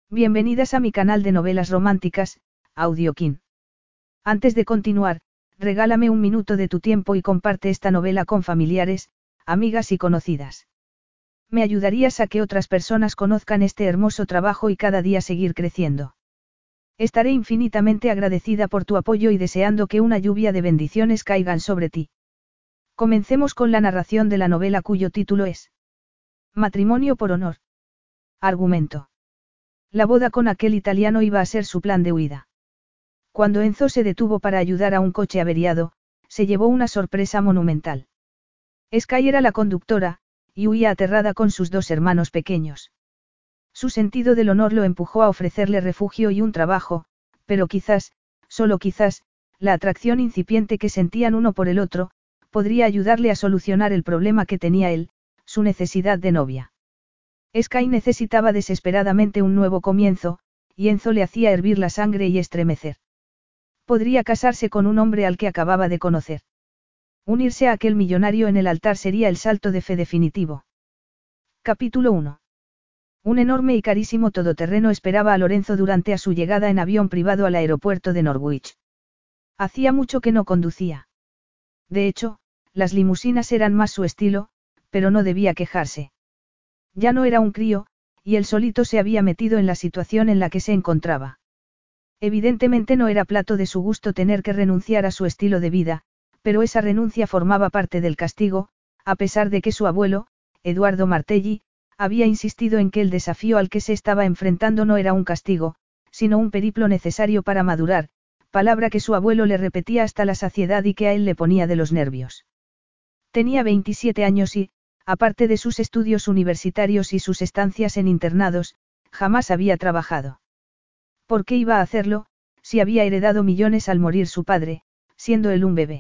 Bienvenidas a mi canal de novelas románticas, Audiokin. Antes de continuar, regálame un minuto de tu tiempo y comparte esta novela con familiares, amigas y conocidas. Me ayudarías a que otras personas conozcan este hermoso trabajo y cada día seguir creciendo. Estaré infinitamente agradecida por tu apoyo y deseando que una lluvia de bendiciones caigan sobre ti. Comencemos con la narración de la novela cuyo título es Matrimonio por honor. Argumento. La boda con aquel italiano iba a ser su plan de huida. Cuando Enzo se detuvo para ayudar a un coche averiado, se llevó una sorpresa monumental. Sky era la conductora, y huía aterrada con sus dos hermanos pequeños. Su sentido del honor lo empujó a ofrecerle refugio y un trabajo, pero quizás, solo quizás, la atracción incipiente que sentían uno por el otro, podría ayudarle a solucionar el problema que tenía él, su necesidad de novia. Sky necesitaba desesperadamente un nuevo comienzo, y Enzo le hacía hervir la sangre y estremecer. Podría casarse con un hombre al que acababa de conocer. Unirse a aquel millonario en el altar sería el salto de fe definitivo. Capítulo 1. Un enorme y carísimo todoterreno esperaba a Lorenzo durante su llegada en avión privado al aeropuerto de Norwich. Hacía mucho que no conducía. De hecho, las limusinas eran más su estilo, pero no debía quejarse. Ya no era un crío, y él solito se había metido en la situación en la que se encontraba. Evidentemente no era plato de su gusto tener que renunciar a su estilo de vida, pero esa renuncia formaba parte del castigo, a pesar de que su abuelo, Eduardo Martelli, había insistido en que el desafío al que se estaba enfrentando no era un castigo, sino un periplo necesario para madurar, palabra que su abuelo le repetía hasta la saciedad y que a él le ponía de los nervios. Tenía 27 años y, aparte de sus estudios universitarios y sus estancias en internados, jamás había trabajado. ¿Por qué iba a hacerlo, si había heredado millones al morir su padre, siendo él un bebé?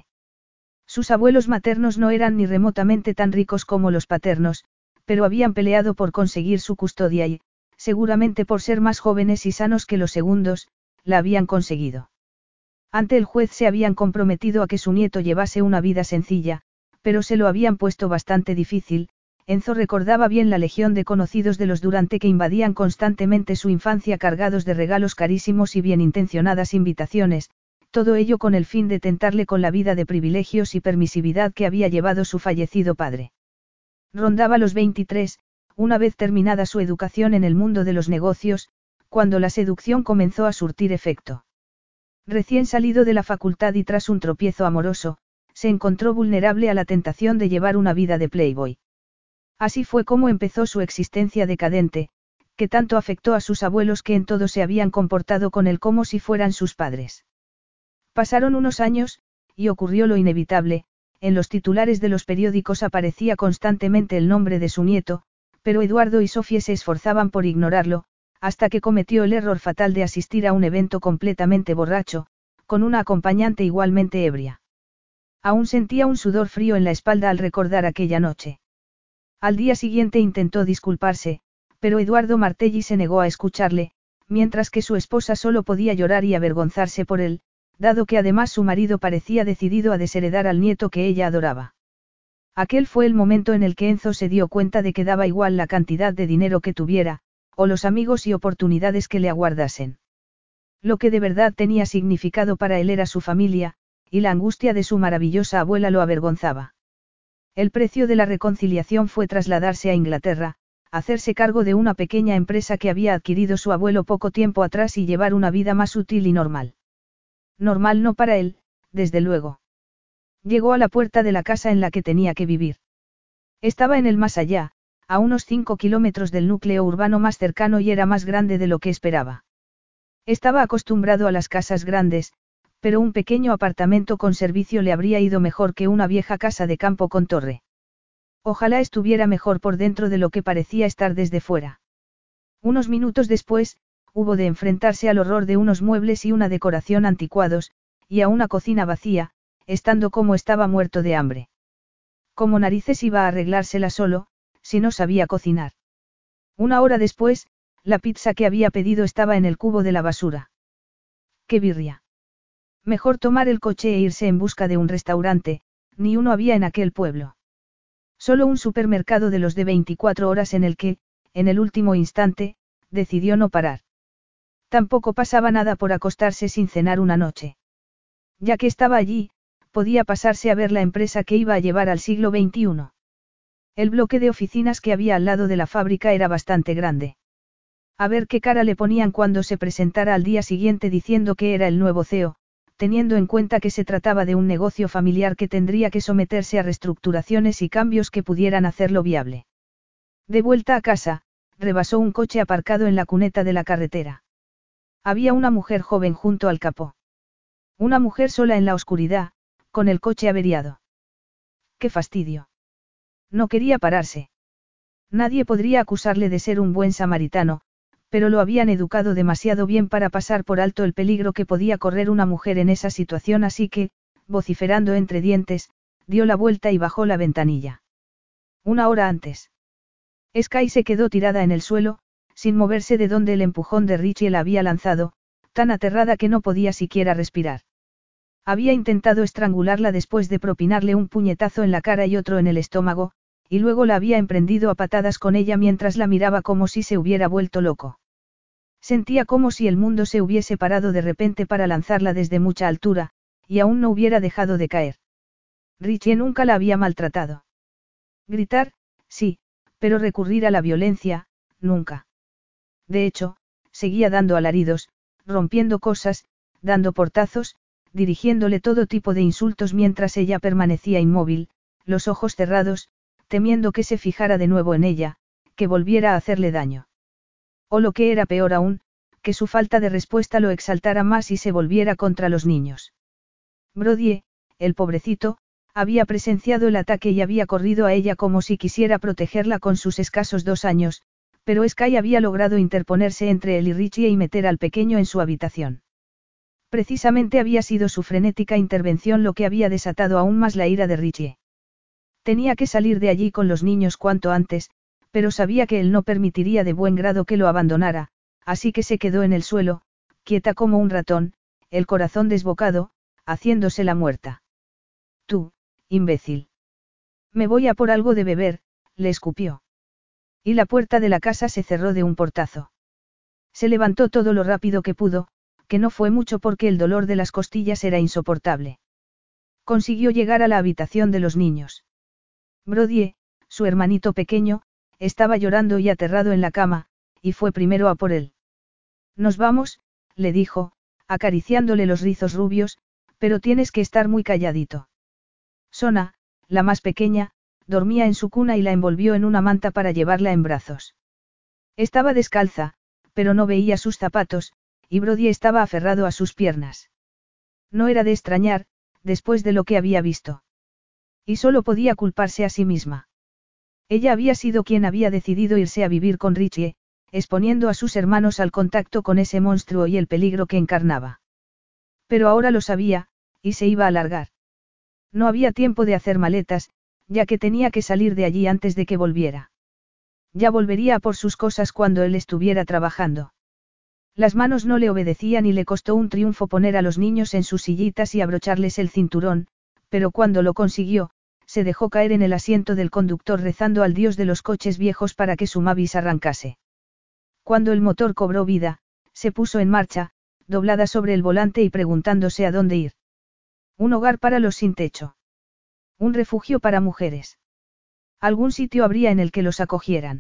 Sus abuelos maternos no eran ni remotamente tan ricos como los paternos, pero habían peleado por conseguir su custodia y, seguramente por ser más jóvenes y sanos que los segundos, la habían conseguido. Ante el juez se habían comprometido a que su nieto llevase una vida sencilla, pero se lo habían puesto bastante difícil. Enzo recordaba bien la legión de conocidos de los Durante que invadían constantemente su infancia cargados de regalos carísimos y bien intencionadas invitaciones, todo ello con el fin de tentarle con la vida de privilegios y permisividad que había llevado su fallecido padre. Rondaba los 23, una vez terminada su educación en el mundo de los negocios, cuando la seducción comenzó a surtir efecto. Recién salido de la facultad y tras un tropiezo amoroso, se encontró vulnerable a la tentación de llevar una vida de playboy. Así fue como empezó su existencia decadente, que tanto afectó a sus abuelos que en todo se habían comportado con él como si fueran sus padres. Pasaron unos años, y ocurrió lo inevitable, en los titulares de los periódicos aparecía constantemente el nombre de su nieto, pero Eduardo y Sofía se esforzaban por ignorarlo, hasta que cometió el error fatal de asistir a un evento completamente borracho, con una acompañante igualmente ebria. Aún sentía un sudor frío en la espalda al recordar aquella noche. Al día siguiente intentó disculparse, pero Eduardo Martelli se negó a escucharle, mientras que su esposa solo podía llorar y avergonzarse por él, dado que además su marido parecía decidido a desheredar al nieto que ella adoraba. Aquel fue el momento en el que Enzo se dio cuenta de que daba igual la cantidad de dinero que tuviera, o los amigos y oportunidades que le aguardasen. Lo que de verdad tenía significado para él era su familia, y la angustia de su maravillosa abuela lo avergonzaba. El precio de la reconciliación fue trasladarse a Inglaterra, hacerse cargo de una pequeña empresa que había adquirido su abuelo poco tiempo atrás y llevar una vida más útil y normal. Normal no para él, desde luego. Llegó a la puerta de la casa en la que tenía que vivir. Estaba en el más allá, a unos 5 kilómetros del núcleo urbano más cercano y era más grande de lo que esperaba. Estaba acostumbrado a las casas grandes, pero un pequeño apartamento con servicio le habría ido mejor que una vieja casa de campo con torre. Ojalá estuviera mejor por dentro de lo que parecía estar desde fuera. Unos minutos después, hubo de enfrentarse al horror de unos muebles y una decoración anticuados, y a una cocina vacía, estando como estaba muerto de hambre. ¿Cómo narices iba a arreglársela solo, si no sabía cocinar? Una hora después, la pizza que había pedido estaba en el cubo de la basura. ¡Qué birria! Mejor tomar el coche e irse en busca de un restaurante, ni uno había en aquel pueblo. Solo un supermercado de los de 24 horas en el que, en el último instante, decidió no parar. Tampoco pasaba nada por acostarse sin cenar una noche. Ya que estaba allí, podía pasarse a ver la empresa que iba a llevar al siglo XXI. El bloque de oficinas que había al lado de la fábrica era bastante grande. A ver qué cara le ponían cuando se presentara al día siguiente diciendo que era el nuevo CEO, teniendo en cuenta que se trataba de un negocio familiar que tendría que someterse a reestructuraciones y cambios que pudieran hacerlo viable. De vuelta a casa, rebasó un coche aparcado en la cuneta de la carretera. Había una mujer joven junto al capó. Una mujer sola en la oscuridad, con el coche averiado. ¡Qué fastidio! No quería pararse. Nadie podría acusarle de ser un buen samaritano, pero lo habían educado demasiado bien para pasar por alto el peligro que podía correr una mujer en esa situación, así que, vociferando entre dientes, dio la vuelta y bajó la ventanilla. Una hora antes. Sky se quedó tirada en el suelo, sin moverse de donde el empujón de Richie la había lanzado, tan aterrada que no podía siquiera respirar. Había intentado estrangularla después de propinarle un puñetazo en la cara y otro en el estómago, y luego la había emprendido a patadas con ella mientras la miraba como si se hubiera vuelto loco. Sentía como si el mundo se hubiese parado de repente para lanzarla desde mucha altura, y aún no hubiera dejado de caer. Richie nunca la había maltratado. Gritar, sí, pero recurrir a la violencia, nunca. De hecho, seguía dando alaridos, rompiendo cosas, dando portazos, dirigiéndole todo tipo de insultos mientras ella permanecía inmóvil, los ojos cerrados, temiendo que se fijara de nuevo en ella, que volviera a hacerle daño. O lo que era peor aún, que su falta de respuesta lo exaltara más y se volviera contra los niños. Brody, el pobrecito, había presenciado el ataque y había corrido a ella como si quisiera protegerla con sus escasos 2 años, pero Sky había logrado interponerse entre él y Richie y meter al pequeño en su habitación. Precisamente había sido su frenética intervención lo que había desatado aún más la ira de Richie. Tenía que salir de allí con los niños cuanto antes, pero sabía que él no permitiría de buen grado que lo abandonara, así que se quedó en el suelo, quieta como un ratón, el corazón desbocado, haciéndose la muerta. Tú, imbécil. Me voy a por algo de beber, le escupió. Y la puerta de la casa se cerró de un portazo. Se levantó todo lo rápido que pudo, que no fue mucho porque el dolor de las costillas era insoportable. Consiguió llegar a la habitación de los niños. Brody, su hermanito pequeño, estaba llorando y aterrado en la cama, y fue primero a por él. Nos vamos, le dijo, acariciándole los rizos rubios, pero tienes que estar muy calladito. Sona, la más pequeña, dormía en su cuna y la envolvió en una manta para llevarla en brazos. Estaba descalza, pero no veía sus zapatos, y Brody estaba aferrado a sus piernas. No era de extrañar, después de lo que había visto. Y solo podía culparse a sí misma. Ella había sido quien había decidido irse a vivir con Richie, exponiendo a sus hermanos al contacto con ese monstruo y el peligro que encarnaba. Pero ahora lo sabía, y se iba a largar. No había tiempo de hacer maletas, ya que tenía que salir de allí antes de que volviera. Ya volvería a por sus cosas cuando él estuviera trabajando. Las manos no le obedecían y le costó un triunfo poner a los niños en sus sillitas y abrocharles el cinturón, pero cuando lo consiguió, se dejó caer en el asiento del conductor rezando al dios de los coches viejos para que su Mavis arrancase. Cuando el motor cobró vida, se puso en marcha, doblada sobre el volante y preguntándose a dónde ir. Un hogar para los sin techo. Un refugio para mujeres. Algún sitio habría en el que los acogieran.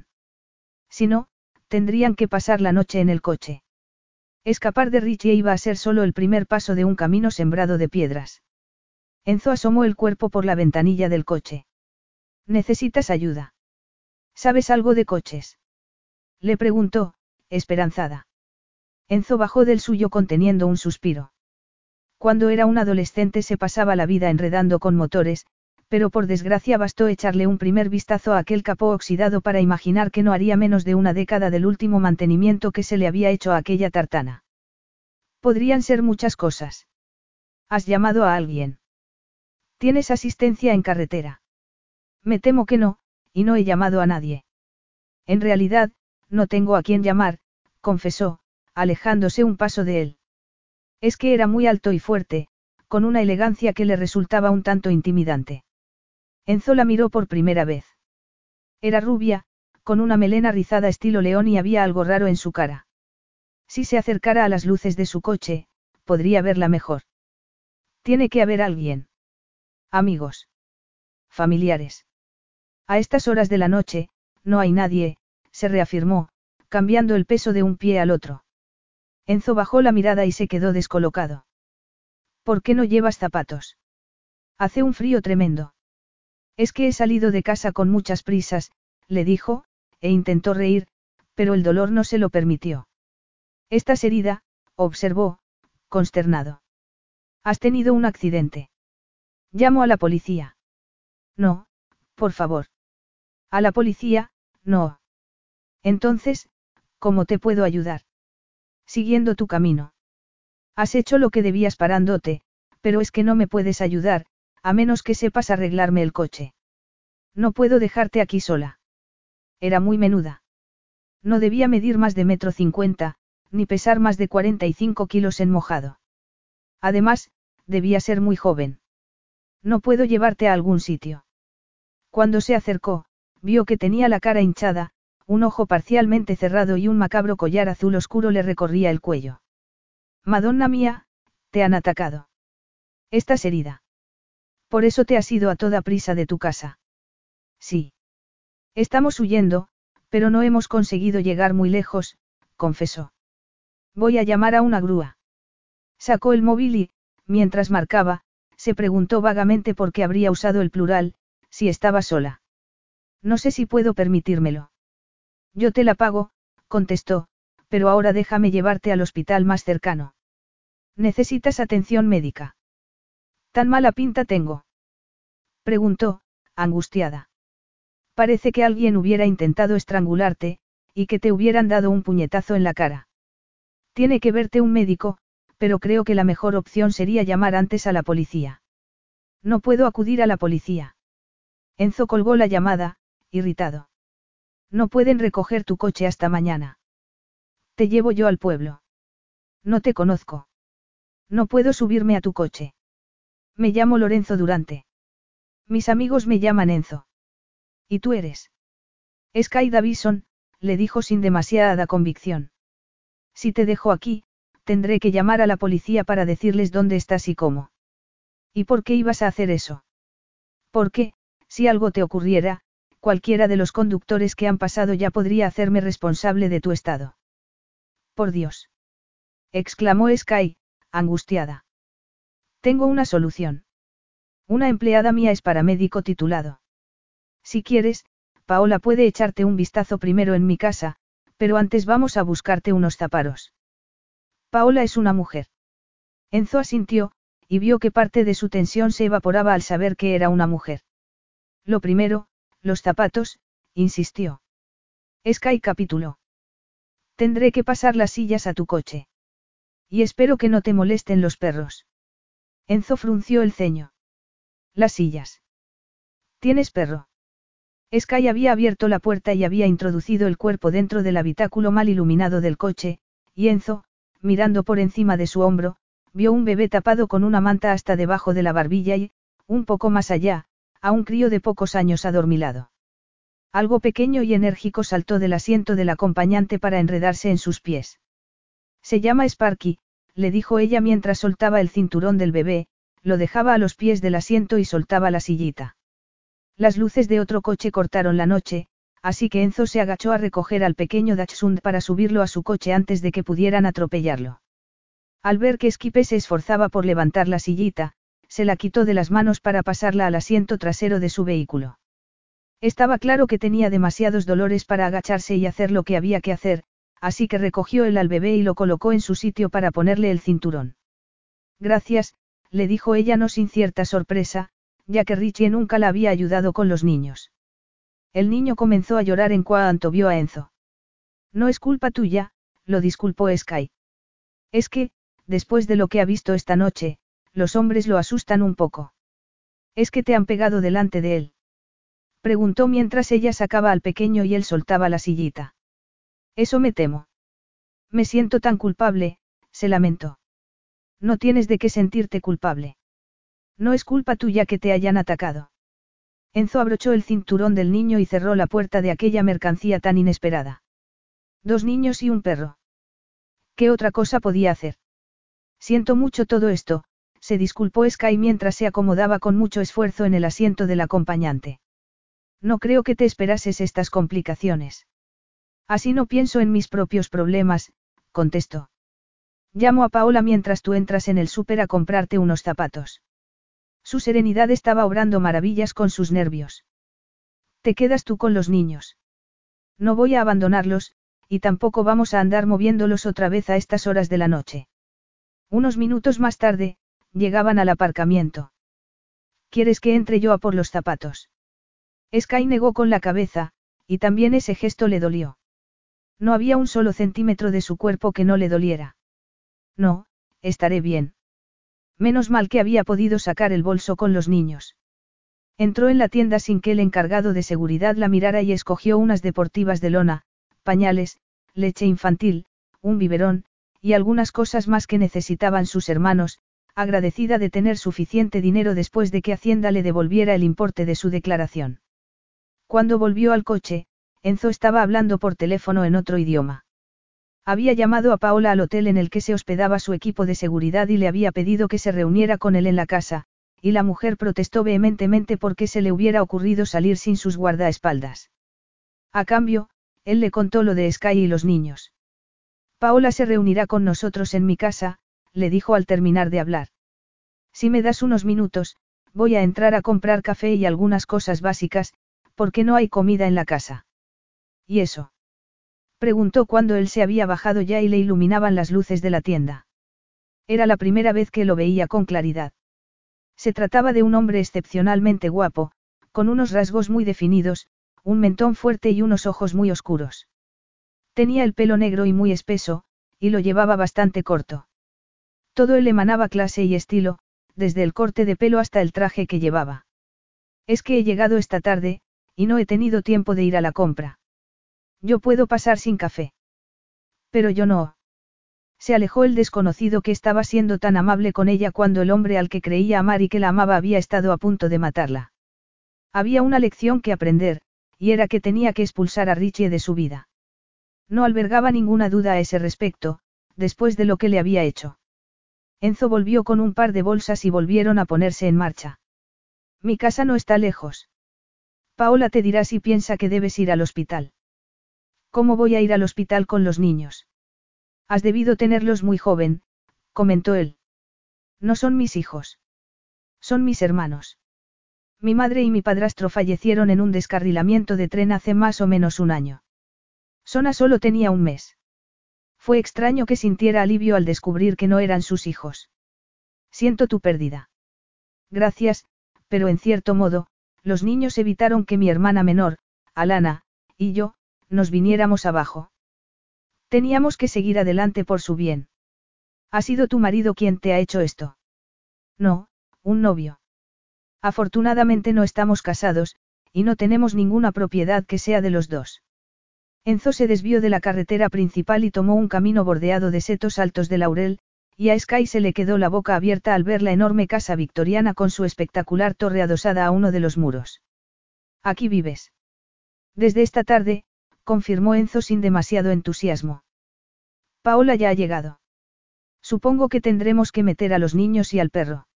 Si no, tendrían que pasar la noche en el coche. Escapar de Richie iba a ser solo el primer paso de un camino sembrado de piedras. Enzo asomó el cuerpo por la ventanilla del coche. ¿Necesitas ayuda? ¿Sabes algo de coches? Le preguntó, esperanzada. Enzo bajó del suyo conteniendo un suspiro. Cuando era un adolescente se pasaba la vida enredando con motores, pero por desgracia bastó echarle un primer vistazo a aquel capó oxidado para imaginar que no haría menos de una década del último mantenimiento que se le había hecho a aquella tartana. Podrían ser muchas cosas. ¿Has llamado a alguien? ¿Tienes asistencia en carretera? Me temo que no, y no he llamado a nadie. En realidad, no tengo a quién llamar, confesó, alejándose un paso de él. Es que era muy alto y fuerte, con una elegancia que le resultaba un tanto intimidante. Enzo la miró por primera vez. Era rubia, con una melena rizada estilo león y había algo raro en su cara. Si se acercara a las luces de su coche, podría verla mejor. Tiene que haber alguien. Amigos. Familiares. A estas horas de la noche, no hay nadie, se reafirmó, cambiando el peso de un pie al otro. Enzo bajó la mirada y se quedó descolocado. ¿Por qué no llevas zapatos? Hace un frío tremendo. Es que he salido de casa con muchas prisas, le dijo, e intentó reír, pero el dolor no se lo permitió. Estás herida, observó, consternado. ¿Has tenido un accidente? Llamo a la policía. No, por favor. A la policía, no. Entonces, ¿cómo te puedo ayudar? Siguiendo tu camino. Has hecho lo que debías parándote, pero es que no me puedes ayudar, a menos que sepas arreglarme el coche. No puedo dejarte aquí sola. Era muy menuda. No debía medir más de 1,50 m, ni pesar más de 45 kilos en mojado. Además, debía ser muy joven. No puedo llevarte a algún sitio. Cuando se acercó, vio que tenía la cara hinchada, un ojo parcialmente cerrado y un macabro collar azul oscuro le recorría el cuello. Madonna mía, te han atacado. Estás herida. Por eso te has ido a toda prisa de tu casa. Sí. Estamos huyendo, pero no hemos conseguido llegar muy lejos, confesó. Voy a llamar a una grúa. Sacó el móvil y, mientras marcaba, se preguntó vagamente por qué habría usado el plural, si estaba sola. No sé si puedo permitírmelo. Yo te la pago, contestó, pero ahora déjame llevarte al hospital más cercano. ¿Necesitas atención médica? ¿Tan mala pinta tengo? Preguntó, angustiada. Parece que alguien hubiera intentado estrangularte, y que te hubieran dado un puñetazo en la cara. Tiene que verte un médico, pero creo que la mejor opción sería llamar antes a la policía. No puedo acudir a la policía. Enzo colgó la llamada, irritado. No pueden recoger tu coche hasta mañana. Te llevo yo al pueblo. No te conozco. No puedo subirme a tu coche. Me llamo Lorenzo Durante. Mis amigos me llaman Enzo. ¿Y tú eres? Sky Davison, le dijo sin demasiada convicción. Si te dejo aquí, tendré que llamar a la policía para decirles dónde estás y cómo. ¿Y por qué ibas a hacer eso? Porque, si algo te ocurriera, cualquiera de los conductores que han pasado ya podría hacerme responsable de tu estado. Por Dios. Exclamó Sky, angustiada. Tengo una solución. Una empleada mía es paramédico titulado. Si quieres, Paola puede echarte un vistazo primero en mi casa, pero antes vamos a buscarte unos zapatos. Paola es una mujer. Enzo asintió, y vio que parte de su tensión se evaporaba al saber que era una mujer. Lo primero, los zapatos, insistió. Sky capituló. Tendré que pasar las sillas a tu coche. Y espero que no te molesten los perros. Enzo frunció el ceño. Las sillas. ¿Tienes perro? Sky había abierto la puerta y había introducido el cuerpo dentro del habitáculo mal iluminado del coche, y Enzo, mirando por encima de su hombro, vio un bebé tapado con una manta hasta debajo de la barbilla y, un poco más allá, a un crío de pocos años adormilado. Algo pequeño y enérgico saltó del asiento del acompañante para enredarse en sus pies. Se llama Sparky, le dijo ella mientras soltaba el cinturón del bebé, lo dejaba a los pies del asiento y soltaba la sillita. Las luces de otro coche cortaron la noche, así que Enzo se agachó a recoger al pequeño Dachshund para subirlo a su coche antes de que pudieran atropellarlo. Al ver que Skipe se esforzaba por levantar la sillita, se la quitó de las manos para pasarla al asiento trasero de su vehículo. Estaba claro que tenía demasiados dolores para agacharse y hacer lo que había que hacer, así que recogió él al bebé y lo colocó en su sitio para ponerle el cinturón. Gracias, le dijo ella no sin cierta sorpresa, ya que Richie nunca la había ayudado con los niños. El niño comenzó a llorar en cuanto vio a Enzo. No es culpa tuya, lo disculpó Sky. Es que, después de lo que ha visto esta noche, los hombres lo asustan un poco. ¿Es que te han pegado delante de él? Preguntó mientras ella sacaba al pequeño y él soltaba la sillita. Eso me temo. Me siento tan culpable, se lamentó. No tienes de qué sentirte culpable. No es culpa tuya que te hayan atacado. Enzo abrochó el cinturón del niño y cerró la puerta de aquella mercancía tan inesperada. 2 niños y un perro. ¿Qué otra cosa podía hacer? Siento mucho todo esto, se disculpó Sky mientras se acomodaba con mucho esfuerzo en el asiento del acompañante. No creo que te esperases estas complicaciones. Así no pienso en mis propios problemas, contestó. Llamo a Paola mientras tú entras en el súper a comprarte unos zapatos. Su serenidad estaba obrando maravillas con sus nervios. ¿Te quedas tú con los niños? No voy a abandonarlos, y tampoco vamos a andar moviéndolos otra vez a estas horas de la noche. Unos minutos más tarde, llegaban al aparcamiento. ¿Quieres que entre yo a por los zapatos? Sky negó con la cabeza, y también ese gesto le dolió. No había un solo centímetro de su cuerpo que no le doliera. No, estaré bien. Menos mal que había podido sacar el bolso con los niños. Entró en la tienda sin que el encargado de seguridad la mirara y escogió unas deportivas de lona, pañales, leche infantil, un biberón, y algunas cosas más que necesitaban sus hermanos, agradecida de tener suficiente dinero después de que Hacienda le devolviera el importe de su declaración. Cuando volvió al coche, Enzo estaba hablando por teléfono en otro idioma. Había llamado a Paola al hotel en el que se hospedaba su equipo de seguridad y le había pedido que se reuniera con él en la casa, y la mujer protestó vehementemente porque se le hubiera ocurrido salir sin sus guardaespaldas. A cambio, él le contó lo de Sky y los niños. Paola se reunirá con nosotros en mi casa, le dijo al terminar de hablar. Si me das unos minutos, voy a entrar a comprar café y algunas cosas básicas, porque no hay comida en la casa. ¿Y eso? Preguntó cuando él se había bajado ya y le iluminaban las luces de la tienda. Era la primera vez que lo veía con claridad. Se trataba de un hombre excepcionalmente guapo, con unos rasgos muy definidos, un mentón fuerte y unos ojos muy oscuros. Tenía el pelo negro y muy espeso, y lo llevaba bastante corto. Todo él emanaba clase y estilo, desde el corte de pelo hasta el traje que llevaba. Es que he llegado esta tarde, y no he tenido tiempo de ir a la compra. Yo puedo pasar sin café. Pero yo no. Se alejó el desconocido que estaba siendo tan amable con ella cuando el hombre al que creía amar y que la amaba había estado a punto de matarla. Había una lección que aprender, y era que tenía que expulsar a Richie de su vida. No albergaba ninguna duda a ese respecto, después de lo que le había hecho. Enzo volvió con un par de bolsas y volvieron a ponerse en marcha. Mi casa no está lejos. Paola te dirá si piensa que debes ir al hospital. ¿Cómo voy a ir al hospital con los niños? Has debido tenerlos muy joven, comentó él. No son mis hijos. Son mis hermanos. Mi madre y mi padrastro fallecieron en un descarrilamiento de tren hace más o menos un año. Sona solo tenía un mes. Fue extraño que sintiera alivio al descubrir que no eran sus hijos. Siento tu pérdida. Gracias, pero en cierto modo, los niños evitaron que mi hermana menor, Alana, y yo, nos viniéramos abajo. Teníamos que seguir adelante por su bien. ¿Ha sido tu marido quien te ha hecho esto? No, un novio. Afortunadamente no estamos casados, y no tenemos ninguna propiedad que sea de los dos. Enzo se desvió de la carretera principal y tomó un camino bordeado de setos altos de laurel, y a Sky se le quedó la boca abierta al ver la enorme casa victoriana con su espectacular torre adosada a uno de los muros. ¿Aquí vives? Desde esta tarde, confirmó Enzo sin demasiado entusiasmo. Paola ya ha llegado. Supongo que tendremos que meter a los niños y al perro.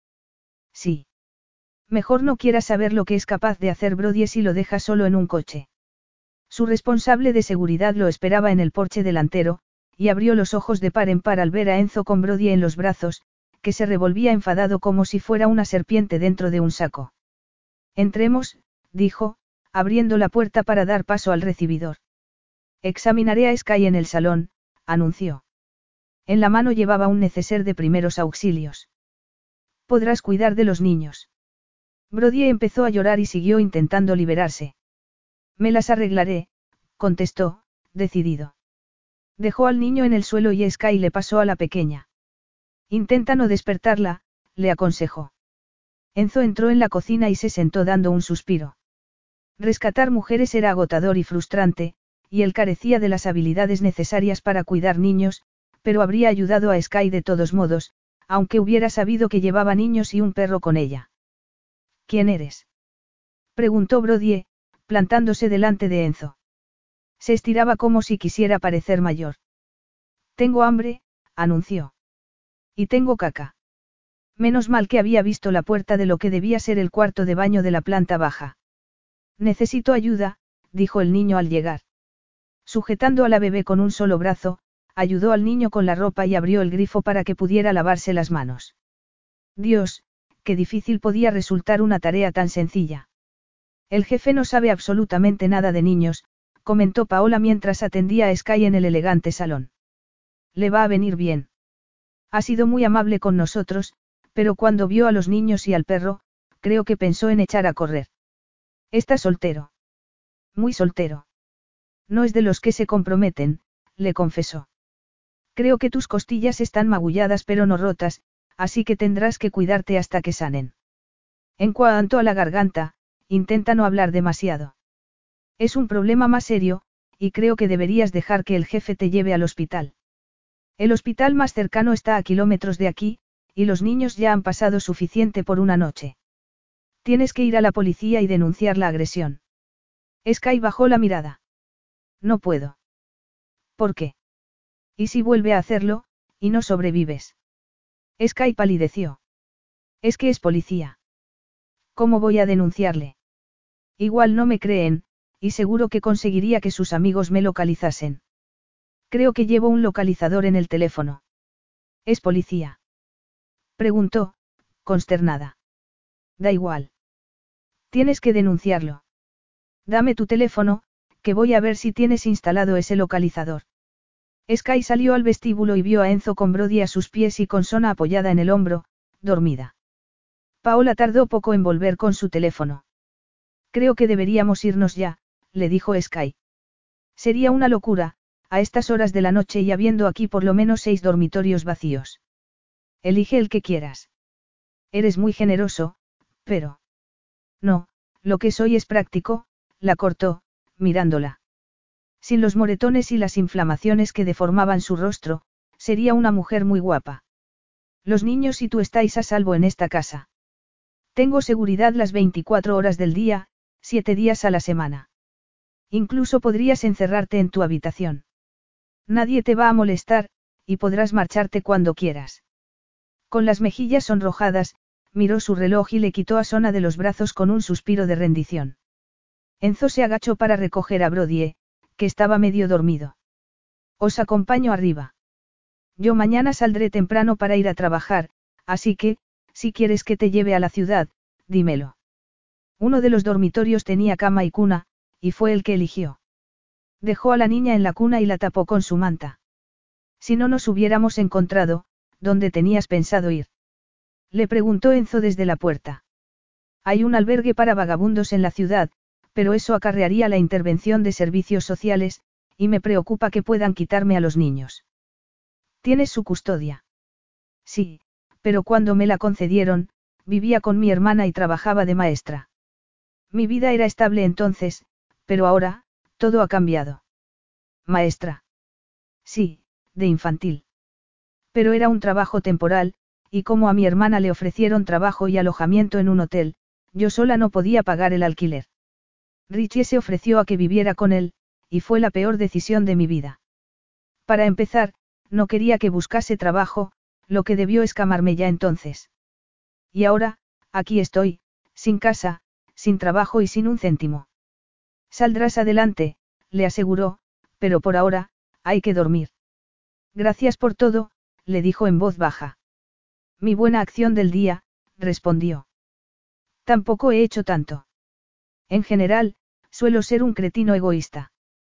Sí. Mejor no quieras saber lo que es capaz de hacer Brody si lo deja solo en un coche. Su responsable de seguridad lo esperaba en el porche delantero, y abrió los ojos de par en par al ver a Enzo con Brody en los brazos, que se revolvía enfadado como si fuera una serpiente dentro de un saco. Entremos, dijo, abriendo la puerta para dar paso al recibidor. Examinaré a Sky en el salón, anunció. En la mano llevaba un neceser de primeros auxilios. Podrás cuidar de los niños. Brody empezó a llorar y siguió intentando liberarse. Me las arreglaré, contestó, decidido. Dejó al niño en el suelo y Sky le pasó a la pequeña. Intenta no despertarla, le aconsejó. Enzo entró en la cocina y se sentó dando un suspiro. Rescatar mujeres era agotador y frustrante, y él carecía de las habilidades necesarias para cuidar niños, pero habría ayudado a Sky de todos modos, aunque hubiera sabido que llevaba niños y un perro con ella. ¿Quién eres? Preguntó Brody, plantándose delante de Enzo. Se estiraba como si quisiera parecer mayor. Tengo hambre, anunció. Y tengo caca. Menos mal que había visto la puerta de lo que debía ser el cuarto de baño de la planta baja. Necesito ayuda, dijo el niño al llegar. Sujetando a la bebé con un solo brazo, ayudó al niño con la ropa y abrió el grifo para que pudiera lavarse las manos. Dios, qué difícil podía resultar una tarea tan sencilla. El jefe no sabe absolutamente nada de niños, comentó Paola mientras atendía a Sky en el elegante salón. Le va a venir bien. Ha sido muy amable con nosotros, pero cuando vio a los niños y al perro, creo que pensó en echar a correr. Está soltero. Muy soltero. No es de los que se comprometen, le confesó. Creo que tus costillas están magulladas pero no rotas, así que tendrás que cuidarte hasta que sanen. En cuanto a la garganta, intenta no hablar demasiado. Es un problema más serio, y creo que deberías dejar que el jefe te lleve al hospital. El hospital más cercano está a kilómetros de aquí, y los niños ya han pasado suficiente por una noche. Tienes que ir a la policía y denunciar la agresión. Sky bajó la mirada. No puedo. ¿Por qué? ¿Y si vuelve a hacerlo, y no sobrevives? Sky palideció. Es que es policía. ¿Cómo voy a denunciarle? Igual no me creen, y seguro que conseguiría que sus amigos me localizasen. Creo que llevo un localizador en el teléfono. ¿Es policía? Preguntó, consternada. Da igual. Tienes que denunciarlo. Dame tu teléfono, que voy a ver si tienes instalado ese localizador. Sky salió al vestíbulo y vio a Enzo con Brody a sus pies y con Sona apoyada en el hombro, dormida. Paola tardó poco en volver con su teléfono. Creo que deberíamos irnos ya, le dijo Sky. Sería una locura, a estas horas de la noche y habiendo aquí por lo menos 6 dormitorios vacíos. Elige el que quieras. Eres muy generoso, pero... No, lo que soy es práctico, la cortó, mirándola. Sin los moretones y las inflamaciones que deformaban su rostro, sería una mujer muy guapa. Los niños y tú estáis a salvo en esta casa. Tengo seguridad las 24 horas del día, 7 días a la semana. Incluso podrías encerrarte en tu habitación. Nadie te va a molestar, y podrás marcharte cuando quieras. Con las mejillas sonrojadas, miró su reloj y le quitó a Sona de los brazos con un suspiro de rendición. Enzo se agachó para recoger a Brody, que estaba medio dormido. Os acompaño arriba. Yo mañana saldré temprano para ir a trabajar, así que, si quieres que te lleve a la ciudad, dímelo. Uno de los dormitorios tenía cama y cuna, y fue el que eligió. Dejó a la niña en la cuna y la tapó con su manta. Si no nos hubiéramos encontrado, ¿dónde tenías pensado ir? Le preguntó Enzo desde la puerta. Hay un albergue para vagabundos en la ciudad, pero eso acarrearía la intervención de servicios sociales, y me preocupa que puedan quitarme a los niños. ¿Tienes su custodia? Sí, pero cuando me la concedieron, vivía con mi hermana y trabajaba de maestra. Mi vida era estable entonces, pero ahora, todo ha cambiado. Maestra. Sí, de infantil. Pero era un trabajo temporal, y como a mi hermana le ofrecieron trabajo y alojamiento en un hotel, yo sola no podía pagar el alquiler. Richie se ofreció a que viviera con él, y fue la peor decisión de mi vida. Para empezar, no quería que buscase trabajo, lo que debió escamarme ya entonces. Y ahora, aquí estoy, sin casa, sin trabajo y sin un céntimo. Saldrás adelante, le aseguró, pero por ahora, hay que dormir. Gracias por todo, le dijo en voz baja. Mi buena acción del día, respondió. Tampoco he hecho tanto. En general, suelo ser un cretino egoísta.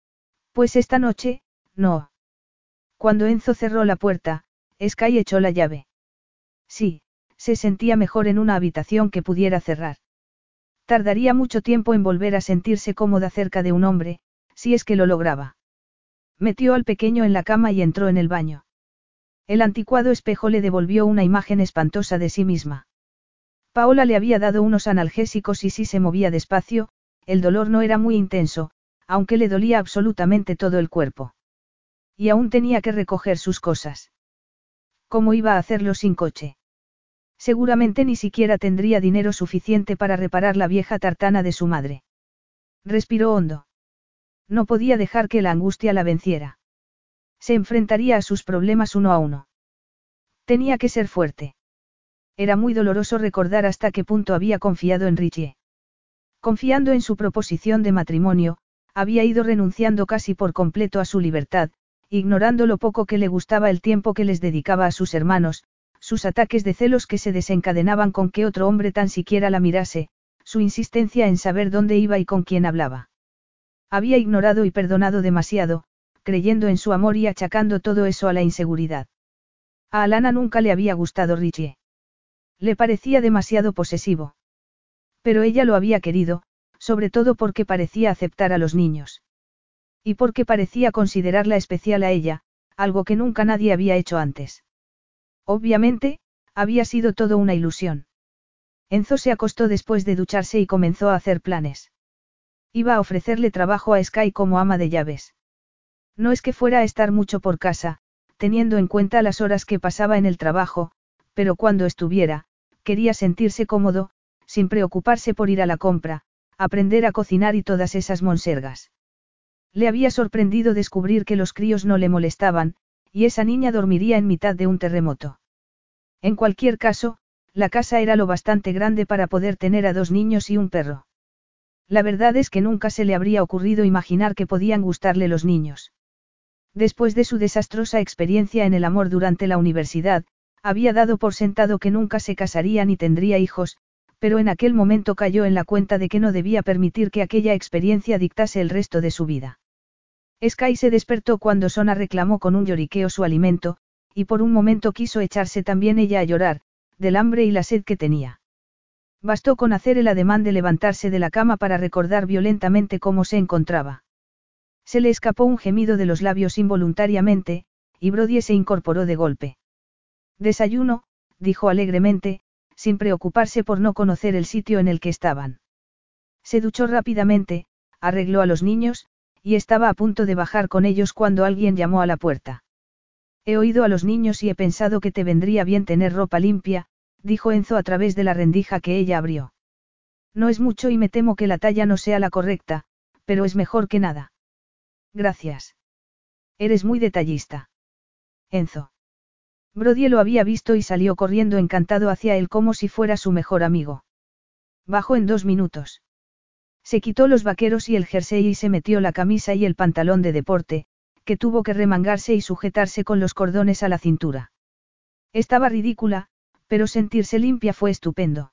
Pues esta noche, no. Cuando Enzo cerró la puerta, Sky echó la llave. Sí, se sentía mejor en una habitación que pudiera cerrar. Tardaría mucho tiempo en volver a sentirse cómoda cerca de un hombre, si es que lo lograba. Metió al pequeño en la cama y entró en el baño. El anticuado espejo le devolvió una imagen espantosa de sí misma. Paola le había dado unos analgésicos y si se movía despacio, el dolor no era muy intenso, aunque le dolía absolutamente todo el cuerpo. Y aún tenía que recoger sus cosas. ¿Cómo iba a hacerlo sin coche? Seguramente ni siquiera tendría dinero suficiente para reparar la vieja tartana de su madre. Respiró hondo. No podía dejar que la angustia la venciera. Se enfrentaría a sus problemas uno a uno. Tenía que ser fuerte. Era muy doloroso recordar hasta qué punto había confiado en Richie. Confiando en su proposición de matrimonio, había ido renunciando casi por completo a su libertad, ignorando lo poco que le gustaba el tiempo que les dedicaba a sus hermanos, sus ataques de celos que se desencadenaban con que otro hombre tan siquiera la mirase, su insistencia en saber dónde iba y con quién hablaba. Había ignorado y perdonado demasiado, creyendo en su amor y achacando todo eso a la inseguridad. A Alana nunca le había gustado Richie. Le parecía demasiado posesivo. Pero ella lo había querido, sobre todo porque parecía aceptar a los niños. Y porque parecía considerarla especial a ella, algo que nunca nadie había hecho antes. Obviamente, había sido todo una ilusión. Enzo se acostó después de ducharse y comenzó a hacer planes. Iba a ofrecerle trabajo a Sky como ama de llaves. No es que fuera a estar mucho por casa, teniendo en cuenta las horas que pasaba en el trabajo, pero cuando estuviera, quería sentirse cómodo, sin preocuparse por ir a la compra, aprender a cocinar y todas esas monsergas. Le había sorprendido descubrir que los críos no le molestaban, y esa niña dormiría en mitad de un terremoto. En cualquier caso, la casa era lo bastante grande para poder tener a 2 niños y un perro. La verdad es que nunca se le habría ocurrido imaginar que podían gustarle los niños. Después de su desastrosa experiencia en el amor durante la universidad, había dado por sentado que nunca se casaría ni tendría hijos, pero en aquel momento cayó en la cuenta de que no debía permitir que aquella experiencia dictase el resto de su vida. Sky se despertó cuando Sona reclamó con un lloriqueo su alimento, y por un momento quiso echarse también ella a llorar, del hambre y la sed que tenía. Bastó con hacer el ademán de levantarse de la cama para recordar violentamente cómo se encontraba. Se le escapó un gemido de los labios involuntariamente, y Brodie se incorporó de golpe. Desayuno, dijo alegremente, sin preocuparse por no conocer el sitio en el que estaban. Se duchó rápidamente, arregló a los niños, y estaba a punto de bajar con ellos cuando alguien llamó a la puerta. He oído a los niños y he pensado que te vendría bien tener ropa limpia, dijo Enzo a través de la rendija que ella abrió. No es mucho y me temo que la talla no sea la correcta, pero es mejor que nada. Gracias. Eres muy detallista. Enzo. Brodie lo había visto y salió corriendo encantado hacia él como si fuera su mejor amigo. Bajó en 2 minutos. Se quitó los vaqueros y el jersey y se metió la camisa y el pantalón de deporte, que tuvo que remangarse y sujetarse con los cordones a la cintura. Estaba ridícula, pero sentirse limpia fue estupendo.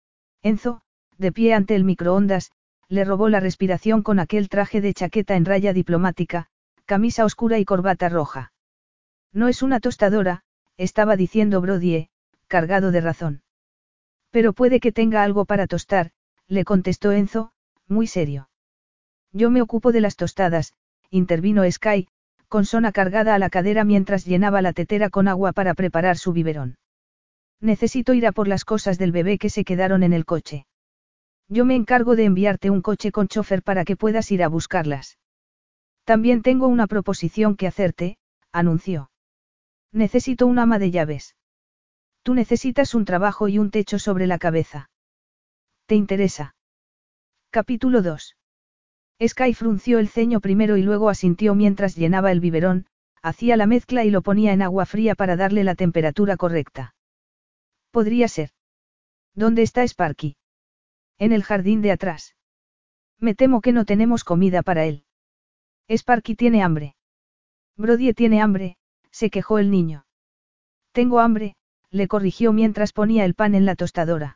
Enzo, de pie ante el microondas, le robó la respiración con aquel traje de chaqueta en raya diplomática, camisa oscura y corbata roja. No es una tostadora, estaba diciendo Brodie, cargado de razón. Pero puede que tenga algo para tostar, le contestó Enzo, muy serio. Yo me ocupo de las tostadas, intervino Sky, con Sona cargada a la cadera mientras llenaba la tetera con agua para preparar su biberón. Necesito ir a por las cosas del bebé que se quedaron en el coche. Yo me encargo de enviarte un coche con chofer para que puedas ir a buscarlas. También tengo una proposición que hacerte, anunció. Necesito un ama de llaves. Tú necesitas un trabajo y un techo sobre la cabeza. ¿Te interesa? Capítulo 2. Sky frunció el ceño primero y luego asintió mientras llenaba el biberón, hacía la mezcla y lo ponía en agua fría para darle la temperatura correcta. Podría ser. ¿Dónde está Sparky? En el jardín de atrás. Me temo que no tenemos comida para él. Sparky tiene hambre. Brodie tiene hambre, se quejó el niño. Tengo hambre, le corrigió mientras ponía el pan en la tostadora.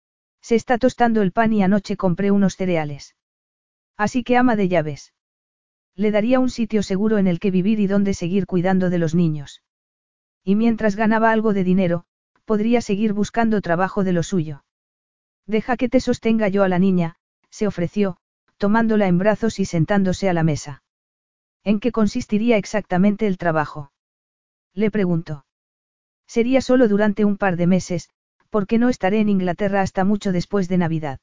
Se está tostando el pan y anoche compré unos cereales. Así que ama de llaves. Le daría un sitio seguro en el que vivir y donde seguir cuidando de los niños. Y mientras ganaba algo de dinero, podría seguir buscando trabajo de lo suyo. Deja que te sostenga yo a la niña, se ofreció, tomándola en brazos y sentándose a la mesa. ¿En qué consistiría exactamente el trabajo? Le preguntó. Sería solo durante un par de meses, porque no estaré en Inglaterra hasta mucho después de Navidad.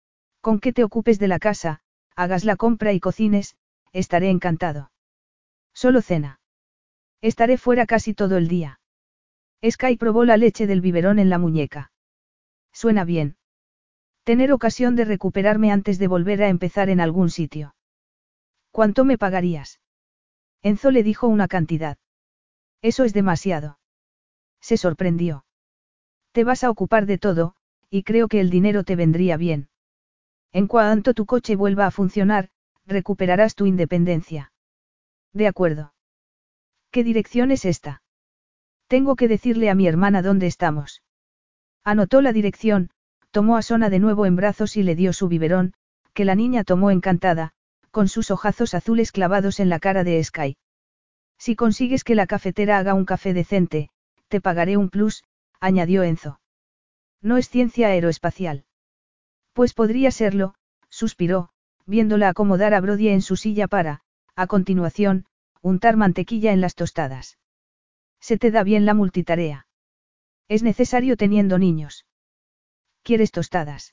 Con que te ocupes de la casa, hagas la compra y cocines, estaré encantado. Solo cena. Estaré fuera casi todo el día. Sky probó la leche del biberón en la muñeca. Suena bien. Tener ocasión de recuperarme antes de volver a empezar en algún sitio. ¿Cuánto me pagarías? Enzo le dijo una cantidad. Eso es demasiado. Se sorprendió. Te vas a ocupar de todo, y creo que el dinero te vendría bien. En cuanto tu coche vuelva a funcionar, recuperarás tu independencia. De acuerdo. ¿Qué dirección es esta? Tengo que decirle a mi hermana dónde estamos. Anotó la dirección, tomó a Sona de nuevo en brazos y le dio su biberón, que la niña tomó encantada, con sus ojazos azules clavados en la cara de Sky. Si consigues que la cafetera haga un café decente, te pagaré un plus, añadió Enzo. No es ciencia aeroespacial. Pues podría serlo, suspiró, viéndola acomodar a Brody en su silla para, a continuación, untar mantequilla en las tostadas. Se te da bien la multitarea. Es necesario teniendo niños. ¿Quieres tostadas?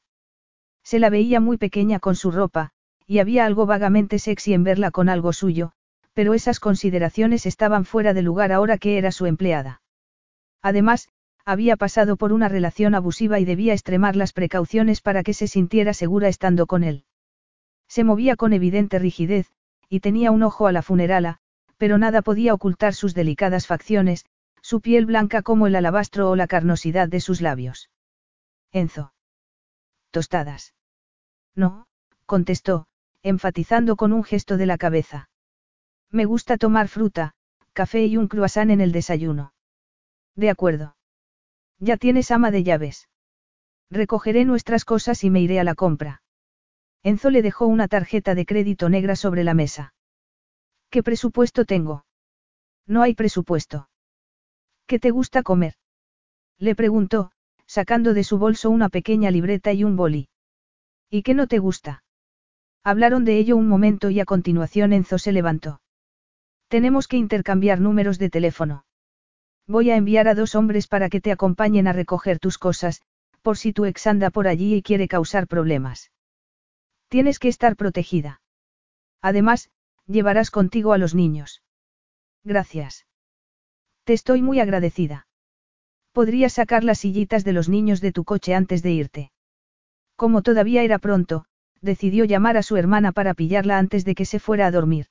Se la veía muy pequeña con su ropa, y había algo vagamente sexy en verla con algo suyo, pero esas consideraciones estaban fuera de lugar ahora que era su empleada. Además, había pasado por una relación abusiva y debía extremar las precauciones para que se sintiera segura estando con él. Se movía con evidente rigidez, y tenía un ojo a la funerala, pero nada podía ocultar sus delicadas facciones, su piel blanca como el alabastro o la carnosidad de sus labios. Enzo. Tostadas. No, contestó, enfatizando con un gesto de la cabeza. Me gusta tomar fruta, café y un croissant en el desayuno. De acuerdo. Ya tienes ama de llaves. Recogeré nuestras cosas y me iré a la compra. Enzo le dejó una tarjeta de crédito negra sobre la mesa. ¿Qué presupuesto tengo? No hay presupuesto. ¿Qué te gusta comer? Le preguntó, sacando de su bolso una pequeña libreta y un boli. ¿Y qué no te gusta? Hablaron de ello un momento y a continuación Enzo se levantó. Tenemos que intercambiar números de teléfono. Voy a enviar a 2 hombres para que te acompañen a recoger tus cosas, por si tu ex anda por allí y quiere causar problemas. Tienes que estar protegida. Además, llevarás contigo a los niños. Gracias. Te estoy muy agradecida. Podrías sacar las sillitas de los niños de tu coche antes de irte. Como todavía era pronto, decidió llamar a su hermana para pillarla antes de que se fuera a dormir.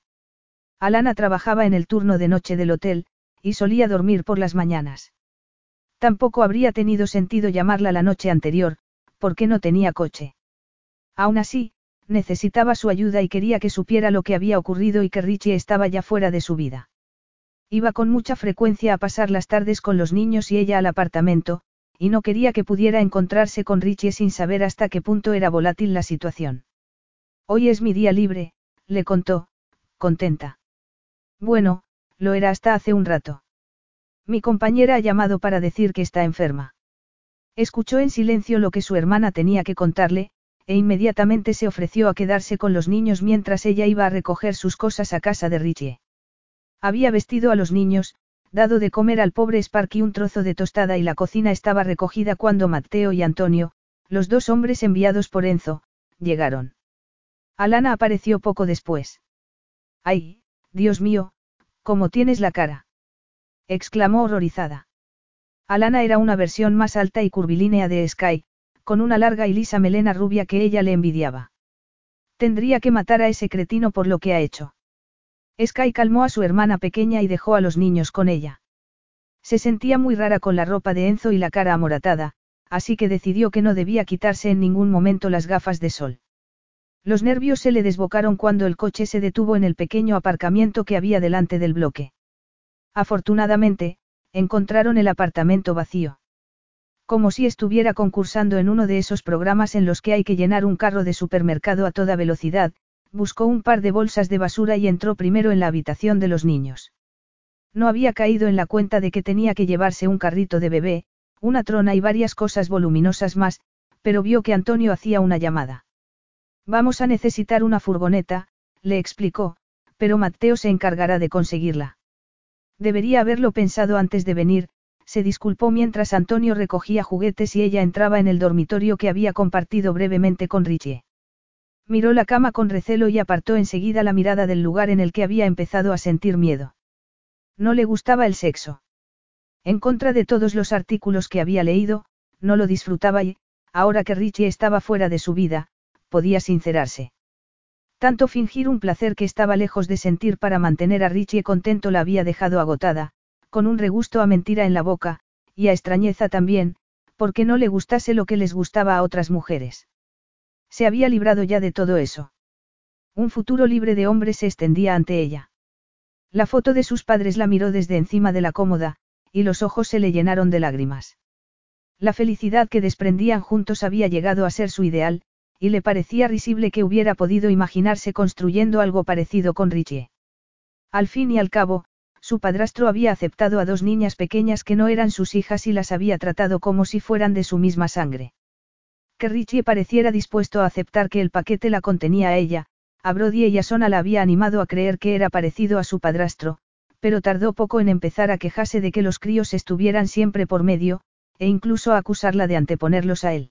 Alana trabajaba en el turno de noche del hotel, y solía dormir por las mañanas. Tampoco habría tenido sentido llamarla la noche anterior, porque no tenía coche. Aún así, necesitaba su ayuda y quería que supiera lo que había ocurrido y que Richie estaba ya fuera de su vida. Iba con mucha frecuencia a pasar las tardes con los niños y ella al apartamento, y no quería que pudiera encontrarse con Richie sin saber hasta qué punto era volátil la situación. Hoy es mi día libre, le contó, contenta. Bueno, lo era hasta hace un rato. Mi compañera ha llamado para decir que está enferma. Escuchó en silencio lo que su hermana tenía que contarle, e inmediatamente se ofreció a quedarse con los niños mientras ella iba a recoger sus cosas a casa de Richie. Había vestido a los niños, dado de comer al pobre Sparky un trozo de tostada y la cocina estaba recogida cuando Matteo y Antonio, los 2 hombres enviados por Enzo, llegaron. Alana apareció poco después. ¡Ay, Dios mío, cómo tienes la cara! Exclamó horrorizada. Alana era una versión más alta y curvilínea de Sky, con una larga y lisa melena rubia que ella le envidiaba. Tendría que matar a ese cretino por lo que ha hecho. Sky calmó a su hermana pequeña y dejó a los niños con ella. Se sentía muy rara con la ropa de Enzo y la cara amoratada, así que decidió que no debía quitarse en ningún momento las gafas de sol. Los nervios se le desbocaron cuando el coche se detuvo en el pequeño aparcamiento que había delante del bloque. Afortunadamente, encontraron el apartamento vacío. Como si estuviera concursando en uno de esos programas en los que hay que llenar un carro de supermercado a toda velocidad, buscó un par de bolsas de basura y entró primero en la habitación de los niños. No había caído en la cuenta de que tenía que llevarse un carrito de bebé, una trona y varias cosas voluminosas más, pero vio que Antonio hacía una llamada. Vamos a necesitar una furgoneta, le explicó, pero Matteo se encargará de conseguirla. Debería haberlo pensado antes de venir, se disculpó mientras Antonio recogía juguetes y ella entraba en el dormitorio que había compartido brevemente con Richie. Miró la cama con recelo y apartó enseguida la mirada del lugar en el que había empezado a sentir miedo. No le gustaba el sexo. En contra de todos los artículos que había leído, no lo disfrutaba y, ahora que Richie estaba fuera de su vida, podía sincerarse. Tanto fingir un placer que estaba lejos de sentir para mantener a Richie contento la había dejado agotada, con un regusto a mentira en la boca, y a extrañeza también, porque no le gustase lo que les gustaba a otras mujeres. Se había librado ya de todo eso. Un futuro libre de hombres se extendía ante ella. La foto de sus padres la miró desde encima de la cómoda, y los ojos se le llenaron de lágrimas. La felicidad que desprendían juntos había llegado a ser su ideal, y le parecía risible que hubiera podido imaginarse construyendo algo parecido con Richie. Al fin y al cabo, su padrastro había aceptado a dos niñas pequeñas que no eran sus hijas y las había tratado como si fueran de su misma sangre. Que Richie pareciera dispuesto a aceptar que el paquete la contenía a ella, a Brody y a Sona la había animado a creer que era parecido a su padrastro, pero tardó poco en empezar a quejarse de que los críos estuvieran siempre por medio, e incluso a acusarla de anteponerlos a él.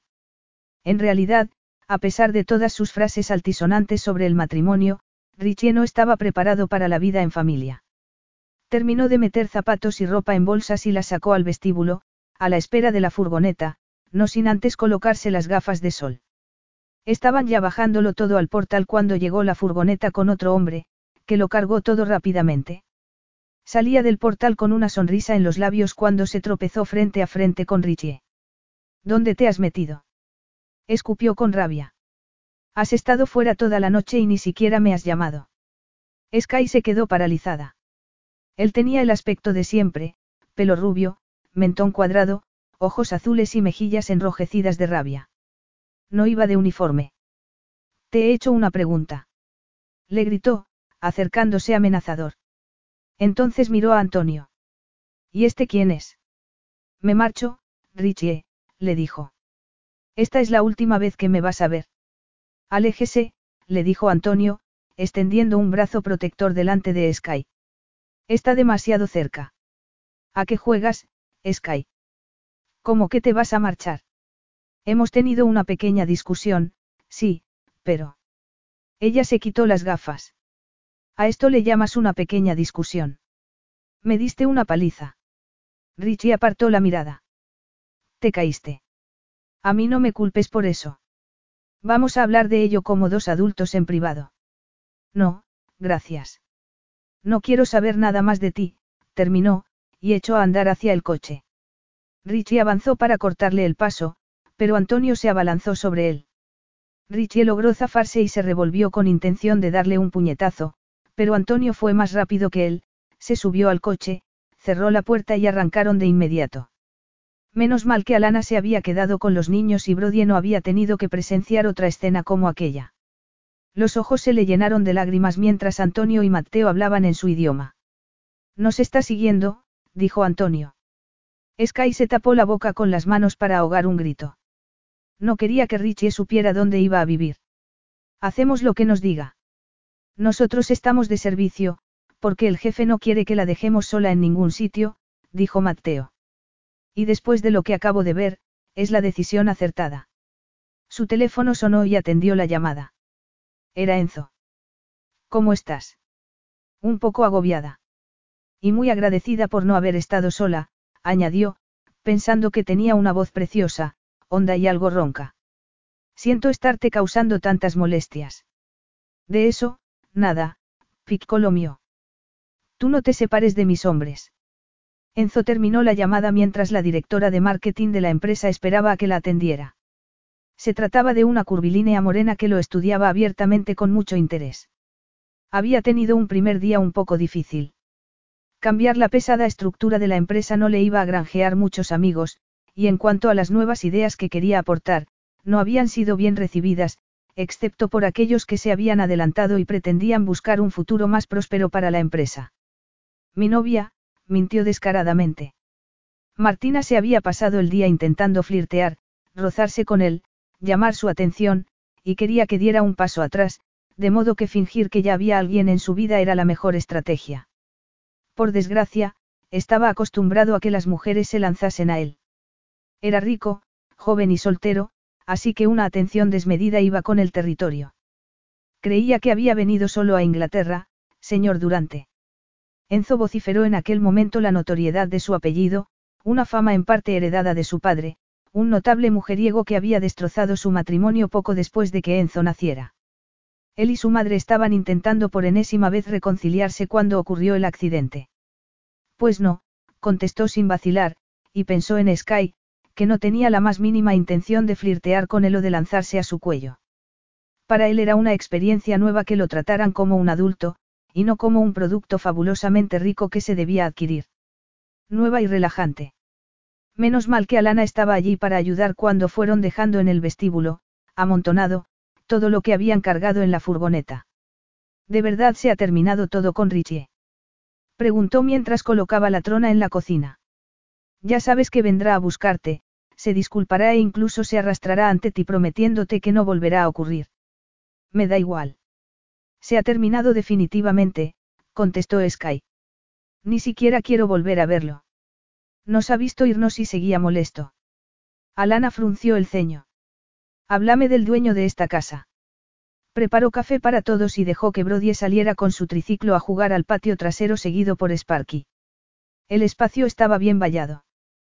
En realidad, a pesar de todas sus frases altisonantes sobre el matrimonio, Richie no estaba preparado para la vida en familia. Terminó de meter zapatos y ropa en bolsas y las sacó al vestíbulo, a la espera de la furgoneta, no sin antes colocarse las gafas de sol. Estaban ya bajándolo todo al portal cuando llegó la furgoneta con otro hombre, que lo cargó todo rápidamente. Salía del portal con una sonrisa en los labios cuando se tropezó frente a frente con Richie. ¿Dónde te has metido? Escupió con rabia. Has estado fuera toda la noche y ni siquiera me has llamado. Sky se quedó paralizada. Él tenía el aspecto de siempre, pelo rubio, mentón cuadrado, ojos azules y mejillas enrojecidas de rabia. No iba de uniforme. Te he hecho una pregunta. Le gritó, acercándose amenazador. Entonces miró a Antonio. ¿Y este quién es? Me marcho, Richie, le dijo. Esta es la última vez que me vas a ver. Aléjese, le dijo Antonio, extendiendo un brazo protector delante de Sky. Está demasiado cerca. ¿A qué juegas, Sky? ¿Cómo que te vas a marchar? Hemos tenido una pequeña discusión, sí, pero... Ella se quitó las gafas. ¿A esto le llamas una pequeña discusión? Me diste una paliza. Richie apartó la mirada. Te caíste. A mí no me culpes por eso. Vamos a hablar de ello como dos adultos en privado. No, gracias. No quiero saber nada más de ti, terminó, y echó a andar hacia el coche. Richie avanzó para cortarle el paso, pero Antonio se abalanzó sobre él. Richie logró zafarse y se revolvió con intención de darle un puñetazo, pero Antonio fue más rápido que él, se subió al coche, cerró la puerta y arrancaron de inmediato. Menos mal que Alana se había quedado con los niños y Brody no había tenido que presenciar otra escena como aquella. Los ojos se le llenaron de lágrimas mientras Antonio y Matteo hablaban en su idioma. Nos está siguiendo, dijo Antonio. Sky se tapó la boca con las manos para ahogar un grito. No quería que Richie supiera dónde iba a vivir. Hacemos lo que nos diga. Nosotros estamos de servicio, porque el jefe no quiere que la dejemos sola en ningún sitio, dijo Matteo. Y después de lo que acabo de ver, es la decisión acertada. Su teléfono sonó y atendió la llamada. Era Enzo. ¿Cómo estás? Un poco agobiada. Y muy agradecida por no haber estado sola, añadió, pensando que tenía una voz preciosa, honda y algo ronca. Siento estarte causando tantas molestias. De eso, nada, Piccolomio. Tú no te separes de mis hombres. Enzo terminó la llamada mientras la directora de marketing de la empresa esperaba a que la atendiera. Se trataba de una curvilínea morena que lo estudiaba abiertamente con mucho interés. Había tenido un primer día un poco difícil. Cambiar la pesada estructura de la empresa no le iba a granjear muchos amigos, y en cuanto a las nuevas ideas que quería aportar, no habían sido bien recibidas, excepto por aquellos que se habían adelantado y pretendían buscar un futuro más próspero para la empresa. Mi novia, mintió descaradamente. Martina se había pasado el día intentando flirtear, rozarse con él, llamar su atención, y quería que diera un paso atrás, de modo que fingir que ya había alguien en su vida era la mejor estrategia. Por desgracia, estaba acostumbrado a que las mujeres se lanzasen a él. Era rico, joven y soltero, así que una atención desmedida iba con el territorio. Creía que había venido solo a Inglaterra, señor Durante. Enzo vociferó en aquel momento la notoriedad de su apellido, una fama en parte heredada de su padre, un notable mujeriego que había destrozado su matrimonio poco después de que Enzo naciera. Él y su madre estaban intentando por enésima vez reconciliarse cuando ocurrió el accidente. Pues no, contestó sin vacilar, y pensó en Sky, que no tenía la más mínima intención de flirtear con él o de lanzarse a su cuello. Para él era una experiencia nueva que lo trataran como un adulto, y no como un producto fabulosamente rico que se debía adquirir. Nueva y relajante. Menos mal que Alana estaba allí para ayudar cuando fueron dejando en el vestíbulo, amontonado, todo lo que habían cargado en la furgoneta. ¿De verdad se ha terminado todo con Richie?, preguntó mientras colocaba la trona en la cocina. Ya sabes que vendrá a buscarte, se disculpará e incluso se arrastrará ante ti prometiéndote que no volverá a ocurrir. Me da igual. Se ha terminado definitivamente, contestó Sky. Ni siquiera quiero volver a verlo. Nos ha visto irnos y seguía molesto. Alana frunció el ceño. Háblame del dueño de esta casa. Preparó café para todos y dejó que Brodie saliera con su triciclo a jugar al patio trasero seguido por Sparky. El espacio estaba bien vallado.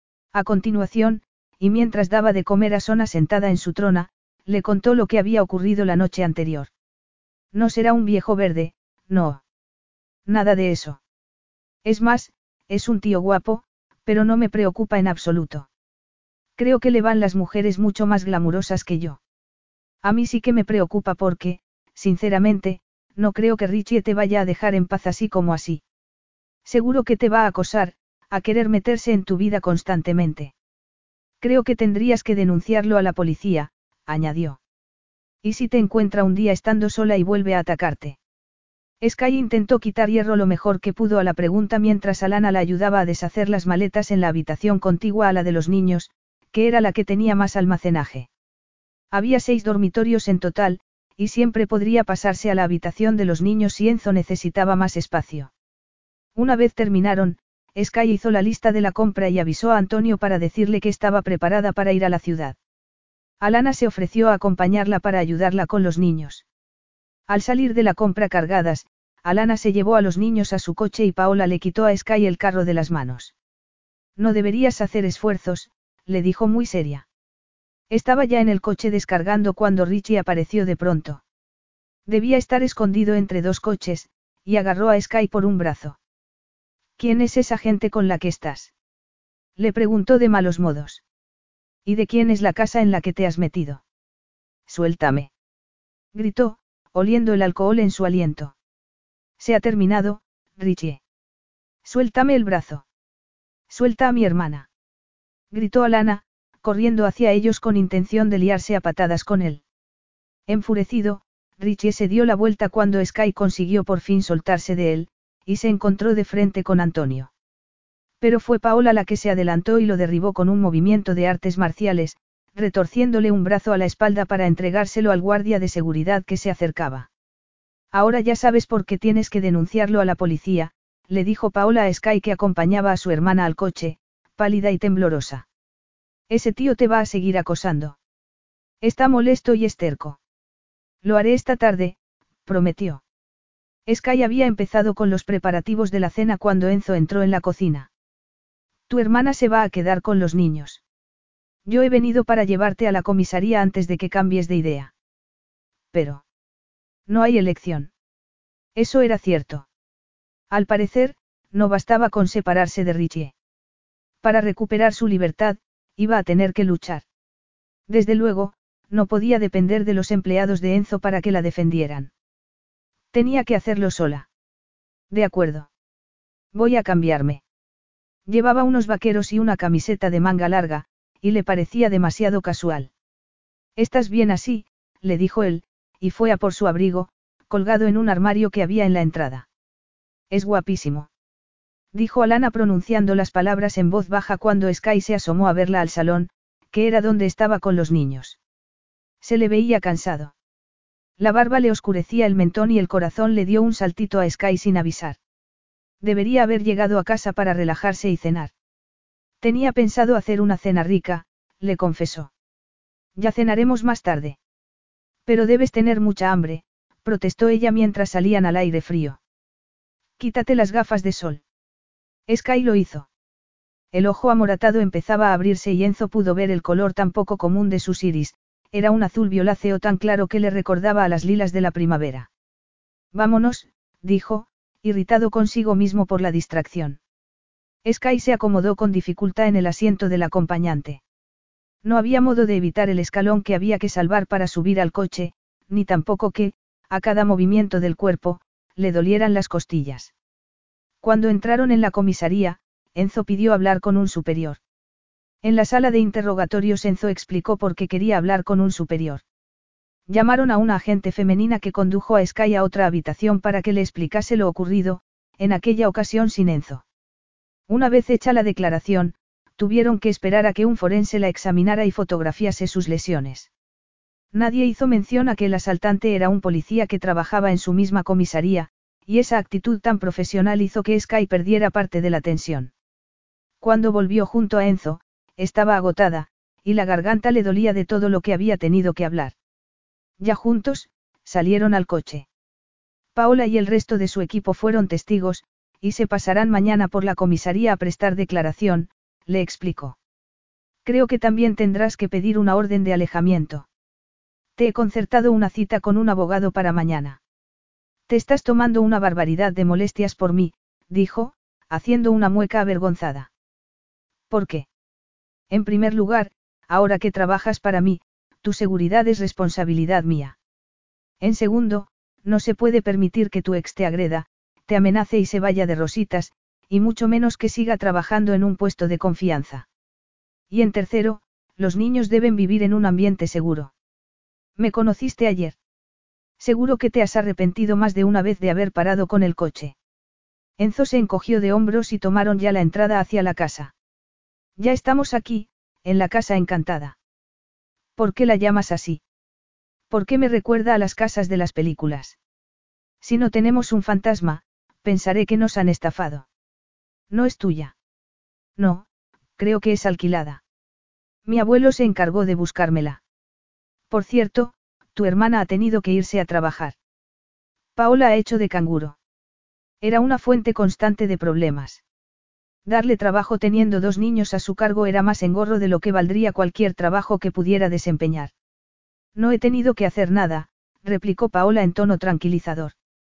A continuación, y mientras daba de comer a Sona sentada en su trona, le contó lo que había ocurrido la noche anterior. No será un viejo verde, no. Nada de eso. Es más, es un tío guapo, pero no me preocupa en absoluto. Creo que le van las mujeres mucho más glamurosas que yo. A mí sí que me preocupa porque, sinceramente, no creo que Richie te vaya a dejar en paz así como así. Seguro que te va a acosar, a querer meterse en tu vida constantemente. Creo que tendrías que denunciarlo a la policía, añadió. ¿Y si te encuentra un día estando sola y vuelve a atacarte? Sky intentó quitar hierro lo mejor que pudo a la pregunta mientras Alana la ayudaba a deshacer las maletas en la habitación contigua a la de los niños, que era la que tenía más almacenaje. Había 6 dormitorios en total, y siempre podría pasarse a la habitación de los niños si Enzo necesitaba más espacio. Una vez terminaron, Sky hizo la lista de la compra y avisó a Antonio para decirle que estaba preparada para ir a la ciudad. Alana se ofreció a acompañarla para ayudarla con los niños. Al salir de la compra cargadas, Alana se llevó a los niños a su coche y Paola le quitó a Sky el carro de las manos. No deberías hacer esfuerzos, le dijo muy seria. Estaba ya en el coche descargando cuando Richie apareció de pronto. Debía estar escondido entre 2 coches, y agarró a Sky por un brazo. ¿Quién es esa gente con la que estás?, le preguntó de malos modos. ¿Y de quién es la casa en la que te has metido? Suéltame, gritó, oliendo el alcohol en su aliento. Se ha terminado, Richie. Suéltame el brazo. Suelta a mi hermana, gritó Alana, corriendo hacia ellos con intención de liarse a patadas con él. Enfurecido, Richie se dio la vuelta cuando Sky consiguió por fin soltarse de él, y se encontró de frente con Antonio. Pero fue Paola la que se adelantó y lo derribó con un movimiento de artes marciales, retorciéndole un brazo a la espalda para entregárselo al guardia de seguridad que se acercaba. Ahora ya sabes por qué tienes que denunciarlo a la policía, le dijo Paola a Sky que acompañaba a su hermana al coche, pálida y temblorosa. Ese tío te va a seguir acosando. Está molesto y es terco. Lo haré esta tarde, prometió. Sky había empezado con los preparativos de la cena cuando Enzo entró en la cocina. Tu hermana se va a quedar con los niños. Yo he venido para llevarte a la comisaría antes de que cambies de idea. Pero no hay elección. Eso era cierto. Al parecer, no bastaba con separarse de Richie. Para recuperar su libertad, iba a tener que luchar. Desde luego, no podía depender de los empleados de Enzo para que la defendieran. Tenía que hacerlo sola. De acuerdo. Voy a cambiarme. Llevaba unos vaqueros y una camiseta de manga larga, y le parecía demasiado casual. Estás bien así, le dijo él, y fue a por su abrigo, colgado en un armario que había en la entrada. Es guapísimo, dijo Alana pronunciando las palabras en voz baja cuando Sky se asomó a verla al salón, que era donde estaba con los niños. Se le veía cansado. La barba le oscurecía el mentón y el corazón le dio un saltito a Sky sin avisar. Debería haber llegado a casa para relajarse y cenar. Tenía pensado hacer una cena rica, le confesó. Ya cenaremos más tarde. Pero debes tener mucha hambre, protestó ella mientras salían al aire frío. Quítate las gafas de sol. Sky lo hizo. El ojo amoratado empezaba a abrirse y Enzo pudo ver el color tan poco común de sus iris, era un azul violáceo tan claro que le recordaba a las lilas de la primavera. Vámonos, dijo, irritado consigo mismo por la distracción. Sky se acomodó con dificultad en el asiento del acompañante. No había modo de evitar el escalón que había que salvar para subir al coche, ni tampoco que, a cada movimiento del cuerpo, le dolieran las costillas. Cuando entraron en la comisaría, Enzo pidió hablar con un superior. En la sala de interrogatorios Enzo explicó por qué quería hablar con un superior. Llamaron a una agente femenina que condujo a Sky a otra habitación para que le explicase lo ocurrido, en aquella ocasión sin Enzo. Una vez hecha la declaración, tuvieron que esperar a que un forense la examinara y fotografiase sus lesiones. Nadie hizo mención a que el asaltante era un policía que trabajaba en su misma comisaría, y esa actitud tan profesional hizo que Sky perdiera parte de la tensión. Cuando volvió junto a Enzo, estaba agotada, y la garganta le dolía de todo lo que había tenido que hablar. Ya juntos, salieron al coche. Paola y el resto de su equipo fueron testigos, y se pasarán mañana por la comisaría a prestar declaración, le explicó. Creo que también tendrás que pedir una orden de alejamiento. Te he concertado una cita con un abogado para mañana. Te estás tomando una barbaridad de molestias por mí, dijo, haciendo una mueca avergonzada. ¿Por qué? En primer lugar, ahora que trabajas para mí, tu seguridad es responsabilidad mía. En segundo, no se puede permitir que tu ex te agreda, te amenace y se vaya de rositas, y mucho menos que siga trabajando en un puesto de confianza. Y en tercero, los niños deben vivir en un ambiente seguro. ¿Me conociste ayer? Seguro que te has arrepentido más de una vez de haber parado con el coche. Enzo se encogió de hombros y tomaron ya la entrada hacia la casa. Ya estamos aquí, en la casa encantada. ¿Por qué la llamas así? ¿Por qué me recuerda a las casas de las películas? Si no tenemos un fantasma, pensaré que nos han estafado. ¿No es tuya? No, creo que es alquilada. Mi abuelo se encargó de buscármela. Por cierto, tu hermana ha tenido que irse a trabajar. Paola ha hecho de canguro. Era una fuente constante de problemas. Darle trabajo teniendo 2 niños a su cargo era más engorro de lo que valdría cualquier trabajo que pudiera desempeñar. No he tenido que hacer nada, replicó Paola en tono tranquilizador.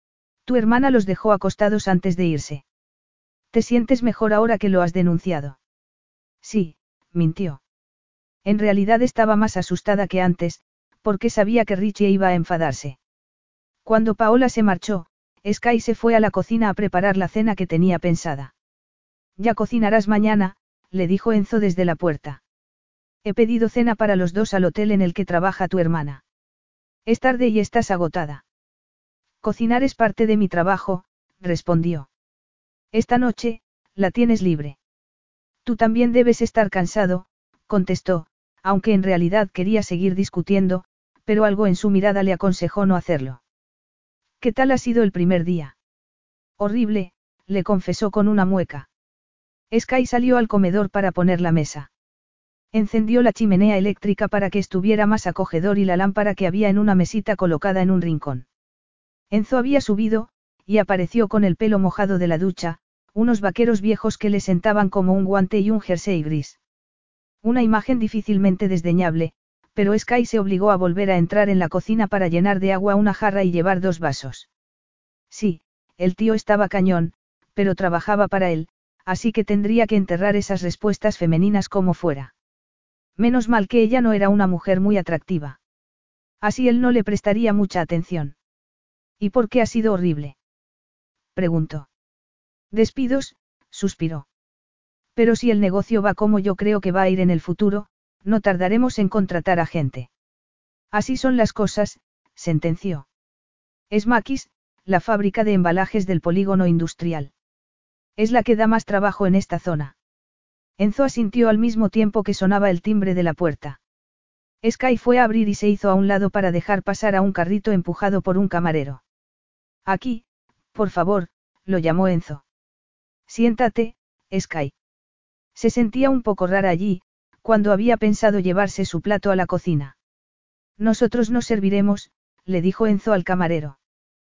Tu hermana los dejó acostados antes de irse. ¿Te sientes mejor ahora que lo has denunciado? Sí, mintió. En realidad estaba más asustada que antes, porque sabía que Richie iba a enfadarse. Cuando Paola se marchó, Sky se fue a la cocina a preparar la cena que tenía pensada. Ya cocinarás mañana, le dijo Enzo desde la puerta. He pedido cena para los 2 al hotel en el que trabaja tu hermana. Es tarde y estás agotada. Cocinar es parte de mi trabajo, respondió. Esta noche, la tienes libre. Tú también debes estar cansado, contestó, aunque en realidad quería seguir discutiendo, pero algo en su mirada le aconsejó no hacerlo. ¿Qué tal ha sido el primer día? Horrible, le confesó con una mueca. Sky salió al comedor para poner la mesa. Encendió la chimenea eléctrica para que estuviera más acogedor y la lámpara que había en una mesita colocada en un rincón. Enzo había subido, y apareció con el pelo mojado de la ducha, unos vaqueros viejos que le sentaban como un guante y un jersey gris. Una imagen difícilmente desdeñable, pero Sky se obligó a volver a entrar en la cocina para llenar de agua una jarra y llevar 2 vasos. Sí, el tío estaba cañón, pero trabajaba para él, así que tendría que enterrar esas respuestas femeninas como fuera. Menos mal que ella no era una mujer muy atractiva. Así él no le prestaría mucha atención. ¿Y por qué ha sido horrible? Preguntó. Despidos, suspiró. Pero si el negocio va como yo creo que va a ir en el futuro, no tardaremos en contratar a gente. Así son las cosas, sentenció. Smakis, la fábrica de embalajes del polígono industrial. Es la que da más trabajo en esta zona. Enzo asintió al mismo tiempo que sonaba el timbre de la puerta. Sky fue a abrir y se hizo a un lado para dejar pasar a un carrito empujado por un camarero. Aquí, por favor, lo llamó Enzo. Siéntate, Sky. Se sentía un poco rara allí, cuando había pensado llevarse su plato a la cocina. Nosotros nos serviremos, le dijo Enzo al camarero.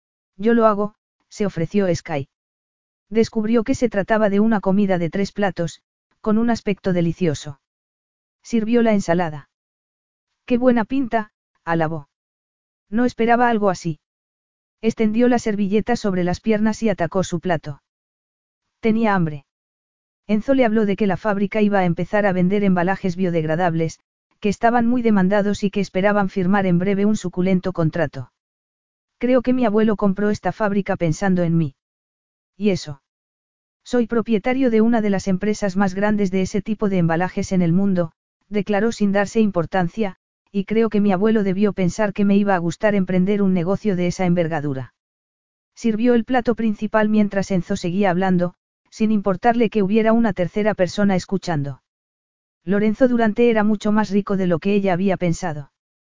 Yo lo hago, se ofreció Sky. Descubrió que se trataba de una comida de 3 platos, con un aspecto delicioso. Sirvió la ensalada. Qué buena pinta, alabó. No esperaba algo así. Extendió la servilleta sobre las piernas y atacó su plato. Tenía hambre. Enzo le habló de que la fábrica iba a empezar a vender embalajes biodegradables, que estaban muy demandados y que esperaban firmar en breve un suculento contrato. Creo que mi abuelo compró esta fábrica pensando en mí. ¿Y eso? Soy propietario de una de las empresas más grandes de ese tipo de embalajes en el mundo, declaró sin darse importancia, y creo que mi abuelo debió pensar que me iba a gustar emprender un negocio de esa envergadura. Sirvió el plato principal mientras Enzo seguía hablando, sin importarle que hubiera una tercera persona escuchando. Lorenzo Durante era mucho más rico de lo que ella había pensado.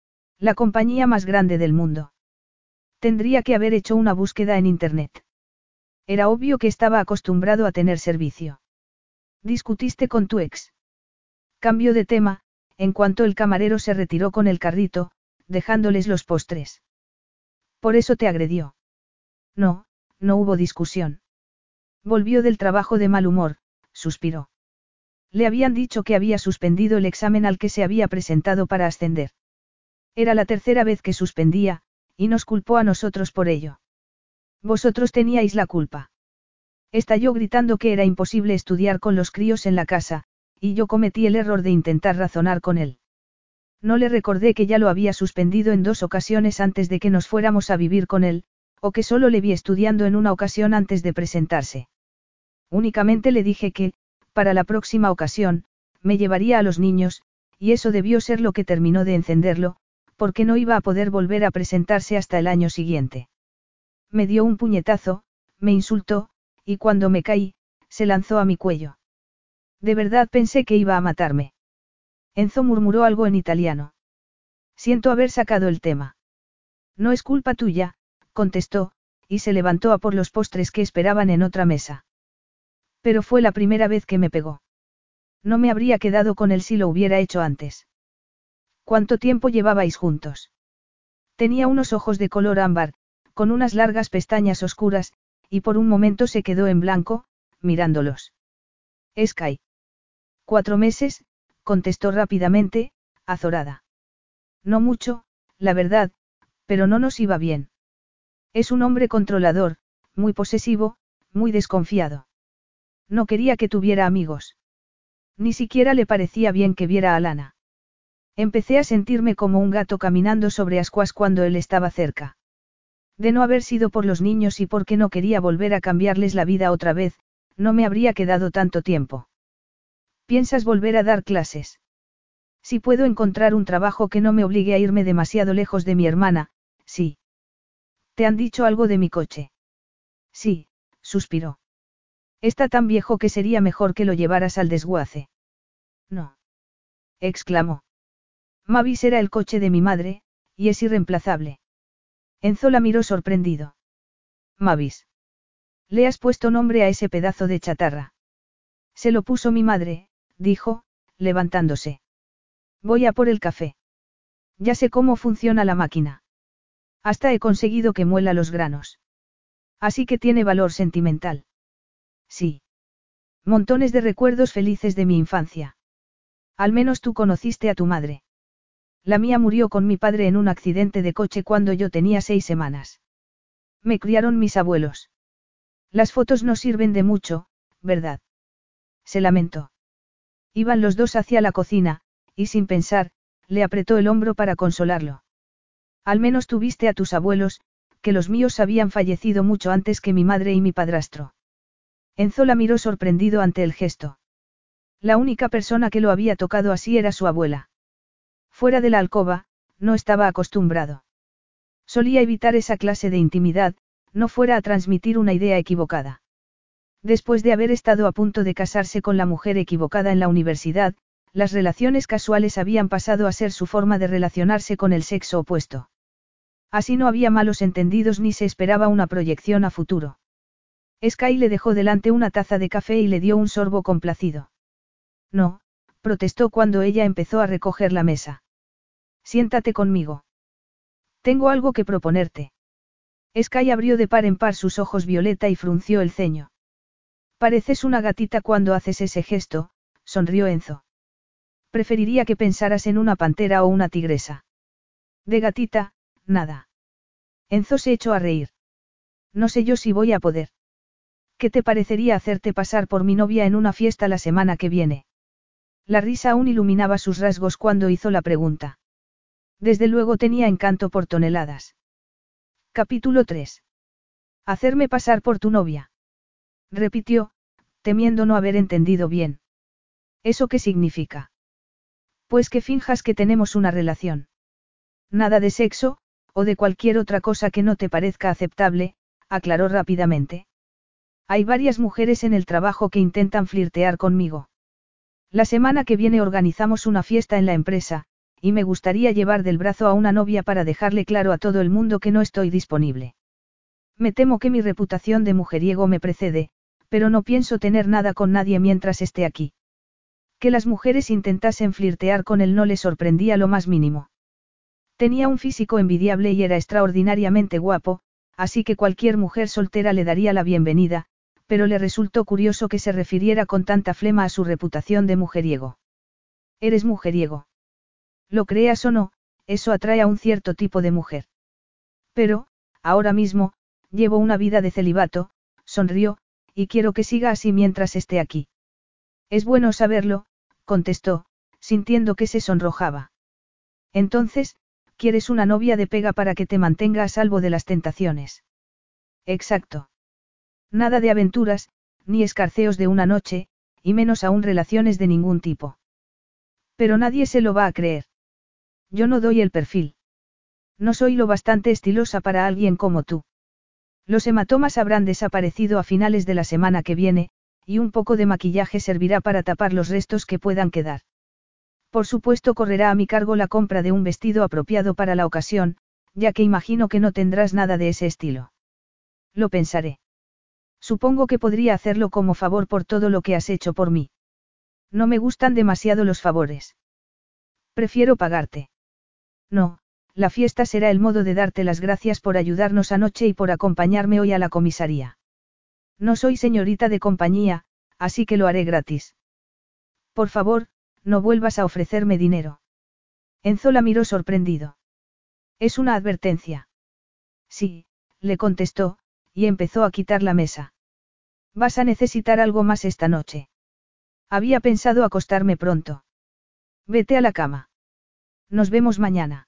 La compañía más grande del mundo. Tendría que haber hecho una búsqueda en Internet. Era obvio que estaba acostumbrado a tener servicio. ¿Discutiste con tu ex? Cambió de tema, en cuanto el camarero se retiró con el carrito, dejándoles los postres. ¿Por eso te agredió? No, no hubo discusión. Volvió del trabajo de mal humor, suspiró. Le habían dicho que había suspendido el examen al que se había presentado para ascender. Era la tercera vez que suspendía, y nos culpó a nosotros por ello. Vosotros teníais la culpa. Estalló gritando que era imposible estudiar con los críos en la casa, y yo cometí el error de intentar razonar con él. No le recordé que ya lo había suspendido en 2 ocasiones antes de que nos fuéramos a vivir con él, o que solo le vi estudiando en una ocasión antes de presentarse. Únicamente le dije que, para la próxima ocasión, me llevaría a los niños, y eso debió ser lo que terminó de encenderlo, porque no iba a poder volver a presentarse hasta el año siguiente. Me dio un puñetazo, me insultó, y cuando me caí, se lanzó a mi cuello. De verdad pensé que iba a matarme. Enzo murmuró algo en italiano. Siento haber sacado el tema. No es culpa tuya, contestó, y se levantó a por los postres que esperaban en otra mesa. Pero fue la primera vez que me pegó. No me habría quedado con él si lo hubiera hecho antes. ¿Cuánto tiempo llevabais juntos? Tenía unos ojos de color ámbar, con unas largas pestañas oscuras, y por un momento se quedó en blanco, mirándolos. Sky. 4 meses, contestó rápidamente, azorada. No mucho, la verdad, pero no nos iba bien. Es un hombre controlador, muy posesivo, muy desconfiado. No quería que tuviera amigos. Ni siquiera le parecía bien que viera a Lana. Empecé a sentirme como un gato caminando sobre ascuas cuando él estaba cerca. De no haber sido por los niños y porque no quería volver a cambiarles la vida otra vez, no me habría quedado tanto tiempo. ¿Piensas volver a dar clases? Si puedo encontrar un trabajo que no me obligue a irme demasiado lejos de mi hermana, sí. ¿Te han dicho algo de mi coche? Sí, suspiró. Está tan viejo que sería mejor que lo llevaras al desguace. No. Exclamó. Mavis era el coche de mi madre, y es irreemplazable. Enzo la miró sorprendido. Mavis. Le has puesto nombre a ese pedazo de chatarra. Se lo puso mi madre, dijo, levantándose. Voy a por el café. Ya sé cómo funciona la máquina. Hasta he conseguido que muela los granos. Así que tiene valor sentimental. Sí. Montones de recuerdos felices de mi infancia. Al menos tú conociste a tu madre. La mía murió con mi padre en un accidente de coche cuando yo tenía 6 semanas. Me criaron mis abuelos. Las fotos no sirven de mucho, ¿verdad? Se lamentó. Iban los dos hacia la cocina, y sin pensar, le apretó el hombro para consolarlo. Al menos tuviste a tus abuelos, que los míos habían fallecido mucho antes que mi madre y mi padrastro. Enzo la miró sorprendido ante el gesto. La única persona que lo había tocado así era su abuela. Fuera de la alcoba, no estaba acostumbrado. Solía evitar esa clase de intimidad, no fuera a transmitir una idea equivocada. Después de haber estado a punto de casarse con la mujer equivocada en la universidad, las relaciones casuales habían pasado a ser su forma de relacionarse con el sexo opuesto. Así no había malos entendidos ni se esperaba una proyección a futuro. Sky le dejó delante una taza de café y le dio un sorbo complacido. No, protestó cuando ella empezó a recoger la mesa. Siéntate conmigo. Tengo algo que proponerte. Sky abrió de par en par sus ojos violeta y frunció el ceño. Pareces una gatita cuando haces ese gesto, sonrió Enzo. Preferiría que pensaras en una pantera o una tigresa. De gatita, nada. Enzo se echó a reír. No sé yo si voy a poder. ¿Qué te parecería hacerte pasar por mi novia en una fiesta la semana que viene? La risa aún iluminaba sus rasgos cuando hizo la pregunta. Desde luego tenía encanto por toneladas. Capítulo 3. Hacerme pasar por tu novia. Repitió, temiendo no haber entendido bien. ¿Eso qué significa? Pues que finjas que tenemos una relación. Nada de sexo, o de cualquier otra cosa que no te parezca aceptable, aclaró rápidamente. Hay varias mujeres en el trabajo que intentan flirtear conmigo. La semana que viene organizamos una fiesta en la empresa, y me gustaría llevar del brazo a una novia para dejarle claro a todo el mundo que no estoy disponible. Me temo que mi reputación de mujeriego me precede, pero no pienso tener nada con nadie mientras esté aquí. Que las mujeres intentasen flirtear con él no le sorprendía lo más mínimo. Tenía un físico envidiable y era extraordinariamente guapo, así que cualquier mujer soltera le daría la bienvenida, pero le resultó curioso que se refiriera con tanta flema a su reputación de mujeriego. ¿Eres mujeriego? Lo creas o no, eso atrae a un cierto tipo de mujer. Pero, ahora mismo, llevo una vida de celibato, sonrió, y quiero que siga así mientras esté aquí. Es bueno saberlo, contestó, sintiendo que se sonrojaba. Entonces, ¿quieres una novia de pega para que te mantenga a salvo de las tentaciones? Exacto. Nada de aventuras, ni escarceos de una noche, y menos aún relaciones de ningún tipo. Pero nadie se lo va a creer. Yo no doy el perfil. No soy lo bastante estilosa para alguien como tú. Los hematomas habrán desaparecido a finales de la semana que viene, y un poco de maquillaje servirá para tapar los restos que puedan quedar. Por supuesto correrá a mi cargo la compra de un vestido apropiado para la ocasión, ya que imagino que no tendrás nada de ese estilo. Lo pensaré. Supongo que podría hacerlo como favor por todo lo que has hecho por mí. No me gustan demasiado los favores. Prefiero pagarte. No, la fiesta será el modo de darte las gracias por ayudarnos anoche y por acompañarme hoy a la comisaría. No soy señorita de compañía, así que lo haré gratis. Por favor, no vuelvas a ofrecerme dinero. Enzo la miró sorprendido. Es una advertencia. Sí, le contestó, y empezó a quitar la mesa. Vas a necesitar algo más esta noche. Había pensado acostarme pronto. Vete a la cama. Nos vemos mañana.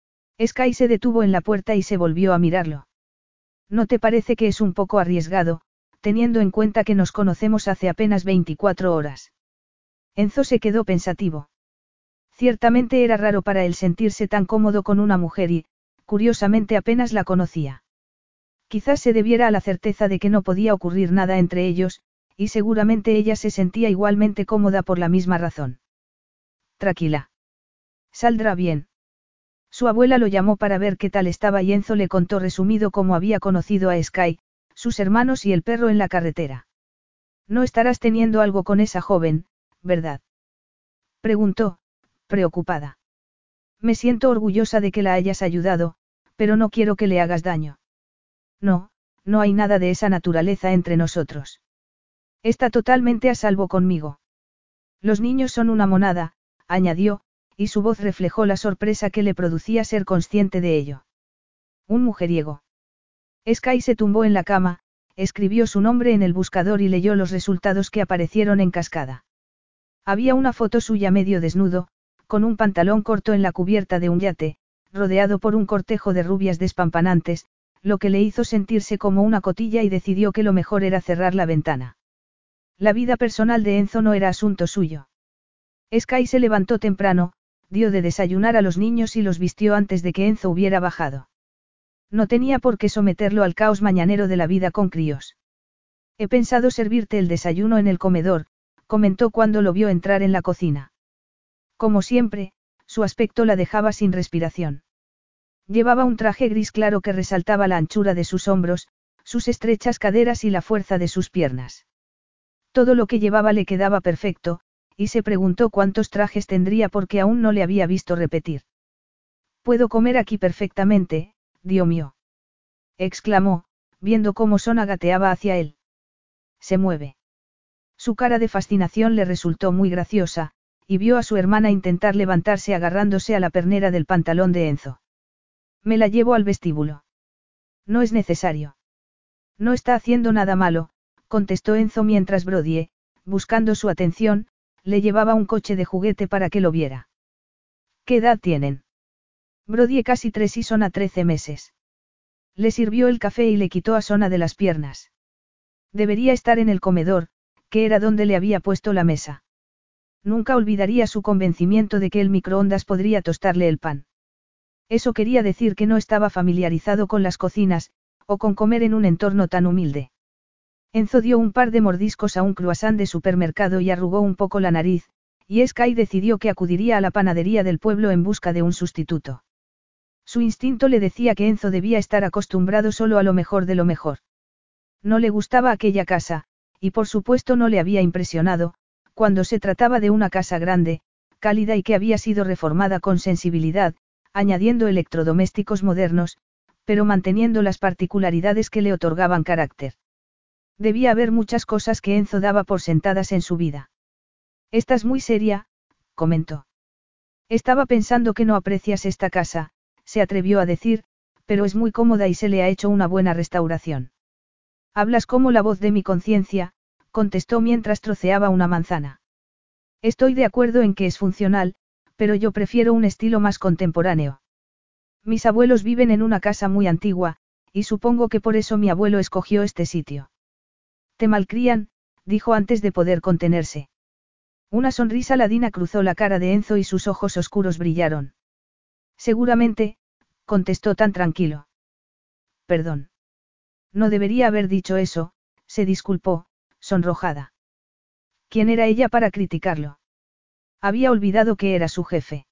Sky se detuvo en la puerta y se volvió a mirarlo. ¿No te parece que es un poco arriesgado, teniendo en cuenta que nos conocemos hace apenas 24 horas? Enzo se quedó pensativo. Ciertamente era raro para él sentirse tan cómodo con una mujer y, curiosamente apenas la conocía. Quizás se debiera a la certeza de que no podía ocurrir nada entre ellos, y seguramente ella se sentía igualmente cómoda por la misma razón. Tranquila. Saldrá bien. Su abuela lo llamó para ver qué tal estaba y Enzo le contó resumido cómo había conocido a Sky, sus hermanos y el perro en la carretera. No estarás teniendo algo con esa joven, ¿verdad? Preguntó, preocupada. Me siento orgullosa de que la hayas ayudado, pero no quiero que le hagas daño. No, no hay nada de esa naturaleza entre nosotros. Está totalmente a salvo conmigo. Los niños son una monada, añadió, y su voz reflejó la sorpresa que le producía ser consciente de ello. Un mujeriego. Sky se tumbó en la cama, escribió su nombre en el buscador y leyó los resultados que aparecieron en cascada. Había una foto suya medio desnudo, con un pantalón corto en la cubierta de un yate, rodeado por un cortejo de rubias despampanantes, lo que le hizo sentirse como una cotilla y decidió que lo mejor era cerrar la ventana. La vida personal de Enzo no era asunto suyo. Sky se levantó temprano, dio de desayunar a los niños y los vistió antes de que Enzo hubiera bajado. No tenía por qué someterlo al caos mañanero de la vida con críos. He pensado servirte el desayuno en el comedor, comentó cuando lo vio entrar en la cocina. Como siempre, su aspecto la dejaba sin respiración. Llevaba un traje gris claro que resaltaba la anchura de sus hombros, sus estrechas caderas y la fuerza de sus piernas. Todo lo que llevaba le quedaba perfecto, y se preguntó cuántos trajes tendría porque aún no le había visto repetir. Puedo comer aquí perfectamente, Dios mío. Exclamó, viendo cómo Sona gateaba hacia él. Se mueve. Su cara de fascinación le resultó muy graciosa, y vio a su hermana intentar levantarse agarrándose a la pernera del pantalón de Enzo. Me la llevo al vestíbulo. No es necesario. No está haciendo nada malo, contestó Enzo mientras Brodie, buscando su atención, le llevaba un coche de juguete para que lo viera. ¿Qué edad tienen? Brodie casi 3 y Sona 13 meses. Le sirvió el café y le quitó a Sona de las piernas. Debería estar en el comedor, que era donde le había puesto la mesa. Nunca olvidaría su convencimiento de que el microondas podría tostarle el pan. Eso quería decir que no estaba familiarizado con las cocinas, o con comer en un entorno tan humilde. Enzo dio un par de mordiscos a un croissant de supermercado y arrugó un poco la nariz, y Sky decidió que acudiría a la panadería del pueblo en busca de un sustituto. Su instinto le decía que Enzo debía estar acostumbrado solo a lo mejor de lo mejor. No le gustaba aquella casa, y por supuesto no le había impresionado, cuando se trataba de una casa grande, cálida y que había sido reformada con sensibilidad, añadiendo electrodomésticos modernos, pero manteniendo las particularidades que le otorgaban carácter. Debía haber muchas cosas que Enzo daba por sentadas en su vida. Estás muy seria, comentó. Estaba pensando que no aprecias esta casa, se atrevió a decir, pero es muy cómoda y se le ha hecho una buena restauración. Hablas como la voz de mi conciencia, contestó mientras troceaba una manzana. Estoy de acuerdo en que es funcional, pero yo prefiero un estilo más contemporáneo. Mis abuelos viven en una casa muy antigua, y supongo que por eso mi abuelo escogió este sitio. Te malcrían, dijo antes de poder contenerse. Una sonrisa ladina cruzó la cara de Enzo y sus ojos oscuros brillaron. Seguramente, contestó tan tranquilo. Perdón. No debería haber dicho eso, se disculpó, sonrojada. ¿Quién era ella para criticarlo? Había olvidado que era su jefe.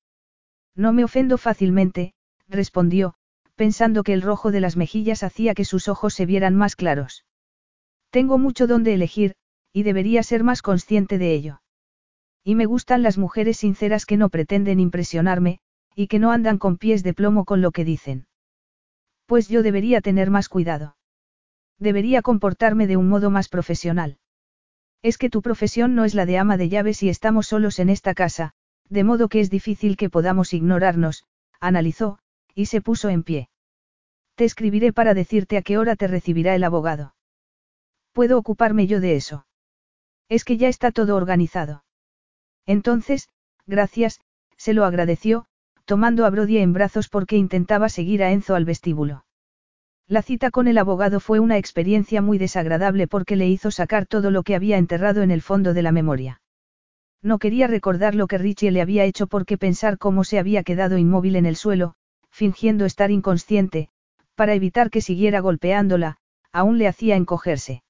No me ofendo fácilmente, respondió, pensando que el rojo de las mejillas hacía que sus ojos se vieran más claros. Tengo mucho donde elegir, y debería ser más consciente de ello. Y me gustan las mujeres sinceras que no pretenden impresionarme, y que no andan con pies de plomo con lo que dicen. Pues yo debería tener más cuidado. Debería comportarme de un modo más profesional. Es que tu profesión no es la de ama de llaves y estamos solos en esta casa, de modo que es difícil que podamos ignorarnos, analizó, y se puso en pie. Te escribiré para decirte a qué hora te recibirá el abogado. ¿Puedo ocuparme yo de eso? Es que ya está todo organizado. Entonces, gracias, se lo agradeció, tomando a Brodie en brazos porque intentaba seguir a Enzo al vestíbulo. La cita con el abogado fue una experiencia muy desagradable porque le hizo sacar todo lo que había enterrado en el fondo de la memoria. No quería recordar lo que Richie le había hecho porque pensar cómo se había quedado inmóvil en el suelo, fingiendo estar inconsciente, para evitar que siguiera golpeándola, aún le hacía encogerse.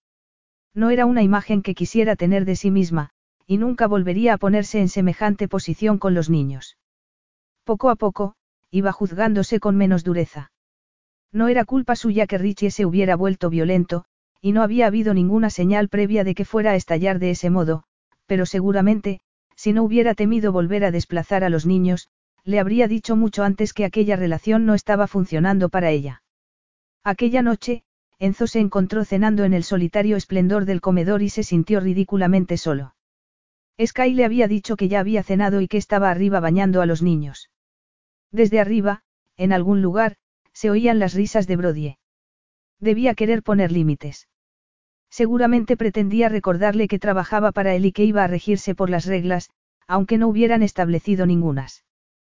No era una imagen que quisiera tener de sí misma, y nunca volvería a ponerse en semejante posición con los niños. Poco a poco, iba juzgándose con menos dureza. No era culpa suya que Richie se hubiera vuelto violento, y no había habido ninguna señal previa de que fuera a estallar de ese modo, pero seguramente, si no hubiera temido volver a desplazar a los niños, le habría dicho mucho antes que aquella relación no estaba funcionando para ella. Aquella noche, Enzo se encontró cenando en el solitario esplendor del comedor y se sintió ridículamente solo. Sky le había dicho que ya había cenado y que estaba arriba bañando a los niños. Desde arriba, en algún lugar, se oían las risas de Brodie. Debía querer poner límites. Seguramente pretendía recordarle que trabajaba para él y que iba a regirse por las reglas, aunque no hubieran establecido ningunas.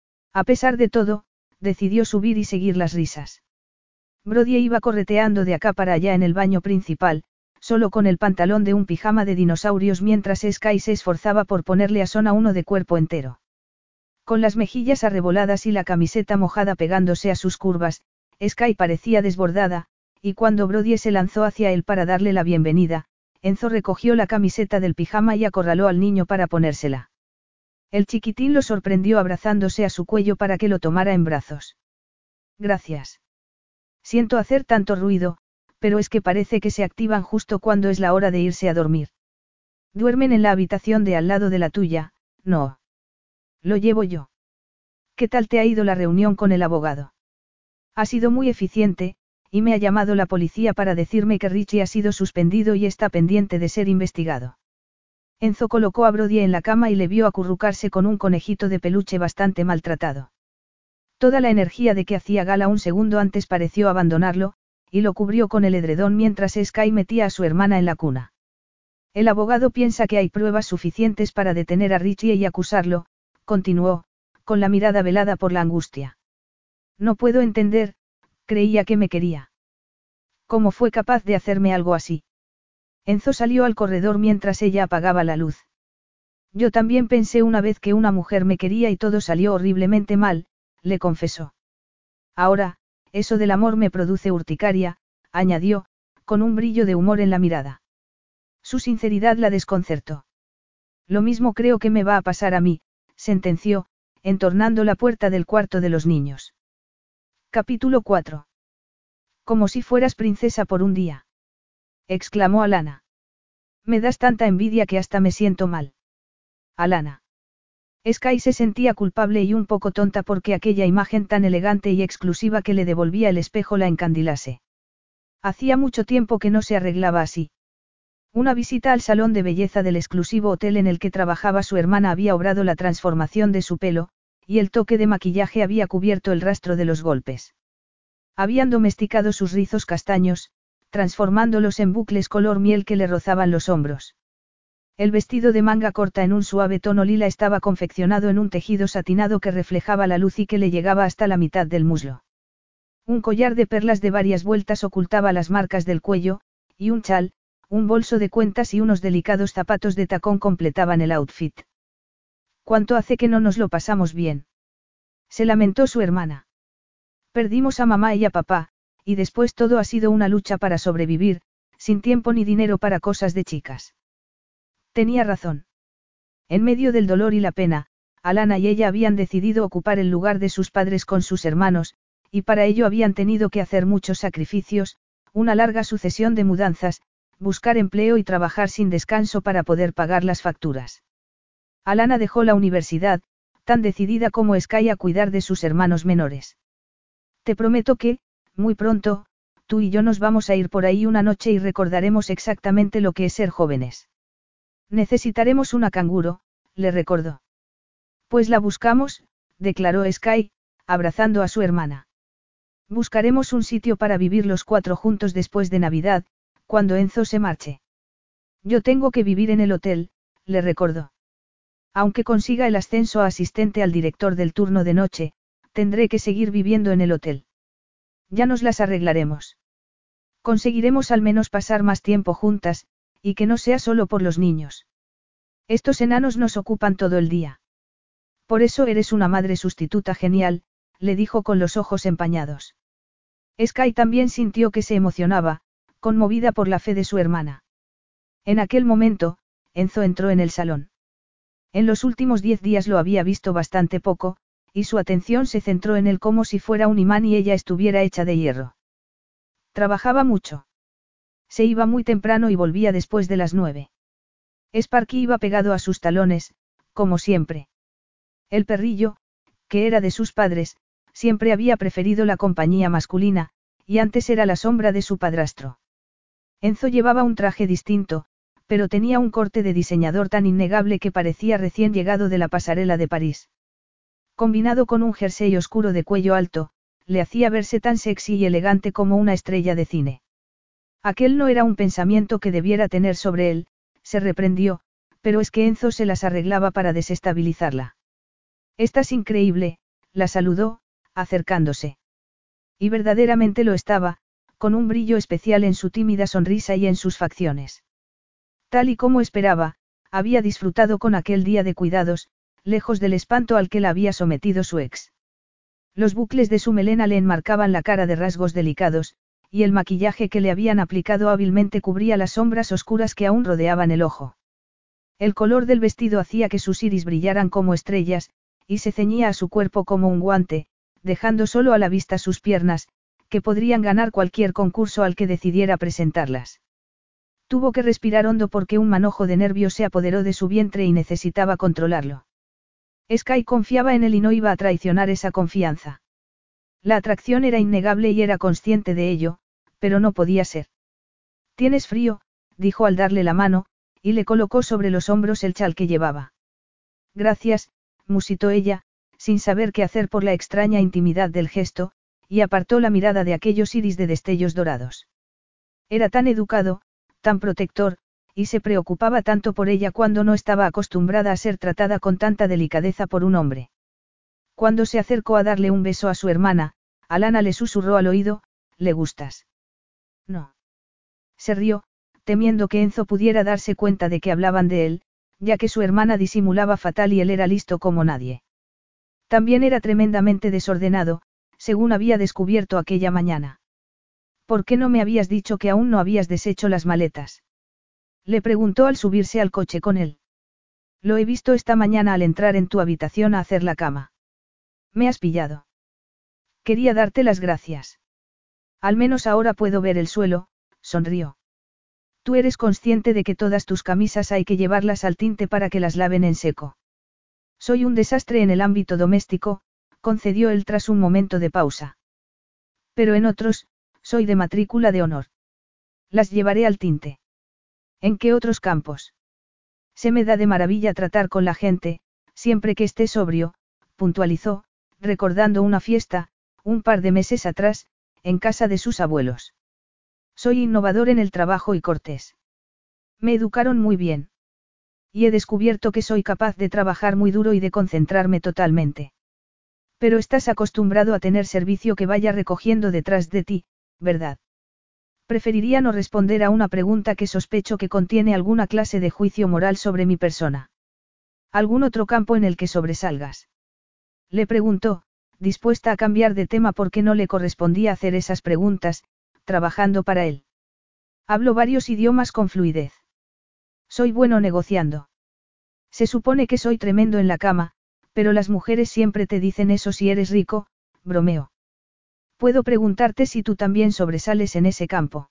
A pesar de todo, decidió subir y seguir las risas. Brodie iba correteando de acá para allá en el baño principal, solo con el pantalón de un pijama de dinosaurios mientras Sky se esforzaba por ponerle a Sona uno de cuerpo entero. Con las mejillas arreboladas y la camiseta mojada pegándose a sus curvas, Sky parecía desbordada, y cuando Brodie se lanzó hacia él para darle la bienvenida, Enzo recogió la camiseta del pijama y acorraló al niño para ponérsela. El chiquitín lo sorprendió abrazándose a su cuello para que lo tomara en brazos. Gracias. Siento hacer tanto ruido, pero es que parece que se activan justo cuando es la hora de irse a dormir. Duermen en la habitación de al lado de la tuya, ¿no? Lo llevo yo. ¿Qué tal te ha ido la reunión con el abogado? Ha sido muy eficiente, y me ha llamado la policía para decirme que Richie ha sido suspendido y está pendiente de ser investigado. Enzo colocó a Brody en la cama y le vio acurrucarse con un conejito de peluche bastante maltratado. Toda la energía de que hacía gala un segundo antes pareció abandonarlo, y lo cubrió con el edredón mientras Sky metía a su hermana en la cuna. El abogado piensa que hay pruebas suficientes para detener a Richie y acusarlo, continuó, con la mirada velada por la angustia. No puedo entender, creía que me quería. ¿Cómo fue capaz de hacerme algo así? Enzo salió al corredor mientras ella apagaba la luz. Yo también pensé una vez que una mujer me quería y todo salió horriblemente mal, le confesó. Ahora, eso del amor me produce urticaria, añadió, con un brillo de humor en la mirada. Su sinceridad la desconcertó. Lo mismo creo que me va a pasar a mí, sentenció, entornando la puerta del cuarto de los niños. Capítulo 4. Como si fueras princesa por un día. Exclamó Alana. Me das tanta envidia que hasta me siento mal. Alana. Sky se sentía culpable y un poco tonta porque aquella imagen tan elegante y exclusiva que le devolvía el espejo la encandilase. Hacía mucho tiempo que no se arreglaba así. Una visita al salón de belleza del exclusivo hotel en el que trabajaba su hermana había obrado la transformación de su pelo, y el toque de maquillaje había cubierto el rastro de los golpes. Habían domesticado sus rizos castaños, transformándolos en bucles color miel que le rozaban los hombros. El vestido de manga corta en un suave tono lila estaba confeccionado en un tejido satinado que reflejaba la luz y que le llegaba hasta la mitad del muslo. Un collar de perlas de varias vueltas ocultaba las marcas del cuello, y un chal, un bolso de cuentas y unos delicados zapatos de tacón completaban el outfit. ¿Cuánto hace que no nos lo pasamos bien? Se lamentó su hermana. Perdimos a mamá y a papá, y después todo ha sido una lucha para sobrevivir, sin tiempo ni dinero para cosas de chicas. Tenía razón. En medio del dolor y la pena, Alana y ella habían decidido ocupar el lugar de sus padres con sus hermanos, y para ello habían tenido que hacer muchos sacrificios, una larga sucesión de mudanzas, buscar empleo y trabajar sin descanso para poder pagar las facturas. Alana dejó la universidad, tan decidida como Sky a cuidar de sus hermanos menores. Te prometo que, muy pronto, tú y yo nos vamos a ir por ahí una noche y recordaremos exactamente lo que es ser jóvenes. Necesitaremos una canguro, le recordó. Pues la buscamos, declaró Sky, abrazando a su hermana. Buscaremos un sitio para vivir los 4 juntos después de Navidad, cuando Enzo se marche. Yo tengo que vivir en el hotel, le recordó. Aunque consiga el ascenso a asistente al director del turno de noche, tendré que seguir viviendo en el hotel. Ya nos las arreglaremos. Conseguiremos al menos pasar más tiempo juntas, y que no sea solo por los niños. Estos enanos nos ocupan todo el día. Por eso eres una madre sustituta genial, le dijo con los ojos empañados. Sky también sintió que se emocionaba, conmovida por la fe de su hermana. En aquel momento, Enzo entró en el salón. En los últimos 10 días lo había visto bastante poco, y su atención se centró en él como si fuera un imán y ella estuviera hecha de hierro. Trabajaba mucho. Se iba muy temprano y volvía después de las 9. Sparky iba pegado a sus talones, como siempre. El perrillo, que era de sus padres, siempre había preferido la compañía masculina, y antes era la sombra de su padrastro. Enzo llevaba un traje distinto, pero tenía un corte de diseñador tan innegable que parecía recién llegado de la pasarela de París. Combinado con un jersey oscuro de cuello alto, le hacía verse tan sexy y elegante como una estrella de cine. Aquel no era un pensamiento que debiera tener sobre él, se reprendió, pero es que Enzo se las arreglaba para desestabilizarla. Estás increíble, la saludó, acercándose. Y verdaderamente lo estaba, con un brillo especial en su tímida sonrisa y en sus facciones. Tal y como esperaba, había disfrutado con aquel día de cuidados, lejos del espanto al que la había sometido su ex. Los bucles de su melena le enmarcaban la cara de rasgos delicados, y el maquillaje que le habían aplicado hábilmente cubría las sombras oscuras que aún rodeaban el ojo. El color del vestido hacía que sus iris brillaran como estrellas, y se ceñía a su cuerpo como un guante, dejando solo a la vista sus piernas, que podrían ganar cualquier concurso al que decidiera presentarlas. Tuvo que respirar hondo porque un manojo de nervios se apoderó de su vientre y necesitaba controlarlo. Sky confiaba en él y no iba a traicionar esa confianza. La atracción era innegable y era consciente de ello, pero no podía ser. «Tienes frío», dijo al darle la mano, y le colocó sobre los hombros el chal que llevaba. Gracias, musitó ella, sin saber qué hacer por la extraña intimidad del gesto, y apartó la mirada de aquellos iris de destellos dorados. Era tan educado, tan protector, y se preocupaba tanto por ella cuando no estaba acostumbrada a ser tratada con tanta delicadeza por un hombre. Cuando se acercó a darle un beso a su hermana, Alana le susurró al oído, ¿le gustas? No. Se rió, temiendo que Enzo pudiera darse cuenta de que hablaban de él, ya que su hermana disimulaba fatal y él era listo como nadie. También era tremendamente desordenado, según había descubierto aquella mañana. ¿Por qué no me habías dicho que aún no habías deshecho las maletas? Le preguntó al subirse al coche con él. Lo he visto esta mañana al entrar en tu habitación a hacer la cama. Me has pillado. Quería darte las gracias. Al menos ahora puedo ver el suelo, sonrió. Tú eres consciente de que todas tus camisas hay que llevarlas al tinte para que las laven en seco. Soy un desastre en el ámbito doméstico, concedió él tras un momento de pausa. Pero en otros, soy de matrícula de honor. Las llevaré al tinte. ¿En qué otros campos? Se me da de maravilla tratar con la gente, siempre que esté sobrio, puntualizó, recordando una fiesta, un par de meses atrás, en casa de sus abuelos. Soy innovador en el trabajo y cortés. Me educaron muy bien. Y he descubierto que soy capaz de trabajar muy duro y de concentrarme totalmente. Pero estás acostumbrado a tener servicio que vaya recogiendo detrás de ti, ¿verdad? Preferiría no responder a una pregunta que sospecho que contiene alguna clase de juicio moral sobre mi persona. ¿Algún otro campo en el que sobresalgas? Le preguntó, dispuesta a cambiar de tema porque no le correspondía hacer esas preguntas, trabajando para él. Hablo varios idiomas con fluidez. Soy bueno negociando. Se supone que soy tremendo en la cama, pero las mujeres siempre te dicen eso si eres rico, bromeó. Puedo preguntarte si tú también sobresales en ese campo.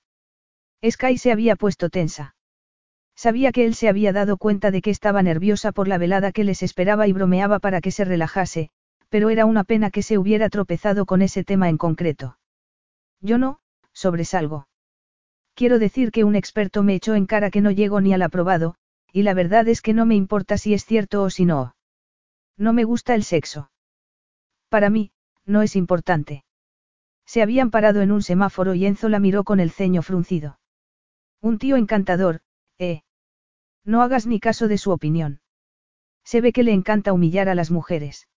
Sky se había puesto tensa. Sabía que él se había dado cuenta de que estaba nerviosa por la velada que les esperaba y bromeaba para que se relajase, pero era una pena que se hubiera tropezado con ese tema en concreto. Yo no, sobresalgo. Quiero decir que un experto me echó en cara que no llego ni al aprobado, y la verdad es que no me importa si es cierto o si no. No me gusta el sexo. Para mí, no es importante. Se habían parado en un semáforo y Enzo la miró con el ceño fruncido. Un tío encantador, ¿eh? No hagas ni caso de su opinión. Se ve que le encanta humillar a las mujeres.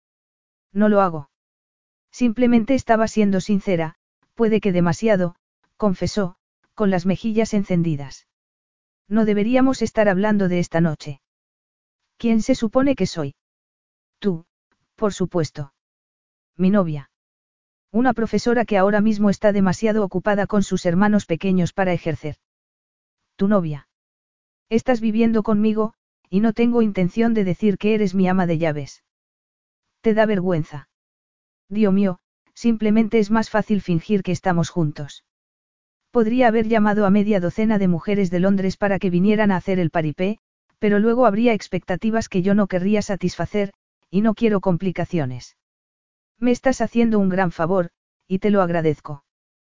No lo hago. Simplemente estaba siendo sincera, puede que demasiado, confesó, con las mejillas encendidas. No deberíamos estar hablando de esta noche. ¿Quién se supone que soy? Tú, por supuesto. Mi novia. Una profesora que ahora mismo está demasiado ocupada con sus hermanos pequeños para ejercer. Tu novia. Estás viviendo conmigo, y no tengo intención de decir que eres mi ama de llaves. ¿Te da vergüenza? Dios mío, simplemente es más fácil fingir que estamos juntos. Podría haber llamado a media docena de mujeres de Londres para que vinieran a hacer el paripé, pero luego habría expectativas que yo no querría satisfacer, y no quiero complicaciones. Me estás haciendo un gran favor, y te lo agradezco.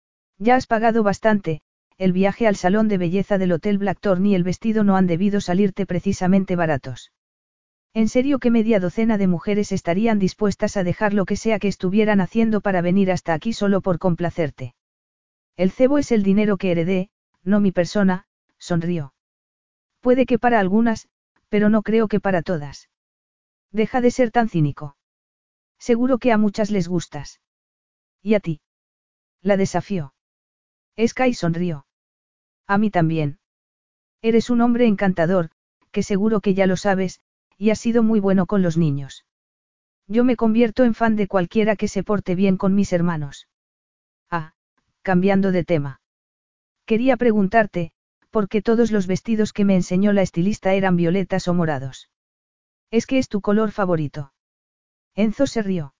Ya has pagado bastante, el viaje al salón de belleza del Hotel Blackthorn y el vestido no han debido salirte precisamente baratos. ¿En serio que media docena de mujeres estarían dispuestas a dejar lo que sea que estuvieran haciendo para venir hasta aquí solo por complacerte? El cebo es el dinero que heredé, no mi persona, sonrió. Puede que para algunas, pero no creo que para todas. Deja de ser tan cínico. Seguro que a muchas les gustas. ¿Y a ti? La desafió. Sky sonrió. A mí también. Eres un hombre encantador, que seguro que ya lo sabes, y has sido muy bueno con los niños. Yo me convierto en fan de cualquiera que se porte bien con mis hermanos. Ah, cambiando de tema. Quería preguntarte, ¿por qué todos los vestidos que me enseñó la estilista eran violetas o morados? ¿Es que es tu color favorito? Enzo se rió.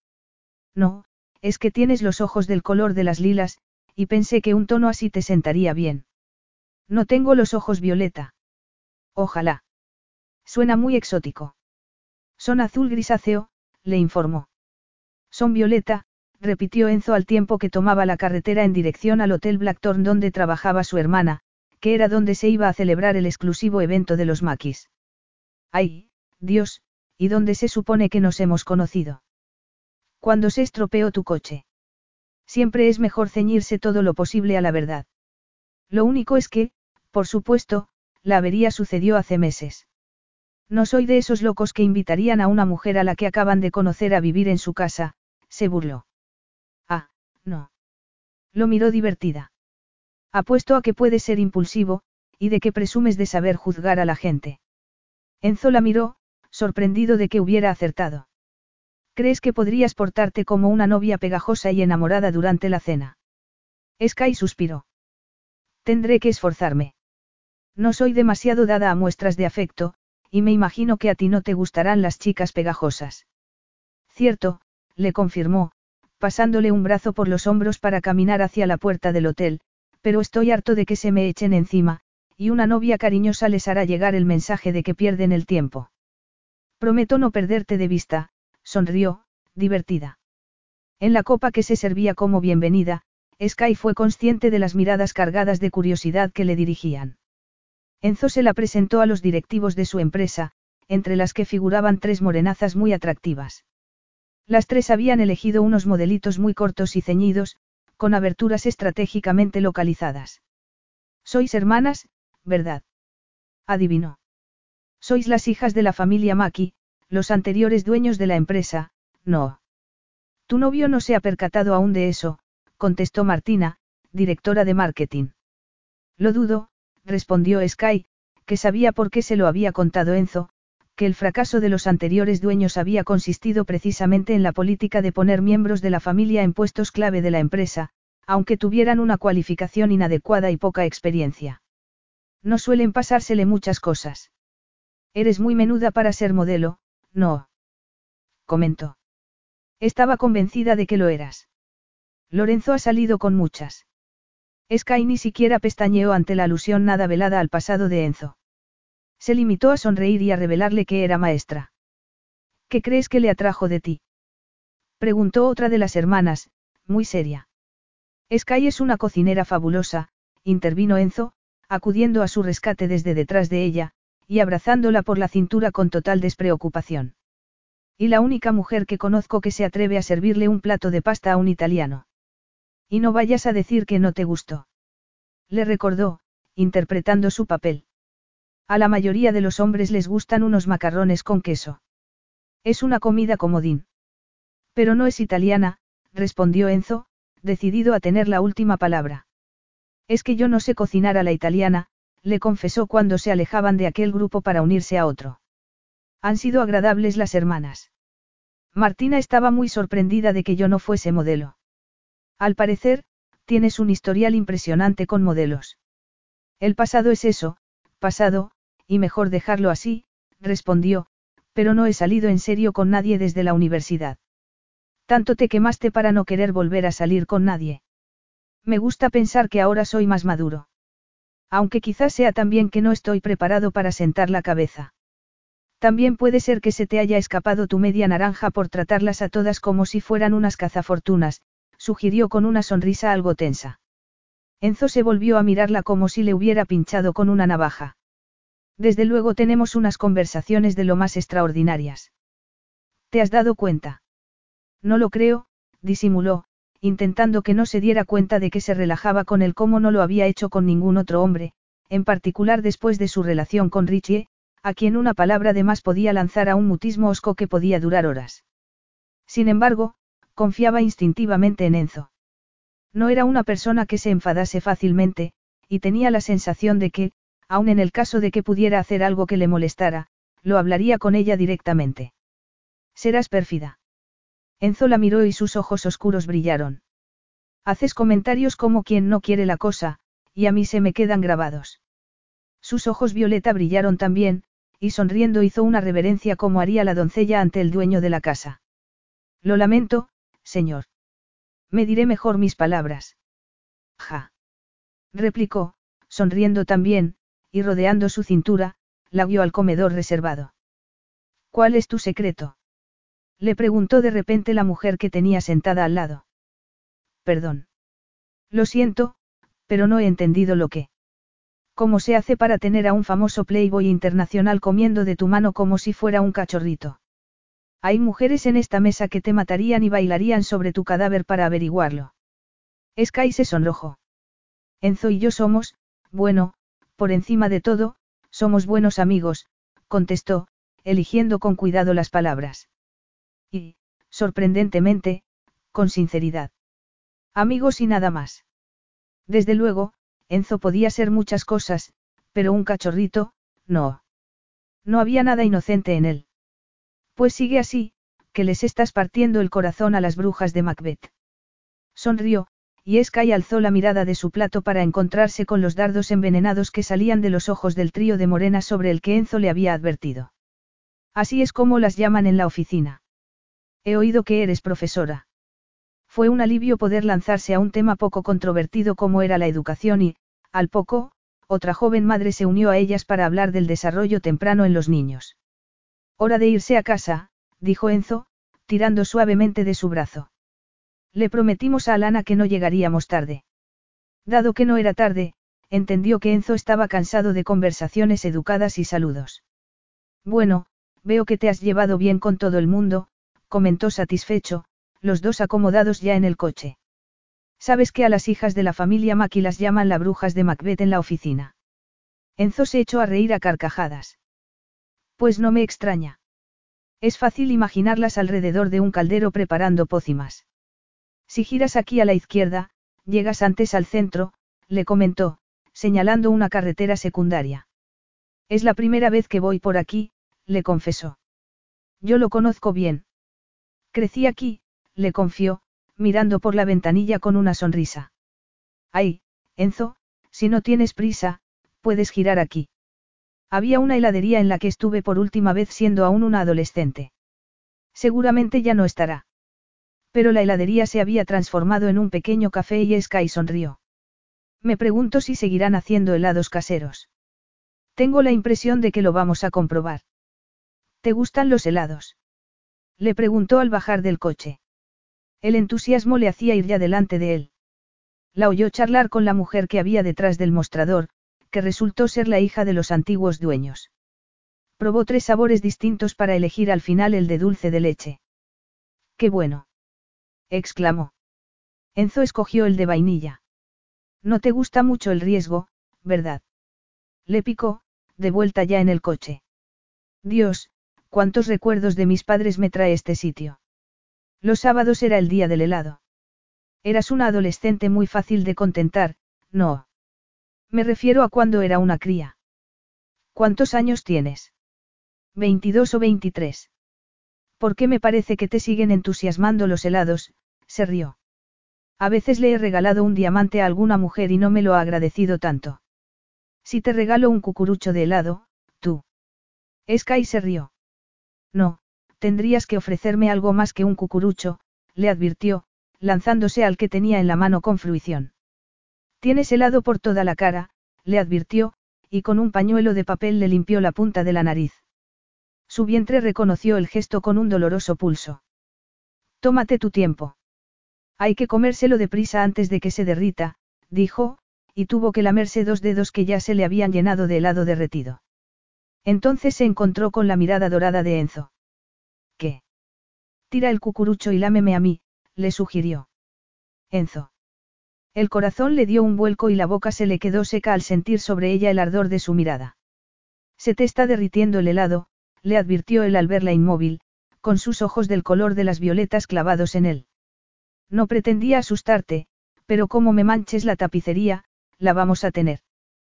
No, es que tienes los ojos del color de las lilas, y pensé que un tono así te sentaría bien. No tengo los ojos violeta. Ojalá. Suena muy exótico. Son azul grisáceo, le informó. Son violeta, repitió Enzo al tiempo que tomaba la carretera en dirección al Hotel Blackthorn donde trabajaba su hermana, que era donde se iba a celebrar el exclusivo evento de los maquis. ¡Ay, Dios! ¿Y dónde se supone que nos hemos conocido? Cuando se estropeó tu coche. Siempre es mejor ceñirse todo lo posible a la verdad. Lo único es que, por supuesto, la avería sucedió hace meses. No soy de esos locos que invitarían a una mujer a la que acaban de conocer a vivir en su casa, se burló. Ah, no. Lo miró divertida. Apuesto a que puedes ser impulsivo, y de que presumes de saber juzgar a la gente. Enzo la miró, sorprendido de que hubiera acertado. ¿Crees que podrías portarte como una novia pegajosa y enamorada durante la cena? Sky suspiró. Tendré que esforzarme. No soy demasiado dada a muestras de afecto, y me imagino que a ti no te gustarán las chicas pegajosas. Cierto, le confirmó, pasándole un brazo por los hombros para caminar hacia la puerta del hotel, pero estoy harto de que se me echen encima, y una novia cariñosa les hará llegar el mensaje de que pierden el tiempo. Prometo no perderte de vista, sonrió, divertida. En la copa que se servía como bienvenida, Sky fue consciente de las miradas cargadas de curiosidad que le dirigían. Enzo se la presentó a los directivos de su empresa, entre las que figuraban 3 morenazas muy atractivas. Las 3 habían elegido unos modelitos muy cortos y ceñidos, con aberturas estratégicamente localizadas. Sois hermanas, ¿verdad? Adivinó. Sois las hijas de la familia Maki, los anteriores dueños de la empresa, no. Tu novio no se ha percatado aún de eso, contestó Martina, directora de marketing. Lo dudo, respondió Sky, que sabía por qué se lo había contado Enzo, que el fracaso de los anteriores dueños había consistido precisamente en la política de poner miembros de la familia en puestos clave de la empresa, aunque tuvieran una cualificación inadecuada y poca experiencia. No suelen pasársele muchas cosas. Eres muy menuda para ser modelo, no. Comentó. Estaba convencida de que lo eras. Lorenzo ha salido con muchas. Sky ni siquiera pestañeó ante la alusión nada velada al pasado de Enzo. Se limitó a sonreír y a revelarle que era maestra. ¿Qué crees que le atrajo de ti? Preguntó otra de las hermanas, muy seria. Sky es una cocinera fabulosa, intervino Enzo, acudiendo a su rescate desde detrás de ella, y abrazándola por la cintura con total despreocupación. Y la única mujer que conozco que se atreve a servirle un plato de pasta a un italiano. Y no vayas a decir que no te gustó. Le recordó, interpretando su papel. A la mayoría de los hombres les gustan unos macarrones con queso. Es una comida comodín. Pero no es italiana, respondió Enzo, decidido a tener la última palabra. Es que yo no sé cocinar a la italiana, le confesó cuando se alejaban de aquel grupo para unirse a otro. Han sido agradables las hermanas. Martina estaba muy sorprendida de que yo no fuese modelo. Al parecer, tienes un historial impresionante con modelos. El pasado es eso, pasado, y mejor dejarlo así, respondió, pero no he salido en serio con nadie desde la universidad. Tanto te quemaste para no querer volver a salir con nadie. Me gusta pensar que ahora soy más maduro. Aunque quizás sea también que no estoy preparado para sentar la cabeza. También puede ser que se te haya escapado tu media naranja por tratarlas a todas como si fueran unas cazafortunas, sugirió con una sonrisa algo tensa. Enzo se volvió a mirarla como si le hubiera pinchado con una navaja. Desde luego tenemos unas conversaciones de lo más extraordinarias. ¿Te has dado cuenta? No lo creo, disimuló, intentando que no se diera cuenta de que se relajaba con él como no lo había hecho con ningún otro hombre, en particular después de su relación con Richie, a quien una palabra de más podía lanzar a un mutismo hosco que podía durar horas. Sin embargo, confiaba instintivamente en Enzo. No era una persona que se enfadase fácilmente, y tenía la sensación de que, aun en el caso de que pudiera hacer algo que le molestara, lo hablaría con ella directamente. Serás pérfida. Enzo la miró y sus ojos oscuros brillaron. Haces comentarios como quien no quiere la cosa, y a mí se me quedan grabados. Sus ojos violeta brillaron también, y sonriendo hizo una reverencia como haría la doncella ante el dueño de la casa. Lo lamento, señor. Me diré mejor mis palabras. Ja. Replicó, sonriendo también, y rodeando su cintura, la guió al comedor reservado. ¿Cuál es tu secreto? Le preguntó de repente la mujer que tenía sentada al lado. Perdón. Lo siento, pero no he entendido lo que. ¿Cómo se hace para tener a un famoso playboy internacional comiendo de tu mano como si fuera un cachorrito? Hay mujeres en esta mesa que te matarían y bailarían sobre tu cadáver para averiguarlo. Sky se sonrojó. Enzo y yo somos, bueno, por encima de todo, somos buenos amigos, contestó, eligiendo con cuidado las palabras. Y, sorprendentemente, con sinceridad. Amigos y nada más. Desde luego, Enzo podía ser muchas cosas, pero un cachorrito, no. No había nada inocente en él. Pues sigue así, que les estás partiendo el corazón a las brujas de Macbeth. Sonrió, y Sky alzó la mirada de su plato para encontrarse con los dardos envenenados que salían de los ojos del trío de morenas sobre el que Enzo le había advertido. Así es como las llaman en la oficina. He oído que eres profesora. Fue un alivio poder lanzarse a un tema poco controvertido como era la educación y, al poco, otra joven madre se unió a ellas para hablar del desarrollo temprano en los niños. Hora de irse a casa, dijo Enzo, tirando suavemente de su brazo. Le prometimos a Alana que no llegaríamos tarde. Dado que no era tarde, entendió que Enzo estaba cansado de conversaciones educadas y saludos. Bueno, veo que te has llevado bien con todo el mundo, comentó satisfecho, los dos acomodados ya en el coche. ¿Sabes que a las hijas de la familia Mackie las llaman las brujas de Macbeth en la oficina? Enzo se echó a reír a carcajadas. Pues no me extraña. Es fácil imaginarlas alrededor de un caldero preparando pócimas. Si giras aquí a la izquierda, llegas antes al centro, le comentó, señalando una carretera secundaria. Es la primera vez que voy por aquí, le confesó. Yo lo conozco bien. Crecí aquí, le confió, mirando por la ventanilla con una sonrisa. Ay, Enzo, si no tienes prisa, puedes girar aquí. Había una heladería en la que estuve por última vez siendo aún una adolescente. Seguramente ya no estará. Pero la heladería se había transformado en un pequeño café y Sky sonrió. Me pregunto si seguirán haciendo helados caseros. Tengo la impresión de que lo vamos a comprobar. ¿Te gustan los helados? Le preguntó al bajar del coche. El entusiasmo le hacía ir ya delante de él. La oyó charlar con la mujer que había detrás del mostrador, que resultó ser la hija de los antiguos dueños. Probó 3 sabores distintos para elegir al final el de dulce de leche. ¡Qué bueno!, exclamó. Enzo escogió el de vainilla. No te gusta mucho el riesgo, ¿verdad? Le picó, de vuelta ya en el coche. Dios, cuántos recuerdos de mis padres me trae este sitio. Los sábados era el día del helado. Eras una adolescente muy fácil de contentar, ¿no? Me refiero a cuando era una cría. ¿Cuántos años tienes? 22 o 23. ¿Por qué me parece que te siguen entusiasmando los helados? Se rió. A veces le he regalado un diamante a alguna mujer y no me lo ha agradecido tanto. Si te regalo un cucurucho de helado, tú. Sky se rió. No, tendrías que ofrecerme algo más que un cucurucho, le advirtió, lanzándose al que tenía en la mano con fruición. Tienes helado por toda la cara, le advirtió, y con un pañuelo de papel le limpió la punta de la nariz. Su vientre reconoció el gesto con un doloroso pulso. Tómate tu tiempo. Hay que comérselo deprisa antes de que se derrita, dijo, y tuvo que lamerse 2 dedos que ya se le habían llenado de helado derretido. Entonces se encontró con la mirada dorada de Enzo. ¿Qué? Tira el cucurucho y lámeme a mí, le sugirió. Enzo. El corazón le dio un vuelco y la boca se le quedó seca al sentir sobre ella el ardor de su mirada. Se te está derritiendo el helado, le advirtió él al verla inmóvil, con sus ojos del color de las violetas clavados en él. No pretendía asustarte, pero como me manches la tapicería, la vamos a tener.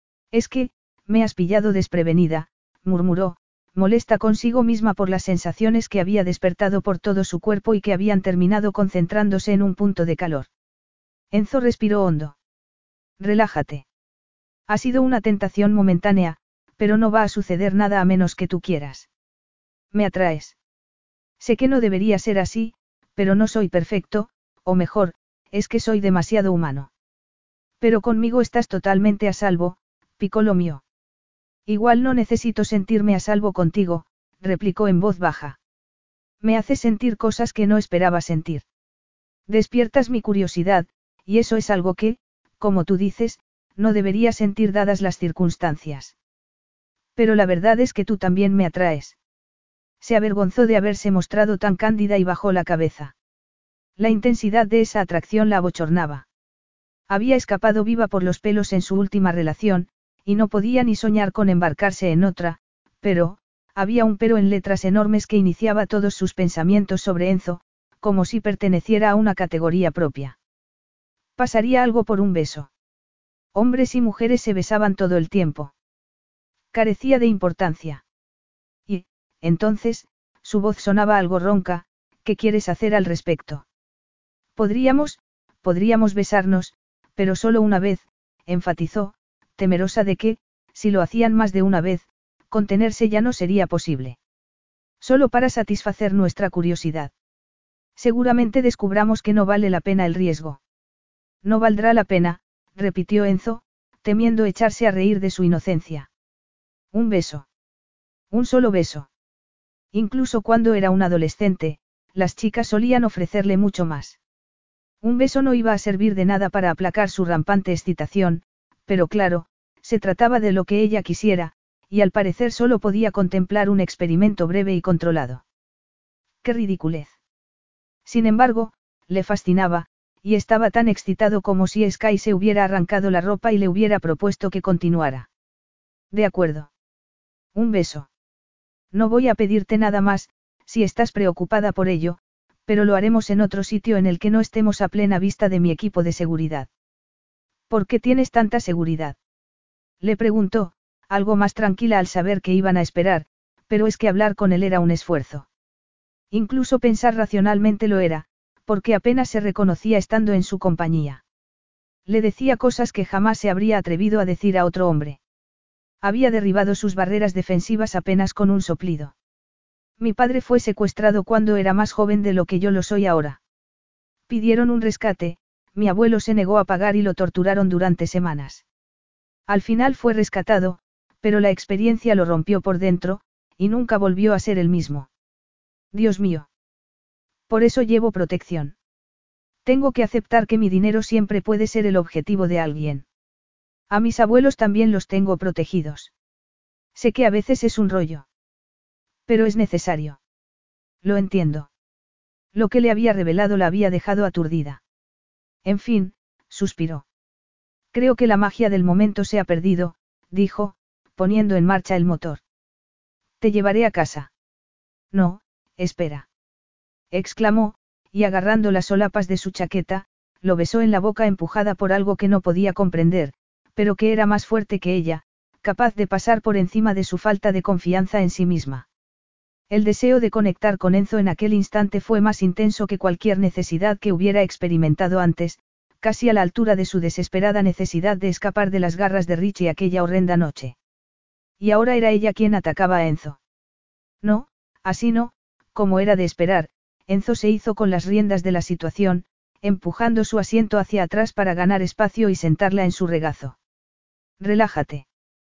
Es que, me has pillado desprevenida, murmuró, molesta consigo misma por las sensaciones que había despertado por todo su cuerpo y que habían terminado concentrándose en un punto de calor. Enzo respiró hondo. Relájate. Ha sido una tentación momentánea, pero no va a suceder nada a menos que tú quieras. Me atraes. Sé que no debería ser así, pero no soy perfecto, o mejor, es que soy demasiado humano. Pero conmigo estás totalmente a salvo, picó lo mío. Igual no necesito sentirme a salvo contigo, replicó en voz baja. Me haces sentir cosas que no esperaba sentir. Despiertas mi curiosidad, y eso es algo que, como tú dices, No debería sentir dadas las circunstancias. Pero la verdad es que tú también me atraes. Se avergonzó de haberse mostrado tan cándida y bajó la cabeza. La intensidad de esa atracción la abochornaba. Había escapado viva por los pelos en su última relación, y no podía ni soñar con embarcarse en otra, pero, había un pero en letras enormes que iniciaba todos sus pensamientos sobre Enzo, como si perteneciera a una categoría propia. Pasaría algo por un beso. Hombres y mujeres se besaban todo el tiempo. Carecía de importancia. Y, entonces, su voz sonaba algo ronca, ¿qué quieres hacer al respecto? Podríamos besarnos, pero solo una vez, enfatizó, temerosa de que, si lo hacían más de una vez, contenerse ya no sería posible. Solo para satisfacer nuestra curiosidad. Seguramente descubramos que no vale la pena el riesgo. No valdrá la pena, repitió Enzo, temiendo echarse a reír de su inocencia. Un beso. Un solo beso. Incluso cuando era un adolescente, las chicas solían ofrecerle mucho más. Un beso no iba a servir de nada para aplacar su rampante excitación, pero claro, se trataba de lo que ella quisiera, y al parecer solo podía contemplar un experimento breve y controlado. ¡Qué ridiculez! Sin embargo, le fascinaba, y estaba tan excitado como si Sky se hubiera arrancado la ropa y le hubiera propuesto que continuara. De acuerdo. Un beso. No voy a pedirte nada más, si estás preocupada por ello, pero lo haremos en otro sitio en el que no estemos a plena vista de mi equipo de seguridad. ¿Por qué tienes tanta seguridad? Le preguntó, algo más tranquila al saber que iban a esperar, pero es que hablar con él era un esfuerzo. Incluso pensar racionalmente lo era, porque apenas se reconocía estando en su compañía. Le decía cosas que jamás se habría atrevido a decir a otro hombre. Había derribado sus barreras defensivas apenas con un soplido. Mi padre fue secuestrado cuando era más joven de lo que yo lo soy ahora. Pidieron un rescate, mi abuelo se negó a pagar y lo torturaron durante semanas. Al final fue rescatado, pero la experiencia lo rompió por dentro, y nunca volvió a ser el mismo. Dios mío. Por eso llevo protección. Tengo que aceptar que mi dinero siempre puede ser el objetivo de alguien. A mis abuelos también los tengo protegidos. Sé que a veces es un rollo. Pero es necesario. Lo entiendo. Lo que le había revelado la había dejado aturdida. En fin, suspiró. Creo que la magia del momento se ha perdido, dijo, poniendo en marcha el motor. Te llevaré a casa. No, espera. Exclamó, y agarrando las solapas de su chaqueta, lo besó en la boca empujada por algo que no podía comprender, pero que era más fuerte que ella, capaz de pasar por encima de su falta de confianza en sí misma. El deseo de conectar con Enzo en aquel instante fue más intenso que cualquier necesidad que hubiera experimentado antes, casi a la altura de su desesperada necesidad de escapar de las garras de Richie aquella horrenda noche. Y ahora era ella quien atacaba a Enzo. No, así no, como era de esperar, Enzo se hizo con las riendas de la situación, empujando su asiento hacia atrás para ganar espacio y sentarla en su regazo. Relájate.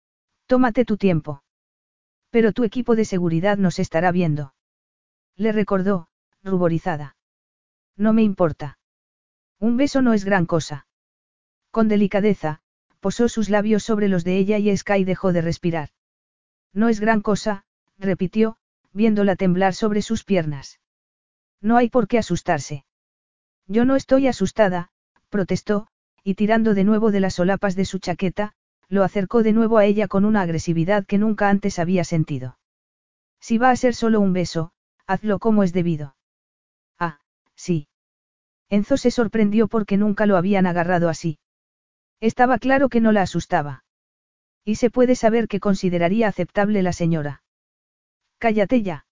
Tómate tu tiempo. Pero tu equipo de seguridad nos estará viendo. Le recordó, ruborizada. No me importa. Un beso no es gran cosa. Con delicadeza, posó sus labios sobre los de ella y Sky dejó de respirar. No es gran cosa, repitió, viéndola temblar sobre sus piernas. No hay por qué asustarse. Yo no estoy asustada, protestó, y tirando de nuevo de las solapas de su chaqueta, lo acercó de nuevo a ella con una agresividad que nunca antes había sentido. Si va a ser solo un beso, hazlo como es debido. Ah, sí. Enzo se sorprendió porque nunca lo habían agarrado así. Estaba claro que no la asustaba. Y se puede saber qué consideraría aceptable la señora. Cállate ya.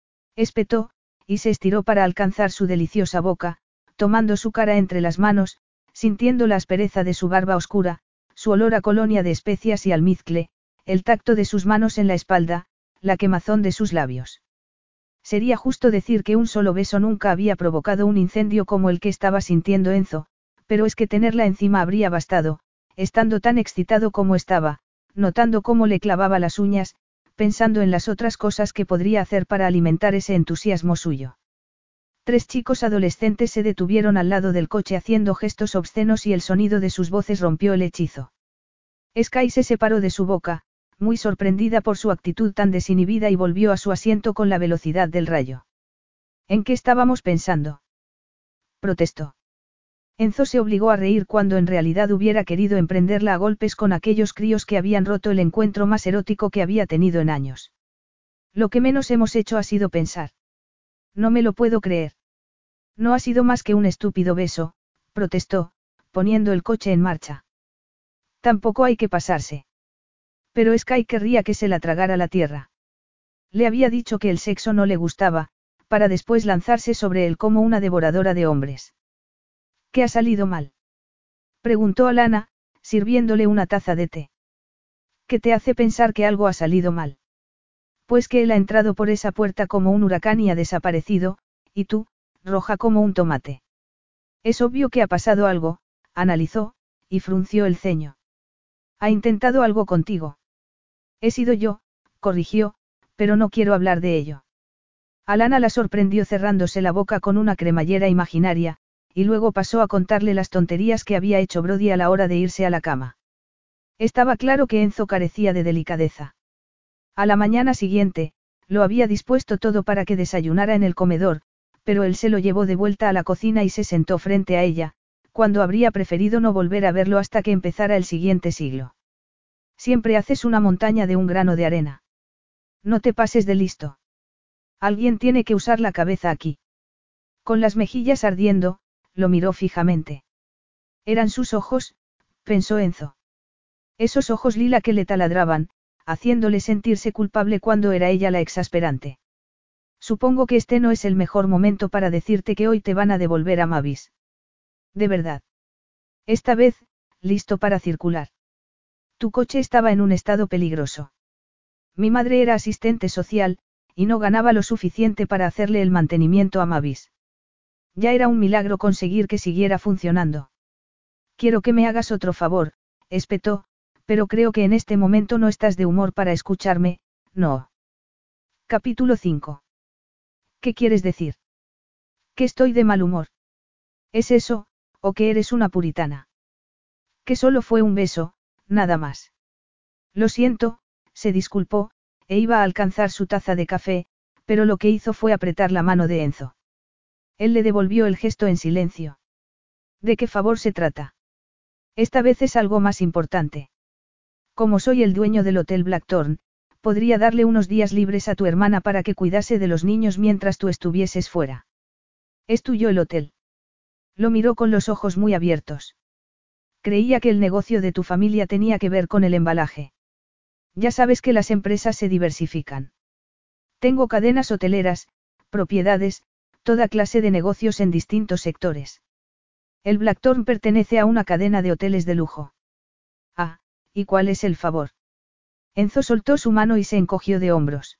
Espetó, y se estiró para alcanzar su deliciosa boca, tomando su cara entre las manos, sintiendo la aspereza de su barba oscura, su olor a colonia de especias y almizcle, el tacto de sus manos en la espalda, la quemazón de sus labios. Sería justo decir que un solo beso nunca había provocado un incendio como el que estaba sintiendo Enzo, pero es que tenerla encima habría bastado, estando tan excitado como estaba, notando cómo le clavaba las uñas, pensando en las otras cosas que podría hacer para alimentar ese entusiasmo suyo. 3 chicos adolescentes se detuvieron al lado del coche haciendo gestos obscenos y el sonido de sus voces rompió el hechizo. Sky se separó de su boca, muy sorprendida por su actitud tan desinhibida y volvió a su asiento con la velocidad del rayo. ¿En qué estábamos pensando? Protestó. Enzo se obligó a reír cuando en realidad hubiera querido emprenderla a golpes con aquellos críos que habían roto el encuentro más erótico que había tenido en años. Lo que menos hemos hecho ha sido pensar. No me lo puedo creer. No ha sido más que un estúpido beso, protestó, poniendo el coche en marcha. Tampoco hay que pasarse. Pero Sky querría que se la tragara la tierra. Le había dicho que el sexo no le gustaba, para después lanzarse sobre él como una devoradora de hombres. ¿Qué ha salido mal? Preguntó Alana, sirviéndole una taza de té. ¿Qué te hace pensar que algo ha salido mal? Pues que él ha entrado por esa puerta como un huracán y ha desaparecido, y tú, roja como un tomate. Es obvio que ha pasado algo, analizó, y frunció el ceño. Ha intentado algo contigo. He sido yo, corrigió, pero no quiero hablar de ello. Alana la sorprendió cerrándose la boca con una cremallera imaginaria, y luego pasó a contarle las tonterías que había hecho Brody a la hora de irse a la cama. Estaba claro que Enzo carecía de delicadeza. A la mañana siguiente, lo había dispuesto todo para que desayunara en el comedor, pero él se lo llevó de vuelta a la cocina y se sentó frente a ella, cuando habría preferido no volver a verlo hasta que empezara el siguiente siglo. Siempre haces una montaña de un grano de arena. No te pases de listo. Alguien tiene que usar la cabeza aquí. Con las mejillas ardiendo, lo miró fijamente. Eran sus ojos, pensó Enzo. Esos ojos lila que le taladraban, haciéndole sentirse culpable cuando era ella la exasperante. Supongo que este no es el mejor momento para decirte que hoy te van a devolver a Mavis. De verdad. Esta vez, listo para circular. Tu coche estaba en un estado peligroso. Mi madre era asistente social, y no ganaba lo suficiente para hacerle el mantenimiento a Mavis. Ya era un milagro conseguir que siguiera funcionando. Quiero que me hagas otro favor, espetó, pero creo que en este momento no estás de humor para escucharme, no. Capítulo 5. ¿Qué quieres decir? Que estoy de mal humor. ¿Es eso, o que eres una puritana? Que solo fue un beso, nada más. Lo siento, se disculpó, e iba a alcanzar su taza de café, pero lo que hizo fue apretar la mano de Enzo. Él le devolvió el gesto en silencio. ¿De qué favor se trata? Esta vez es algo más importante. Como soy el dueño del Hotel Blackthorn, podría darle unos días libres a tu hermana para que cuidase de los niños mientras tú estuvieses fuera. ¿Es tuyo el hotel? Lo miró con los ojos muy abiertos. Creía que el negocio de tu familia tenía que ver con el embalaje. Ya sabes que las empresas se diversifican. Tengo cadenas hoteleras, propiedades, toda clase de negocios en distintos sectores. El Blackthorn pertenece a una cadena de hoteles de lujo. Ah, ¿y cuál es el favor? Enzo soltó su mano y se encogió de hombros.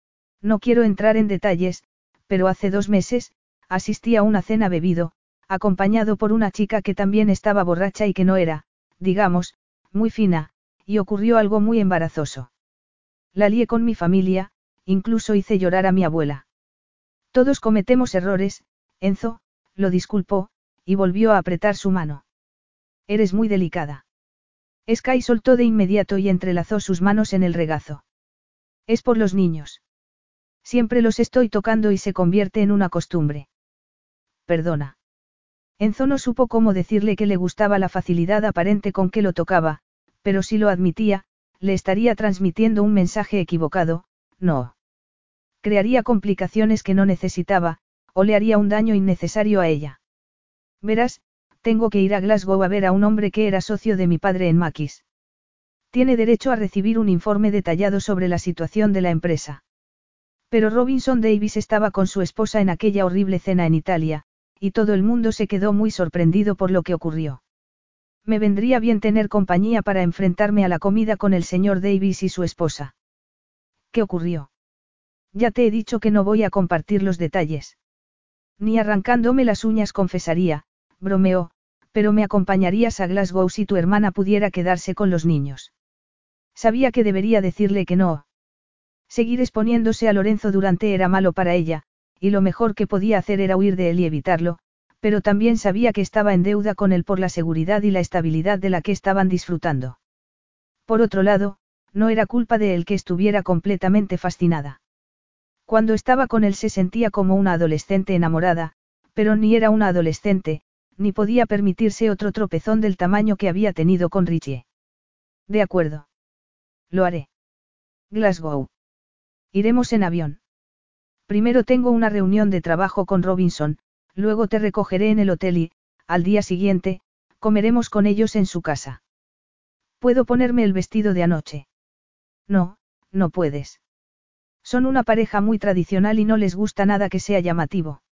No quiero entrar en detalles, pero hace 2 meses, asistí a una cena bebido, acompañado por una chica que también estaba borracha y que no era, digamos, muy fina, y ocurrió algo muy embarazoso. La lié con mi familia, incluso hice llorar a mi abuela. Todos cometemos errores, Enzo, lo disculpó, y volvió a apretar su mano. Eres muy delicada. Sky soltó de inmediato y entrelazó sus manos en el regazo. Es por los niños. Siempre los estoy tocando y se convierte en una costumbre. Perdona. Enzo no supo cómo decirle que le gustaba la facilidad aparente con que lo tocaba, pero si lo admitía, le estaría transmitiendo un mensaje equivocado, no. Crearía complicaciones que no necesitaba, o le haría un daño innecesario a ella. Verás, tengo que ir a Glasgow a ver a un hombre que era socio de mi padre en Maquis. Tiene derecho a recibir un informe detallado sobre la situación de la empresa. Pero Robinson Davis estaba con su esposa en aquella horrible cena en Italia, y todo el mundo se quedó muy sorprendido por lo que ocurrió. Me vendría bien tener compañía para enfrentarme a la comida con el señor Davis y su esposa. ¿Qué ocurrió? Ya te he dicho que no voy a compartir los detalles. Ni arrancándome las uñas confesaría, bromeó, pero me acompañarías a Glasgow si tu hermana pudiera quedarse con los niños. Sabía que debería decirle que no. Seguir exponiéndose a Lorenzo Durante era malo para ella, y lo mejor que podía hacer era huir de él y evitarlo, pero también sabía que estaba en deuda con él por la seguridad y la estabilidad de la que estaban disfrutando. Por otro lado, no era culpa de él que estuviera completamente fascinada. Cuando estaba con él se sentía como una adolescente enamorada, pero ni era una adolescente, ni podía permitirse otro tropezón del tamaño que había tenido con Richie. De acuerdo. Lo haré. Glasgow. Iremos en avión. Primero tengo una reunión de trabajo con Robinson, luego te recogeré en el hotel y, al día siguiente, comeremos con ellos en su casa. ¿Puedo ponerme el vestido de anoche? No, no puedes. Son una pareja muy tradicional y no les gusta nada que sea llamativo.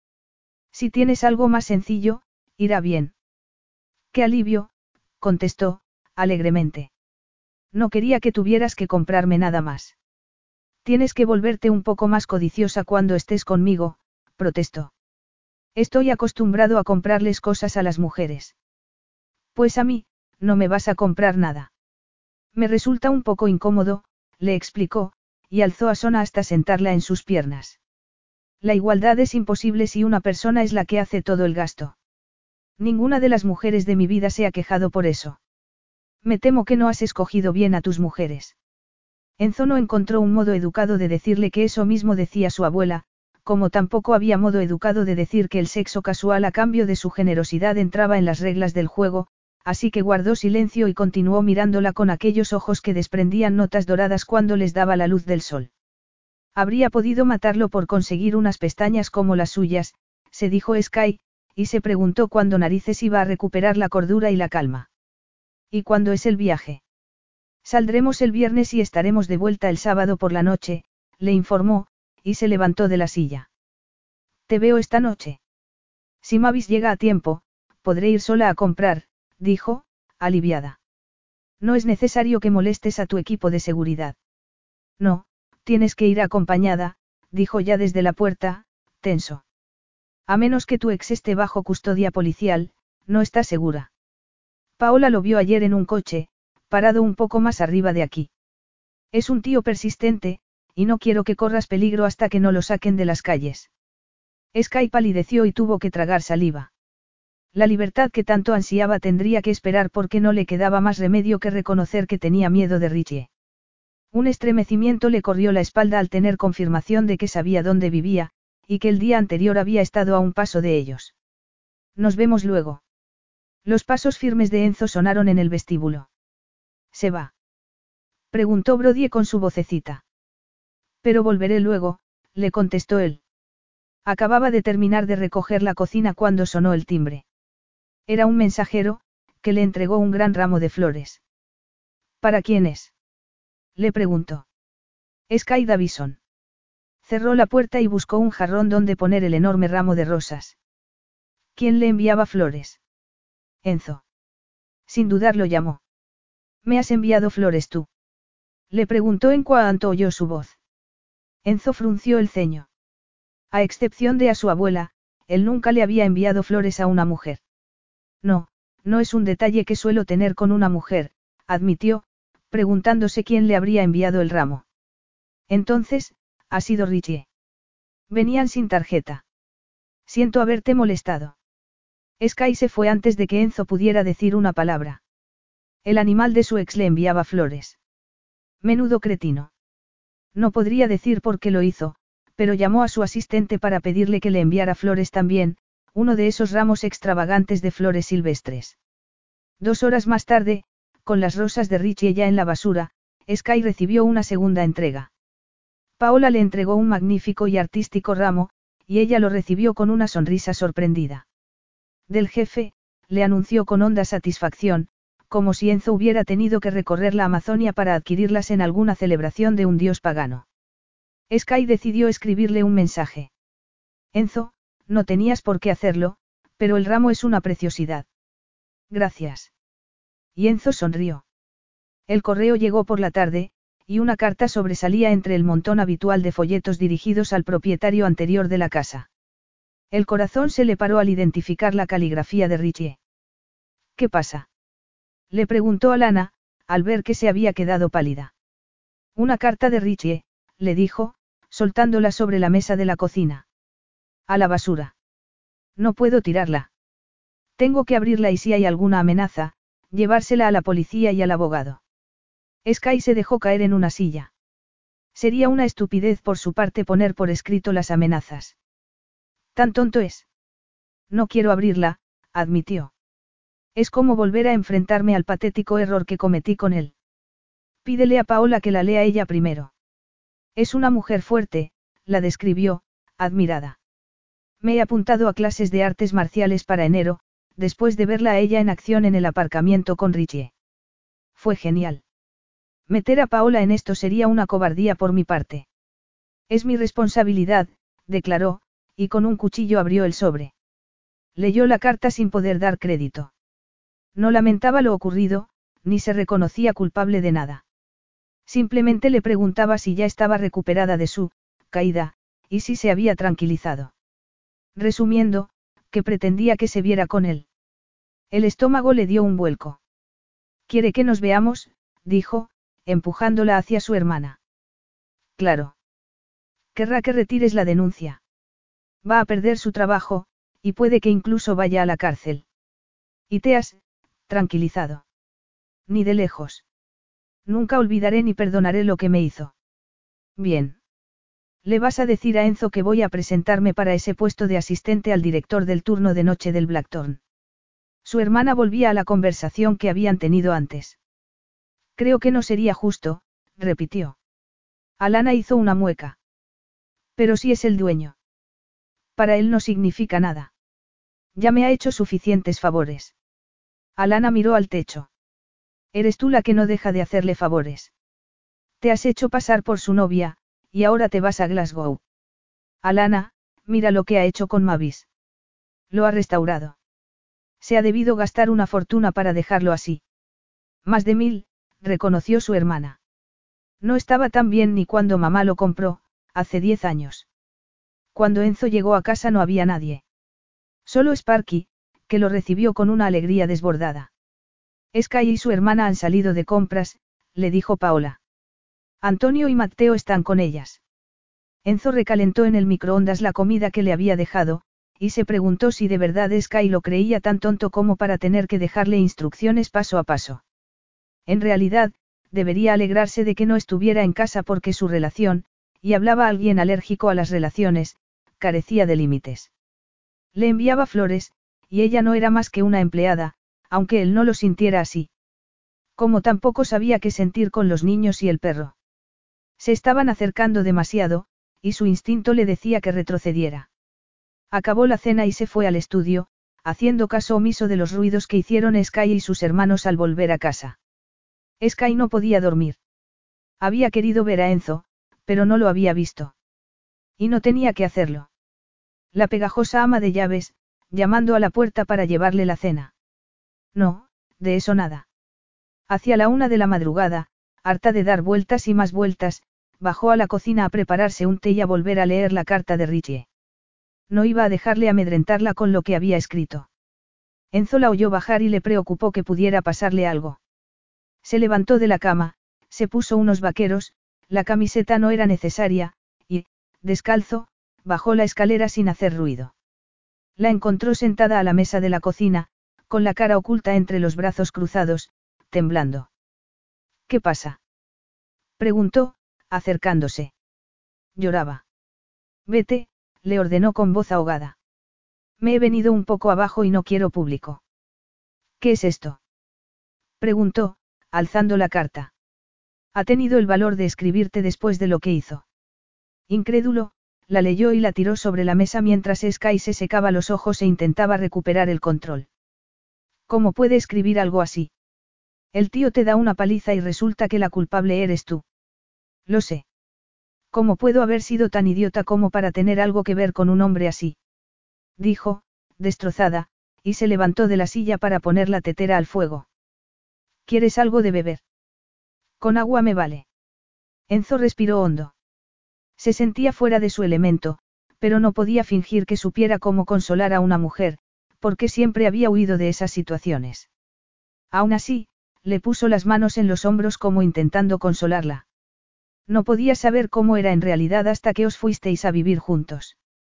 Si tienes algo más sencillo, irá bien. ¡Qué alivio!, contestó, alegremente. No quería que tuvieras que comprarme nada más. Tienes que volverte un poco más codiciosa cuando estés conmigo, protestó. Estoy acostumbrado a comprarles cosas a las mujeres. Pues a mí, no me vas a comprar nada. Me resulta un poco incómodo, le explicó, y alzó a Sona hasta sentarla en sus piernas. La igualdad es imposible si una persona es la que hace todo el gasto. Ninguna de las mujeres de mi vida se ha quejado por eso. Me temo que no has escogido bien a tus mujeres. Enzo no encontró un modo educado de decirle que eso mismo decía su abuela, como tampoco había modo educado de decir que el sexo casual a cambio de su generosidad entraba en las reglas del juego, así que guardó silencio y continuó mirándola con aquellos ojos que desprendían notas doradas cuando les daba la luz del sol. Habría podido matarlo por conseguir unas pestañas como las suyas, se dijo Sky, y se preguntó cuándo narices iba a recuperar la cordura y la calma. ¿Y cuándo es el viaje? Saldremos el viernes y estaremos de vuelta el sábado por la noche, le informó, y se levantó de la silla. Te veo esta noche. Si Mavis llega a tiempo, podré ir sola a comprar, dijo, aliviada. No es necesario que molestes a tu equipo de seguridad. No, tienes que ir acompañada, dijo ya desde la puerta, tenso. A menos que tu ex esté bajo custodia policial, no está segura. Paola lo vio ayer en un coche, parado un poco más arriba de aquí. Es un tío persistente, y no quiero que corras peligro hasta que no lo saquen de las calles. Sky palideció y tuvo que tragar saliva. La libertad que tanto ansiaba tendría que esperar porque no le quedaba más remedio que reconocer que tenía miedo de Richie. Un estremecimiento le corrió la espalda al tener confirmación de que sabía dónde vivía, y que el día anterior había estado a un paso de ellos. Nos vemos luego. Los pasos firmes de Enzo sonaron en el vestíbulo. ¿Se va?, preguntó Brodie con su vocecita. Pero volveré luego, le contestó él. Acababa de terminar de recoger la cocina cuando sonó el timbre. Era un mensajero, que le entregó un gran ramo de flores. ¿Para quién es?, le preguntó. Sky Davison. Cerró la puerta y buscó un jarrón donde poner el enorme ramo de rosas. ¿Quién le enviaba flores? Enzo. Sin dudarlo llamó. ¿Me has enviado flores tú?, le preguntó en cuanto oyó su voz. Enzo frunció el ceño. A excepción de a su abuela, él nunca le había enviado flores a una mujer. No, no es un detalle que suelo tener con una mujer, admitió, preguntándose quién le habría enviado el ramo. Entonces, ha sido Richie. Venían sin tarjeta. Siento haberte molestado. Sky se fue antes de que Enzo pudiera decir una palabra. El animal de su ex le enviaba flores. Menudo cretino. No podría decir por qué lo hizo, pero llamó a su asistente para pedirle que le enviara flores también, uno de esos ramos extravagantes de flores silvestres. 2 horas más tarde, con las rosas de Richie ya en la basura, Sky recibió una segunda entrega. Paola le entregó un magnífico y artístico ramo, y ella lo recibió con una sonrisa sorprendida. Del jefe, le anunció con honda satisfacción, como si Enzo hubiera tenido que recorrer la Amazonia para adquirirlas en alguna celebración de un dios pagano. Sky decidió escribirle un mensaje. Enzo, no tenías por qué hacerlo, pero el ramo es una preciosidad. Gracias. Y Enzo sonrió. El correo llegó por la tarde, y una carta sobresalía entre el montón habitual de folletos dirigidos al propietario anterior de la casa. El corazón se le paró al identificar la caligrafía de Richie. ¿Qué pasa?, le preguntó a Lana, al ver que se había quedado pálida. Una carta de Richie, le dijo, soltándola sobre la mesa de la cocina. A la basura. No puedo tirarla. Tengo que abrirla y si hay alguna amenaza, llevársela a la policía y al abogado. Sky se dejó caer en una silla. Sería una estupidez por su parte poner por escrito las amenazas. Tan tonto es. No quiero abrirla, admitió. Es como volver a enfrentarme al patético error que cometí con él. Pídele a Paola que la lea ella primero. Es una mujer fuerte, la describió, admirada. Me he apuntado a clases de artes marciales para enero, después de verla a ella en acción en el aparcamiento con Richie. Fue genial. Meter a Paola en esto sería una cobardía por mi parte. Es mi responsabilidad, declaró, y con un cuchillo abrió el sobre. Leyó la carta sin poder dar crédito. No lamentaba lo ocurrido, ni se reconocía culpable de nada. Simplemente le preguntaba si ya estaba recuperada de su caída, y si se había tranquilizado. Resumiendo, que pretendía que se viera con él. El estómago le dio un vuelco. «¿Quiere que nos veamos?», dijo, empujándola hacia su hermana. «Claro. Querrá que retires la denuncia. Va a perder su trabajo, y puede que incluso vaya a la cárcel. Y te has tranquilizado. Ni de lejos. Nunca olvidaré ni perdonaré lo que me hizo. Bien. Le vas a decir a Enzo que voy a presentarme para ese puesto de asistente al director del turno de noche del Blackthorn». Su hermana volvía a la conversación que habían tenido antes. «Creo que no sería justo», repitió. Alana hizo una mueca. «Pero si es el dueño. Para él no significa nada. Ya me ha hecho suficientes favores». Alana miró al techo. «Eres tú la que no deja de hacerle favores. Te has hecho pasar por su novia, y ahora te vas a Glasgow. Alana, mira lo que ha hecho con Mavis. Lo ha restaurado. Se ha debido gastar una fortuna para dejarlo así». «Más de 1000», reconoció su hermana. «No estaba tan bien ni cuando mamá lo compró, hace 10 años. Cuando Enzo llegó a casa no había nadie. Solo Sparky, que lo recibió con una alegría desbordada». «Sky y su hermana han salido de compras», le dijo Paola. «Antonio y Matteo están con ellas». Enzo recalentó en el microondas la comida que le había dejado, y se preguntó si de verdad Sky lo creía tan tonto como para tener que dejarle instrucciones paso a paso. En realidad, debería alegrarse de que no estuviera en casa porque su relación, y hablaba alguien alérgico a las relaciones, carecía de límites. Le enviaba flores, y ella no era más que una empleada, aunque él no lo sintiera así. Como tampoco sabía qué sentir con los niños y el perro. Se estaban acercando demasiado, y su instinto le decía que retrocediera. Acabó la cena y se fue al estudio, haciendo caso omiso de los ruidos que hicieron Sky y sus hermanos al volver a casa. Sky no podía dormir. Había querido ver a Enzo, pero no lo había visto. Y no tenía que hacerlo. La pegajosa ama de llaves, llamando a la puerta para llevarle la cena. No, de eso nada. Hacia la 1 de la madrugada, harta de dar vueltas y más vueltas, bajó a la cocina a prepararse un té y a volver a leer la carta de Richie. No iba a dejarle amedrentarla con lo que había escrito. Enzo la oyó bajar y le preocupó que pudiera pasarle algo. Se levantó de la cama, se puso unos vaqueros, la camiseta no era necesaria, y, descalzo, bajó la escalera sin hacer ruido. La encontró sentada a la mesa de la cocina, con la cara oculta entre los brazos cruzados, temblando. «¿Qué pasa?», preguntó, acercándose. Lloraba. «Vete», le ordenó con voz ahogada. «Me he venido un poco abajo y no quiero público». «¿Qué es esto?», preguntó, alzando la carta. «Ha tenido el valor de escribirte después de lo que hizo». Incrédulo, la leyó y la tiró sobre la mesa mientras Sky se secaba los ojos e intentaba recuperar el control. «¿Cómo puede escribir algo así? El tío te da una paliza y resulta que la culpable eres tú». «Lo sé. ¿Cómo puedo haber sido tan idiota como para tener algo que ver con un hombre así?», dijo, destrozada, y se levantó de la silla para poner la tetera al fuego. «¿Quieres algo de beber?». «Con agua me vale». Enzo respiró hondo. Se sentía fuera de su elemento, pero no podía fingir que supiera cómo consolar a una mujer, porque siempre había huido de esas situaciones. Aún así, le puso las manos en los hombros como intentando consolarla. «No podía saber cómo era en realidad hasta que os fuisteis a vivir juntos.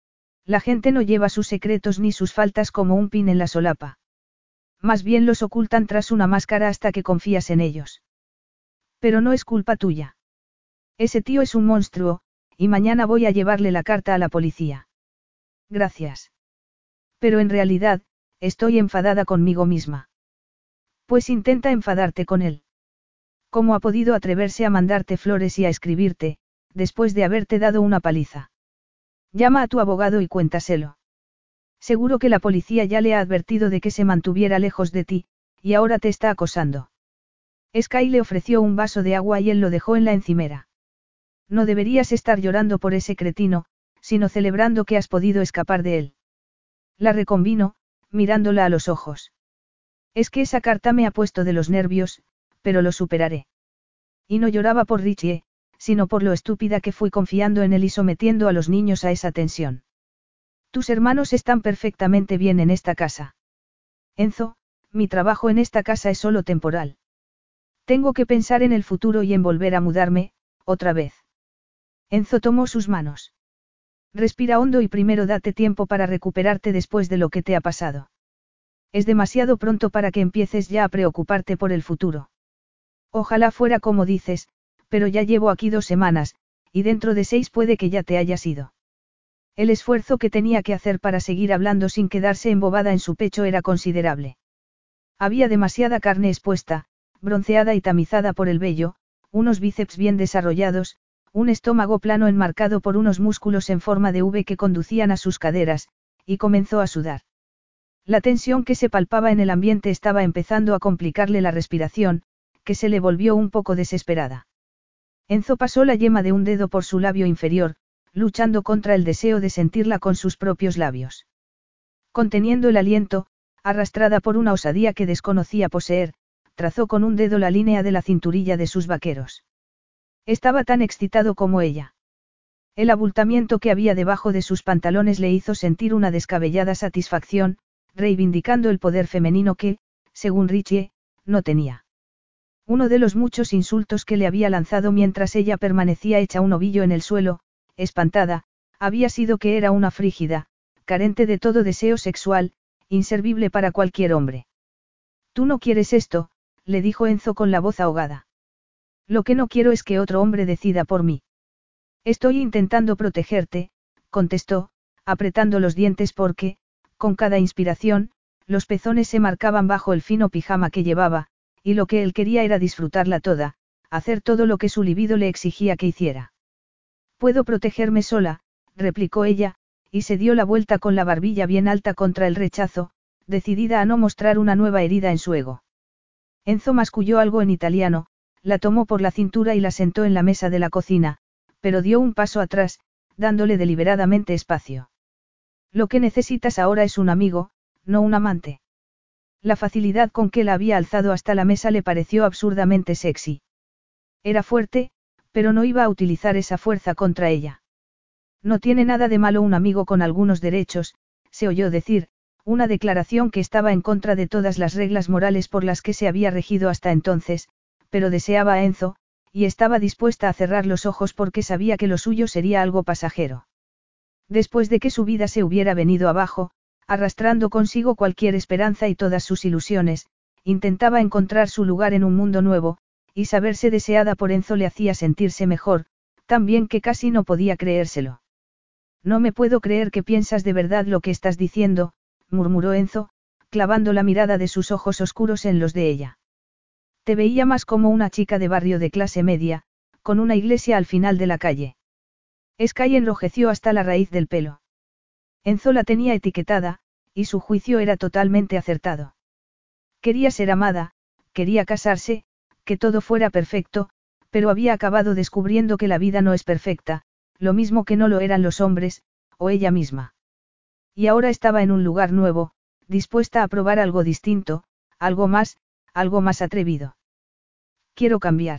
La gente no lleva sus secretos ni sus faltas como un pin en la solapa. Más bien los ocultan tras una máscara hasta que confías en ellos. Pero no es culpa tuya. Ese tío es un monstruo, y mañana voy a llevarle la carta a la policía. Gracias. Pero en realidad, estoy enfadada conmigo misma. Pues intenta enfadarte con él. ¿Cómo ha podido atreverse a mandarte flores y a escribirte, después de haberte dado una paliza? Llama a tu abogado y cuéntaselo. Seguro que la policía ya le ha advertido de que se mantuviera lejos de ti, y ahora te está acosando. Sky le ofreció un vaso de agua y él lo dejó en la encimera. No deberías estar llorando por ese cretino, sino celebrando que has podido escapar de él. La reconvino, mirándola a los ojos. Es que esa carta me ha puesto de los nervios, pero lo superaré. Y no lloraba por Richie, sino por lo estúpida que fui confiando en él y sometiendo a los niños a esa tensión. Tus hermanos están perfectamente bien en esta casa. Enzo, mi trabajo en esta casa es solo temporal. Tengo que pensar en el futuro y en volver a mudarme, otra vez. Enzo tomó sus manos. Respira hondo y primero date tiempo para recuperarte después de lo que te ha pasado. Es demasiado pronto para que empieces ya a preocuparte por el futuro. Ojalá fuera como dices, pero ya llevo aquí 2 semanas, y dentro de 6 puede que ya te hayas ido. El esfuerzo que tenía que hacer para seguir hablando sin quedarse embobada en su pecho era considerable. Había demasiada carne expuesta, bronceada y tamizada por el vello, unos bíceps bien desarrollados, un estómago plano enmarcado por unos músculos en forma de V que conducían a sus caderas, y comenzó a sudar. La tensión que se palpaba en el ambiente estaba empezando a complicarle la respiración, que se le volvió un poco desesperada. Enzo pasó la yema de un dedo por su labio inferior, luchando contra el deseo de sentirla con sus propios labios. Conteniendo el aliento, arrastrada por una osadía que desconocía poseer, trazó con un dedo la línea de la cinturilla de sus vaqueros. Estaba tan excitado como ella. El abultamiento que había debajo de sus pantalones le hizo sentir una descabellada satisfacción, reivindicando el poder femenino que, según Richie, no tenía. Uno de los muchos insultos que le había lanzado mientras ella permanecía hecha un ovillo en el suelo, espantada, había sido que era una frígida, carente de todo deseo sexual, inservible para cualquier hombre. Tú no quieres esto, le dijo Enzo con la voz ahogada. Lo que no quiero es que otro hombre decida por mí. Estoy intentando protegerte, contestó, apretando los dientes porque, con cada inspiración, los pezones se marcaban bajo el fino pijama que llevaba, y lo que él quería era disfrutarla toda, hacer todo lo que su libido le exigía que hiciera. Puedo protegerme sola, replicó ella, y se dio la vuelta con la barbilla bien alta contra el rechazo, decidida a no mostrar una nueva herida en su ego. Enzo masculló algo en italiano, la tomó por la cintura y la sentó en la mesa de la cocina, pero dio un paso atrás, dándole deliberadamente espacio. Lo que necesitas ahora es un amigo, no un amante. La facilidad con que la había alzado hasta la mesa le pareció absurdamente sexy. Era fuerte, pero no iba a utilizar esa fuerza contra ella. No tiene nada de malo un amigo con algunos derechos, se oyó decir, una declaración que estaba en contra de todas las reglas morales por las que se había regido hasta entonces, pero deseaba a Enzo, y estaba dispuesta a cerrar los ojos porque sabía que lo suyo sería algo pasajero. Después de que su vida se hubiera venido abajo, arrastrando consigo cualquier esperanza y todas sus ilusiones, intentaba encontrar su lugar en un mundo nuevo, y saberse deseada por Enzo le hacía sentirse mejor, tan bien que casi no podía creérselo. No me puedo creer que piensas de verdad lo que estás diciendo, murmuró Enzo, clavando la mirada de sus ojos oscuros en los de ella. Te veía más como una chica de barrio de clase media, con una iglesia al final de la calle. Sky enrojeció hasta la raíz del pelo. Enzo la tenía etiquetada, y su juicio era totalmente acertado. Quería ser amada, quería casarse, que todo fuera perfecto, pero había acabado descubriendo que la vida no es perfecta, lo mismo que no lo eran los hombres, o ella misma. Y ahora estaba en un lugar nuevo, dispuesta a probar algo distinto, algo más atrevido. Quiero cambiar.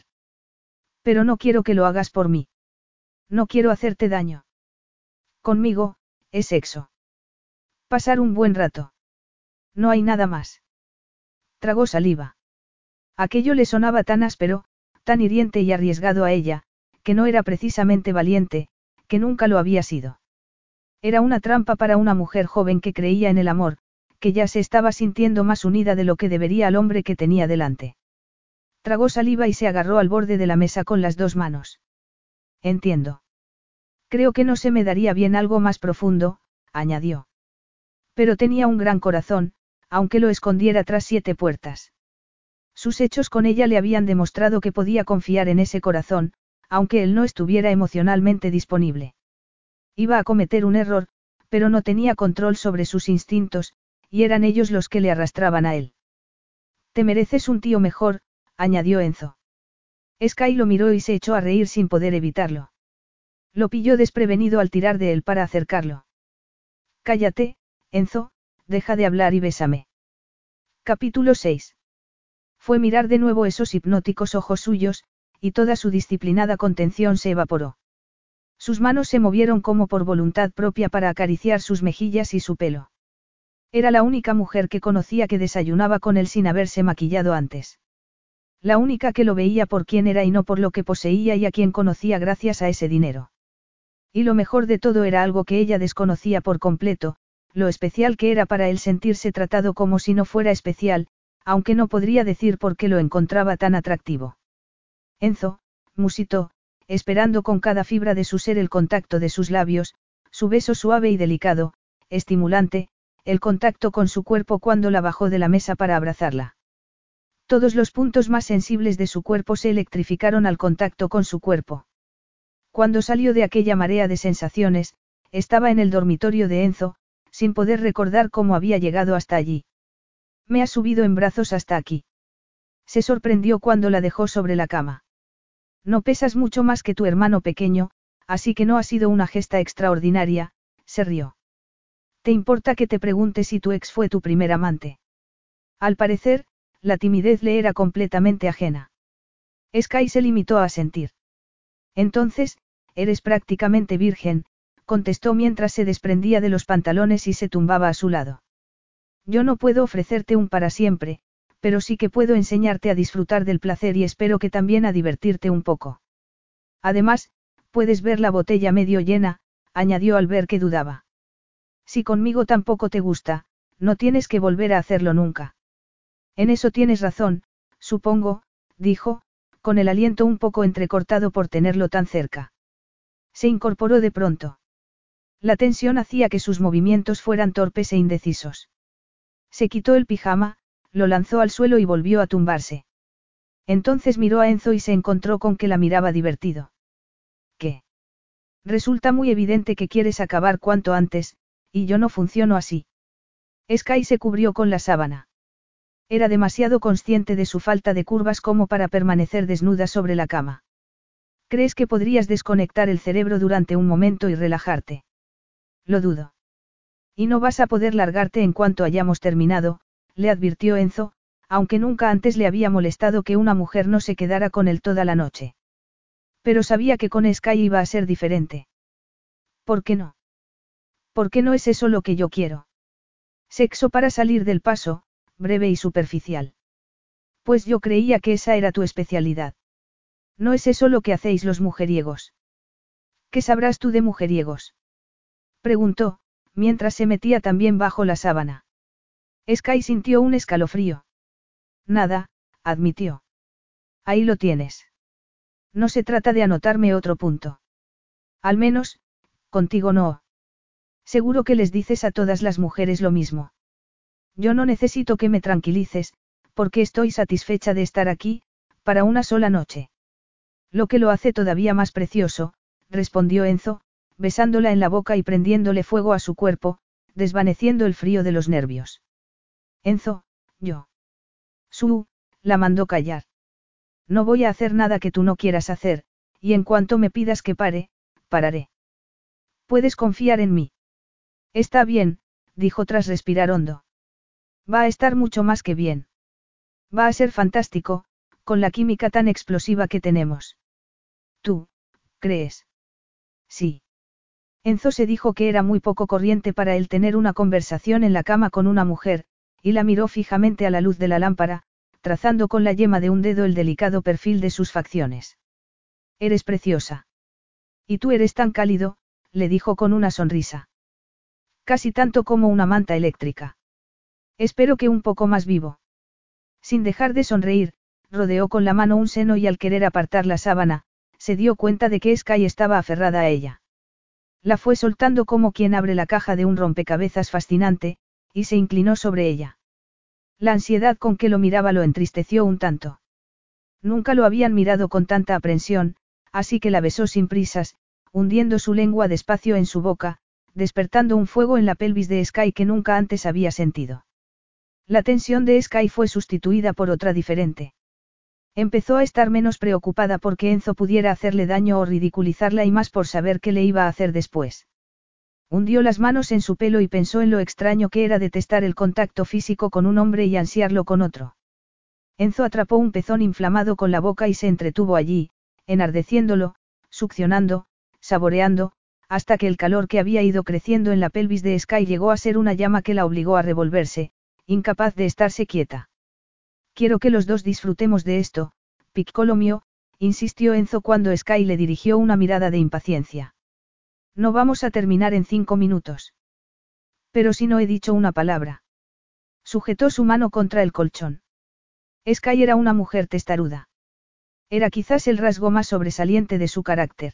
Pero no quiero que lo hagas por mí. No quiero hacerte daño. Conmigo, es sexo. Pasar un buen rato. No hay nada más. Tragó saliva. Aquello le sonaba tan áspero, tan hiriente y arriesgado a ella, que no era precisamente valiente, que nunca lo había sido. Era una trampa para una mujer joven que creía en el amor, que ya se estaba sintiendo más unida de lo que debería al hombre que tenía delante. Tragó saliva y se agarró al borde de la mesa con las dos manos. Entiendo. Creo que no se me daría bien algo más profundo, añadió. Pero tenía un gran corazón, aunque lo escondiera tras 7 puertas. Sus hechos con ella le habían demostrado que podía confiar en ese corazón, aunque él no estuviera emocionalmente disponible. Iba a cometer un error, pero no tenía control sobre sus instintos, y eran ellos los que le arrastraban a él. Te mereces un tío mejor, añadió Enzo. Sky lo miró y se echó a reír sin poder evitarlo. Lo pilló desprevenido al tirar de él para acercarlo. Cállate, Enzo, deja de hablar y bésame. Capítulo 6. Fue mirar de nuevo esos hipnóticos ojos suyos, y toda su disciplinada contención se evaporó. Sus manos se movieron como por voluntad propia para acariciar sus mejillas y su pelo. Era la única mujer que conocía que desayunaba con él sin haberse maquillado antes. La única que lo veía por quien era y no por lo que poseía y a quien conocía gracias a ese dinero. Y lo mejor de todo era algo que ella desconocía por completo, lo especial que era para él sentirse tratado como si no fuera especial, aunque no podría decir por qué lo encontraba tan atractivo. Enzo, musitó, esperando con cada fibra de su ser el contacto de sus labios, su beso suave y delicado, estimulante, el contacto con su cuerpo cuando la bajó de la mesa para abrazarla. Todos los puntos más sensibles de su cuerpo se electrificaron al contacto con su cuerpo. Cuando salió de aquella marea de sensaciones, estaba en el dormitorio de Enzo, sin poder recordar cómo había llegado hasta allí. Me ha subido en brazos hasta aquí. Se sorprendió cuando la dejó sobre la cama. No pesas mucho más que tu hermano pequeño, así que no ha sido una gesta extraordinaria, se rió. ¿Te importa que te pregunte si tu ex fue tu primer amante? Al parecer, la timidez le era completamente ajena. Sky se limitó a asentir. Entonces, eres prácticamente virgen, contestó mientras se desprendía de los pantalones y se tumbaba a su lado. Yo no puedo ofrecerte un para siempre, pero sí que puedo enseñarte a disfrutar del placer y espero que también a divertirte un poco. Además, puedes ver la botella medio llena, añadió al ver que dudaba. Si conmigo tampoco te gusta, no tienes que volver a hacerlo nunca. En eso tienes razón, supongo, dijo, con el aliento un poco entrecortado por tenerlo tan cerca. Se incorporó de pronto. La tensión hacía que sus movimientos fueran torpes e indecisos. Se quitó el pijama, lo lanzó al suelo y volvió a tumbarse. Entonces miró a Enzo y se encontró con que la miraba divertido. ¿Qué? Resulta muy evidente que quieres acabar cuanto antes, y yo no funciono así. Sky se cubrió con la sábana. Era demasiado consciente de su falta de curvas como para permanecer desnuda sobre la cama. ¿Crees que podrías desconectar el cerebro durante un momento y relajarte? Lo dudo. Y no vas a poder largarte en cuanto hayamos terminado, le advirtió Enzo, aunque nunca antes le había molestado que una mujer no se quedara con él toda la noche. Pero sabía que con Sky iba a ser diferente. ¿Por qué no? ¿Por qué no es eso lo que yo quiero? Sexo para salir del paso, breve y superficial. Pues yo creía que esa era tu especialidad. ¿No es eso lo que hacéis los mujeriegos? ¿Qué sabrás tú de mujeriegos? Preguntó, mientras se metía también bajo la sábana. Sky sintió un escalofrío. Nada, admitió. Ahí lo tienes. No se trata de anotarme otro punto. Al menos, contigo no. Seguro que les dices a todas las mujeres lo mismo. Yo no necesito que me tranquilices, porque estoy satisfecha de estar aquí, para una sola noche. Lo que lo hace todavía más precioso, respondió Enzo, besándola en la boca y prendiéndole fuego a su cuerpo, desvaneciendo el frío de los nervios. Enzo, yo. La mandó callar. No voy a hacer nada que tú no quieras hacer, y en cuanto me pidas que pare, pararé. Puedes confiar en mí. Está bien, dijo tras respirar hondo. Va a estar mucho más que bien. Va a ser fantástico, con la química tan explosiva que tenemos. ¿Tú, crees? Sí. Enzo se dijo que era muy poco corriente para él tener una conversación en la cama con una mujer, y la miró fijamente a la luz de la lámpara, trazando con la yema de un dedo el delicado perfil de sus facciones. Eres preciosa. Y tú eres tan cálido, le dijo con una sonrisa. Casi tanto como una manta eléctrica. Espero que un poco más vivo. Sin dejar de sonreír, rodeó con la mano un seno y al querer apartar la sábana, se dio cuenta de que Sky estaba aferrada a ella. La fue soltando como quien abre la caja de un rompecabezas fascinante, y se inclinó sobre ella. La ansiedad con que lo miraba lo entristeció un tanto. Nunca lo habían mirado con tanta aprensión, así que la besó sin prisas, hundiendo su lengua despacio en su boca, despertando un fuego en la pelvis de Sky que nunca antes había sentido. La tensión de Sky fue sustituida por otra diferente. Empezó a estar menos preocupada porque Enzo pudiera hacerle daño o ridiculizarla y más por saber qué le iba a hacer después. Hundió las manos en su pelo y pensó en lo extraño que era detestar el contacto físico con un hombre y ansiarlo con otro. Enzo atrapó un pezón inflamado con la boca y se entretuvo allí, enardeciéndolo, succionando, saboreando, hasta que el calor que había ido creciendo en la pelvis de Sky llegó a ser una llama que la obligó a revolverse, incapaz de estarse quieta. Quiero que los dos disfrutemos de esto, piccolo mio, insistió Enzo cuando Sky le dirigió una mirada de impaciencia. No vamos a terminar en 5 minutos. Pero si no he dicho una palabra. Sujetó su mano contra el colchón. Sky era una mujer testaruda. Era quizás el rasgo más sobresaliente de su carácter.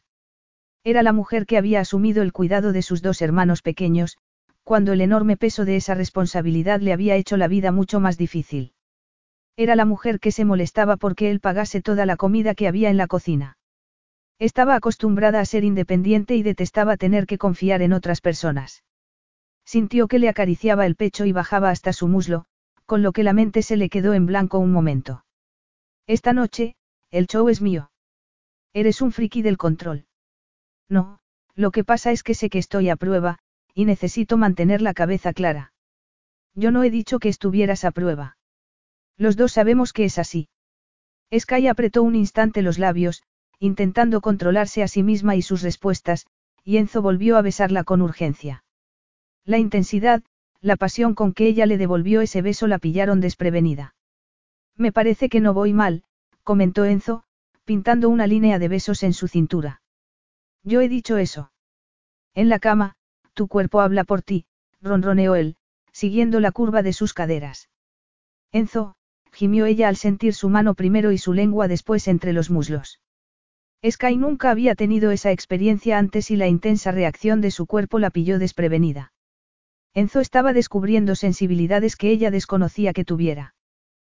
Era la mujer que había asumido el cuidado de sus 2 hermanos pequeños, cuando el enorme peso de esa responsabilidad le había hecho la vida mucho más difícil. Era la mujer que se molestaba porque él pagase toda la comida que había en la cocina. Estaba acostumbrada a ser independiente y detestaba tener que confiar en otras personas. Sintió que le acariciaba el pecho y bajaba hasta su muslo, con lo que la mente se le quedó en blanco un momento. Esta noche, el show es mío. Eres un friki del control. No, lo que pasa es que sé que estoy a prueba, y necesito mantener la cabeza clara. Yo no he dicho que estuvieras a prueba. Los dos sabemos que es así. Sky apretó un instante los labios, intentando controlarse a sí misma y sus respuestas, y Enzo volvió a besarla con urgencia. La intensidad, la pasión con que ella le devolvió ese beso la pillaron desprevenida. Me parece que no voy mal, comentó Enzo, pintando una línea de besos en su cintura. Yo he dicho eso. En la cama, tu cuerpo habla por ti, ronroneó él, siguiendo la curva de sus caderas. Enzo, gimió ella al sentir su mano primero y su lengua después entre los muslos. Sky nunca había tenido esa experiencia antes y la intensa reacción de su cuerpo la pilló desprevenida. Enzo estaba descubriendo sensibilidades que ella desconocía que tuviera.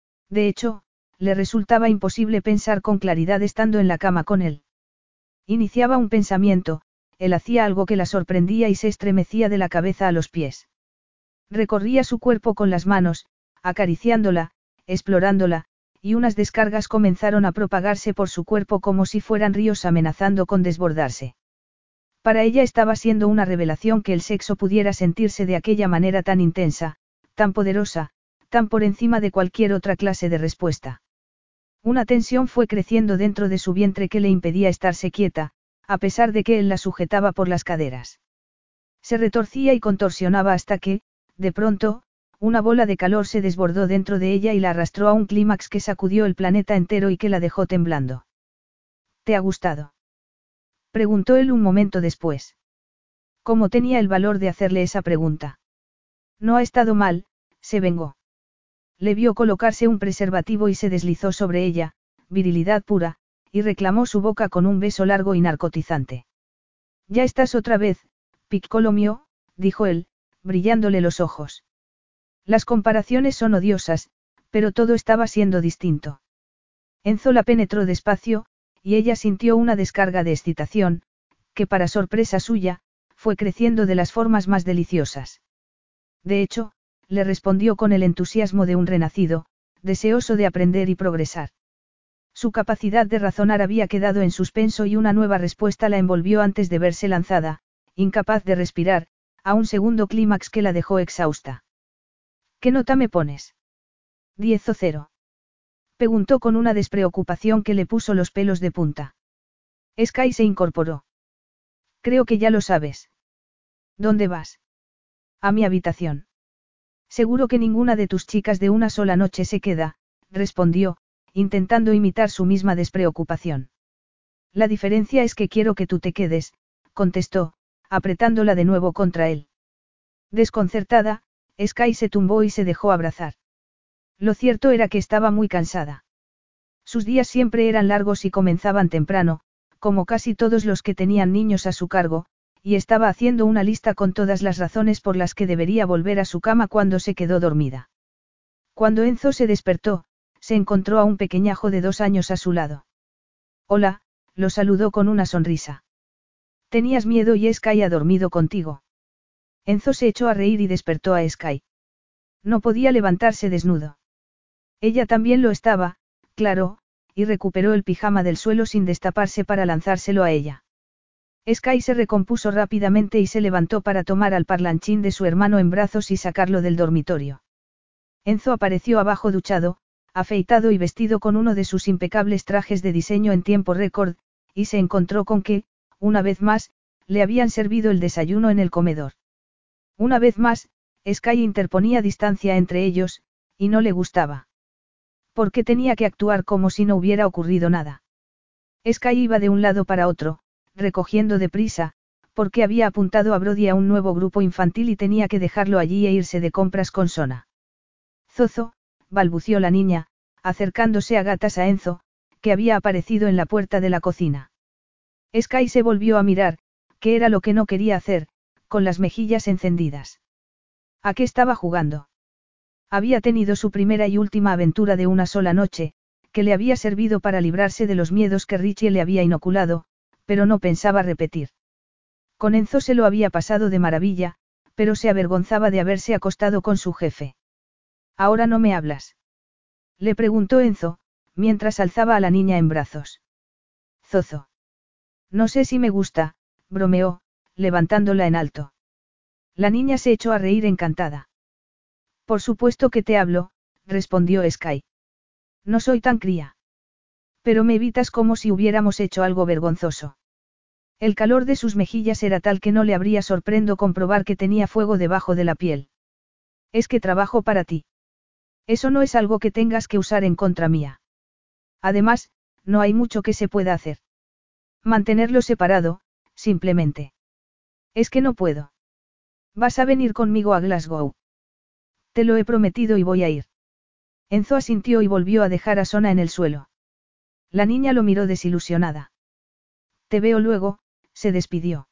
De hecho, le resultaba imposible pensar con claridad estando en la cama con él. Iniciaba un pensamiento, él hacía algo que la sorprendía y se estremecía de la cabeza a los pies. Recorría su cuerpo con las manos, acariciándola, explorándola, y unas descargas comenzaron a propagarse por su cuerpo como si fueran ríos amenazando con desbordarse. Para ella estaba siendo una revelación que el sexo pudiera sentirse de aquella manera tan intensa, tan poderosa, tan por encima de cualquier otra clase de respuesta. Una tensión fue creciendo dentro de su vientre que le impedía estarse quieta, a pesar de que él la sujetaba por las caderas. Se retorcía y contorsionaba hasta que, de pronto, una bola de calor se desbordó dentro de ella y la arrastró a un clímax que sacudió el planeta entero y que la dejó temblando. ¿Te ha gustado?, preguntó él un momento después. ¿Cómo tenía el valor de hacerle esa pregunta? No ha estado mal, se vengó. Le vio colocarse un preservativo y se deslizó sobre ella, virilidad pura, y reclamó su boca con un beso largo y narcotizante. Ya estás otra vez, piccolo mio, dijo él, brillándole los ojos. Las comparaciones son odiosas, pero todo estaba siendo distinto. Enzo la penetró despacio, y ella sintió una descarga de excitación, que para sorpresa suya, fue creciendo de las formas más deliciosas. De hecho, le respondió con el entusiasmo de un renacido, deseoso de aprender y progresar. Su capacidad de razonar había quedado en suspenso y una nueva respuesta la envolvió antes de verse lanzada, incapaz de respirar, a un segundo clímax que la dejó exhausta. ¿Qué nota me pones? 10 o 0. Preguntó con una despreocupación que le puso los pelos de punta. Sky se incorporó. Creo que ya lo sabes. ¿Dónde vas? A mi habitación. Seguro que ninguna de tus chicas de una sola noche se queda, respondió, intentando imitar su misma despreocupación. La diferencia es que quiero que tú te quedes, contestó, apretándola de nuevo contra él. Desconcertada, Sky se tumbó y se dejó abrazar. Lo cierto era que estaba muy cansada. Sus días siempre eran largos y comenzaban temprano, como casi todos los que tenían niños a su cargo, y estaba haciendo una lista con todas las razones por las que debería volver a su cama cuando se quedó dormida. Cuando Enzo se despertó, se encontró a un pequeñajo de 2 años a su lado. Hola, lo saludó con una sonrisa. Tenías miedo y Sky ha dormido contigo. Enzo se echó a reír y despertó a Sky. No podía levantarse desnudo. Ella también lo estaba, claro, y recuperó el pijama del suelo sin destaparse para lanzárselo a ella. Sky se recompuso rápidamente y se levantó para tomar al parlanchín de su hermano en brazos y sacarlo del dormitorio. Enzo apareció abajo duchado, afeitado y vestido con uno de sus impecables trajes de diseño en tiempo récord, y se encontró con que, una vez más, le habían servido el desayuno en el comedor. Una vez más, Sky interponía distancia entre ellos, y no le gustaba. ¿Por qué tenía que actuar como si no hubiera ocurrido nada? Sky iba de un lado para otro, recogiendo deprisa, porque había apuntado a Brody a un nuevo grupo infantil y tenía que dejarlo allí e irse de compras con Sona. Zozo, balbució la niña, acercándose a gatas a Enzo, que había aparecido en la puerta de la cocina. Sky se volvió a mirar, que era lo que no quería hacer, con las mejillas encendidas. ¿A qué estaba jugando? Había tenido su primera y última aventura de una sola noche, que le había servido para librarse de los miedos que Richie le había inoculado, pero no pensaba repetir. Con Enzo se lo había pasado de maravilla, pero se avergonzaba de haberse acostado con su jefe. ¿Ahora no me hablas?, le preguntó Enzo, mientras alzaba a la niña en brazos. Zozo. No sé si me gusta, bromeó, levantándola en alto. La niña se echó a reír encantada. Por supuesto que te hablo, respondió Sky. No soy tan cría. Pero me evitas como si hubiéramos hecho algo vergonzoso. El calor de sus mejillas era tal que no le habría sorprendido comprobar que tenía fuego debajo de la piel. Es que trabajo para ti. Eso no es algo que tengas que usar en contra mía. Además, no hay mucho que se pueda hacer. Mantenerlo separado, simplemente. Es que no puedo. Vas a venir conmigo a Glasgow. Te lo he prometido y voy a ir. Enzo asintió y volvió a dejar a Sona en el suelo. La niña lo miró desilusionada. Te veo luego, se despidió.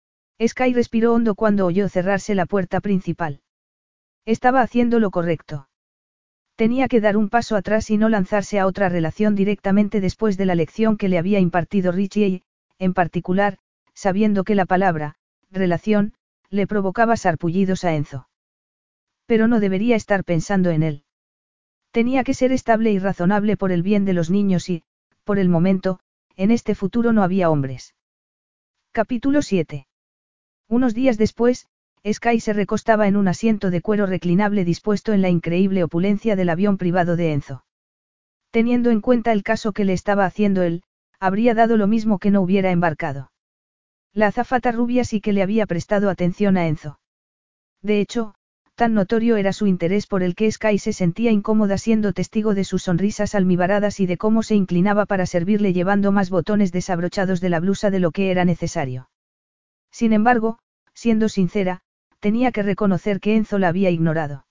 Sky respiró hondo cuando oyó cerrarse la puerta principal. Estaba haciendo lo correcto. Tenía que dar un paso atrás y no lanzarse a otra relación directamente después de la lección que le había impartido Richie y, en particular, sabiendo que la palabra, relación, le provocaba sarpullidos a Enzo. Pero no debería estar pensando en él. Tenía que ser estable y razonable por el bien de los niños y, por el momento, en este futuro no había hombres. Capítulo 7. Unos días después, Sky se recostaba en un asiento de cuero reclinable dispuesto en la increíble opulencia del avión privado de Enzo. Teniendo en cuenta el caso que le estaba haciendo él, habría dado lo mismo que no hubiera embarcado. La azafata rubia sí que le había prestado atención a Enzo. De hecho, tan notorio era su interés por el que Sky se sentía incómoda siendo testigo de sus sonrisas almibaradas y de cómo se inclinaba para servirle llevando más botones desabrochados de la blusa de lo que era necesario. Sin embargo, siendo sincera, tenía que reconocer que Enzo la había ignorado.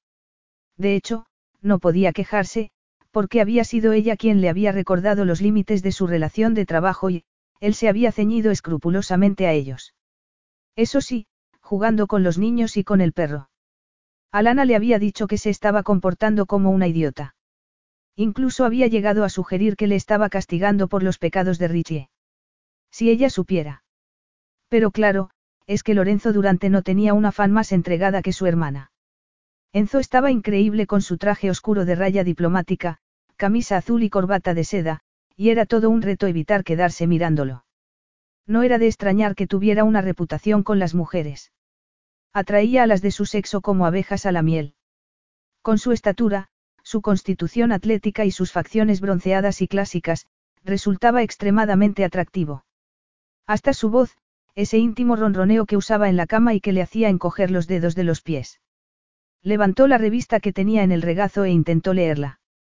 De hecho, no podía quejarse, porque había sido ella quien le había recordado los límites de su relación de trabajo y, él se había ceñido escrupulosamente a ellos. Eso sí, jugando con los niños y con el perro. Alana le había dicho que se estaba comportando como una idiota. Incluso había llegado a sugerir que le estaba castigando por los pecados de Richie. Si ella supiera. Pero claro, es que Lorenzo Durante no tenía una fan más entregada que su hermana. Enzo estaba increíble con su traje oscuro de raya diplomática, camisa azul y corbata de seda, y era todo un reto evitar quedarse mirándolo. No era de extrañar que tuviera una reputación con las mujeres. Atraía a las de su sexo como abejas a la miel. Con su estatura, su constitución atlética y sus facciones bronceadas y clásicas, resultaba extremadamente atractivo. Hasta su voz, ese íntimo ronroneo que usaba en la cama y que le hacía encoger los dedos de los pies. Levantó la revista que tenía en el regazo e intentó leerla.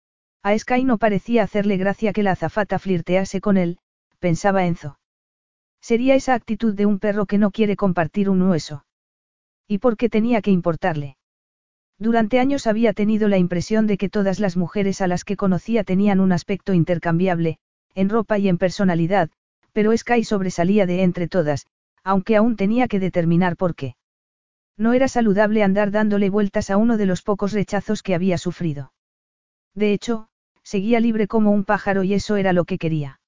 A Sky no parecía hacerle gracia que la azafata flirtease con él, pensaba Enzo. Sería esa actitud de un perro que no quiere compartir un hueso. ¿Y por qué tenía que importarle? Durante años había tenido la impresión de que todas las mujeres a las que conocía tenían un aspecto intercambiable, en ropa y en personalidad, pero Sky sobresalía de entre todas, aunque aún tenía que determinar por qué. No era saludable andar dándole vueltas a uno de los pocos rechazos que había sufrido. De hecho, seguía libre como un pájaro y eso era lo que quería.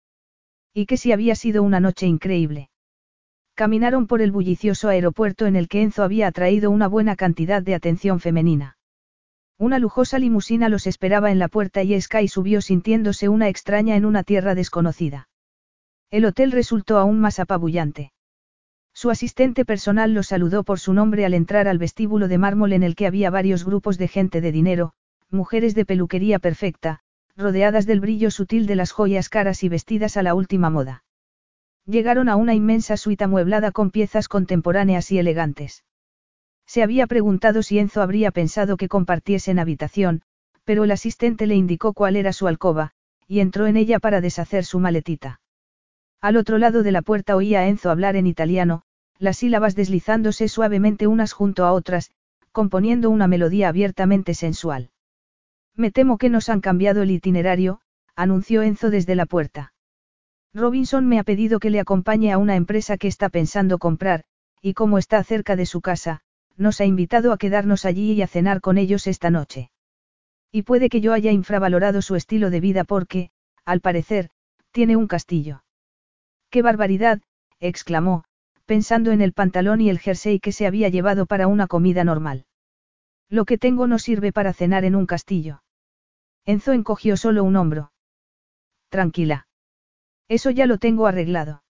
Y que si había sido una noche increíble. Caminaron por el bullicioso aeropuerto en el que Enzo había atraído una buena cantidad de atención femenina. Una lujosa limusina los esperaba en la puerta y Sky subió sintiéndose una extraña en una tierra desconocida. El hotel resultó aún más apabullante. Su asistente personal los saludó por su nombre al entrar al vestíbulo de mármol en el que había varios grupos de gente de dinero, mujeres de peluquería perfecta, rodeadas del brillo sutil de las joyas caras y vestidas a la última moda. Llegaron a una inmensa suite amueblada con piezas contemporáneas y elegantes. Se había preguntado si Enzo habría pensado que compartiesen habitación, pero el asistente le indicó cuál era su alcoba, y entró en ella para deshacer su maletita. Al otro lado de la puerta oía a Enzo hablar en italiano, las sílabas deslizándose suavemente unas junto a otras, componiendo una melodía abiertamente sensual. Me temo que nos han cambiado el itinerario, anunció Enzo desde la puerta. Robinson me ha pedido que le acompañe a una empresa que está pensando comprar, y como está cerca de su casa, nos ha invitado a quedarnos allí y a cenar con ellos esta noche. Y puede que yo haya infravalorado su estilo de vida porque, al parecer, tiene un castillo. ¡Qué barbaridad!, exclamó, pensando en el pantalón y el jersey que se había llevado para una comida normal. Lo que tengo no sirve para cenar en un castillo. Enzo encogió solo un hombro. Tranquila. Eso ya lo tengo arreglado.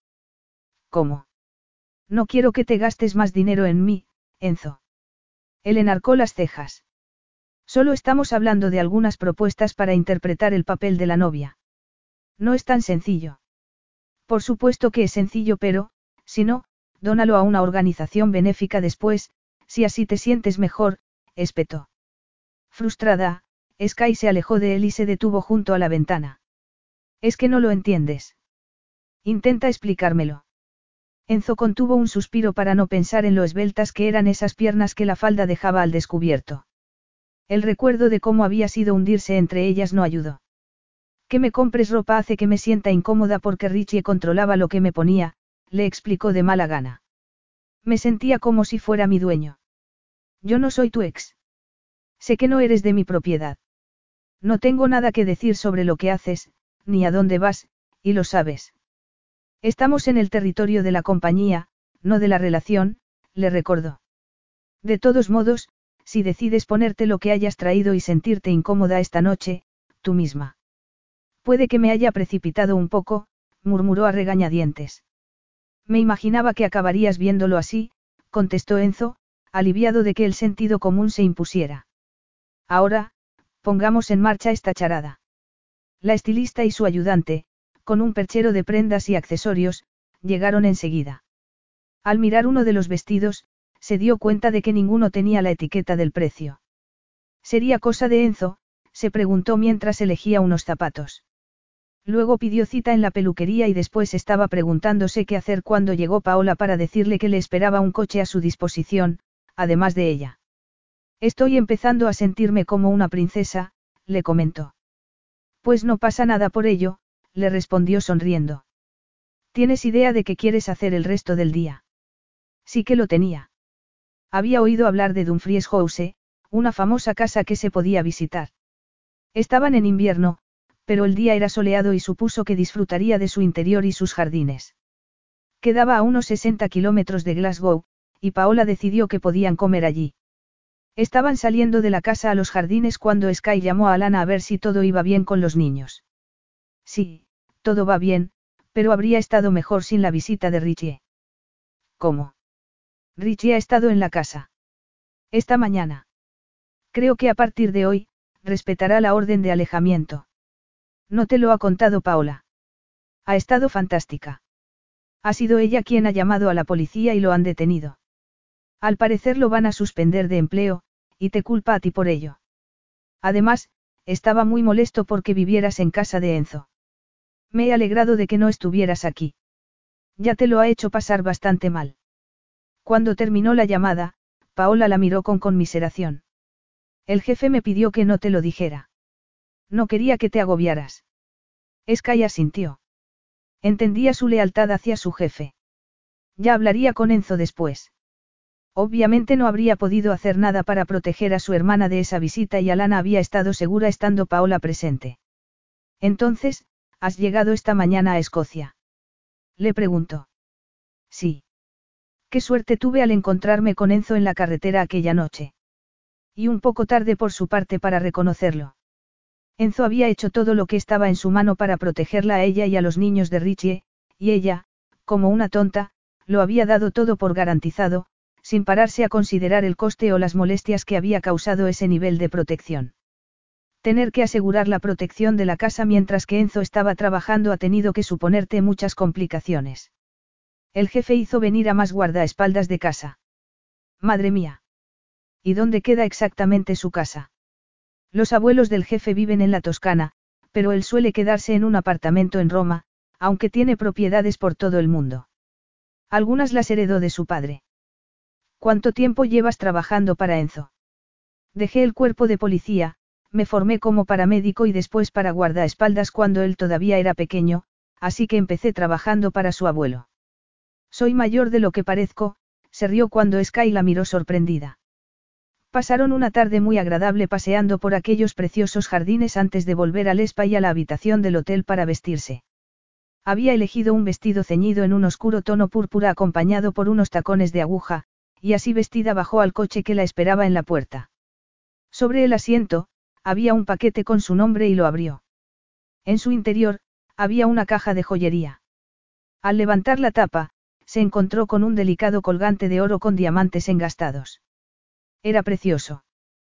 ¿Cómo? No quiero que te gastes más dinero en mí, Enzo. Él enarcó las cejas. Solo estamos hablando de algunas propuestas para interpretar el papel de la novia. No es tan sencillo. Por supuesto que es sencillo, pero, si no, dónalo a una organización benéfica después, si así te sientes mejor, espetó. Frustrada, Sky se alejó de él y se detuvo junto a la ventana. Es que no lo entiendes. Intenta explicármelo. Enzo contuvo un suspiro para no pensar en lo esbeltas que eran esas piernas que la falda dejaba al descubierto. El recuerdo de cómo había sido hundirse entre ellas no ayudó. Que me compres ropa hace que me sienta incómoda porque Richie controlaba lo que me ponía, le explicó de mala gana. Me sentía como si fuera mi dueño. Yo no soy tu ex. Sé que no eres de mi propiedad. No tengo nada que decir sobre lo que haces, ni a dónde vas, y lo sabes. Estamos en el territorio de la compañía, no de la relación, le recordó. De todos modos, si decides ponerte lo que hayas traído y sentirte incómoda esta noche, tú misma. Puede que me haya precipitado un poco, murmuró a regañadientes. Me imaginaba que acabarías viéndolo así, contestó Enzo, aliviado de que el sentido común se impusiera. Ahora, pongamos en marcha esta charada. La estilista y su ayudante, con un perchero de prendas y accesorios, llegaron enseguida. Al mirar uno de los vestidos, se dio cuenta de que ninguno tenía la etiqueta del precio. ¿Sería cosa de Enzo?, se preguntó mientras elegía unos zapatos. Luego pidió cita en la peluquería y después estaba preguntándose qué hacer cuando llegó Paola para decirle que le esperaba un coche a su disposición, además de ella. Estoy empezando a sentirme como una princesa, le comentó. Pues no pasa nada por ello, le respondió sonriendo. ¿Tienes idea de qué quieres hacer el resto del día? Sí que lo tenía. Había oído hablar de Dumfries House, una famosa casa que se podía visitar. Estaban en invierno, pero el día era soleado y supuso que disfrutaría de su interior y sus jardines. Quedaba a unos 60 kilómetros de Glasgow, y Paola decidió que podían comer allí. Estaban saliendo de la casa a los jardines cuando Sky llamó a Alana a ver si todo iba bien con los niños. Sí, todo va bien, pero habría estado mejor sin la visita de Richie. ¿Cómo? Richie ha estado en la casa. Esta mañana. Creo que a partir de hoy, respetará la orden de alejamiento. No te lo ha contado Paola. Ha estado fantástica. Ha sido ella quien ha llamado a la policía y lo han detenido. Al parecer lo van a suspender de empleo, y te culpa a ti por ello. Además, estaba muy molesto porque vivieras en casa de Enzo. Me he alegrado de que no estuvieras aquí. Ya te lo ha hecho pasar bastante mal. Cuando terminó la llamada, Paola la miró con conmiseración. El jefe me pidió que no te lo dijera. No quería que te agobiaras. Sky asintió. Entendía su lealtad hacia su jefe. Ya hablaría con Enzo después. Obviamente no habría podido hacer nada para proteger a su hermana de esa visita y Alana había estado segura estando Paola presente. Entonces, ¿has llegado esta mañana a Escocia? Le preguntó. Sí. Qué suerte tuve al encontrarme con Enzo en la carretera aquella noche. Y un poco tarde por su parte para reconocerlo. Enzo había hecho todo lo que estaba en su mano para protegerla a ella y a los niños de Richie, y ella, como una tonta, lo había dado todo por garantizado, sin pararse a considerar el coste o las molestias que había causado ese nivel de protección. Tener que asegurar la protección de la casa mientras que Enzo estaba trabajando ha tenido que suponerte muchas complicaciones. El jefe hizo venir a más guardaespaldas de casa. Madre mía. ¿Y dónde queda exactamente su casa? Los abuelos del jefe viven en la Toscana, pero él suele quedarse en un apartamento en Roma, aunque tiene propiedades por todo el mundo. Algunas las heredó de su padre. ¿Cuánto tiempo llevas trabajando para Enzo? Dejé el cuerpo de policía, me formé como paramédico y después para guardaespaldas cuando él todavía era pequeño, así que empecé trabajando para su abuelo. Soy mayor de lo que parezco, se rió cuando Sky la miró sorprendida. Pasaron una tarde muy agradable paseando por aquellos preciosos jardines antes de volver al spa y a la habitación del hotel para vestirse. Había elegido un vestido ceñido en un oscuro tono púrpura acompañado por unos tacones de aguja, y así vestida bajó al coche que la esperaba en la puerta. Sobre el asiento, había un paquete con su nombre y lo abrió. En su interior, había una caja de joyería. Al levantar la tapa, se encontró con un delicado colgante de oro con diamantes engastados. Era precioso.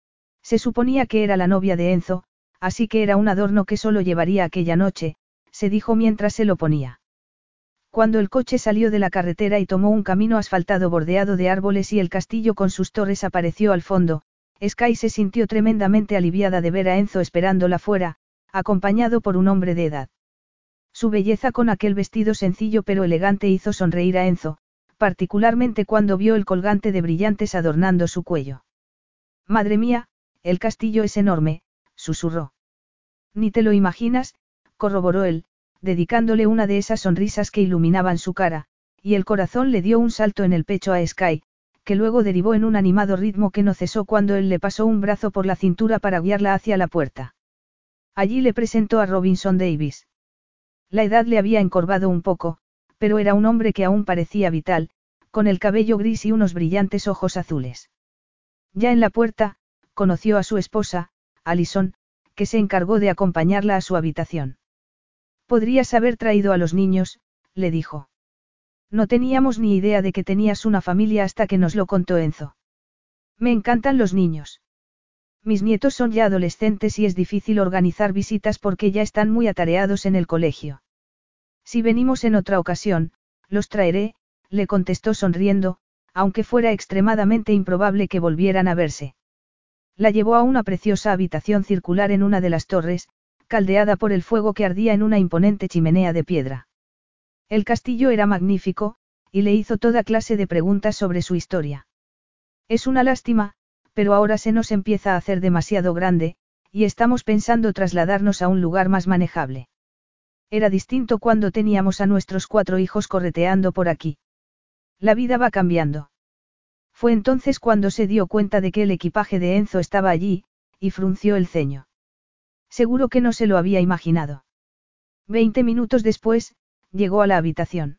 Se suponía que era la novia de Enzo, así que era un adorno que solo llevaría aquella noche, se dijo mientras se lo ponía. Cuando el coche salió de la carretera y tomó un camino asfaltado bordeado de árboles y el castillo con sus torres apareció al fondo, Sky se sintió tremendamente aliviada de ver a Enzo esperándola fuera, acompañado por un hombre de edad. Su belleza con aquel vestido sencillo pero elegante hizo sonreír a Enzo, particularmente cuando vio el colgante de brillantes adornando su cuello. Madre mía, el castillo es enorme, susurró. Ni te lo imaginas, corroboró él, dedicándole una de esas sonrisas que iluminaban su cara, y el corazón le dio un salto en el pecho a Sky, que luego derivó en un animado ritmo que no cesó cuando él le pasó un brazo por la cintura para guiarla hacia la puerta. Allí le presentó a Robinson Davis. La edad le había encorvado un poco, pero era un hombre que aún parecía vital, con el cabello gris y unos brillantes ojos azules. Ya en la puerta, conoció a su esposa, Alison, que se encargó de acompañarla a su habitación. Podrías haber traído a los niños, le dijo. No teníamos ni idea de que tenías una familia hasta que nos lo contó Enzo. Me encantan los niños. Mis nietos son ya adolescentes y es difícil organizar visitas porque ya están muy atareados en el colegio. Si venimos en otra ocasión, los traeré, le contestó sonriendo, aunque fuera extremadamente improbable que volvieran a verse. La llevó a una preciosa habitación circular en una de las torres, caldeada por el fuego que ardía en una imponente chimenea de piedra. El castillo era magnífico, y le hizo toda clase de preguntas sobre su historia. Es una lástima, pero ahora se nos empieza a hacer demasiado grande, y estamos pensando trasladarnos a un lugar más manejable. Era distinto cuando teníamos a nuestros 4 hijos correteando por aquí. La vida va cambiando. Fue entonces cuando se dio cuenta de que el equipaje de Enzo estaba allí, y frunció el ceño. Seguro que no se lo había imaginado. 20 minutos después, llegó a la habitación.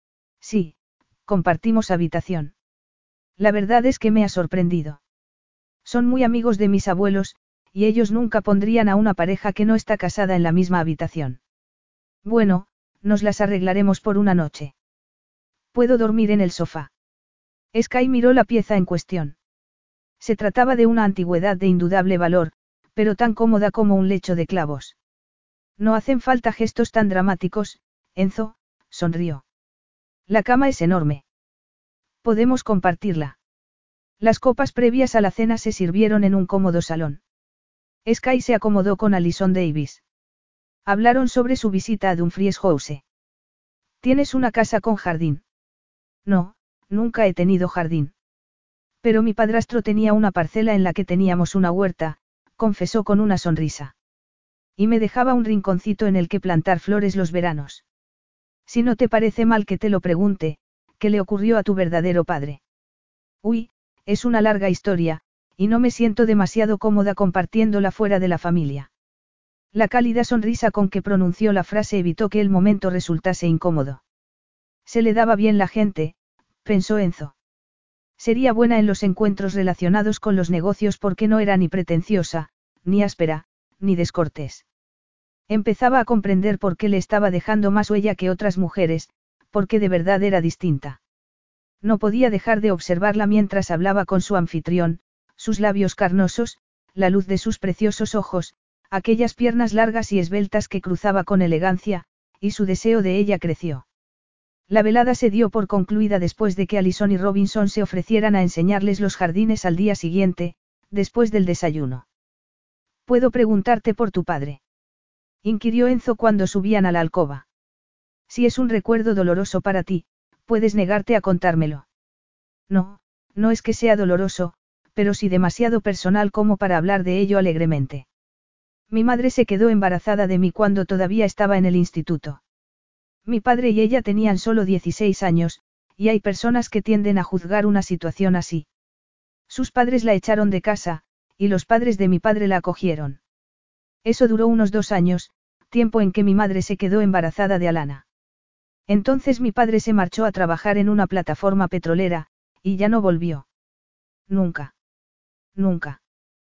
Sí, compartimos habitación. La verdad es que me ha sorprendido. Son muy amigos de mis abuelos, y ellos nunca pondrían a una pareja que no está casada en la misma habitación. Bueno, nos las arreglaremos por una noche. ¿Puedo dormir en el sofá? Sky miró la pieza en cuestión. Se trataba de una antigüedad de indudable valor, pero tan cómoda como un lecho de clavos. No hacen falta gestos tan dramáticos, Enzo, sonrió. La cama es enorme. Podemos compartirla. Las copas previas a la cena se sirvieron en un cómodo salón. Sky se acomodó con Alison Davis. Hablaron sobre su visita a Dumfries House. ¿Tienes una casa con jardín? No, nunca he tenido jardín. Pero mi padrastro tenía una parcela en la que teníamos una huerta, confesó con una sonrisa. Y me dejaba un rinconcito en el que plantar flores los veranos. Si no te parece mal que te lo pregunte, ¿qué le ocurrió a tu verdadero padre? Uy, es una larga historia, y no me siento demasiado cómoda compartiéndola fuera de la familia. La cálida sonrisa con que pronunció la frase evitó que el momento resultase incómodo. Se le daba bien la gente, pensó Enzo. Sería buena en los encuentros relacionados con los negocios porque no era ni pretenciosa, ni áspera, ni descortés. Empezaba a comprender por qué le estaba dejando más huella que otras mujeres, porque de verdad era distinta. No podía dejar de observarla mientras hablaba con su anfitrión, sus labios carnosos, la luz de sus preciosos ojos, aquellas piernas largas y esbeltas que cruzaba con elegancia, y su deseo de ella creció. La velada se dio por concluida después de que Allison y Robinson se ofrecieran a enseñarles los jardines al día siguiente, después del desayuno. ¿Puedo preguntarte por tu padre?, inquirió Enzo cuando subían a la alcoba. Si es un recuerdo doloroso para ti, puedes negarte a contármelo. No, no es que sea doloroso, pero sí demasiado personal como para hablar de ello alegremente. Mi madre se quedó embarazada de mí cuando todavía estaba en el instituto. Mi padre y ella tenían solo 16 años, y hay personas que tienden a juzgar una situación así. Sus padres la echaron de casa, y los padres de mi padre la acogieron. Eso duró unos 2 años, tiempo en que mi madre se quedó embarazada de Alana. Entonces mi padre se marchó a trabajar en una plataforma petrolera, y ya no volvió. Nunca. Nunca.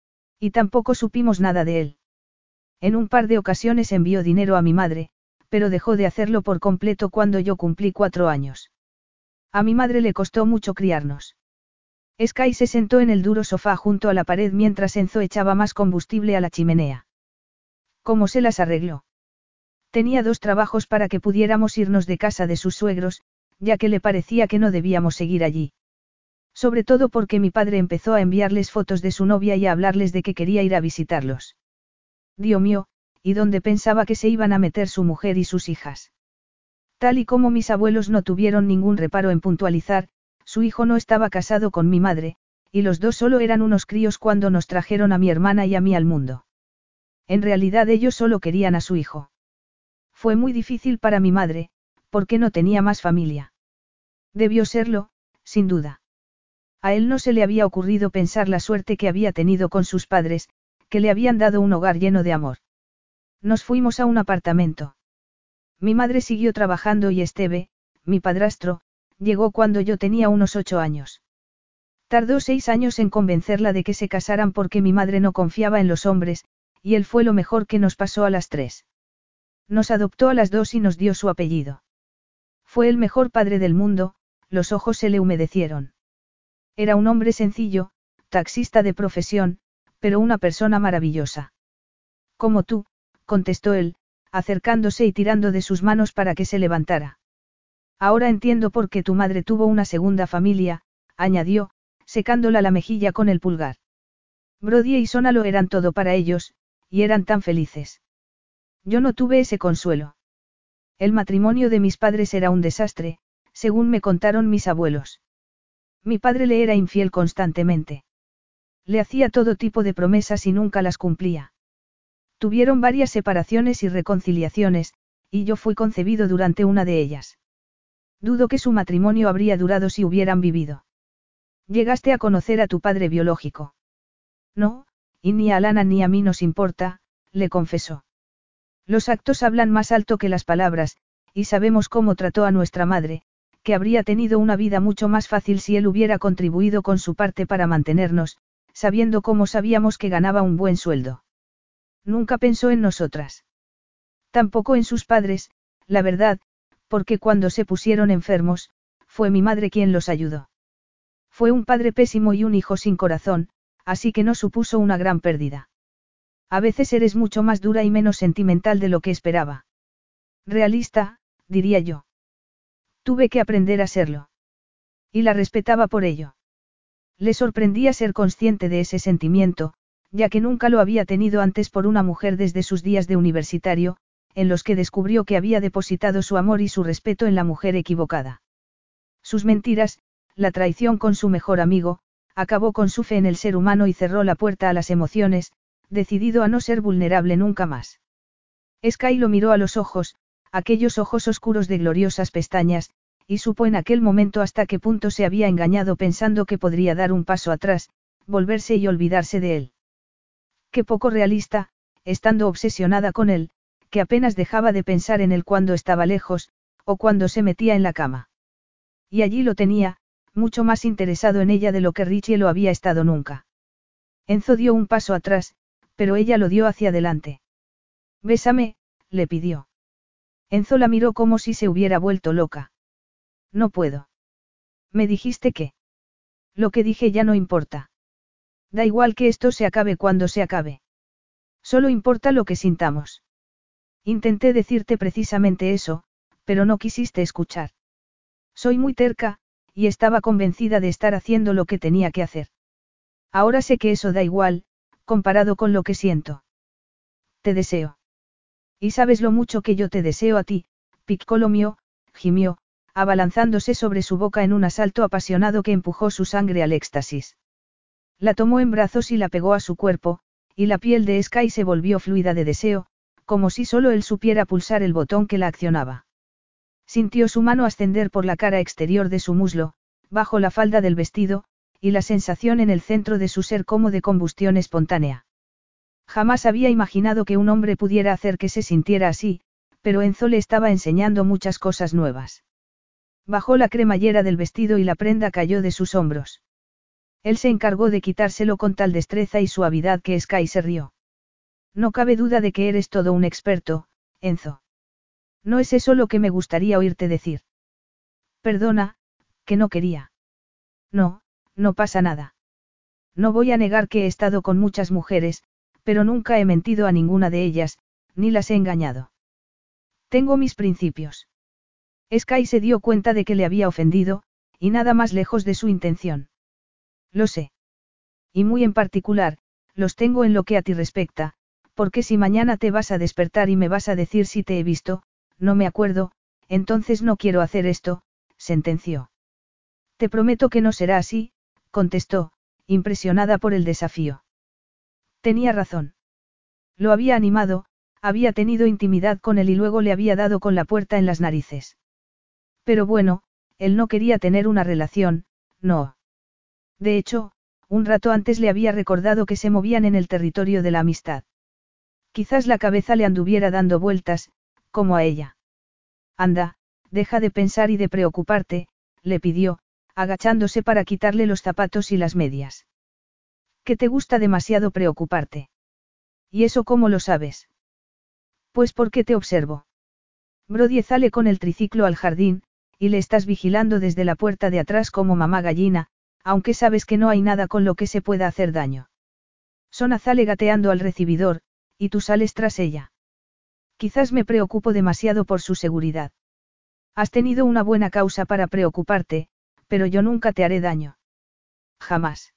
Y tampoco supimos nada de él. En un par de ocasiones envió dinero a mi madre, pero dejó de hacerlo por completo cuando yo cumplí 4 años. A mi madre le costó mucho criarnos. Sky se sentó en el duro sofá junto a la pared mientras Enzo echaba más combustible a la chimenea. ¿Cómo se las arregló? Tenía 2 trabajos para que pudiéramos irnos de casa de sus suegros, ya que le parecía que no debíamos seguir allí. Sobre todo porque mi padre empezó a enviarles fotos de su novia y a hablarles de que quería ir a visitarlos. Dios mío, ¿y dónde pensaba que se iban a meter su mujer y sus hijas? Tal y como mis abuelos no tuvieron ningún reparo en puntualizar, su hijo no estaba casado con mi madre, y los 2 solo eran unos críos cuando nos trajeron a mi hermana y a mí al mundo. En realidad ellos solo querían a su hijo. Fue muy difícil para mi madre, porque no tenía más familia. Debió serlo, sin duda. A él no se le había ocurrido pensar la suerte que había tenido con sus padres, que le habían dado un hogar lleno de amor. Nos fuimos a un apartamento. Mi madre siguió trabajando y Esteve, mi padrastro, llegó cuando yo tenía unos 8 años. Tardó 6 años en convencerla de que se casaran porque mi madre no confiaba en los hombres, y él fue lo mejor que nos pasó a las 3. Nos adoptó a las 2 y nos dio su apellido. Fue el mejor padre del mundo, los ojos se le humedecieron. Era un hombre sencillo, taxista de profesión, pero una persona maravillosa. Como tú, contestó él, acercándose y tirando de sus manos para que se levantara. Ahora entiendo por qué tu madre tuvo una segunda familia, añadió, secándola la mejilla con el pulgar. Brody y Sona lo eran todo para ellos, y eran tan felices. Yo no tuve ese consuelo. El matrimonio de mis padres era un desastre, según me contaron mis abuelos. Mi padre le era infiel constantemente. Le hacía todo tipo de promesas y nunca las cumplía. Tuvieron varias separaciones y reconciliaciones, y yo fui concebido durante una de ellas. Dudo que su matrimonio habría durado si hubieran vivido. ¿Llegaste a conocer a tu padre biológico? No, y ni a Alana ni a mí nos importa, le confesó. Los actos hablan más alto que las palabras, y sabemos cómo trató a nuestra madre, que habría tenido una vida mucho más fácil si él hubiera contribuido con su parte para mantenernos, sabiendo cómo sabíamos que ganaba un buen sueldo. Nunca pensó en nosotras. Tampoco en sus padres, la verdad, porque cuando se pusieron enfermos, fue mi madre quien los ayudó. Fue un padre pésimo y un hijo sin corazón, así que no supuso una gran pérdida. A veces eres mucho más dura y menos sentimental de lo que esperaba. Realista, diría yo. Tuve que aprender a serlo. Y la respetaba por ello. Le sorprendía ser consciente de ese sentimiento, ya que nunca lo había tenido antes por una mujer desde sus días de universitario, en los que descubrió que había depositado su amor y su respeto en la mujer equivocada. Sus mentiras, la traición con su mejor amigo, Acabó con su fe en el ser humano y cerró la puerta a las emociones, decidido a no ser vulnerable nunca más. Sky lo miró a los ojos, aquellos ojos oscuros de gloriosas pestañas, y supo en aquel momento hasta qué punto se había engañado pensando que podría dar un paso atrás, volverse y olvidarse de él. Qué poco realista, estando obsesionada con él, que apenas dejaba de pensar en él cuando estaba lejos, o cuando se metía en la cama. Y allí lo tenía, mucho más interesado en ella de lo que Richie lo había estado nunca. Enzo dio un paso atrás, pero ella lo dio hacia adelante. Bésame, le pidió. Enzo la miró como si se hubiera vuelto loca. No puedo. Me dijiste que. Lo que dije ya no importa. Da igual que esto se acabe cuando se acabe. Solo importa lo que sintamos. Intenté decirte precisamente eso, pero no quisiste escuchar. Soy muy terca, y estaba convencida de estar haciendo lo que tenía que hacer. Ahora sé que eso da igual, comparado con lo que siento. Te deseo. Y sabes lo mucho que yo te deseo a ti, Piccolo mío, gimió, abalanzándose sobre su boca en un asalto apasionado que empujó su sangre al éxtasis. La tomó en brazos y la pegó a su cuerpo, y la piel de Sky se volvió fluida de deseo, como si solo él supiera pulsar el botón que la accionaba. Sintió su mano ascender por la cara exterior de su muslo, bajo la falda del vestido, y la sensación en el centro de su ser como de combustión espontánea. Jamás había imaginado que un hombre pudiera hacer que se sintiera así, pero Enzo le estaba enseñando muchas cosas nuevas. Bajó la cremallera del vestido y la prenda cayó de sus hombros. Él se encargó de quitárselo con tal destreza y suavidad que Sky se rió. No cabe duda de que eres todo un experto, Enzo. No es eso lo que me gustaría oírte decir. Perdona, que no quería. No, no pasa nada. No voy a negar que he estado con muchas mujeres, pero nunca he mentido a ninguna de ellas, ni las he engañado. Tengo mis principios. Sky se dio cuenta de que le había ofendido, y nada más lejos de su intención. Lo sé. Y muy en particular, los tengo en lo que a ti respecta, porque si mañana te vas a despertar y me vas a decir si te he visto, no me acuerdo, entonces no quiero hacer esto, sentenció. Te prometo que no será así, contestó, impresionada por el desafío. Tenía razón. Lo había animado, había tenido intimidad con él y luego le había dado con la puerta en las narices. Pero bueno, él no quería tener una relación, no. De hecho, un rato antes le había recordado que se movían en el territorio de la amistad. Quizás la cabeza le anduviera dando vueltas, como a ella. Anda, deja de pensar y de preocuparte, le pidió, agachándose para quitarle los zapatos y las medias. ¿Qué te gusta demasiado preocuparte? ¿Y eso cómo lo sabes? Pues porque te observo. Brody sale con el triciclo al jardín, y le estás vigilando desde la puerta de atrás como mamá gallina, aunque sabes que no hay nada con lo que se pueda hacer daño. Sona sale gateando al recibidor, y tú sales tras ella. Quizás me preocupo demasiado por su seguridad. Has tenido una buena causa para preocuparte, pero yo nunca te haré daño. Jamás.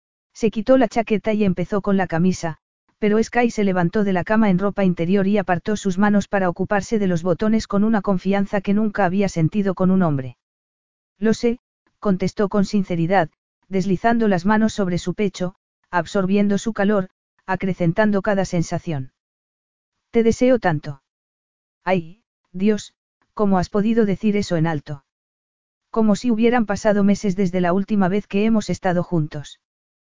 Se quitó la chaqueta y empezó con la camisa, pero Sky se levantó de la cama en ropa interior y apartó sus manos para ocuparse de los botones con una confianza que nunca había sentido con un hombre. Lo sé, contestó con sinceridad, deslizando las manos sobre su pecho, absorbiendo su calor, acrecentando cada sensación. Te deseo tanto. Ay, Dios, ¿cómo has podido decir eso en alto? Como si hubieran pasado meses desde la última vez que hemos estado juntos.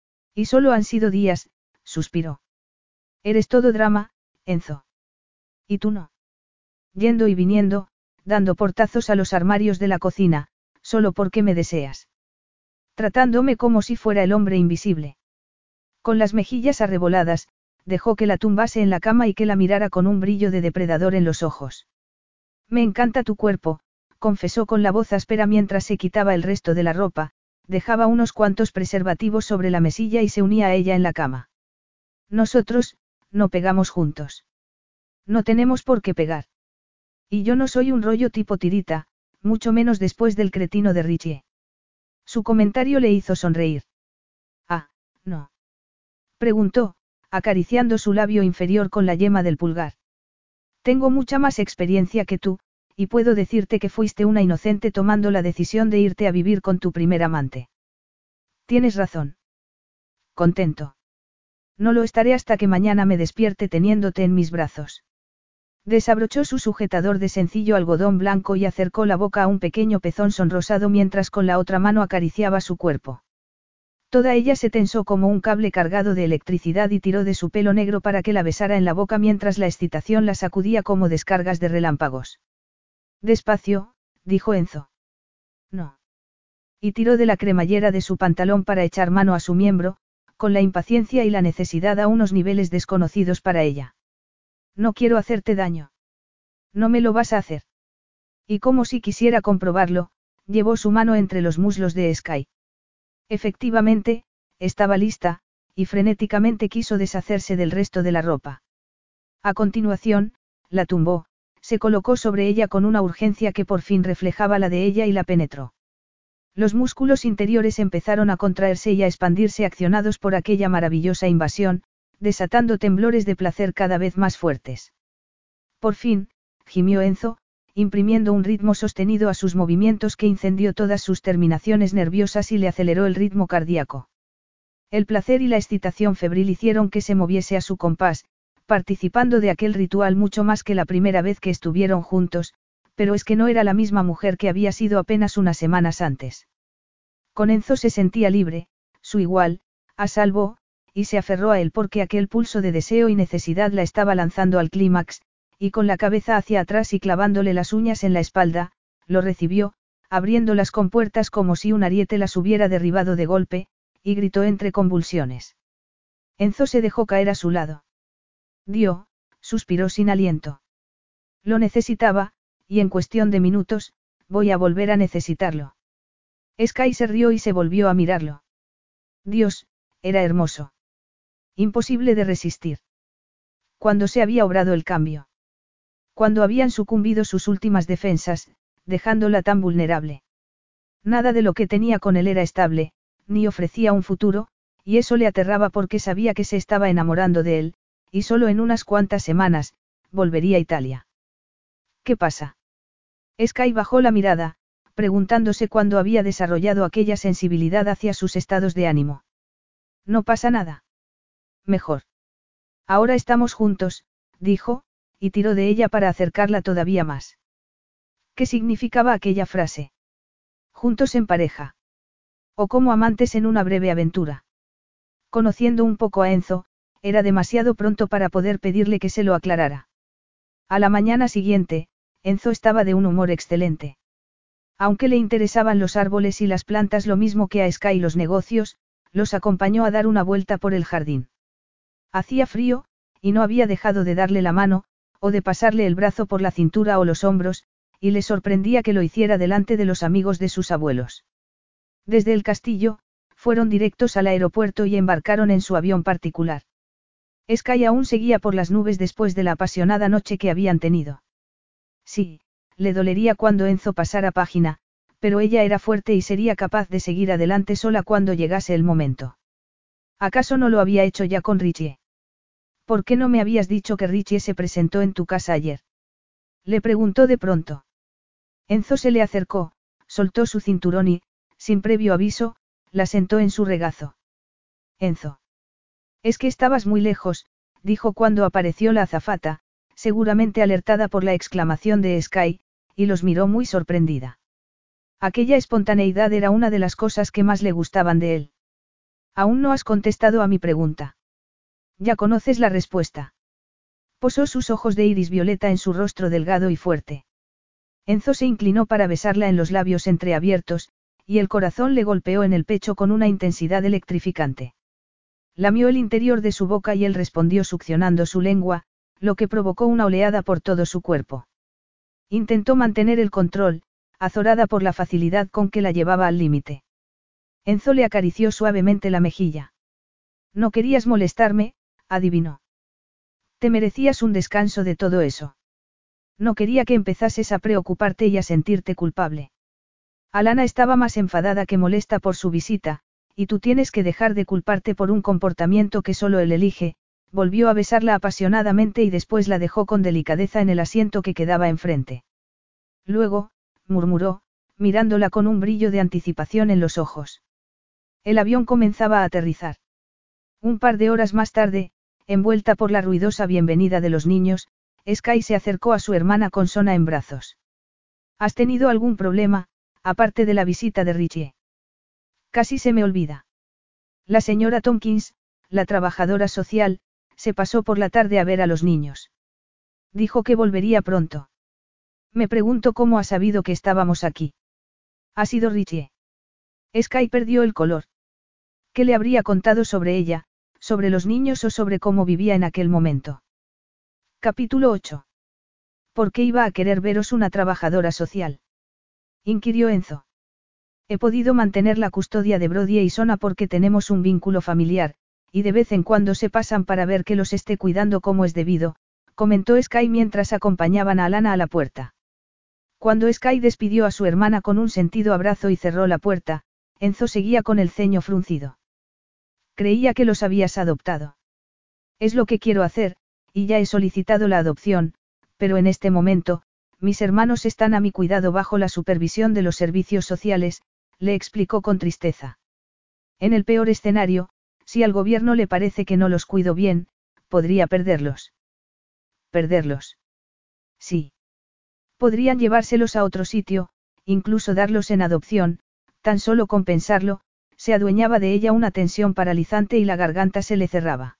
Y solo han sido días, suspiró. Eres todo drama, Enzo. ¿Y tú no? Yendo y viniendo, dando portazos a los armarios de la cocina, solo porque me deseas. Tratándome como si fuera el hombre invisible. Con las mejillas arreboladas, dejó que la tumbase en la cama y que la mirara con un brillo de depredador en los ojos. Me encanta tu cuerpo, confesó con la voz áspera mientras se quitaba el resto de la ropa, dejaba unos cuantos preservativos sobre la mesilla y se unía a ella en la cama. Nosotros, no pegamos juntos. No tenemos por qué pegar. Y yo no soy un rollo tipo tirita, mucho menos después del cretino de Richie. Su comentario le hizo sonreír. Ah, no. Preguntó, acariciando su labio inferior con la yema del pulgar. Tengo mucha más experiencia que tú, y puedo decirte que fuiste una inocente tomando la decisión de irte a vivir con tu primer amante. Tienes razón. contento. No lo estaré hasta que mañana me despierte teniéndote en mis brazos. Desabrochó su sujetador de sencillo algodón blanco y acercó la boca a un pequeño pezón sonrosado mientras con la otra mano acariciaba su cuerpo. Toda ella se tensó como un cable cargado de electricidad y tiró de su pelo negro para que la besara en la boca mientras la excitación la sacudía como descargas de relámpagos. Despacio, dijo Enzo. No. Y tiró de la cremallera de su pantalón para echar mano a su miembro, con la impaciencia y la necesidad a unos niveles desconocidos para ella. No quiero hacerte daño. No me lo vas a hacer. Y como si quisiera comprobarlo, llevó su mano entre los muslos de Sky. Efectivamente, estaba lista, y frenéticamente quiso deshacerse del resto de la ropa. A continuación, la tumbó, se colocó sobre ella con una urgencia que por fin reflejaba la de ella y la penetró. Los músculos interiores empezaron a contraerse y a expandirse accionados por aquella maravillosa invasión, desatando temblores de placer cada vez más fuertes. Por fin, gimió Enzo, imprimiendo un ritmo sostenido a sus movimientos que incendió todas sus terminaciones nerviosas y le aceleró el ritmo cardíaco. El placer y la excitación febril hicieron que se moviese a su compás, participando de aquel ritual mucho más que la primera vez que estuvieron juntos, pero es que no era la misma mujer que había sido apenas unas semanas antes. Con Enzo se sentía libre, su igual, a salvo, y se aferró a él porque aquel pulso de deseo y necesidad la estaba lanzando al clímax, y con la cabeza hacia atrás y clavándole las uñas en la espalda, lo recibió, abriendo las compuertas como si un ariete las hubiera derribado de golpe, y gritó entre convulsiones. Enzo se dejó caer a su lado. Suspiró sin aliento. Lo necesitaba, y en cuestión de minutos, voy a volver a necesitarlo. Sky se rió y se volvió a mirarlo. Dios, era hermoso. Imposible de resistir. Cuando se había obrado el cambio. Cuando habían sucumbido sus últimas defensas, dejándola tan vulnerable. Nada de lo que tenía con él era estable, ni ofrecía un futuro, y eso le aterraba porque sabía que se estaba enamorando de él, y solo en unas cuantas semanas, volvería a Italia. ¿Qué pasa? Sky bajó la mirada, preguntándose cuándo había desarrollado aquella sensibilidad hacia sus estados de ánimo. No pasa nada. Mejor. Ahora estamos juntos, dijo, y tiró de ella para acercarla todavía más. ¿Qué significaba aquella frase? Juntos en pareja. O como amantes en una breve aventura. Conociendo un poco a Enzo, era demasiado pronto para poder pedirle que se lo aclarara. A la mañana siguiente, Enzo estaba de un humor excelente. Aunque le interesaban los árboles y las plantas lo mismo que a Sky los negocios, los acompañó a dar una vuelta por el jardín. Hacía frío, y no había dejado de darle la mano, o de pasarle el brazo por la cintura o los hombros, y le sorprendía que lo hiciera delante de los amigos de sus abuelos. Desde el castillo, fueron directos al aeropuerto y embarcaron en su avión particular. Sky aún seguía por las nubes después de la apasionada noche que habían tenido. Sí, le dolería cuando Enzo pasara página, pero ella era fuerte y sería capaz de seguir adelante sola cuando llegase el momento. ¿Acaso no lo había hecho ya con Richie? ¿Por qué no me habías dicho que Richie se presentó en tu casa ayer? Le preguntó de pronto. Enzo se le acercó, soltó su cinturón y, sin previo aviso, la sentó en su regazo. Enzo. Es que estabas muy lejos, dijo cuando apareció la azafata, seguramente alertada por la exclamación de Sky, y los miró muy sorprendida. Aquella espontaneidad era una de las cosas que más le gustaban de él. Aún no has contestado a mi pregunta. Ya conoces la respuesta. Posó sus ojos de iris violeta en su rostro delgado y fuerte. Enzo se inclinó para besarla en los labios entreabiertos, y el corazón le golpeó en el pecho con una intensidad electrificante. Lamió el interior de su boca y él respondió succionando su lengua, lo que provocó una oleada por todo su cuerpo. Intentó mantener el control, azorada por la facilidad con que la llevaba al límite. Enzo le acarició suavemente la mejilla. No querías molestarme, adivinó. Te merecías un descanso de todo eso. No quería que empezases a preocuparte y a sentirte culpable. Alana estaba más enfadada que molesta por su visita, y tú tienes que dejar de culparte por un comportamiento que solo él elige. Volvió a besarla apasionadamente y después la dejó con delicadeza en el asiento que quedaba enfrente. Luego, murmuró, mirándola con un brillo de anticipación en los ojos. El avión comenzaba a aterrizar. Un par de horas más tarde, envuelta por la ruidosa bienvenida de los niños, Sky se acercó a su hermana con Sona en brazos. ¿Has tenido algún problema, aparte de la visita de Richie? Casi se me olvida. La señora Tompkins, la trabajadora social, se pasó por la tarde a ver a los niños. Dijo que volvería pronto. Me pregunto cómo ha sabido que estábamos aquí. Ha sido Richie. Sky perdió el color. ¿Qué le habría contado sobre ella, sobre los niños o sobre cómo vivía en aquel momento? Capítulo 8. ¿Por qué iba a querer veros una trabajadora social? Inquirió Enzo. He podido mantener la custodia de Brody y Sona porque tenemos un vínculo familiar, y de vez en cuando se pasan para ver que los esté cuidando como es debido, comentó Sky mientras acompañaban a Alana a la puerta. Cuando Sky despidió a su hermana con un sentido abrazo y cerró la puerta, Enzo seguía con el ceño fruncido. Creía que los habías adoptado. Es lo que quiero hacer, y ya he solicitado la adopción, pero en este momento, mis hermanos están a mi cuidado bajo la supervisión de los servicios sociales, le explicó con tristeza. En el peor escenario, si al gobierno le parece que no los cuido bien, podría perderlos. ¿Perderlos? Sí. Podrían llevárselos a otro sitio, incluso darlos en adopción, tan solo con pensarlo, se adueñaba de ella una tensión paralizante y la garganta se le cerraba.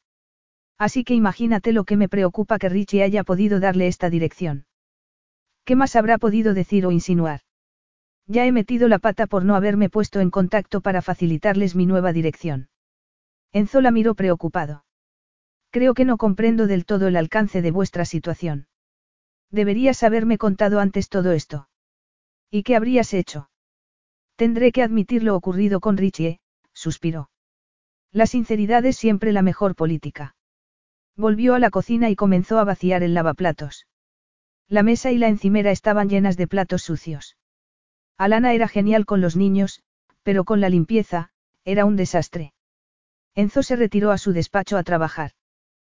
Así que imagínate lo que me preocupa que Richie haya podido darle esta dirección. ¿Qué más habrá podido decir o insinuar? Ya he metido la pata por no haberme puesto en contacto para facilitarles mi nueva dirección. Enzo la miró preocupado. Creo que no comprendo del todo el alcance de vuestra situación. Deberías haberme contado antes todo esto. ¿Y qué habrías hecho? Tendré que admitir lo ocurrido con Richie, suspiró. La sinceridad es siempre la mejor política. Volvió a la cocina y comenzó a vaciar el lavaplatos. La mesa y la encimera estaban llenas de platos sucios. Alana era genial con los niños, pero con la limpieza, era un desastre. Enzo se retiró a su despacho a trabajar.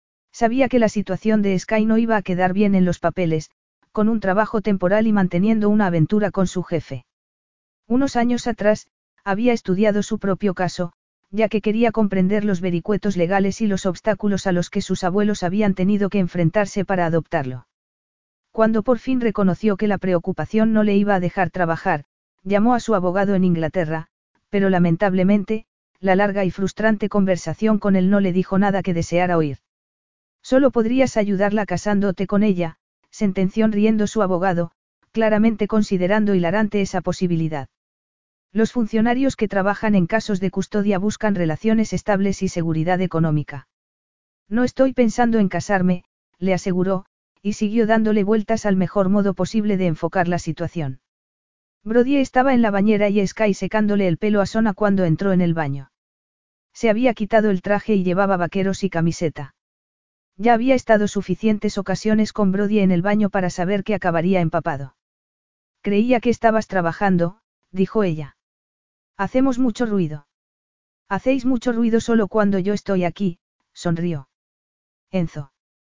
Sabía que la situación de Sky no iba a quedar bien en los papeles, con un trabajo temporal y manteniendo una aventura con su jefe. Unos años atrás, había estudiado su propio caso, ya que quería comprender los vericuetos legales y los obstáculos a los que sus abuelos habían tenido que enfrentarse para adoptarlo. Cuando por fin reconoció que la preocupación no le iba a dejar trabajar, llamó a su abogado en Inglaterra, pero lamentablemente, la larga y frustrante conversación con él no le dijo nada que deseara oír. Solo podrías ayudarla casándote con ella, sentenció riendo su abogado, claramente considerando hilarante esa posibilidad. Los funcionarios que trabajan en casos de custodia buscan relaciones estables y seguridad económica. No estoy pensando en casarme, le aseguró, y siguió dándole vueltas al mejor modo posible de enfocar la situación. Brody estaba en la bañera y Sky secándole el pelo a Sona cuando entró en el baño. Se había quitado el traje y llevaba vaqueros y camiseta. Ya había estado suficientes ocasiones con Brody en el baño para saber que acabaría empapado. Creía que estabas trabajando, dijo ella. Hacemos mucho ruido. Hacéis mucho ruido solo cuando yo estoy aquí, sonrió. Enzo.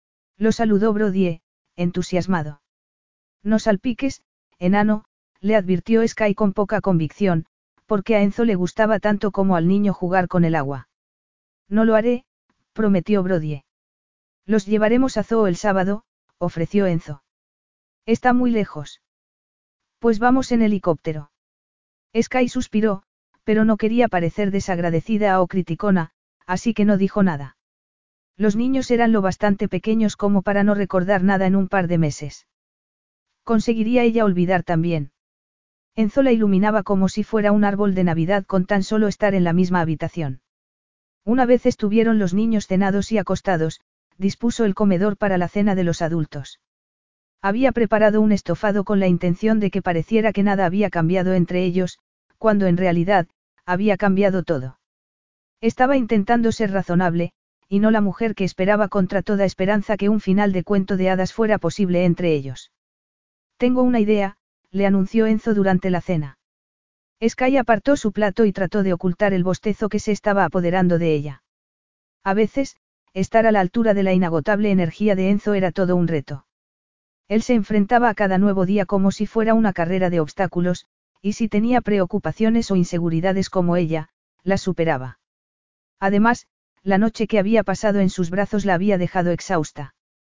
Lo saludó Brody, entusiasmado. No salpiques, enano, le advirtió Sky con poca convicción, porque a Enzo le gustaba tanto como al niño jugar con el agua. No lo haré, prometió Brody. Los llevaremos a Zoo el sábado, ofreció Enzo. Está muy lejos. Pues vamos en helicóptero. Sky suspiró, pero no quería parecer desagradecida o criticona, así que no dijo nada. Los niños eran lo bastante pequeños como para no recordar nada en un par de meses. ¿Conseguiría ella olvidar también? Enzo la iluminaba como si fuera un árbol de Navidad con tan solo estar en la misma habitación. Una vez estuvieron los niños cenados y acostados, dispuso el comedor para la cena de los adultos. Había preparado un estofado con la intención de que pareciera que nada había cambiado entre ellos, cuando en realidad, había cambiado todo. Estaba intentando ser razonable, y no la mujer que esperaba contra toda esperanza que un final de cuento de hadas fuera posible entre ellos. Tengo una idea, le anunció Enzo durante la cena. Sky apartó su plato y trató de ocultar el bostezo que se estaba apoderando de ella. A veces, estar a la altura de la inagotable energía de Enzo era todo un reto. Él se enfrentaba a cada nuevo día como si fuera una carrera de obstáculos, y si tenía preocupaciones o inseguridades como ella, las superaba. Además, la noche que había pasado en sus brazos la había dejado exhausta.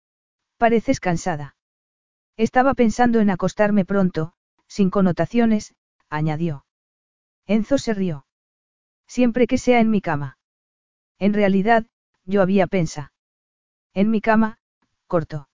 Pareces cansada. Estaba pensando en acostarme pronto, sin connotaciones, añadió. Enzo se rió. Siempre que sea en mi cama. En realidad, yo había pensado. En mi cama, cortó.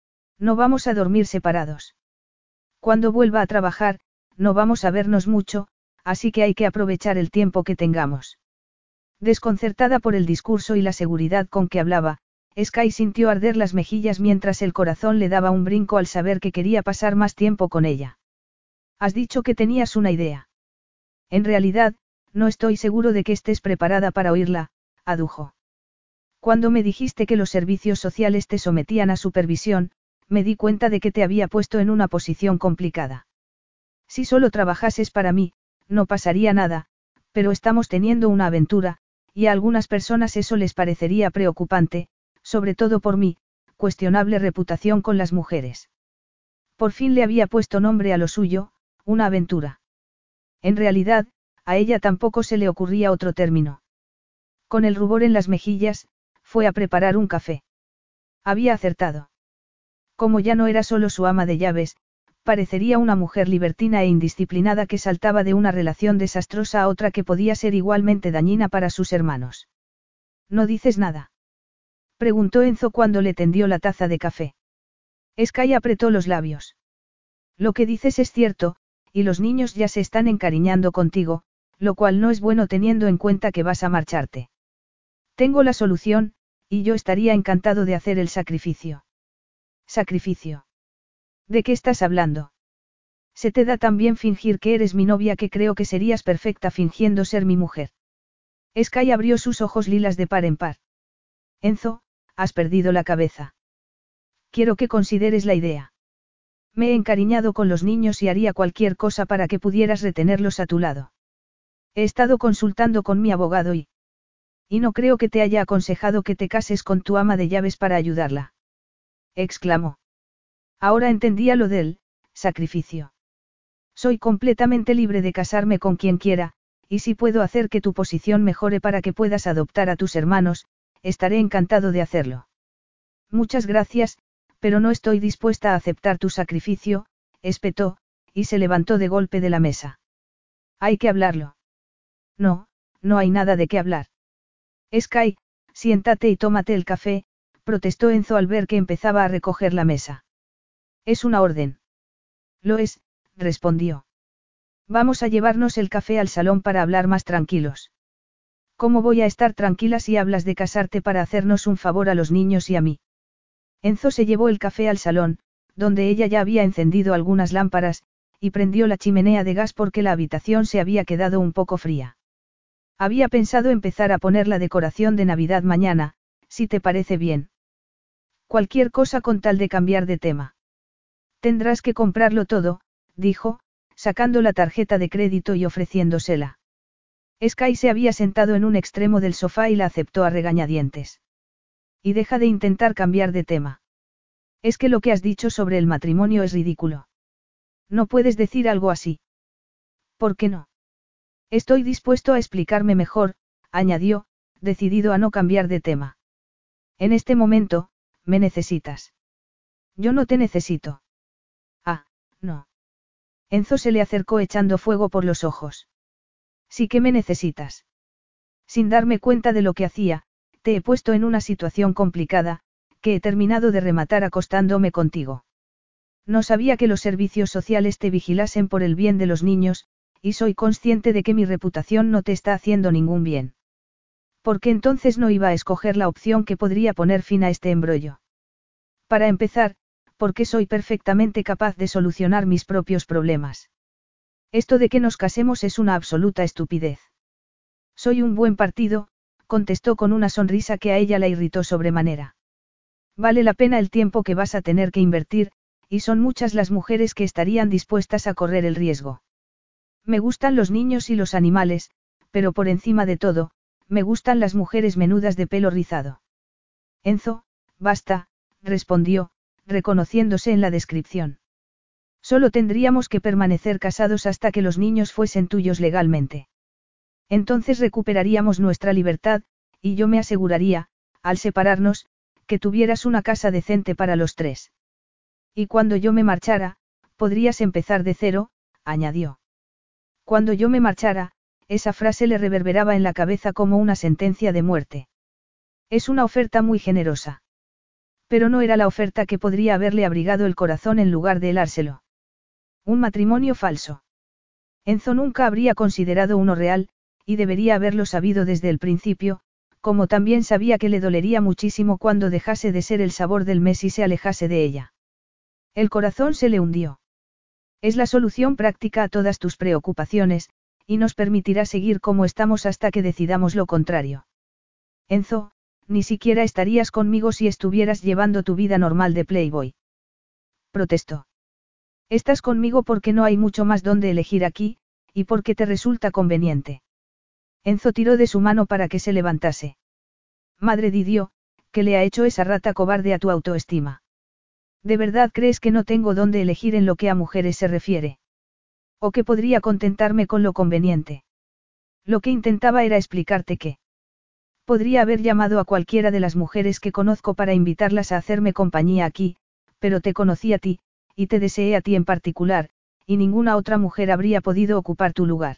No vamos a dormir separados. Cuando vuelva a trabajar, no vamos a vernos mucho, así que hay que aprovechar el tiempo que tengamos. Desconcertada por el discurso y la seguridad con que hablaba, Sky sintió arder las mejillas mientras el corazón le daba un brinco al saber que quería pasar más tiempo con ella. Has dicho que tenías una idea. En realidad, no estoy seguro de que estés preparada para oírla, adujo. Cuando me dijiste que los servicios sociales te sometían a supervisión, me di cuenta de que te había puesto en una posición complicada. Si solo trabajases para mí, no pasaría nada, pero estamos teniendo una aventura, y a algunas personas eso les parecería preocupante, sobre todo por mi cuestionable reputación con las mujeres. Por fin le había puesto nombre a lo suyo, una aventura. En realidad, a ella tampoco se le ocurría otro término. Con el rubor en las mejillas, fue a preparar un café. Había acertado. Como ya no era solo su ama de llaves, parecería una mujer libertina e indisciplinada que saltaba de una relación desastrosa a otra que podía ser igualmente dañina para sus hermanos. ¿No dices nada?, preguntó Enzo cuando le tendió la taza de café. Sky apretó los labios. Lo que dices es cierto, y los niños ya se están encariñando contigo, lo cual no es bueno teniendo en cuenta que vas a marcharte. Tengo la solución, y yo estaría encantado de hacer el sacrificio. ¿Sacrificio? ¿De qué estás hablando? Se te da tan bien fingir que eres mi novia que creo que serías perfecta fingiendo ser mi mujer. Sky abrió sus ojos lilas de par en par. Enzo, has perdido la cabeza. Quiero que consideres la idea. Me he encariñado con los niños y haría cualquier cosa para que pudieras retenerlos a tu lado. He estado consultando con mi abogado y no creo que te haya aconsejado que te cases con tu ama de llaves para ayudarla. Exclamó. Ahora entendía lo del sacrificio. Soy completamente libre de casarme con quien quiera, y si puedo hacer que tu posición mejore para que puedas adoptar a tus hermanos, estaré encantado de hacerlo. Muchas gracias, pero no estoy dispuesta a aceptar tu sacrificio, espetó, y se levantó de golpe de la mesa. Hay que hablarlo. No, no hay nada de qué hablar. Sky, siéntate y tómate el café, protestó Enzo al ver que empezaba a recoger la mesa. Es una orden. Lo es, respondió. Vamos a llevarnos el café al salón para hablar más tranquilos. ¿Cómo voy a estar tranquila si hablas de casarte para hacernos un favor a los niños y a mí? Enzo se llevó el café al salón, donde ella ya había encendido algunas lámparas, y prendió la chimenea de gas porque la habitación se había quedado un poco fría. Había pensado empezar a poner la decoración de Navidad mañana, si te parece bien. Cualquier cosa con tal de cambiar de tema. Tendrás que comprarlo todo, dijo, sacando la tarjeta de crédito y ofreciéndosela. Sky se había sentado en un extremo del sofá y la aceptó a regañadientes. Y deja de intentar cambiar de tema. Es que lo que has dicho sobre el matrimonio es ridículo. No puedes decir algo así. ¿Por qué no? Estoy dispuesto a explicarme mejor, añadió, decidido a no cambiar de tema. En este momento, me necesitas. Yo no te necesito. Ah, no. Enzo se le acercó echando fuego por los ojos. Sí que me necesitas. Sin darme cuenta de lo que hacía, te he puesto en una situación complicada, que he terminado de rematar acostándome contigo. No sabía que los servicios sociales te vigilasen por el bien de los niños, y soy consciente de que mi reputación no te está haciendo ningún bien. ¿Por qué entonces no iba a escoger la opción que podría poner fin a este embrollo? Para empezar, porque soy perfectamente capaz de solucionar mis propios problemas. Esto de que nos casemos es una absoluta estupidez. Soy un buen partido, contestó con una sonrisa que a ella la irritó sobremanera. Vale la pena el tiempo que vas a tener que invertir, y son muchas las mujeres que estarían dispuestas a correr el riesgo. Me gustan los niños y los animales, pero por encima de todo, me gustan las mujeres menudas de pelo rizado. Enzo, basta, respondió, reconociéndose en la descripción. Solo tendríamos que permanecer casados hasta que los niños fuesen tuyos legalmente. Entonces recuperaríamos nuestra libertad, y yo me aseguraría, al separarnos, que tuvieras una casa decente para los tres. Y cuando yo me marchara, podrías empezar de cero, añadió. Cuando yo me marchara, esa frase le reverberaba en la cabeza como una sentencia de muerte. Es una oferta muy generosa. Pero no era la oferta que podría haberle abrigado el corazón en lugar de helárselo. Un matrimonio falso. Enzo nunca habría considerado uno real, y debería haberlo sabido desde el principio, como también sabía que le dolería muchísimo cuando dejase de ser el sabor del mes y se alejase de ella. El corazón se le hundió. Es la solución práctica a todas tus preocupaciones, y nos permitirá seguir como estamos hasta que decidamos lo contrario. Enzo, ni siquiera estarías conmigo si estuvieras llevando tu vida normal de Playboy. Protestó. Estás conmigo porque no hay mucho más donde elegir aquí, y porque te resulta conveniente. Enzo tiró de su mano para que se levantase. Madre de Dios, ¿qué le ha hecho esa rata cobarde a tu autoestima? ¿De verdad crees que no tengo dónde elegir en lo que a mujeres se refiere? ¿O que podría contentarme con lo conveniente? Lo que intentaba era explicarte que podría haber llamado a cualquiera de las mujeres que conozco para invitarlas a hacerme compañía aquí, pero te conocí a ti, y te deseé a ti en particular, y ninguna otra mujer habría podido ocupar tu lugar.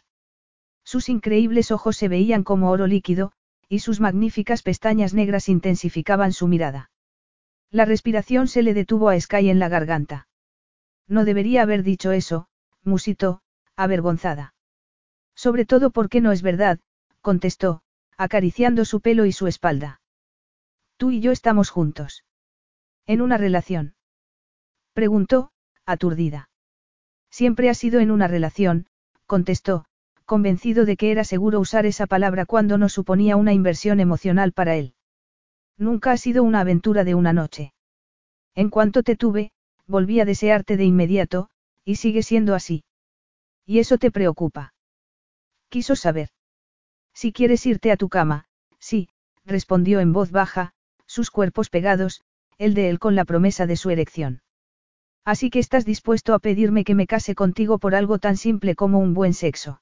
Sus increíbles ojos se veían como oro líquido, y sus magníficas pestañas negras intensificaban su mirada. La respiración se le detuvo a Sky en la garganta. No debería haber dicho eso, musitó, avergonzada. Sobre todo porque no es verdad, contestó, acariciando su pelo y su espalda. Tú y yo estamos juntos. ¿En una relación? Preguntó, aturdida. Siempre has sido en una relación, contestó, convencido de que era seguro usar esa palabra cuando no suponía una inversión emocional para él. Nunca ha sido una aventura de una noche. En cuanto te tuve, volví a desearte de inmediato, y sigue siendo así. ¿Y eso te preocupa? Quiso saber. Si quieres irte a tu cama, sí, respondió en voz baja, sus cuerpos pegados, el de él con la promesa de su erección. Así que estás dispuesto a pedirme que me case contigo por algo tan simple como un buen sexo.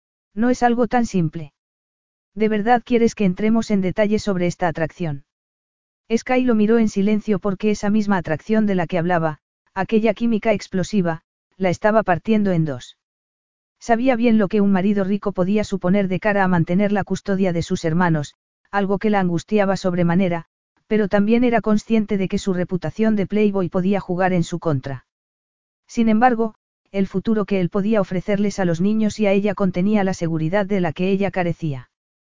No es algo tan simple. ¿De verdad quieres que entremos en detalle sobre esta atracción? Sky lo miró en silencio porque esa misma atracción de la que hablaba, aquella química explosiva, la estaba partiendo en dos. Sabía bien lo que un marido rico podía suponer de cara a mantener la custodia de sus hermanos, algo que la angustiaba sobremanera, pero también era consciente de que su reputación de Playboy podía jugar en su contra. Sin embargo, el futuro que él podía ofrecerles a los niños y a ella contenía la seguridad de la que ella carecía.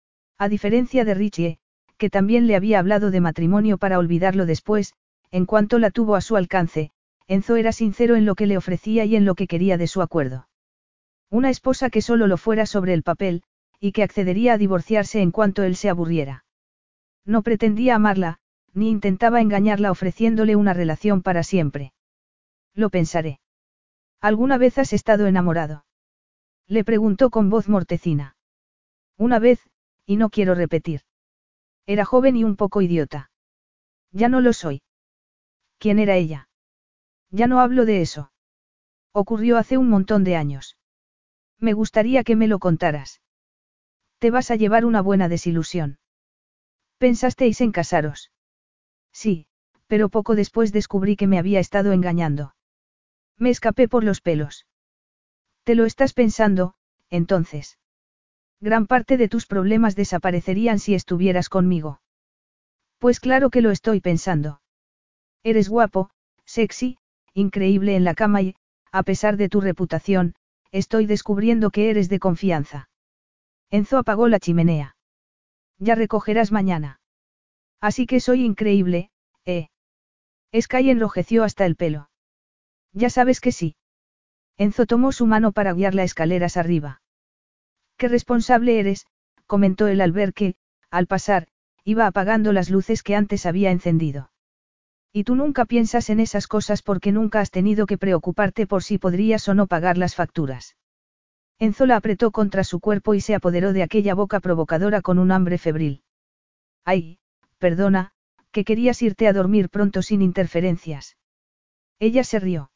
A diferencia de Richie, que también le había hablado de matrimonio para olvidarlo después, en cuanto la tuvo a su alcance, Enzo era sincero en lo que le ofrecía y en lo que quería de su acuerdo. Una esposa que solo lo fuera sobre el papel, y que accedería a divorciarse en cuanto él se aburriera. No pretendía amarla, ni intentaba engañarla ofreciéndole una relación para siempre. Lo pensaré. ¿Alguna vez has estado enamorado? Le preguntó con voz mortecina. Una vez, y no quiero repetir. Era joven y un poco idiota. Ya no lo soy. ¿Quién era ella? Ya no hablo de eso. Ocurrió hace un montón de años. Me gustaría que me lo contaras. Te vas a llevar una buena desilusión. ¿Pensasteis en casaros? Sí, pero poco después descubrí que me había estado engañando. Me escapé por los pelos. ¿Te lo estás pensando, entonces? Gran parte de tus problemas desaparecerían si estuvieras conmigo. Pues claro que lo estoy pensando. Eres guapo, sexy, increíble en la cama y, a pesar de tu reputación, estoy descubriendo que eres de confianza. Enzo apagó la chimenea. Ya recogerás mañana. Así que soy increíble, ¿eh? Sky enrojeció hasta el pelo. Ya sabes que sí. Enzo tomó su mano para guiarla escaleras arriba. Qué responsable eres, comentó él al ver que, al pasar, iba apagando las luces que antes había encendido. Y tú nunca piensas en esas cosas porque nunca has tenido que preocuparte por si podrías o no pagar las facturas. Enzo la apretó contra su cuerpo y se apoderó de aquella boca provocadora con un hambre febril. Ay, perdona, que querías irte a dormir pronto sin interferencias. Ella se rió.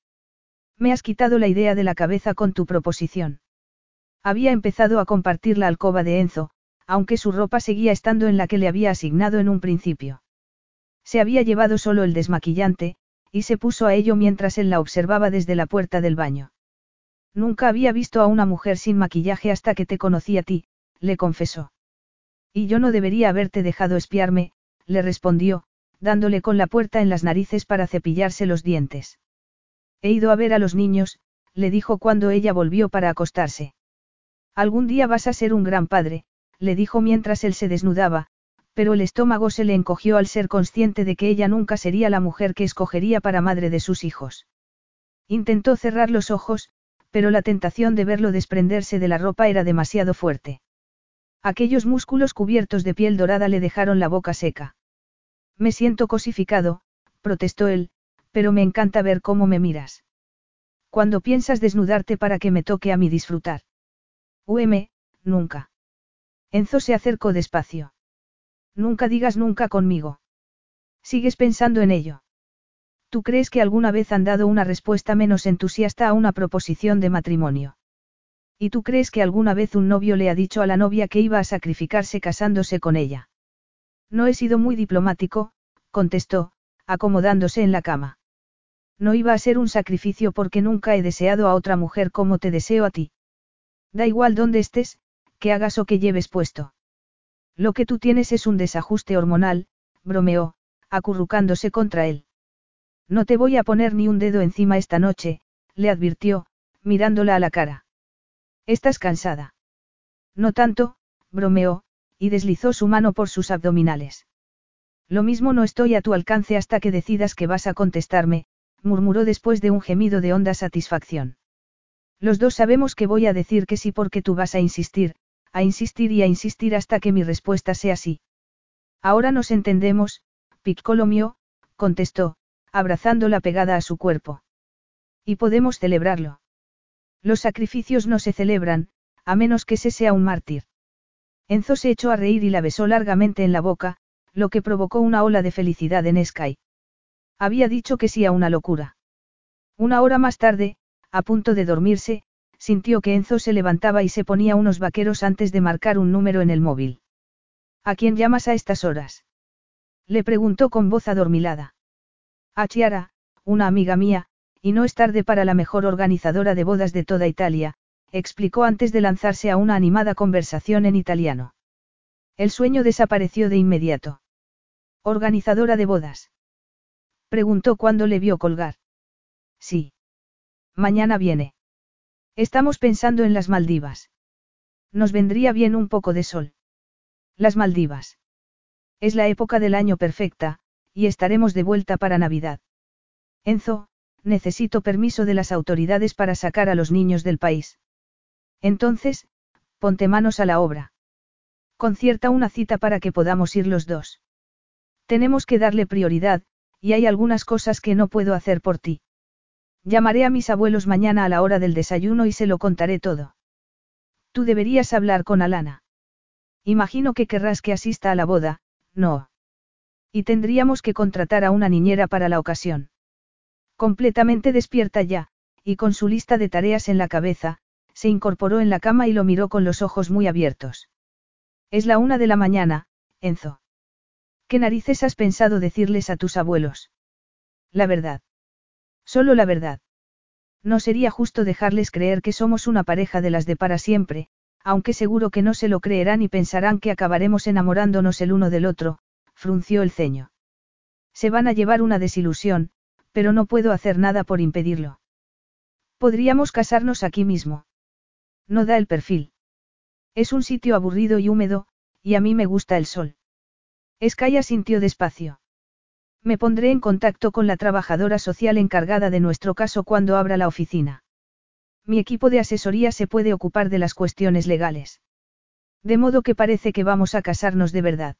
Me has quitado la idea de la cabeza con tu proposición. Había empezado a compartir la alcoba de Enzo, aunque su ropa seguía estando en la que le había asignado en un principio. Se había llevado solo el desmaquillante, y se puso a ello mientras él la observaba desde la puerta del baño. Nunca había visto a una mujer sin maquillaje hasta que te conocí a ti, le confesó. Y yo no debería haberte dejado espiarme, le respondió, dándole con la puerta en las narices para cepillarse los dientes. He ido a ver a los niños, le dijo cuando ella volvió para acostarse. Algún día vas a ser un gran padre, le dijo mientras él se desnudaba, pero el estómago se le encogió al ser consciente de que ella nunca sería la mujer que escogería para madre de sus hijos. Intentó cerrar los ojos, pero la tentación de verlo desprenderse de la ropa era demasiado fuerte. Aquellos músculos cubiertos de piel dorada le dejaron la boca seca. Me siento cosificado, protestó él, pero me encanta ver cómo me miras. ¿Cuándo piensas desnudarte para que me toque a mí disfrutar? Nunca. Enzo se acercó despacio. Nunca digas nunca conmigo. ¿Sigues pensando en ello? ¿Tú crees que alguna vez han dado una respuesta menos entusiasta a una proposición de matrimonio? ¿Y tú crees que alguna vez un novio le ha dicho a la novia que iba a sacrificarse casándose con ella? No he sido muy diplomático, contestó, acomodándose en la cama. No iba a ser un sacrificio porque nunca he deseado a otra mujer como te deseo a ti. Da igual dónde estés, que hagas o que lleves puesto. Lo que tú tienes es un desajuste hormonal, bromeó, acurrucándose contra él. No te voy a poner ni un dedo encima esta noche, le advirtió, mirándola a la cara. ¿Estás cansada? No tanto, bromeó, y deslizó su mano por sus abdominales. Lo mismo no estoy a tu alcance hasta que decidas que vas a contestarme, murmuró después de un gemido de honda satisfacción. Los dos sabemos que voy a decir que sí porque tú vas a insistir y a insistir hasta que mi respuesta sea sí. Ahora nos entendemos, Piccolo mío, contestó, abrazándola pegada a su cuerpo. Y podemos celebrarlo. Los sacrificios no se celebran, a menos que se sea un mártir. Enzo se echó a reír y la besó largamente en la boca, lo que provocó una ola de felicidad en Sky. Había dicho que sí a una locura. Una hora más tarde, a punto de dormirse, sintió que Enzo se levantaba y se ponía unos vaqueros antes de marcar un número en el móvil. ¿A quién llamas a estas horas? Le preguntó con voz adormilada. A Chiara, una amiga mía, y no es tarde para la mejor organizadora de bodas de toda Italia, explicó antes de lanzarse a una animada conversación en italiano. El sueño desapareció de inmediato. ¿Organizadora de bodas? Preguntó cuando le vio colgar. Sí. Mañana viene. Estamos pensando en las Maldivas. Nos vendría bien un poco de sol. Las Maldivas. Es la época del año perfecta, y estaremos de vuelta para Navidad. Enzo, necesito permiso de las autoridades para sacar a los niños del país. Entonces, ponte manos a la obra. Concierta una cita para que podamos ir los dos. Tenemos que darle prioridad, y hay algunas cosas que no puedo hacer por ti. Llamaré a mis abuelos mañana a la hora del desayuno y se lo contaré todo. Tú deberías hablar con Alana. Imagino que querrás que asista a la boda, ¿no? Y tendríamos que contratar a una niñera para la ocasión. Completamente despierta ya, y con su lista de tareas en la cabeza, se incorporó en la cama y lo miró con los ojos muy abiertos. Es la 1 de la mañana, Enzo. ¿Qué narices has pensado decirles a tus abuelos? La verdad. Solo la verdad. No sería justo dejarles creer que somos una pareja de las de para siempre, aunque seguro que no se lo creerán y pensarán que acabaremos enamorándonos el uno del otro, frunció el ceño. Se van a llevar una desilusión, pero no puedo hacer nada por impedirlo. Podríamos casarnos aquí mismo. No da el perfil. Es un sitio aburrido y húmedo, y a mí me gusta el sol. Sky asintió despacio. Me pondré en contacto con la trabajadora social encargada de nuestro caso cuando abra la oficina. Mi equipo de asesoría se puede ocupar de las cuestiones legales. De modo que parece que vamos a casarnos de verdad.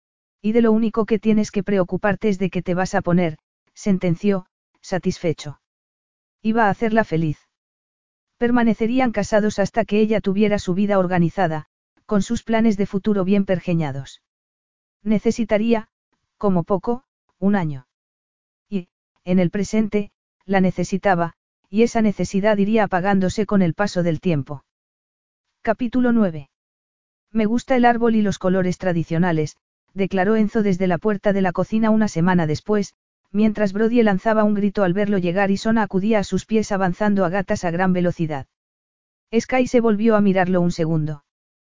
Y de lo único que tienes que preocuparte es de qué te vas a poner, sentenció, satisfecho. Iba a hacerla feliz. Permanecerían casados hasta que ella tuviera su vida organizada, con sus planes de futuro bien pergeñados. Necesitaría, como poco, un año. Y, en el presente, la necesitaba, y esa necesidad iría apagándose con el paso del tiempo. Capítulo 9. Me gusta el árbol y los colores tradicionales, declaró Enzo desde la puerta de la cocina una semana después, mientras Brody lanzaba un grito al verlo llegar y Sona acudía a sus pies avanzando a gatas a gran velocidad. Sky se volvió a mirarlo un segundo.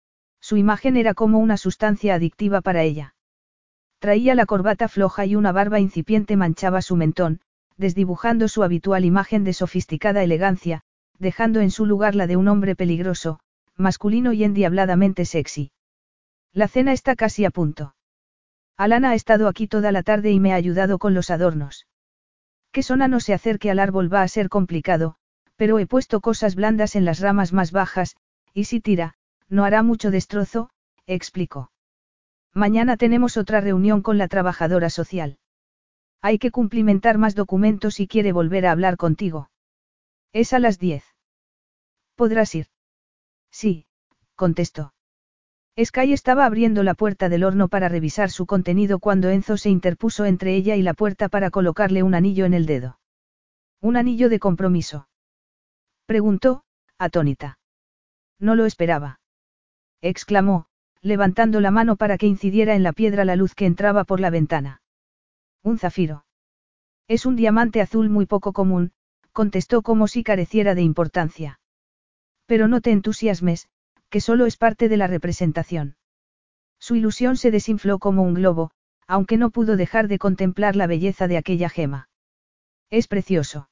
Su imagen era como una sustancia adictiva para ella. Traía la corbata floja y una barba incipiente manchaba su mentón, desdibujando su habitual imagen de sofisticada elegancia, dejando en su lugar la de un hombre peligroso, masculino y endiabladamente sexy. La cena está casi a punto. Alana ha estado aquí toda la tarde y me ha ayudado con los adornos. Que Sona no se acerque al árbol va a ser complicado, pero he puesto cosas blandas en las ramas más bajas, y si tira, no hará mucho destrozo, explicó. Mañana tenemos otra reunión con la trabajadora social. Hay que cumplimentar más documentos y quiere volver a hablar contigo. Es a las 10. ¿Podrás ir? Sí, contestó. Sky estaba abriendo la puerta del horno para revisar su contenido cuando Enzo se interpuso entre ella y la puerta para colocarle un anillo en el dedo. ¿Un anillo de compromiso? Preguntó, atónita. No lo esperaba. Exclamó, levantando la mano para que incidiera en la piedra la luz que entraba por la ventana. Un zafiro. Es un diamante azul muy poco común, contestó como si careciera de importancia. Pero no te entusiasmes, que solo es parte de la representación. Su ilusión se desinfló como un globo, aunque no pudo dejar de contemplar la belleza de aquella gema. Es precioso.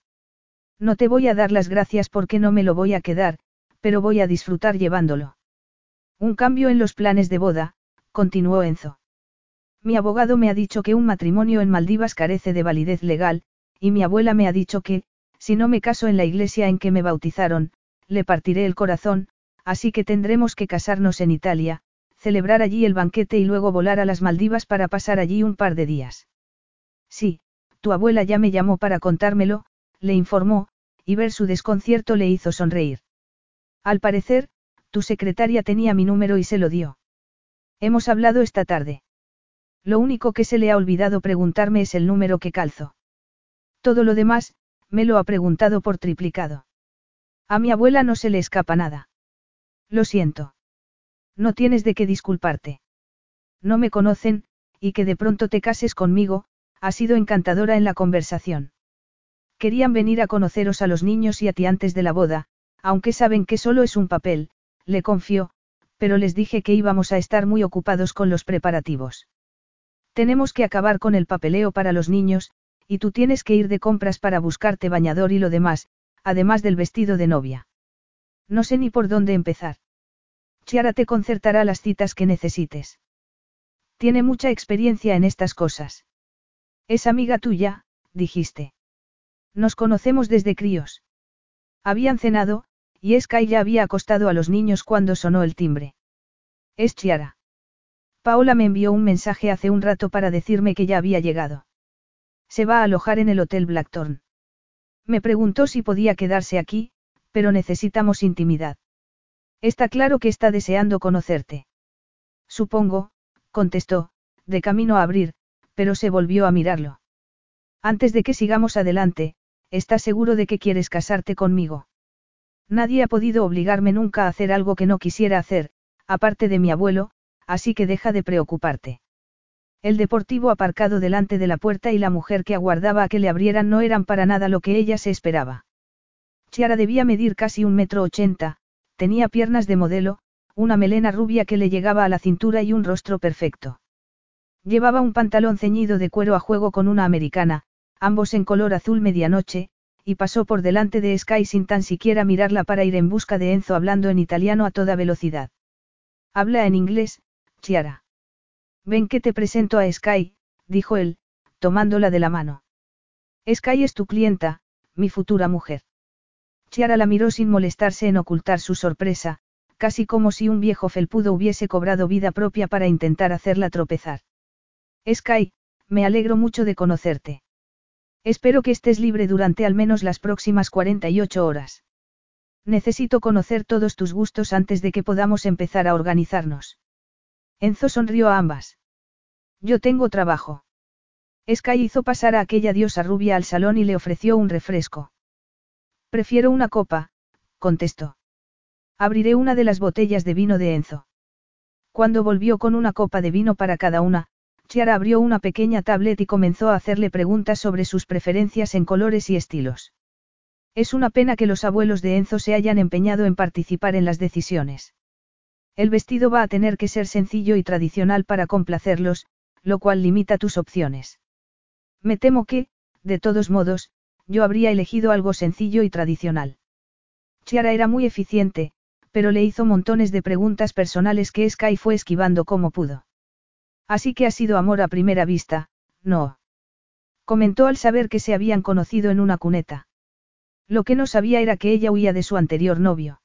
No te voy a dar las gracias porque no me lo voy a quedar, pero voy a disfrutar llevándolo. Un cambio en los planes de boda, continuó Enzo. Mi abogado me ha dicho que un matrimonio en Maldivas carece de validez legal, y mi abuela me ha dicho que, si no me caso en la iglesia en que me bautizaron, le partiré el corazón, así que tendremos que casarnos en Italia, celebrar allí el banquete y luego volar a las Maldivas para pasar allí un par de días. Sí, tu abuela ya me llamó para contármelo, le informó, y ver su desconcierto le hizo sonreír. Al parecer, tu secretaria tenía mi número y se lo dio. Hemos hablado esta tarde. Lo único que se le ha olvidado preguntarme es el número que calzo. Todo lo demás, me lo ha preguntado por triplicado. A mi abuela no se le escapa nada. Lo siento. No tienes de qué disculparte. No me conocen, y que de pronto te cases conmigo, ha sido encantadora en la conversación. Querían venir a conoceros a los niños y a ti antes de la boda, aunque saben que solo es un papel, le confió, pero les dije que íbamos a estar muy ocupados con los preparativos. Tenemos que acabar con el papeleo para los niños, y tú tienes que ir de compras para buscarte bañador y lo demás, además del vestido de novia. No sé ni por dónde empezar. Chiara te concertará las citas que necesites. Tiene mucha experiencia en estas cosas. Es amiga tuya, dijiste. Nos conocemos desde críos. Habían cenado, y Sky ya había acostado a los niños cuando sonó el timbre. Es Chiara. Paola me envió un mensaje hace un rato para decirme que ya había llegado. Se va a alojar en el Hotel Blackthorn. Me preguntó si podía quedarse aquí, pero necesitamos intimidad. Está claro que está deseando conocerte. Supongo, contestó, de camino a abrir, pero se volvió a mirarlo. Antes de que sigamos adelante, ¿estás seguro de que quieres casarte conmigo? Nadie ha podido obligarme nunca a hacer algo que no quisiera hacer, aparte de mi abuelo, así que deja de preocuparte. El deportivo aparcado delante de la puerta y la mujer que aguardaba a que le abrieran no eran para nada lo que ella se esperaba. Chiara debía medir casi 1,80 m, tenía piernas de modelo, una melena rubia que le llegaba a la cintura y un rostro perfecto. Llevaba un pantalón ceñido de cuero a juego con una americana, ambos en color azul medianoche, y pasó por delante de Sky sin tan siquiera mirarla para ir en busca de Enzo hablando en italiano a toda velocidad. Habla en inglés, Chiara. Ven que te presento a Sky, dijo él, tomándola de la mano. Sky es tu clienta, mi futura mujer. Chiara la miró sin molestarse en ocultar su sorpresa, casi como si un viejo felpudo hubiese cobrado vida propia para intentar hacerla tropezar. Sky, me alegro mucho de conocerte. Espero que estés libre durante al menos las próximas 48 horas. Necesito conocer todos tus gustos antes de que podamos empezar a organizarnos. Enzo sonrió a ambas. Yo tengo trabajo. Sky hizo pasar a aquella diosa rubia al salón y le ofreció un refresco. Prefiero una copa, contestó. Abriré una de las botellas de vino de Enzo. Cuando volvió con una copa de vino para cada una, Chiara abrió una pequeña tablet y comenzó a hacerle preguntas sobre sus preferencias en colores y estilos. Es una pena que los abuelos de Enzo se hayan empeñado en participar en las decisiones. El vestido va a tener que ser sencillo y tradicional para complacerlos, lo cual limita tus opciones. Me temo que, de todos modos, yo habría elegido algo sencillo y tradicional. Chiara era muy eficiente, pero le hizo montones de preguntas personales que Sky fue esquivando como pudo. Así que ha sido amor a primera vista, ¿no? Comentó al saber que se habían conocido en una cuneta. Lo que no sabía era que ella huía de su anterior novio.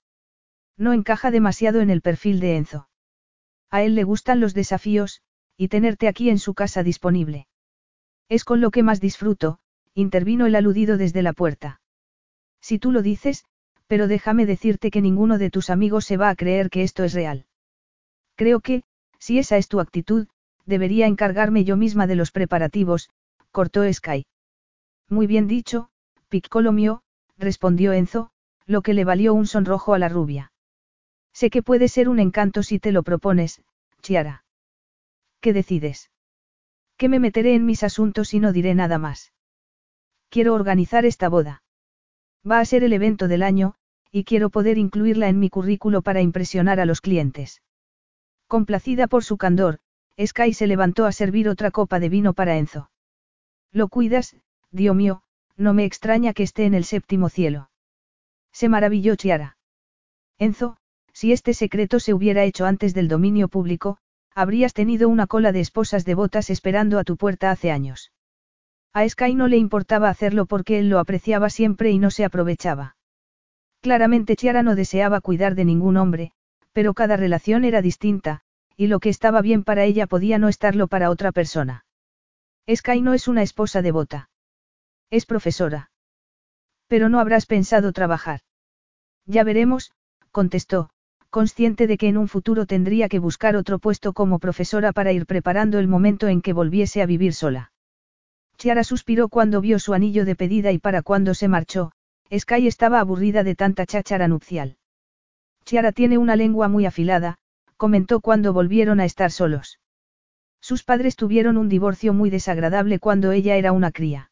No encaja demasiado en el perfil de Enzo. A él le gustan los desafíos, y tenerte aquí en su casa disponible. Es con lo que más disfruto, intervino el aludido desde la puerta. Si tú lo dices, pero déjame decirte que ninguno de tus amigos se va a creer que esto es real. Creo que, si esa es tu actitud, debería encargarme yo misma de los preparativos, cortó Sky. Muy bien dicho, piccolo mio, respondió Enzo, lo que le valió un sonrojo a la rubia. Sé que puede ser un encanto si te lo propones, Chiara. ¿Qué decides? Que me meteré en mis asuntos y no diré nada más. Quiero organizar esta boda. Va a ser el evento del año, y quiero poder incluirla en mi currículo para impresionar a los clientes. Complacida por su candor, Sky se levantó a servir otra copa de vino para Enzo. Lo cuidas, Dio mío, no me extraña que esté en el séptimo cielo. Se maravilló Chiara. Enzo, si este secreto se hubiera hecho antes del dominio público, habrías tenido una cola de esposas devotas esperando a tu puerta hace años. A Sky no le importaba hacerlo porque él lo apreciaba siempre y no se aprovechaba. Claramente Chiara no deseaba cuidar de ningún hombre, pero cada relación era distinta, y lo que estaba bien para ella podía no estarlo para otra persona. Sky no es una esposa devota. Es profesora. Pero no habrás pensado trabajar. Ya veremos, contestó, consciente de que en un futuro tendría que buscar otro puesto como profesora para ir preparando el momento en que volviese a vivir sola. Chiara suspiró cuando vio su anillo de pedida y para cuando se marchó, Sky estaba aburrida de tanta cháchara nupcial. Chiara tiene una lengua muy afilada, comentó cuando volvieron a estar solos. Sus padres tuvieron un divorcio muy desagradable cuando ella era una cría.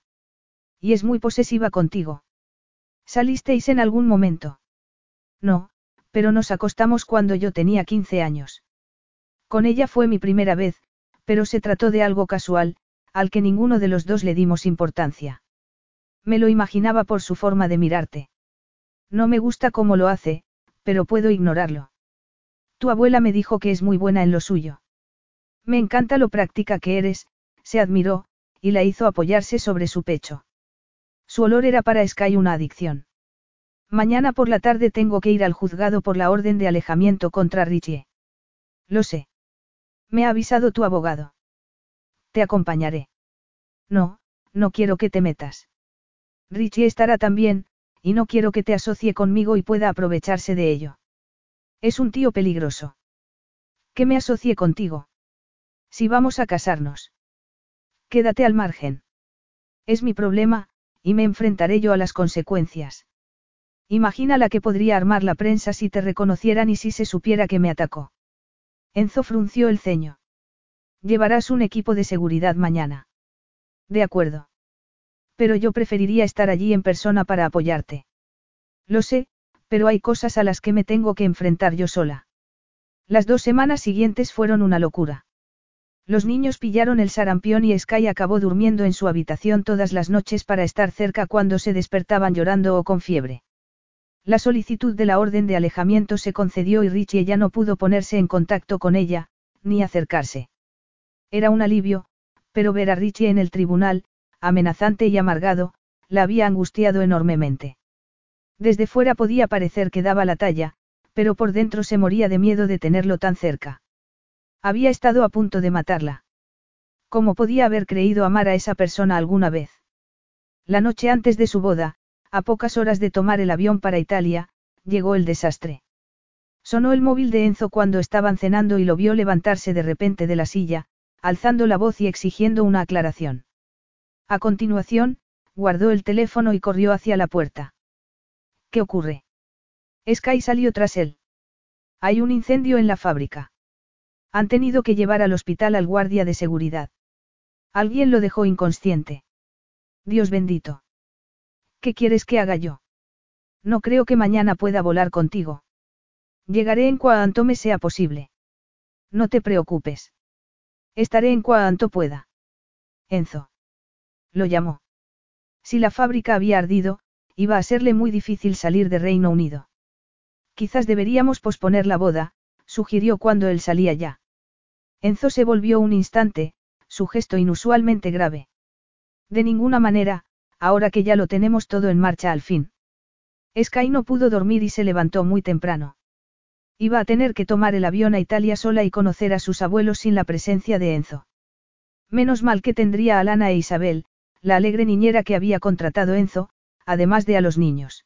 Y es muy posesiva contigo. ¿Salisteis en algún momento? No, pero nos acostamos cuando yo tenía 15 años. Con ella fue mi primera vez, pero se trató de algo casual, al que ninguno de los dos le dimos importancia. Me lo imaginaba por su forma de mirarte. No me gusta cómo lo hace, pero puedo ignorarlo. Tu abuela me dijo que es muy buena en lo suyo. Me encanta lo práctica que eres, se admiró, y la hizo apoyarse sobre su pecho. Su olor era para Sky una adicción. Mañana por la tarde tengo que ir al juzgado por la orden de alejamiento contra Richie. Lo sé. Me ha avisado tu abogado. Te acompañaré. No, no quiero que te metas. Richie estará también, y no quiero que te asocie conmigo y pueda aprovecharse de ello. Es un tío peligroso. Que me asocie contigo. Si vamos a casarnos. Quédate al margen. Es mi problema, y me enfrentaré yo a las consecuencias. Imagina la que podría armar la prensa si te reconocieran y si se supiera que me atacó. Enzo frunció el ceño. Llevarás un equipo de seguridad mañana. De acuerdo. Pero yo preferiría estar allí en persona para apoyarte. Lo sé, pero hay cosas a las que me tengo que enfrentar yo sola. Las 2 semanas siguientes fueron una locura. Los niños pillaron el sarampión y Sky acabó durmiendo en su habitación todas las noches para estar cerca cuando se despertaban llorando o con fiebre. La solicitud de la orden de alejamiento se concedió y Richie ya no pudo ponerse en contacto con ella, ni acercarse. Era un alivio, pero ver a Richie en el tribunal, amenazante y amargado, la había angustiado enormemente. Desde fuera podía parecer que daba la talla, pero por dentro se moría de miedo de tenerlo tan cerca. Había estado a punto de matarla. ¿Cómo podía haber creído amar a esa persona alguna vez? La noche antes de su boda, a pocas horas de tomar el avión para Italia, llegó el desastre. Sonó el móvil de Enzo cuando estaban cenando y lo vio levantarse de repente de la silla, alzando la voz y exigiendo una aclaración. A continuación, guardó el teléfono y corrió hacia la puerta. ¿Qué ocurre? Sky salió tras él. Hay un incendio en la fábrica. Han tenido que llevar al hospital al guardia de seguridad. Alguien lo dejó inconsciente. Dios bendito. ¿Qué quieres que haga yo? No creo que mañana pueda volar contigo. Llegaré en cuanto me sea posible. No te preocupes. Estaré en cuanto pueda. Enzo. Lo llamó. Si la fábrica había ardido, iba a serle muy difícil salir de Reino Unido. Quizás deberíamos posponer la boda, sugirió cuando él salía ya. Enzo se volvió un instante, su gesto inusualmente grave. De ninguna manera, ahora que ya lo tenemos todo en marcha al fin. Sky no pudo dormir y se levantó muy temprano. Iba a tener que tomar el avión a Italia sola y conocer a sus abuelos sin la presencia de Enzo. Menos mal que tendría a Lana e Isabel, la alegre niñera que había contratado Enzo, además de a los niños.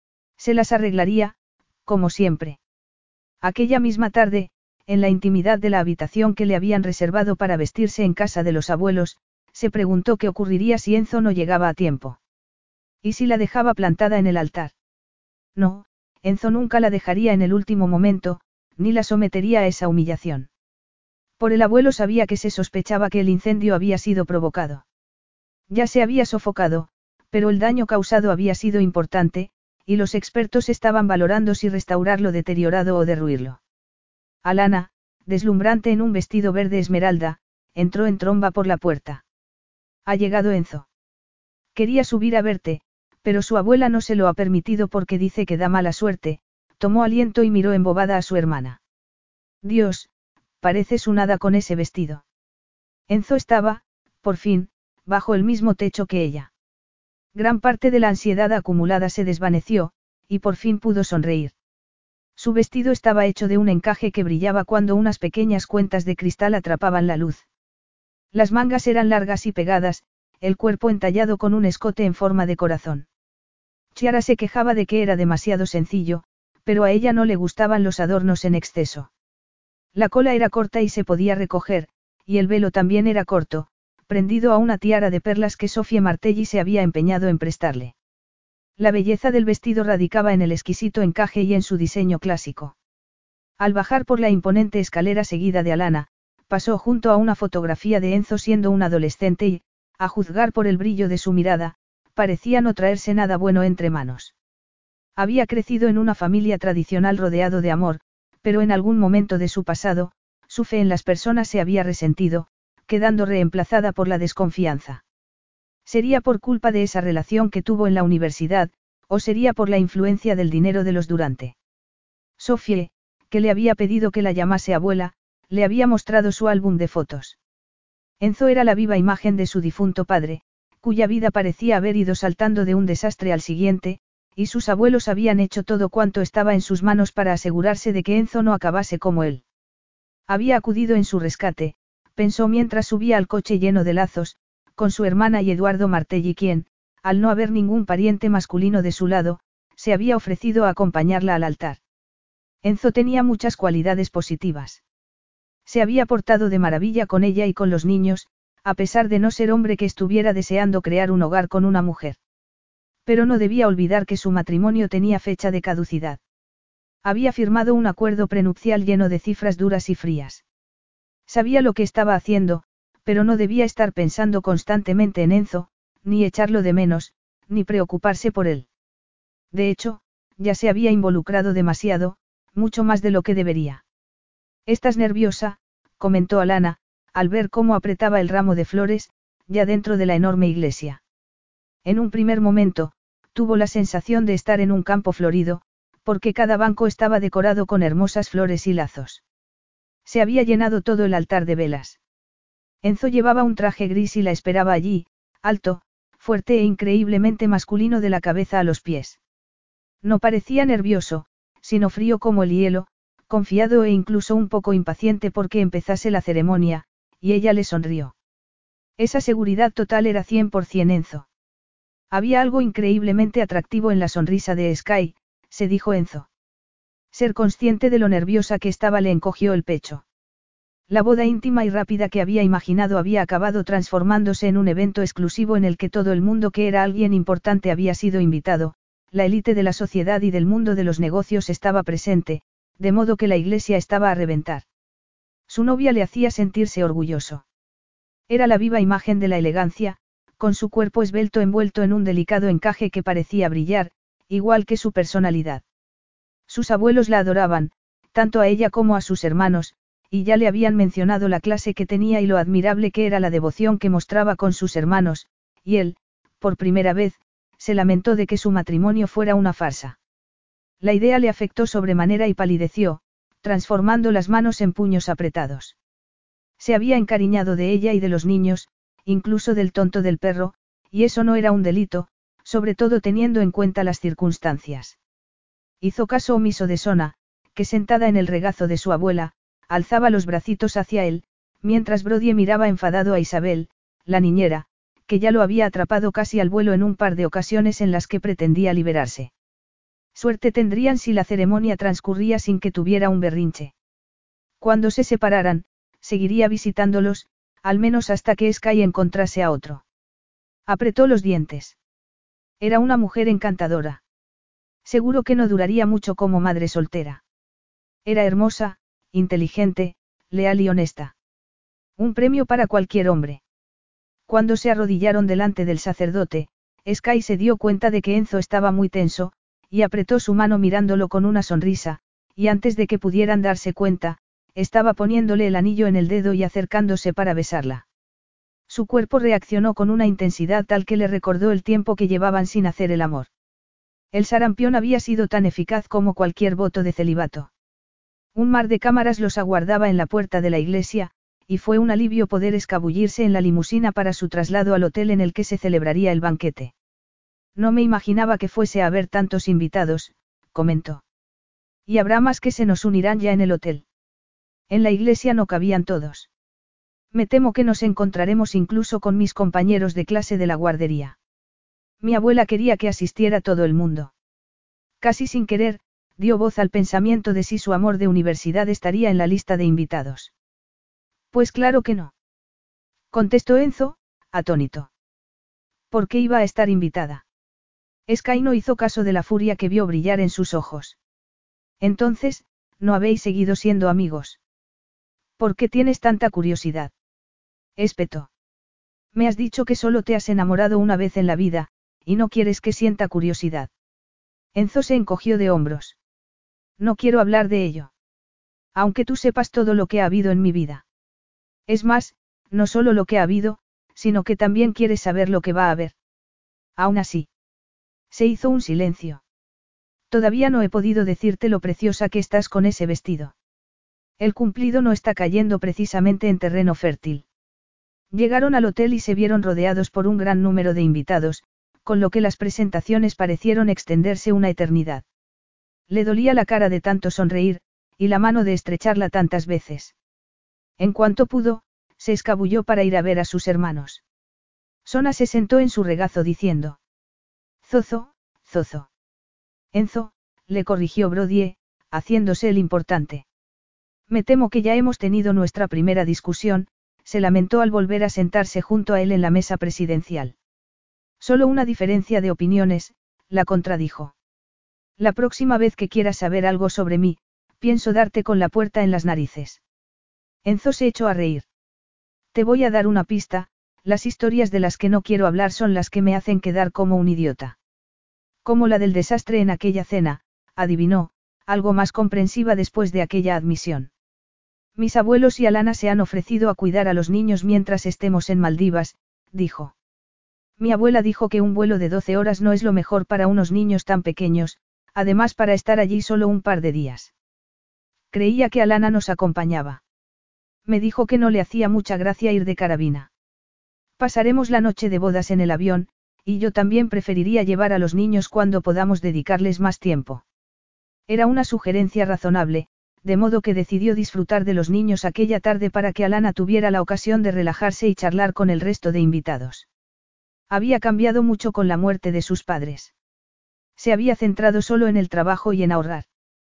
Se las arreglaría, como siempre. Aquella misma tarde, en la intimidad de la habitación que le habían reservado para vestirse en casa de los abuelos, se preguntó qué ocurriría si Enzo no llegaba a tiempo. ¿Y si la dejaba plantada en el altar? No, Enzo nunca la dejaría en el último momento, ni la sometería a esa humillación. Por el abuelo sabía que se sospechaba que el incendio había sido provocado. Ya se había sofocado, pero el daño causado había sido importante, y los expertos estaban valorando si restaurar lo deteriorado o derruirlo. Alana, deslumbrante en un vestido verde esmeralda, entró en tromba por la puerta. Ha llegado Enzo. Quería subir a verte, pero su abuela no se lo ha permitido porque dice que da mala suerte, tomó aliento y miró embobada a su hermana. Dios, pareces un hada con ese vestido. Enzo estaba, por fin, bajo el mismo techo que ella. Gran parte de la ansiedad acumulada se desvaneció, y por fin pudo sonreír. Su vestido estaba hecho de un encaje que brillaba cuando unas pequeñas cuentas de cristal atrapaban la luz. Las mangas eran largas y pegadas, el cuerpo entallado con un escote en forma de corazón. Chiara se quejaba de que era demasiado sencillo, pero a ella no le gustaban los adornos en exceso. La cola era corta y se podía recoger, y el velo también era corto, prendido a una tiara de perlas que Sofia Martelli se había empeñado en prestarle. La belleza del vestido radicaba en el exquisito encaje y en su diseño clásico. Al bajar por la imponente escalera seguida de Alana, pasó junto a una fotografía de Enzo siendo un adolescente y, a juzgar por el brillo de su mirada, parecía no traerse nada bueno entre manos. Había crecido en una familia tradicional rodeado de amor, pero en algún momento de su pasado, su fe en las personas se había resentido, quedando reemplazada por la desconfianza. ¿Sería por culpa de esa relación que tuvo en la universidad, o sería por la influencia del dinero de los Durante? Sofie, que le había pedido que la llamase abuela, le había mostrado su álbum de fotos. Enzo era la viva imagen de su difunto padre, cuya vida parecía haber ido saltando de un desastre al siguiente, y sus abuelos habían hecho todo cuanto estaba en sus manos para asegurarse de que Enzo no acabase como él. Había acudido en su rescate, pensó mientras subía al coche lleno de lazos, con su hermana y Eduardo Martelli quien, al no haber ningún pariente masculino de su lado, se había ofrecido a acompañarla al altar. Enzo tenía muchas cualidades positivas. Se había portado de maravilla con ella y con los niños, a pesar de no ser hombre que estuviera deseando crear un hogar con una mujer. Pero no debía olvidar que su matrimonio tenía fecha de caducidad. Había firmado un acuerdo prenupcial lleno de cifras duras y frías. Sabía lo que estaba haciendo, pero no debía estar pensando constantemente en Enzo, ni echarlo de menos, ni preocuparse por él. De hecho, ya se había involucrado demasiado, mucho más de lo que debería. «Estás nerviosa», comentó Alana, al ver cómo apretaba el ramo de flores, ya dentro de la enorme iglesia. En un primer momento, tuvo la sensación de estar en un campo florido, porque cada banco estaba decorado con hermosas flores y lazos. Se había llenado todo el altar de velas. Enzo llevaba un traje gris y la esperaba allí, alto, fuerte e increíblemente masculino de la cabeza a los pies. No parecía nervioso, sino frío como el hielo, confiado e incluso un poco impaciente porque empezase la ceremonia, y ella le sonrió. Esa seguridad total era 100% Enzo. Había algo increíblemente atractivo en la sonrisa de Sky, se dijo Enzo. Ser consciente de lo nerviosa que estaba le encogió el pecho. La boda íntima y rápida que había imaginado había acabado transformándose en un evento exclusivo en el que todo el mundo que era alguien importante había sido invitado, la élite de la sociedad y del mundo de los negocios estaba presente, de modo que la iglesia estaba a reventar. Su novia le hacía sentirse orgulloso. Era la viva imagen de la elegancia, con su cuerpo esbelto envuelto en un delicado encaje que parecía brillar, igual que su personalidad. Sus abuelos la adoraban, tanto a ella como a sus hermanos, y ya le habían mencionado la clase que tenía y lo admirable que era la devoción que mostraba con sus hermanos, y él, por primera vez, se lamentó de que su matrimonio fuera una farsa. La idea le afectó sobremanera y palideció, transformando las manos en puños apretados. Se había encariñado de ella y de los niños, incluso del tonto del perro, y eso no era un delito, sobre todo teniendo en cuenta las circunstancias. Hizo caso omiso de Sona, que sentada en el regazo de su abuela, alzaba los bracitos hacia él, mientras Brodie miraba enfadado a Isabel, la niñera, que ya lo había atrapado casi al vuelo en un par de ocasiones en las que pretendía liberarse. Suerte tendrían si la ceremonia transcurría sin que tuviera un berrinche. Cuando se separaran, seguiría visitándolos, al menos hasta que Sky encontrase a otro. Apretó los dientes. Era una mujer encantadora. Seguro que no duraría mucho como madre soltera. Era hermosa, inteligente, leal y honesta. Un premio para cualquier hombre. Cuando se arrodillaron delante del sacerdote, Sky se dio cuenta de que Enzo estaba muy tenso, y apretó su mano mirándolo con una sonrisa, y antes de que pudieran darse cuenta, estaba poniéndole el anillo en el dedo y acercándose para besarla. Su cuerpo reaccionó con una intensidad tal que le recordó el tiempo que llevaban sin hacer el amor. El sarampión había sido tan eficaz como cualquier voto de celibato. Un mar de cámaras los aguardaba en la puerta de la iglesia, y fue un alivio poder escabullirse en la limusina para su traslado al hotel en el que se celebraría el banquete. No me imaginaba que fuese a haber tantos invitados, comentó. Y habrá más que se nos unirán ya en el hotel. En la iglesia no cabían todos. Me temo que nos encontraremos incluso con mis compañeros de clase de la guardería. Mi abuela quería que asistiera todo el mundo. Casi sin querer, dio voz al pensamiento de si su amor de universidad estaría en la lista de invitados. Pues claro que no. Contestó Enzo, atónito. ¿Por qué iba a estar invitada? Sky no hizo caso de la furia que vio brillar en sus ojos. Entonces, ¿no habéis seguido siendo amigos? ¿Por qué tienes tanta curiosidad? Espetó. Me has dicho que solo te has enamorado una vez en la vida, y no quieres que sienta curiosidad. Enzo se encogió de hombros. No quiero hablar de ello. Aunque tú sepas todo lo que ha habido en mi vida. Es más, no solo lo que ha habido, sino que también quieres saber lo que va a haber. Aún así. Se hizo un silencio. Todavía no he podido decirte lo preciosa que estás con ese vestido. El cumplido no está cayendo precisamente en terreno fértil. Llegaron al hotel y se vieron rodeados por un gran número de invitados, con lo que las presentaciones parecieron extenderse una eternidad. Le dolía la cara de tanto sonreír, y la mano de estrecharla tantas veces. En cuanto pudo, se escabulló para ir a ver a sus hermanos. Sona se sentó en su regazo diciendo: Zozo, Zozo. Enzo, le corrigió Brodie, haciéndose el importante. Me temo que ya hemos tenido nuestra primera discusión, se lamentó al volver a sentarse junto a él en la mesa presidencial. Solo una diferencia de opiniones, la contradijo. La próxima vez que quieras saber algo sobre mí, pienso darte con la puerta en las narices. Enzo se echó a reír. Te voy a dar una pista, las historias de las que no quiero hablar son las que me hacen quedar como un idiota. Como la del desastre en aquella cena, adivinó, algo más comprensiva después de aquella admisión. Mis abuelos y Alana se han ofrecido a cuidar a los niños mientras estemos en Maldivas, dijo. Mi abuela dijo que un vuelo de 12 horas no es lo mejor para unos niños tan pequeños, además para estar allí solo un par de días. Creía que Alana nos acompañaba. Me dijo que no le hacía mucha gracia ir de carabina. Pasaremos la noche de bodas en el avión, y yo también preferiría llevar a los niños cuando podamos dedicarles más tiempo. Era una sugerencia razonable, de modo que decidió disfrutar de los niños aquella tarde para que Alana tuviera la ocasión de relajarse y charlar con el resto de invitados. Había cambiado mucho con la muerte de sus padres. Se había centrado solo en el trabajo y en ahorrar.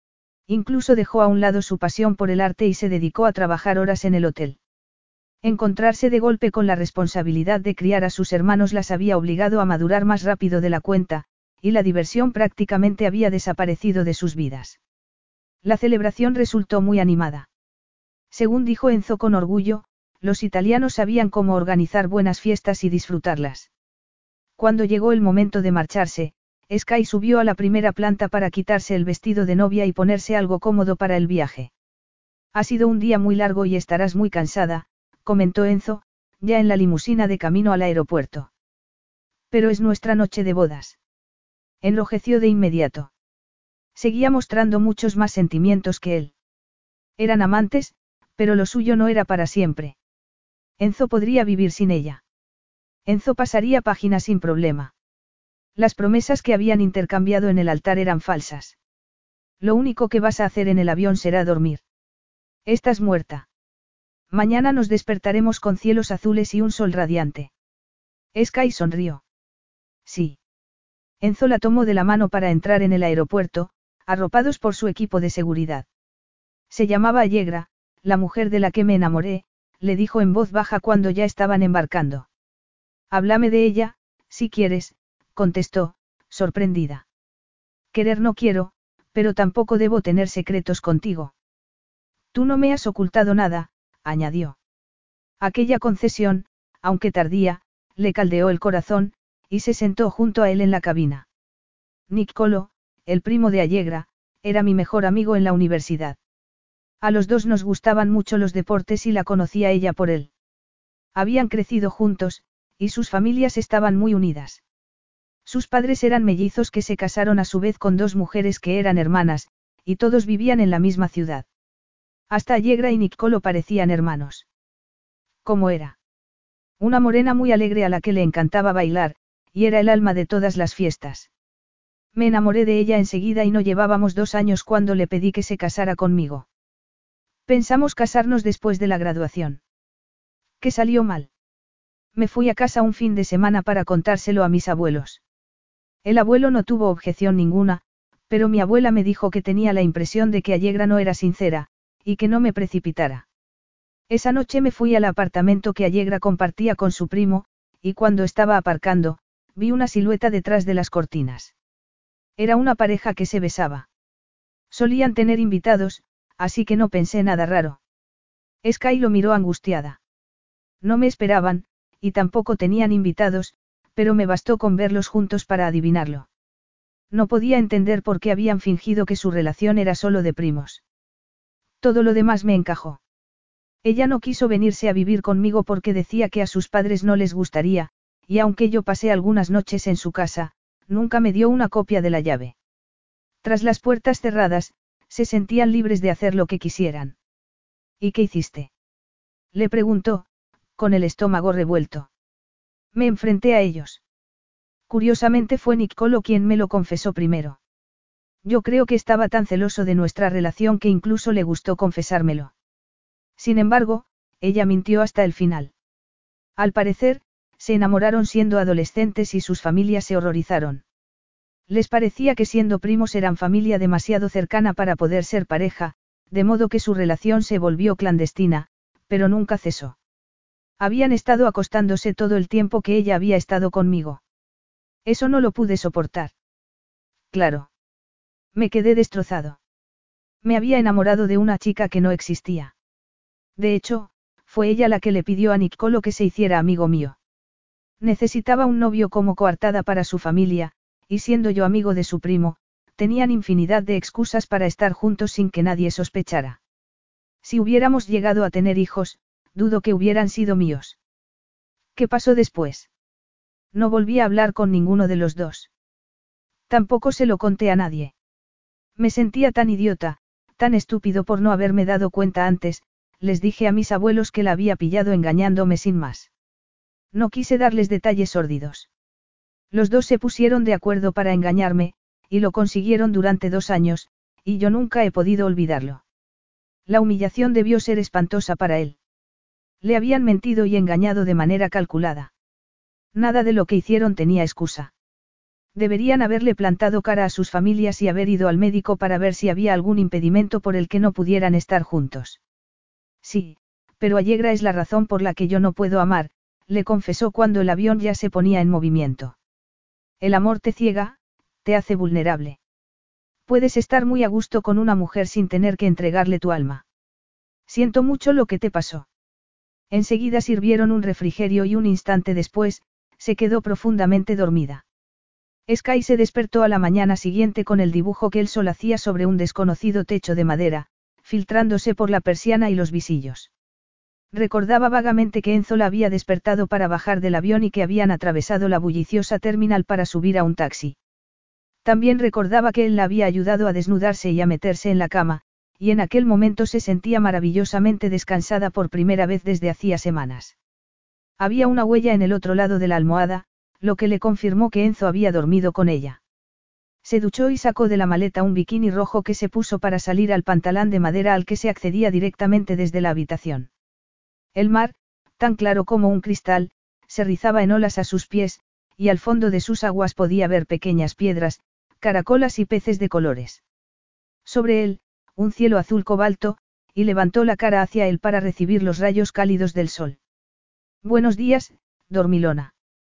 Incluso dejó a un lado su pasión por el arte y se dedicó a trabajar horas en el hotel. Encontrarse de golpe con la responsabilidad de criar a sus hermanos las había obligado a madurar más rápido de la cuenta, y la diversión prácticamente había desaparecido de sus vidas. La celebración resultó muy animada. Según dijo Enzo con orgullo, los italianos sabían cómo organizar buenas fiestas y disfrutarlas. Cuando llegó el momento de marcharse, Sky subió a la primera planta para quitarse el vestido de novia y ponerse algo cómodo para el viaje. Ha sido un día muy largo y estarás muy cansada, comentó Enzo, ya en la limusina de camino al aeropuerto. Pero es nuestra noche de bodas. Enrojeció de inmediato. Seguía mostrando muchos más sentimientos que él. Eran amantes, pero lo suyo no era para siempre. Enzo podría vivir sin ella. Enzo pasaría página sin problema. Las promesas que habían intercambiado en el altar eran falsas. Lo único que vas a hacer en el avión será dormir. Estás muerta. Mañana nos despertaremos con cielos azules y un sol radiante. Sky sonrió. Sí. Enzo la tomó de la mano para entrar en el aeropuerto, arropados por su equipo de seguridad. Se llamaba Allegra, la mujer de la que me enamoré, le dijo en voz baja cuando ya estaban embarcando. Háblame de ella, si quieres, contestó, sorprendida. Querer no quiero, pero tampoco debo tener secretos contigo. Tú no me has ocultado nada, añadió. Aquella concesión, aunque tardía, le caldeó el corazón, y se sentó junto a él en la cabina. Niccolò, el primo de Allegra, era mi mejor amigo en la universidad. A los dos nos gustaban mucho los deportes y la conocía ella por él. Habían crecido juntos, y sus familias estaban muy unidas. Sus padres eran mellizos que se casaron a su vez con dos mujeres que eran hermanas, y todos vivían en la misma ciudad. Hasta Allegra y Niccolò parecían hermanos. ¿Cómo era? Una morena muy alegre a la que le encantaba bailar, y era el alma de todas las fiestas. Me enamoré de ella enseguida y no llevábamos 2 años cuando le pedí que se casara conmigo. Pensamos casarnos después de la graduación. ¿Qué salió mal? Me fui a casa un fin de semana para contárselo a mis abuelos. El abuelo no tuvo objeción ninguna, pero mi abuela me dijo que tenía la impresión de que Allegra no era sincera, y que no me precipitara. Esa noche me fui al apartamento que Allegra compartía con su primo, y cuando estaba aparcando, vi una silueta detrás de las cortinas. Era una pareja que se besaba. Solían tener invitados, así que no pensé nada raro. Sky lo miró angustiada. No me esperaban, y tampoco tenían invitados, pero me bastó con verlos juntos para adivinarlo. No podía entender por qué habían fingido que su relación era solo de primos. Todo lo demás me encajó. Ella no quiso venirse a vivir conmigo porque decía que a sus padres no les gustaría, y aunque yo pasé algunas noches en su casa, nunca me dio una copia de la llave. Tras las puertas cerradas, se sentían libres de hacer lo que quisieran. ¿Y qué hiciste? Le preguntó, con el estómago revuelto. Me enfrenté a ellos. Curiosamente fue Niccolò quien me lo confesó primero. Yo creo que estaba tan celoso de nuestra relación que incluso le gustó confesármelo. Sin embargo, ella mintió hasta el final. Al parecer, se enamoraron siendo adolescentes y sus familias se horrorizaron. Les parecía que siendo primos eran familia demasiado cercana para poder ser pareja, de modo que su relación se volvió clandestina, pero nunca cesó. Habían estado acostándose todo el tiempo que ella había estado conmigo. Eso no lo pude soportar. Claro. Me quedé destrozado. Me había enamorado de una chica que no existía. De hecho, fue ella la que le pidió a Niccolò que se hiciera amigo mío. Necesitaba un novio como coartada para su familia, y siendo yo amigo de su primo, tenían infinidad de excusas para estar juntos sin que nadie sospechara. Si hubiéramos llegado a tener hijos, dudo que hubieran sido míos. ¿Qué pasó después? No volví a hablar con ninguno de los dos. Tampoco se lo conté a nadie. Me sentía tan idiota, tan estúpido por no haberme dado cuenta antes, les dije a mis abuelos que la había pillado engañándome sin más. No quise darles detalles sórdidos. Los dos se pusieron de acuerdo para engañarme, y lo consiguieron durante 2 años, y yo nunca he podido olvidarlo. La humillación debió ser espantosa para él. Le habían mentido y engañado de manera calculada. Nada de lo que hicieron tenía excusa. Deberían haberle plantado cara a sus familias y haber ido al médico para ver si había algún impedimento por el que no pudieran estar juntos. Sí, pero Allegra es la razón por la que yo no puedo amar, le confesó cuando el avión ya se ponía en movimiento. El amor te ciega, te hace vulnerable. Puedes estar muy a gusto con una mujer sin tener que entregarle tu alma. Siento mucho lo que te pasó. Enseguida sirvieron un refrigerio y un instante después, se quedó profundamente dormida. Sky se despertó a la mañana siguiente con el dibujo que el sol hacía sobre un desconocido techo de madera, filtrándose por la persiana y los visillos. Recordaba vagamente que Enzo la había despertado para bajar del avión y que habían atravesado la bulliciosa terminal para subir a un taxi. También recordaba que él la había ayudado a desnudarse y a meterse en la cama, y en aquel momento se sentía maravillosamente descansada por primera vez desde hacía semanas. Había una huella en el otro lado de la almohada, lo que le confirmó que Enzo había dormido con ella. Se duchó y sacó de la maleta un bikini rojo que se puso para salir al pantalón de madera al que se accedía directamente desde la habitación. El mar, tan claro como un cristal, se rizaba en olas a sus pies, y al fondo de sus aguas podía ver pequeñas piedras, caracolas y peces de colores. Sobre él, un cielo azul cobalto, y levantó la cara hacia él para recibir los rayos cálidos del sol. Buenos días, dormilona.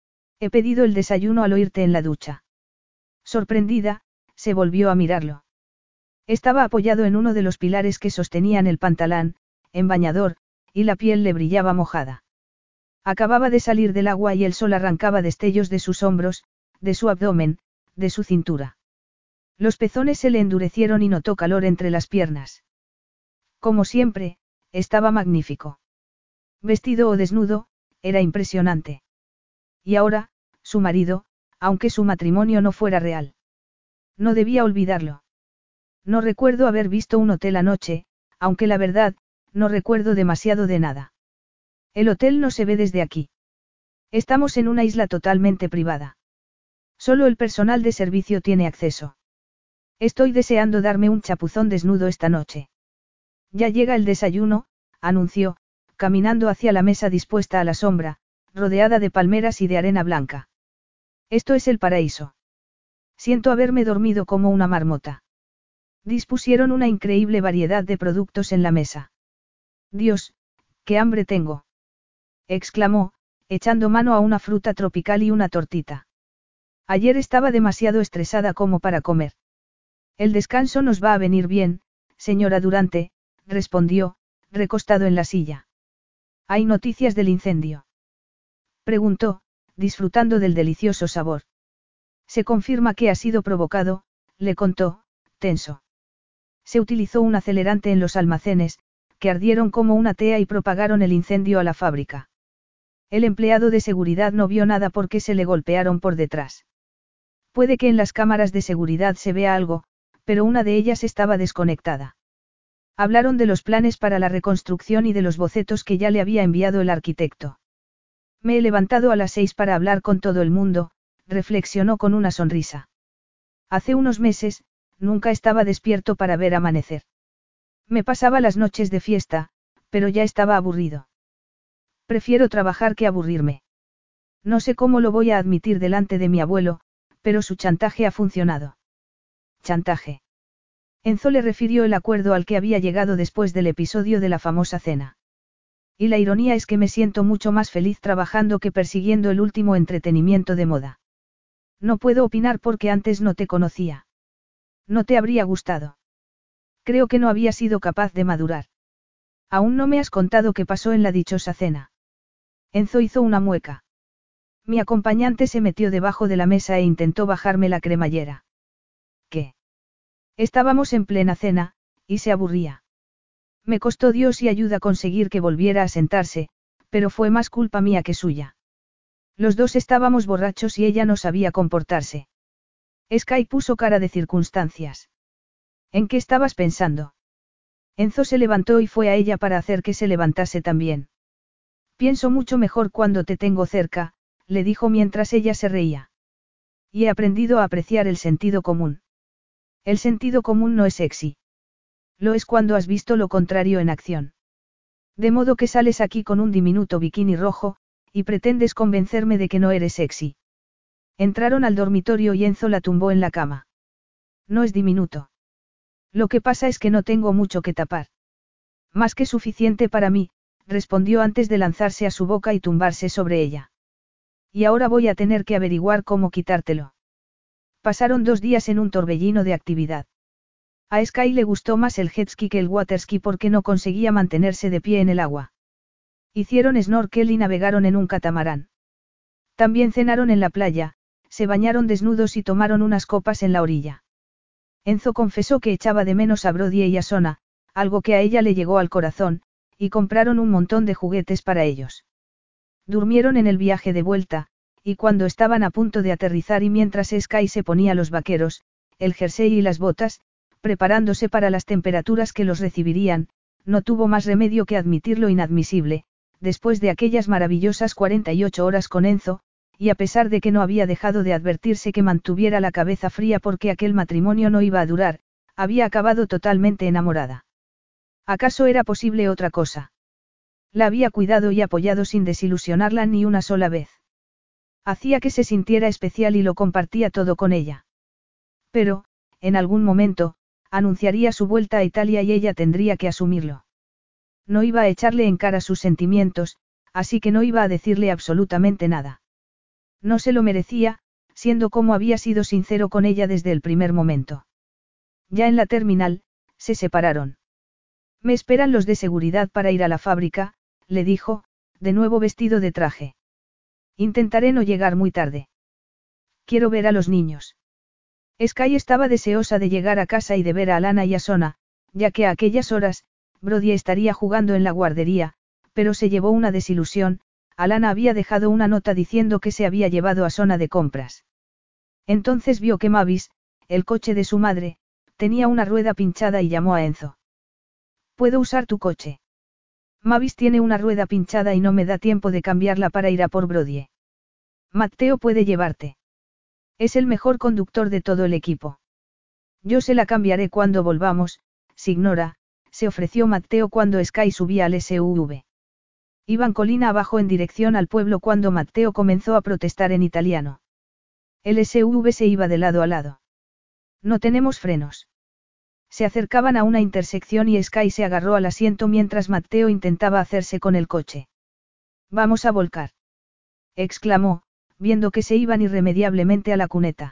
He pedido el desayuno al oírte en la ducha. Sorprendida, se volvió a mirarlo. Estaba apoyado en uno de los pilares que sostenían el pantalón, en bañador, y la piel le brillaba mojada. Acababa de salir del agua y el sol arrancaba destellos de sus hombros, de su abdomen, de su cintura. Los pezones se le endurecieron y notó calor entre las piernas. Como siempre, estaba magnífico. Vestido o desnudo, era impresionante. Y ahora, su marido, aunque su matrimonio no fuera real. No debía olvidarlo. No recuerdo haber visto un hotel anoche, aunque la verdad, no recuerdo demasiado de nada. El hotel no se ve desde aquí. Estamos en una isla totalmente privada. Solo el personal de servicio tiene acceso. Estoy deseando darme un chapuzón desnudo esta noche. Ya llega el desayuno, anunció, caminando hacia la mesa dispuesta a la sombra, rodeada de palmeras y de arena blanca. Esto es el paraíso. Siento haberme dormido como una marmota. Dispusieron una increíble variedad de productos en la mesa. Dios, qué hambre tengo. Exclamó, echando mano a una fruta tropical y una tortita. Ayer estaba demasiado estresada como para comer. El descanso nos va a venir bien, señora Durante, respondió, recostado en la silla. ¿Hay noticias del incendio? Preguntó, disfrutando del delicioso sabor. Se confirma que ha sido provocado, le contó, tenso. Se utilizó un acelerante en los almacenes, que ardieron como una tea y propagaron el incendio a la fábrica. El empleado de seguridad no vio nada porque se le golpearon por detrás. Puede que en las cámaras de seguridad se vea algo, pero una de ellas estaba desconectada. Hablaron de los planes para la reconstrucción y de los bocetos que ya le había enviado el arquitecto. Me he levantado a las 6 para hablar con todo el mundo, reflexionó con una sonrisa. Hace unos meses, nunca estaba despierto para ver amanecer. Me pasaba las noches de fiesta, pero ya estaba aburrido. Prefiero trabajar que aburrirme. No sé cómo lo voy a admitir delante de mi abuelo, pero su chantaje ha funcionado. Chantaje. Enzo le refirió el acuerdo al que había llegado después del episodio de la famosa cena. Y la ironía es que me siento mucho más feliz trabajando que persiguiendo el último entretenimiento de moda. No puedo opinar porque antes no te conocía. No te habría gustado. Creo que no había sido capaz de madurar. Aún no me has contado qué pasó en la dichosa cena. Enzo hizo una mueca. Mi acompañante se metió debajo de la mesa e intentó bajarme la cremallera. ¿Qué? Estábamos en plena cena, y se aburría. Me costó Dios y ayuda conseguir que volviera a sentarse, pero fue más culpa mía que suya. Los dos estábamos borrachos y ella no sabía comportarse. Sky puso cara de circunstancias. ¿En qué estabas pensando? Enzo se levantó y fue a ella para hacer que se levantase también. Pienso mucho mejor cuando te tengo cerca, le dijo mientras ella se reía. Y he aprendido a apreciar el sentido común. El sentido común no es sexy. Lo es cuando has visto lo contrario en acción. De modo que sales aquí con un diminuto bikini rojo, y pretendes convencerme de que no eres sexy. Entraron al dormitorio y Enzo la tumbó en la cama. No es diminuto. Lo que pasa es que no tengo mucho que tapar. Más que suficiente para mí, respondió antes de lanzarse a su boca y tumbarse sobre ella. Y ahora voy a tener que averiguar cómo quitártelo. Pasaron 2 días en un torbellino de actividad. A Sky le gustó más el jet ski que el waterski porque no conseguía mantenerse de pie en el agua. Hicieron snorkel y navegaron en un catamarán. También cenaron en la playa, se bañaron desnudos y tomaron unas copas en la orilla. Enzo confesó que echaba de menos a Brody y a Sona, algo que a ella le llegó al corazón, y compraron un montón de juguetes para ellos. Durmieron en el viaje de vuelta, y cuando estaban a punto de aterrizar y mientras Sky se ponía los vaqueros, el jersey y las botas, preparándose para las temperaturas que los recibirían, no tuvo más remedio que admitir lo inadmisible, después de aquellas maravillosas 48 horas con Enzo, y a pesar de que no había dejado de advertirse que mantuviera la cabeza fría porque aquel matrimonio no iba a durar, había acabado totalmente enamorada. ¿Acaso era posible otra cosa? La había cuidado y apoyado sin desilusionarla ni una sola vez. Hacía que se sintiera especial y lo compartía todo con ella. Pero, en algún momento, anunciaría su vuelta a Italia y ella tendría que asumirlo. No iba a echarle en cara sus sentimientos, así que no iba a decirle absolutamente nada. No se lo merecía, siendo como había sido sincero con ella desde el primer momento. Ya en la terminal, se separaron. Me esperan los de seguridad para ir a la fábrica, le dijo, de nuevo vestido de traje. Intentaré no llegar muy tarde. Quiero ver a los niños. Sky estaba deseosa de llegar a casa y de ver a Alana y a Sona, ya que a aquellas horas, Brody estaría jugando en la guardería, pero se llevó una desilusión. Alana había dejado una nota diciendo que se había llevado a Sona de compras. Entonces vio que Mavis, el coche de su madre, tenía una rueda pinchada y llamó a Enzo. ¿Puedo usar tu coche? Mavis tiene una rueda pinchada y no me da tiempo de cambiarla para ir a por Brody. Matteo puede llevarte. Es el mejor conductor de todo el equipo. Yo se la cambiaré cuando volvamos, signora, se ofreció Matteo cuando Sky subía al SUV. Iban colina abajo en dirección al pueblo cuando Matteo comenzó a protestar en italiano. El SUV se iba de lado a lado. No tenemos frenos. Se acercaban a una intersección y Sky se agarró al asiento mientras Matteo intentaba hacerse con el coche. Vamos a volcar. Exclamó, viendo que se iban irremediablemente a la cuneta.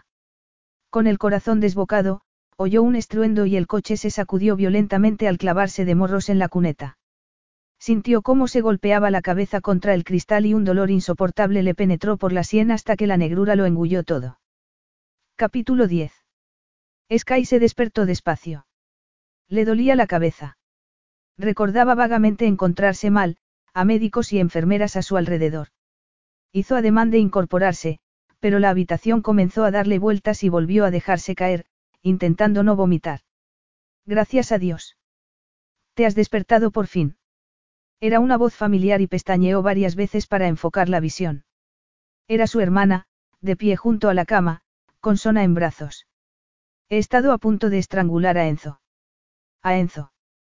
Con el corazón desbocado, oyó un estruendo y el coche se sacudió violentamente al clavarse de morros en la cuneta. Sintió cómo se golpeaba la cabeza contra el cristal y un dolor insoportable le penetró por la sien hasta que la negrura lo engulló todo. Capítulo 10. Sky se despertó despacio. Le dolía la cabeza. Recordaba vagamente encontrarse mal, a médicos y enfermeras a su alrededor. Hizo ademán de incorporarse, pero la habitación comenzó a darle vueltas y volvió a dejarse caer, intentando no vomitar. Gracias a Dios. Te has despertado por fin. Era una voz familiar y pestañeó varias veces para enfocar la visión. Era su hermana, de pie junto a la cama, con Sona en brazos. He estado a punto de estrangular a Enzo. ¿A Enzo?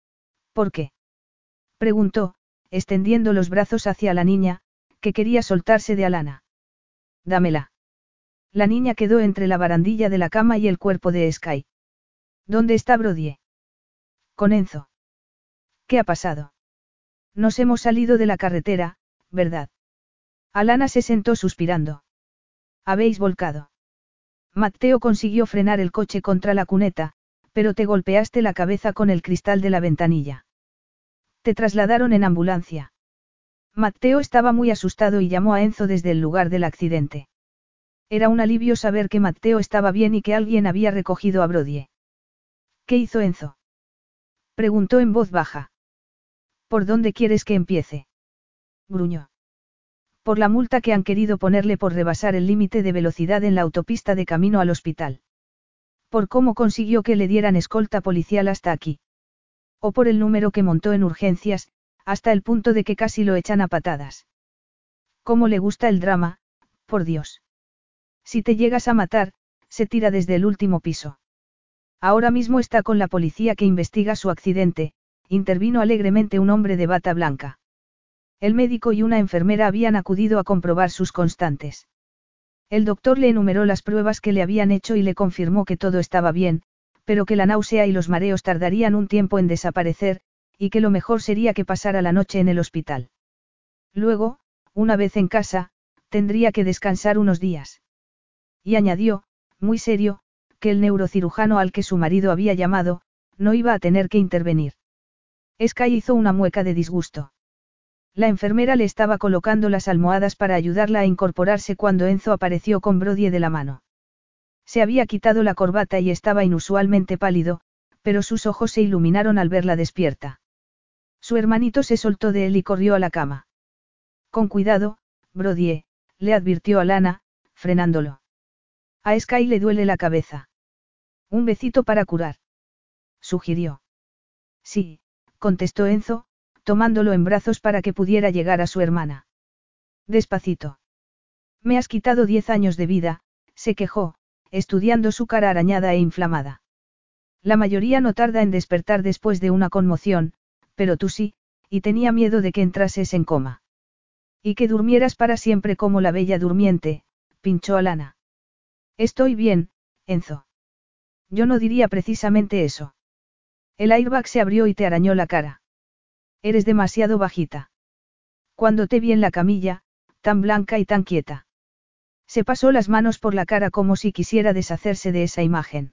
¿Por qué? Preguntó, extendiendo los brazos hacia la niña, que quería soltarse de Alana. Dámela. La niña quedó entre la barandilla de la cama y el cuerpo de Sky. ¿Dónde está Brody? Con Enzo. ¿Qué ha pasado? Nos hemos salido de la carretera, ¿verdad? Alana se sentó suspirando. Habéis volcado. Matteo consiguió frenar el coche contra la cuneta, pero te golpeaste la cabeza con el cristal de la ventanilla. Te trasladaron en ambulancia. Matteo estaba muy asustado y llamó a Enzo desde el lugar del accidente. Era un alivio saber que Matteo estaba bien y que alguien había recogido a Brody. ¿Qué hizo Enzo? Preguntó en voz baja. ¿Por dónde quieres que empiece? Gruñó. Por la multa que han querido ponerle por rebasar el límite de velocidad en la autopista de camino al hospital. Por cómo consiguió que le dieran escolta policial hasta aquí. O por el número que montó en urgencias, hasta el punto de que casi lo echan a patadas. ¿Cómo le gusta el drama, por Dios? Si te llegas a matar, se tira desde el último piso. Ahora mismo está con la policía que investiga su accidente, intervino alegremente un hombre de bata blanca. El médico y una enfermera habían acudido a comprobar sus constantes. El doctor le enumeró las pruebas que le habían hecho y le confirmó que todo estaba bien, pero que la náusea y los mareos tardarían un tiempo en desaparecer, y que lo mejor sería que pasara la noche en el hospital. Luego, una vez en casa, tendría que descansar unos días. Y añadió, muy serio, que el neurocirujano al que su marido había llamado, no iba a tener que intervenir. Sky hizo una mueca de disgusto. La enfermera le estaba colocando las almohadas para ayudarla a incorporarse cuando Enzo apareció con Brodie de la mano. Se había quitado la corbata y estaba inusualmente pálido, pero sus ojos se iluminaron al verla despierta. Su hermanito se soltó de él y corrió a la cama. Con cuidado, Brodie, le advirtió a Lana, frenándolo. A Sky le duele la cabeza. Un besito para curar. Sugirió. Sí, contestó Enzo, tomándolo en brazos para que pudiera llegar a su hermana. Despacito. Me has quitado 10 años de vida, se quejó, estudiando su cara arañada e inflamada. La mayoría no tarda en despertar después de una conmoción, pero tú sí, y tenía miedo de que entrases en coma. Y que durmieras para siempre como la bella durmiente, pinchó a Lana. Estoy bien, Enzo. Yo no diría precisamente eso. El airbag se abrió y te arañó la cara. Eres demasiado bajita. Cuando te vi en la camilla, tan blanca y tan quieta. Se pasó las manos por la cara como si quisiera deshacerse de esa imagen.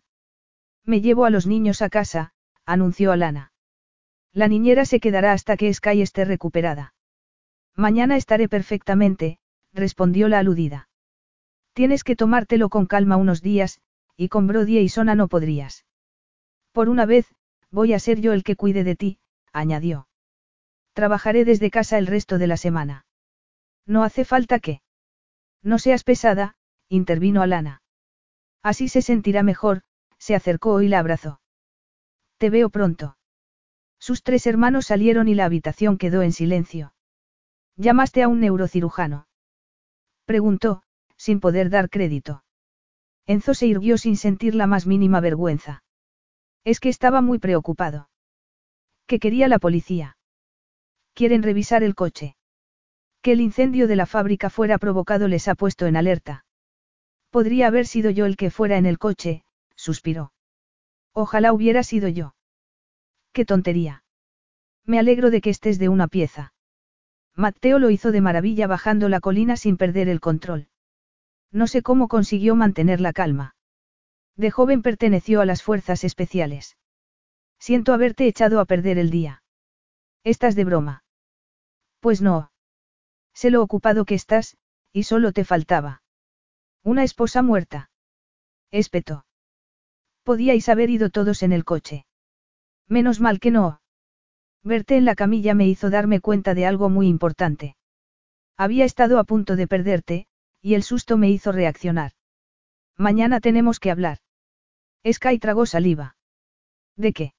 Me llevo a los niños a casa, anunció Alana. La niñera se quedará hasta que Sky esté recuperada. Mañana estaré perfectamente, respondió la aludida. Tienes que tomártelo con calma unos días, y con Brodie y Sona no podrías. Por una vez, voy a ser yo el que cuide de ti, añadió. Trabajaré desde casa el resto de la semana. No hace falta que. No seas pesada, intervino Alana. Así se sentirá mejor, se acercó y la abrazó. Te veo pronto. Sus 3 hermanos salieron y la habitación quedó en silencio. ¿Llamaste a un neurocirujano? Preguntó, sin poder dar crédito. Enzo se irguió sin sentir la más mínima vergüenza. Es que estaba muy preocupado. ¿Qué quería la policía? Quieren revisar el coche. Que el incendio de la fábrica fuera provocado les ha puesto en alerta. Podría haber sido yo el que fuera en el coche, suspiró. Ojalá hubiera sido yo. ¡Qué tontería! Me alegro de que estés de una pieza. Matteo lo hizo de maravilla bajando la colina sin perder el control. No sé cómo consiguió mantener la calma. De joven perteneció a las fuerzas especiales. Siento haberte echado a perder el día. ¿Estás de broma? Pues no. Sé lo ocupado que estás, y solo te faltaba. Una esposa muerta. Espetó. Podíais haber ido todos en el coche. Menos mal que no. Verte en la camilla me hizo darme cuenta de algo muy importante. Había estado a punto de perderte, y el susto me hizo reaccionar. Mañana tenemos que hablar. Sky tragó saliva. ¿De qué?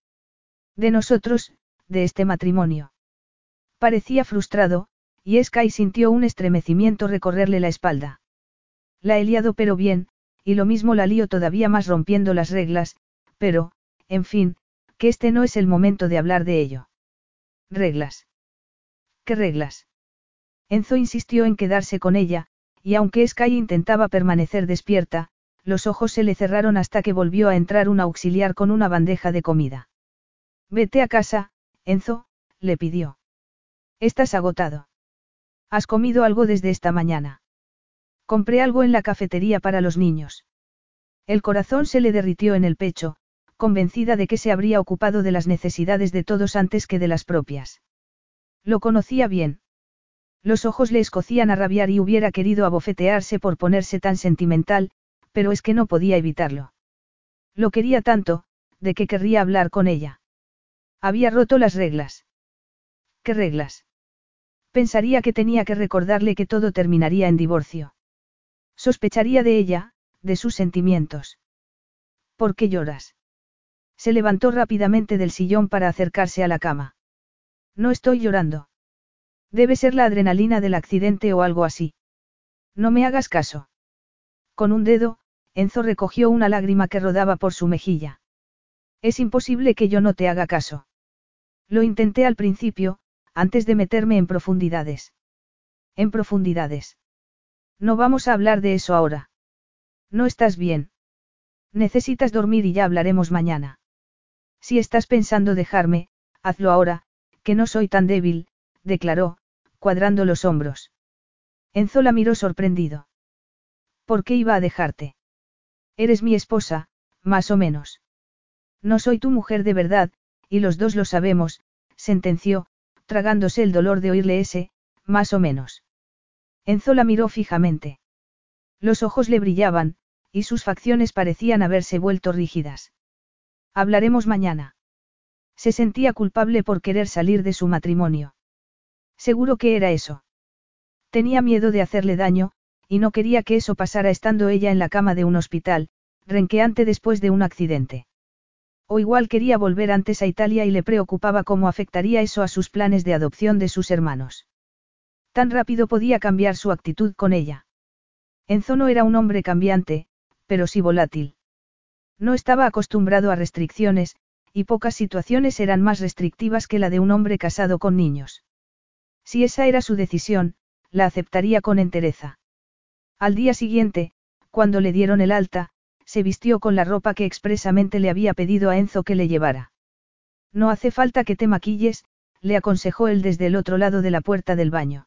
De nosotros, de este matrimonio. Parecía frustrado, y Sky sintió un estremecimiento recorrerle la espalda. La he liado pero bien, y lo mismo la lío todavía más rompiendo las reglas, pero, en fin, que este no es el momento de hablar de ello. ¿Reglas? ¿Qué reglas? Enzo insistió en quedarse con ella, y aunque Sky intentaba permanecer despierta, los ojos se le cerraron hasta que volvió a entrar un auxiliar con una bandeja de comida. Vete a casa, Enzo, le pidió. Estás agotado. ¿Has comido algo desde esta mañana? Compré algo en la cafetería para los niños. El corazón se le derritió en el pecho, convencida de que se habría ocupado de las necesidades de todos antes que de las propias. Lo conocía bien. Los ojos le escocían a rabiar y hubiera querido abofetearse por ponerse tan sentimental, pero es que no podía evitarlo. Lo quería tanto, de que querría hablar con ella. Había roto las reglas. ¿Qué reglas? Pensaría que tenía que recordarle que todo terminaría en divorcio. Sospecharía de ella, de sus sentimientos. ¿Por qué lloras? Se levantó rápidamente del sillón para acercarse a la cama. No estoy llorando. Debe ser la adrenalina del accidente o algo así. No me hagas caso. Con un dedo, Enzo recogió una lágrima que rodaba por su mejilla. Es imposible que yo no te haga caso. Lo intenté al principio, antes de meterme en profundidades. En profundidades. No vamos a hablar de eso ahora. No estás bien. Necesitas dormir y ya hablaremos mañana. Si estás pensando dejarme, hazlo ahora, que no soy tan débil, declaró, cuadrando los hombros. Enzo la miró sorprendido. ¿Por qué iba a dejarte? Eres mi esposa, más o menos. No soy tu mujer de verdad, y los dos lo sabemos, sentenció, tragándose el dolor de oírle ese, más o menos. Enzo la miró fijamente. Los ojos le brillaban, y sus facciones parecían haberse vuelto rígidas. Hablaremos mañana. Se sentía culpable por querer salir de su matrimonio. Seguro que era eso. Tenía miedo de hacerle daño, y no quería que eso pasara estando ella en la cama de un hospital, renqueante después de un accidente. O igual quería volver antes a Italia y le preocupaba cómo afectaría eso a sus planes de adopción de sus hermanos. Tan rápido podía cambiar su actitud con ella. Enzo no era un hombre cambiante, pero sí volátil. No estaba acostumbrado a restricciones, y pocas situaciones eran más restrictivas que la de un hombre casado con niños. Si esa era su decisión, la aceptaría con entereza. Al día siguiente, cuando le dieron el alta, se vistió con la ropa que expresamente le había pedido a Enzo que le llevara. No hace falta que te maquilles, le aconsejó él desde el otro lado de la puerta del baño.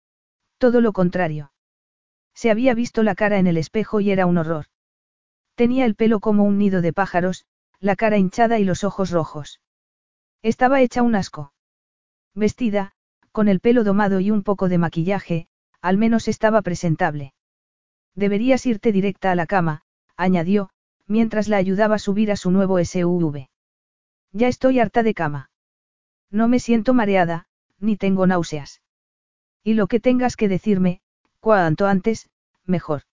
Todo lo contrario. Se había visto la cara en el espejo y era un horror. Tenía el pelo como un nido de pájaros, la cara hinchada y los ojos rojos. Estaba hecha un asco. Vestida, con el pelo domado y un poco de maquillaje, al menos estaba presentable. Deberías irte directa a la cama, añadió, mientras la ayudaba a subir a su nuevo SUV. Ya estoy harta de cama. No me siento mareada, ni tengo náuseas. Y lo que tengas que decirme, cuanto antes, mejor.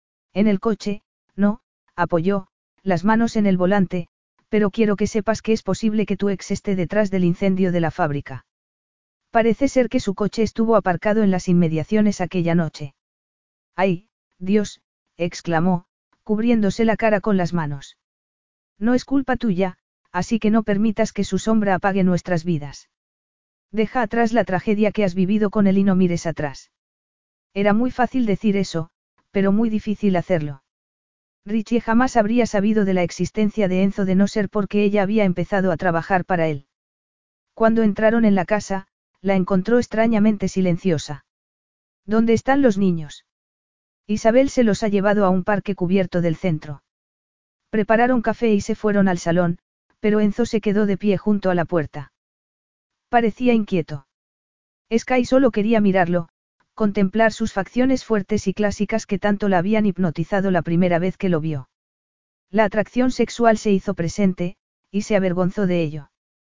En el coche, no, apoyó, las manos en el volante, pero quiero que sepas que es posible que tu ex esté detrás del incendio de la fábrica. Parece ser que su coche estuvo aparcado en las inmediaciones aquella noche. ¡Ay, Dios!, exclamó, cubriéndose la cara con las manos. No es culpa tuya, así que no permitas que su sombra apague nuestras vidas. Deja atrás la tragedia que has vivido con él y no mires atrás. Era muy fácil decir eso, pero muy difícil hacerlo. Richie jamás habría sabido de la existencia de Enzo de no ser porque ella había empezado a trabajar para él. Cuando entraron en la casa, la encontró extrañamente silenciosa. ¿Dónde están los niños? Isabel se los ha llevado a un parque cubierto del centro. Prepararon café y se fueron al salón, pero Enzo se quedó de pie junto a la puerta. Parecía inquieto. Sky solo quería mirarlo, contemplar sus facciones fuertes y clásicas que tanto la habían hipnotizado la primera vez que lo vio. La atracción sexual se hizo presente, y se avergonzó de ello.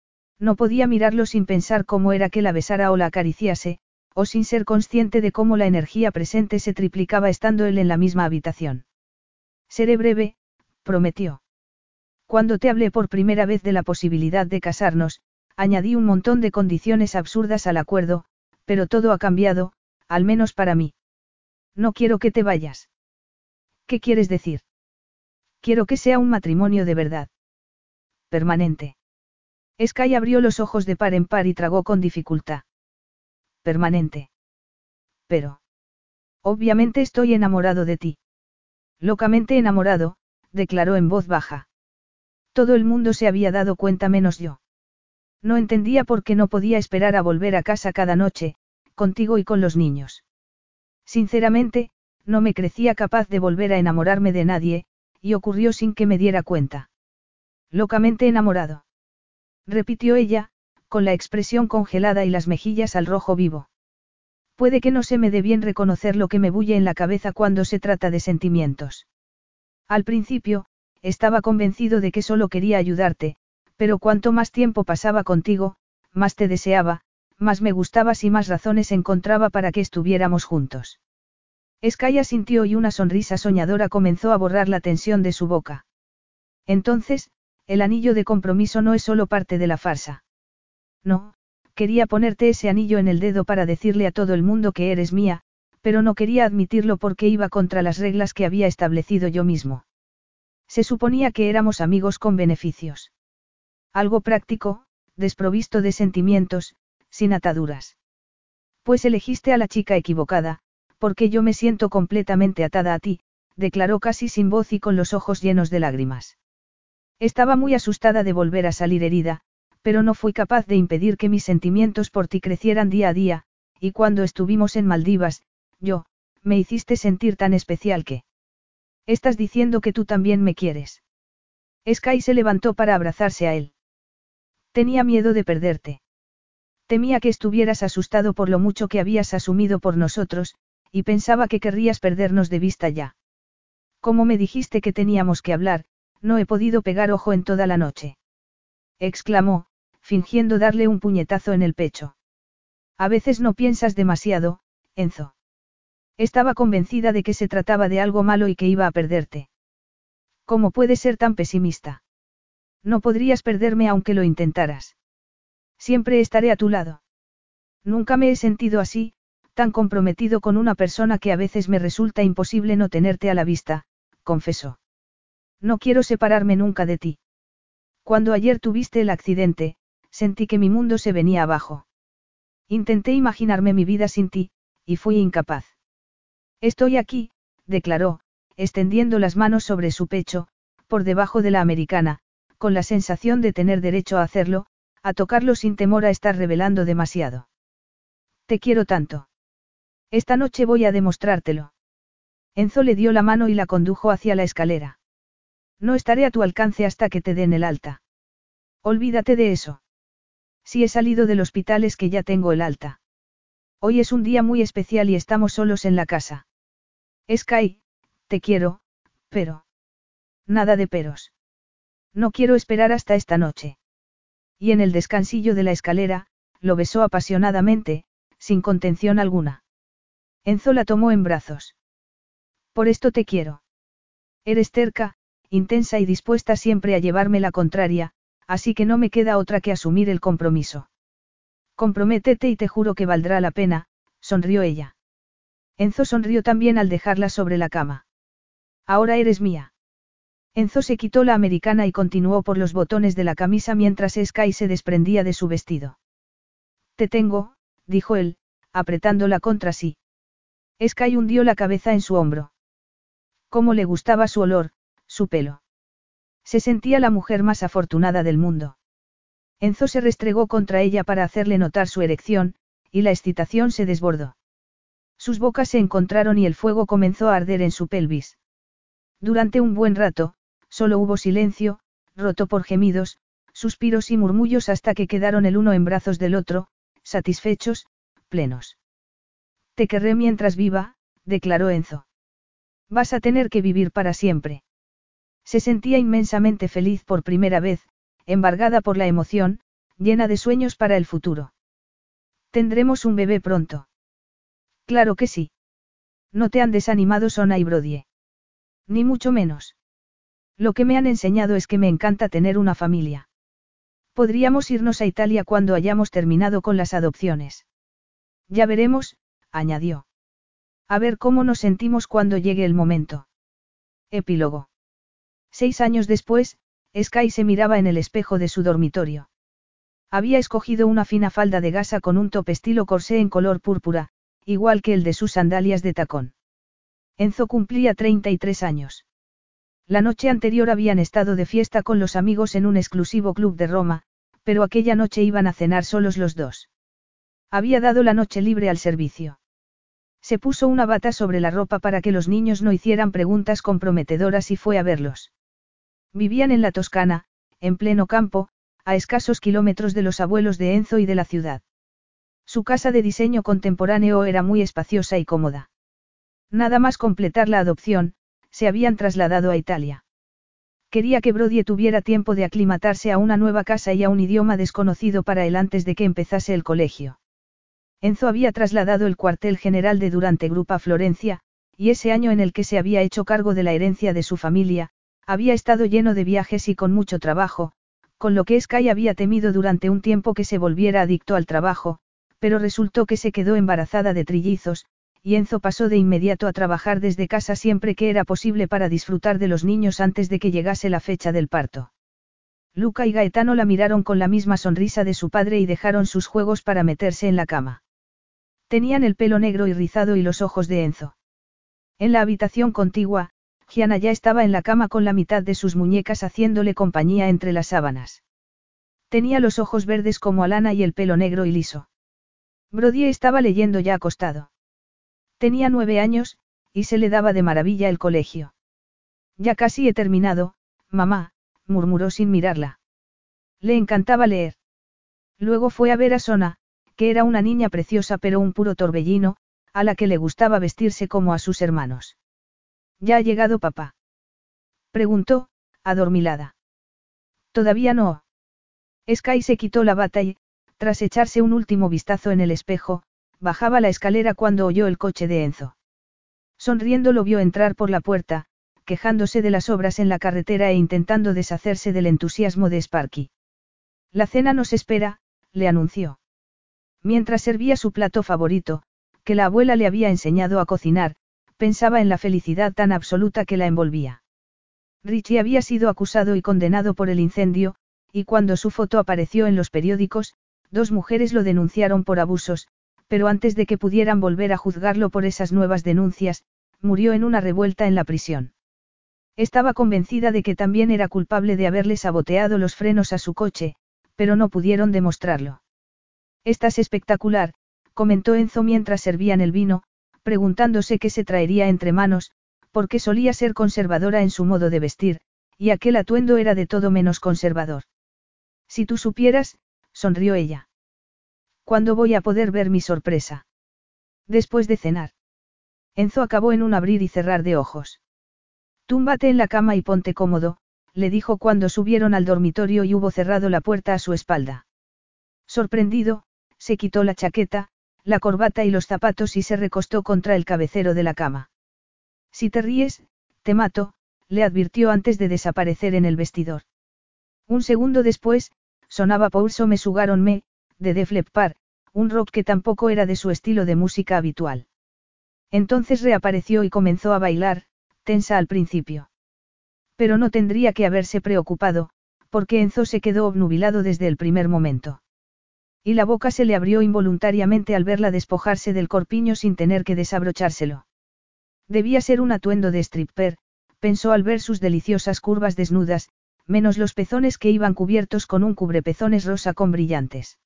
No podía mirarlo sin pensar cómo era que la besara o la acariciase, o sin ser consciente de cómo la energía presente se triplicaba estando él en la misma habitación. Seré breve, prometió. Cuando te hablé por primera vez de la posibilidad de casarnos, añadí un montón de condiciones absurdas al acuerdo, pero todo ha cambiado, al menos para mí. No quiero que te vayas. ¿Qué quieres decir? Quiero que sea un matrimonio de verdad. Permanente. Sky abrió los ojos de par en par y tragó con dificultad. Permanente. Pero. Obviamente estoy enamorado de ti. Locamente enamorado, declaró en voz baja. Todo el mundo se había dado cuenta menos yo. No entendía por qué no podía esperar a volver a casa cada noche, contigo y con los niños. Sinceramente, no me crecía capaz de volver a enamorarme de nadie, y ocurrió sin que me diera cuenta. Locamente enamorado. Repitió ella, con la expresión congelada y las mejillas al rojo vivo. Puede que no se me dé bien reconocer lo que me bulle en la cabeza cuando se trata de sentimientos. Al principio, estaba convencido de que solo quería ayudarte, pero cuanto más tiempo pasaba contigo, más te deseaba, más me gustabas y más razones encontraba para que estuviéramos juntos. Sky asintió y una sonrisa soñadora comenzó a borrar la tensión de su boca. Entonces, el anillo de compromiso no es solo parte de la farsa. No, quería ponerte ese anillo en el dedo para decirle a todo el mundo que eres mía, pero no quería admitirlo porque iba contra las reglas que había establecido yo mismo. Se suponía que éramos amigos con beneficios. Algo práctico, desprovisto de sentimientos, sin ataduras. Pues elegiste a la chica equivocada, porque yo me siento completamente atada a ti, declaró casi sin voz y con los ojos llenos de lágrimas. Estaba muy asustada de volver a salir herida, pero no fui capaz de impedir que mis sentimientos por ti crecieran día a día, y cuando estuvimos en Maldivas, me hiciste sentir tan especial que... ¿Estás diciendo que tú también me quieres? Sky se levantó para abrazarse a él. Tenía miedo de perderte. Temía que estuvieras asustado por lo mucho que habías asumido por nosotros, y pensaba que querrías perdernos de vista ya. Como me dijiste que teníamos que hablar, no he podido pegar ojo en toda la noche. Exclamó, fingiendo darle un puñetazo en el pecho. A veces no piensas demasiado, Enzo. Estaba convencida de que se trataba de algo malo y que iba a perderte. ¿Cómo puedes ser tan pesimista? No podrías perderme aunque lo intentaras. Siempre estaré a tu lado. Nunca me he sentido así, tan comprometido con una persona que a veces me resulta imposible no tenerte a la vista, confesó. No quiero separarme nunca de ti. Cuando ayer tuviste el accidente, sentí que mi mundo se venía abajo. Intenté imaginarme mi vida sin ti, y fui incapaz. Estoy aquí, declaró, extendiendo las manos sobre su pecho, por debajo de la americana, con la sensación de tener derecho a hacerlo, a tocarlo sin temor a estar revelando demasiado. Te quiero tanto. Esta noche voy a demostrártelo. Enzo le dio la mano y la condujo hacia la escalera. No estaré a tu alcance hasta que te den el alta. Olvídate de eso. Si he salido del hospital es que ya tengo el alta. Hoy es un día muy especial y estamos solos en la casa. Sky, te quiero, pero... Nada de peros. No quiero esperar hasta esta noche. Y en el descansillo de la escalera, lo besó apasionadamente, sin contención alguna. Enzo la tomó en brazos. Por esto te quiero. Eres terca, intensa y dispuesta siempre a llevarme la contraria, así que no me queda otra que asumir el compromiso. Comprométete y te juro que valdrá la pena, sonrió ella. Enzo sonrió también al dejarla sobre la cama. Ahora eres mía. Enzo se quitó la americana y continuó por los botones de la camisa mientras Sky se desprendía de su vestido. Te tengo, dijo él, apretándola contra sí. Sky hundió la cabeza en su hombro. Cómo le gustaba su olor, su pelo. Se sentía la mujer más afortunada del mundo. Enzo se restregó contra ella para hacerle notar su erección, y la excitación se desbordó. Sus bocas se encontraron y el fuego comenzó a arder en su pelvis. Durante un buen rato, solo hubo silencio, roto por gemidos, suspiros y murmullos hasta que quedaron el uno en brazos del otro, satisfechos, plenos. Te querré mientras viva, declaró Enzo. Vas a tener que vivir para siempre. Se sentía inmensamente feliz por primera vez, embargada por la emoción, llena de sueños para el futuro. ¿Tendremos un bebé pronto? Claro que sí. No te han desanimado Sona y Brodie. Ni mucho menos. Lo que me han enseñado es que me encanta tener una familia. Podríamos irnos a Italia cuando hayamos terminado con las adopciones. Ya veremos, añadió. A ver cómo nos sentimos cuando llegue el momento. Epílogo. 6 años después, Sky se miraba en el espejo de su dormitorio. Había escogido una fina falda de gasa con un top estilo corsé en color púrpura, igual que el de sus sandalias de tacón. Enzo cumplía 33 años. La noche anterior habían estado de fiesta con los amigos en un exclusivo club de Roma, pero aquella noche iban a cenar solos los dos. Había dado la noche libre al servicio. Se puso una bata sobre la ropa para que los niños no hicieran preguntas comprometedoras y fue a verlos. Vivían en la Toscana, en pleno campo, a escasos kilómetros de los abuelos de Enzo y de la ciudad. Su casa de diseño contemporáneo era muy espaciosa y cómoda. Nada más completar la adopción, se habían trasladado a Italia. Quería que Brodie tuviera tiempo de aclimatarse a una nueva casa y a un idioma desconocido para él antes de que empezase el colegio. Enzo había trasladado el cuartel general de Durante Group a Florencia, y ese año en el que se había hecho cargo de la herencia de su familia, había estado lleno de viajes y con mucho trabajo, con lo que Sky había temido durante un tiempo que se volviera adicto al trabajo, pero resultó que se quedó embarazada de trillizos, y Enzo pasó de inmediato a trabajar desde casa siempre que era posible para disfrutar de los niños antes de que llegase la fecha del parto. Luca y Gaetano la miraron con la misma sonrisa de su padre y dejaron sus juegos para meterse en la cama. Tenían el pelo negro y rizado y los ojos de Enzo. En la habitación contigua, Gianna ya estaba en la cama con la mitad de sus muñecas haciéndole compañía entre las sábanas. Tenía los ojos verdes como Alana y el pelo negro y liso. Brodie estaba leyendo ya acostado. Tenía 9 años, y se le daba de maravilla el colegio. Ya casi he terminado, mamá, murmuró sin mirarla. Le encantaba leer. Luego fue a ver a Sona, que era una niña preciosa pero un puro torbellino, a la que le gustaba vestirse como a sus hermanos. ¿Ya ha llegado papá?, preguntó, adormilada. Todavía no. Sky se quitó la bata y, tras echarse un último vistazo en el espejo, bajaba la escalera cuando oyó el coche de Enzo. Sonriendo lo vio entrar por la puerta, quejándose de las obras en la carretera e intentando deshacerse del entusiasmo de Sparky. La cena nos espera, le anunció. Mientras servía su plato favorito, que la abuela le había enseñado a cocinar, pensaba en la felicidad tan absoluta que la envolvía. Richie había sido acusado y condenado por el incendio, y cuando su foto apareció en los periódicos, 2 mujeres lo denunciaron por abusos, pero antes de que pudieran volver a juzgarlo por esas nuevas denuncias, murió en una revuelta en la prisión. Estaba convencida de que también era culpable de haberle saboteado los frenos a su coche, pero no pudieron demostrarlo. «Estás espectacular», comentó Enzo mientras servían el vino, preguntándose qué se traería entre manos, porque solía ser conservadora en su modo de vestir, y aquel atuendo era de todo menos conservador. «Si tú supieras», sonrió ella. «¿Cuándo voy a poder ver mi sorpresa?» «Después de cenar». Enzo acabó en un abrir y cerrar de ojos. «Túmbate en la cama y ponte cómodo», le dijo cuando subieron al dormitorio y hubo cerrado la puerta a su espalda. Sorprendido, se quitó la chaqueta, la corbata y los zapatos y se recostó contra el cabecero de la cama. «Si te ríes, te mato», le advirtió antes de desaparecer en el vestidor. Un segundo después, sonaba Pour me Sugaron Me, de Def Leppard, un rock que tampoco era de su estilo de música habitual. Entonces reapareció y comenzó a bailar, tensa al principio. Pero no tendría que haberse preocupado, porque Enzo se quedó obnubilado desde el primer momento. Y la boca se le abrió involuntariamente al verla despojarse del corpiño sin tener que desabrochárselo. Debía ser un atuendo de stripper, pensó al ver sus deliciosas curvas desnudas, menos los pezones que iban cubiertos con un cubrepezones rosa con brillantes.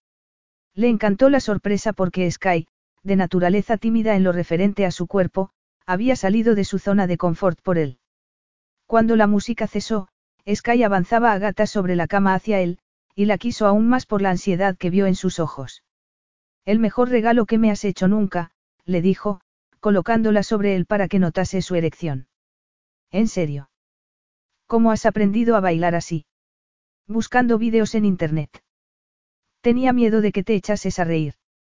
Le encantó la sorpresa porque Sky, de naturaleza tímida en lo referente a su cuerpo, había salido de su zona de confort por él. Cuando la música cesó, Sky avanzaba a gatas sobre la cama hacia él, y la quiso aún más por la ansiedad que vio en sus ojos. «El mejor regalo que me has hecho nunca», le dijo, colocándola sobre él para que notase su erección. «¿En serio? ¿Cómo has aprendido a bailar así?» «Buscando vídeos en internet. Tenía miedo de que te echases a reír».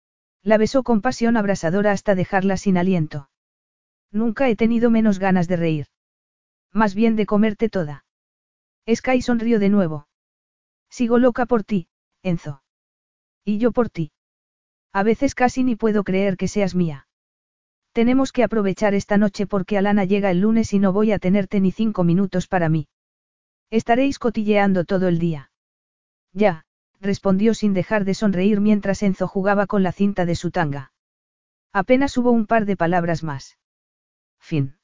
La besó con pasión abrasadora hasta dejarla sin aliento. «Nunca he tenido menos ganas de reír. Más bien de comerte toda». Sky sonrió de nuevo. «Sigo loca por ti, Enzo. Y yo por ti. A veces casi ni puedo creer que seas mía. Tenemos que aprovechar esta noche porque Alana llega el lunes y no voy a tenerte ni 5 minutos para mí. Estaréis cotilleando todo el día». «Ya», respondió sin dejar de sonreír mientras Enzo jugaba con la cinta de su tanga. Apenas hubo un par de palabras más. Fin.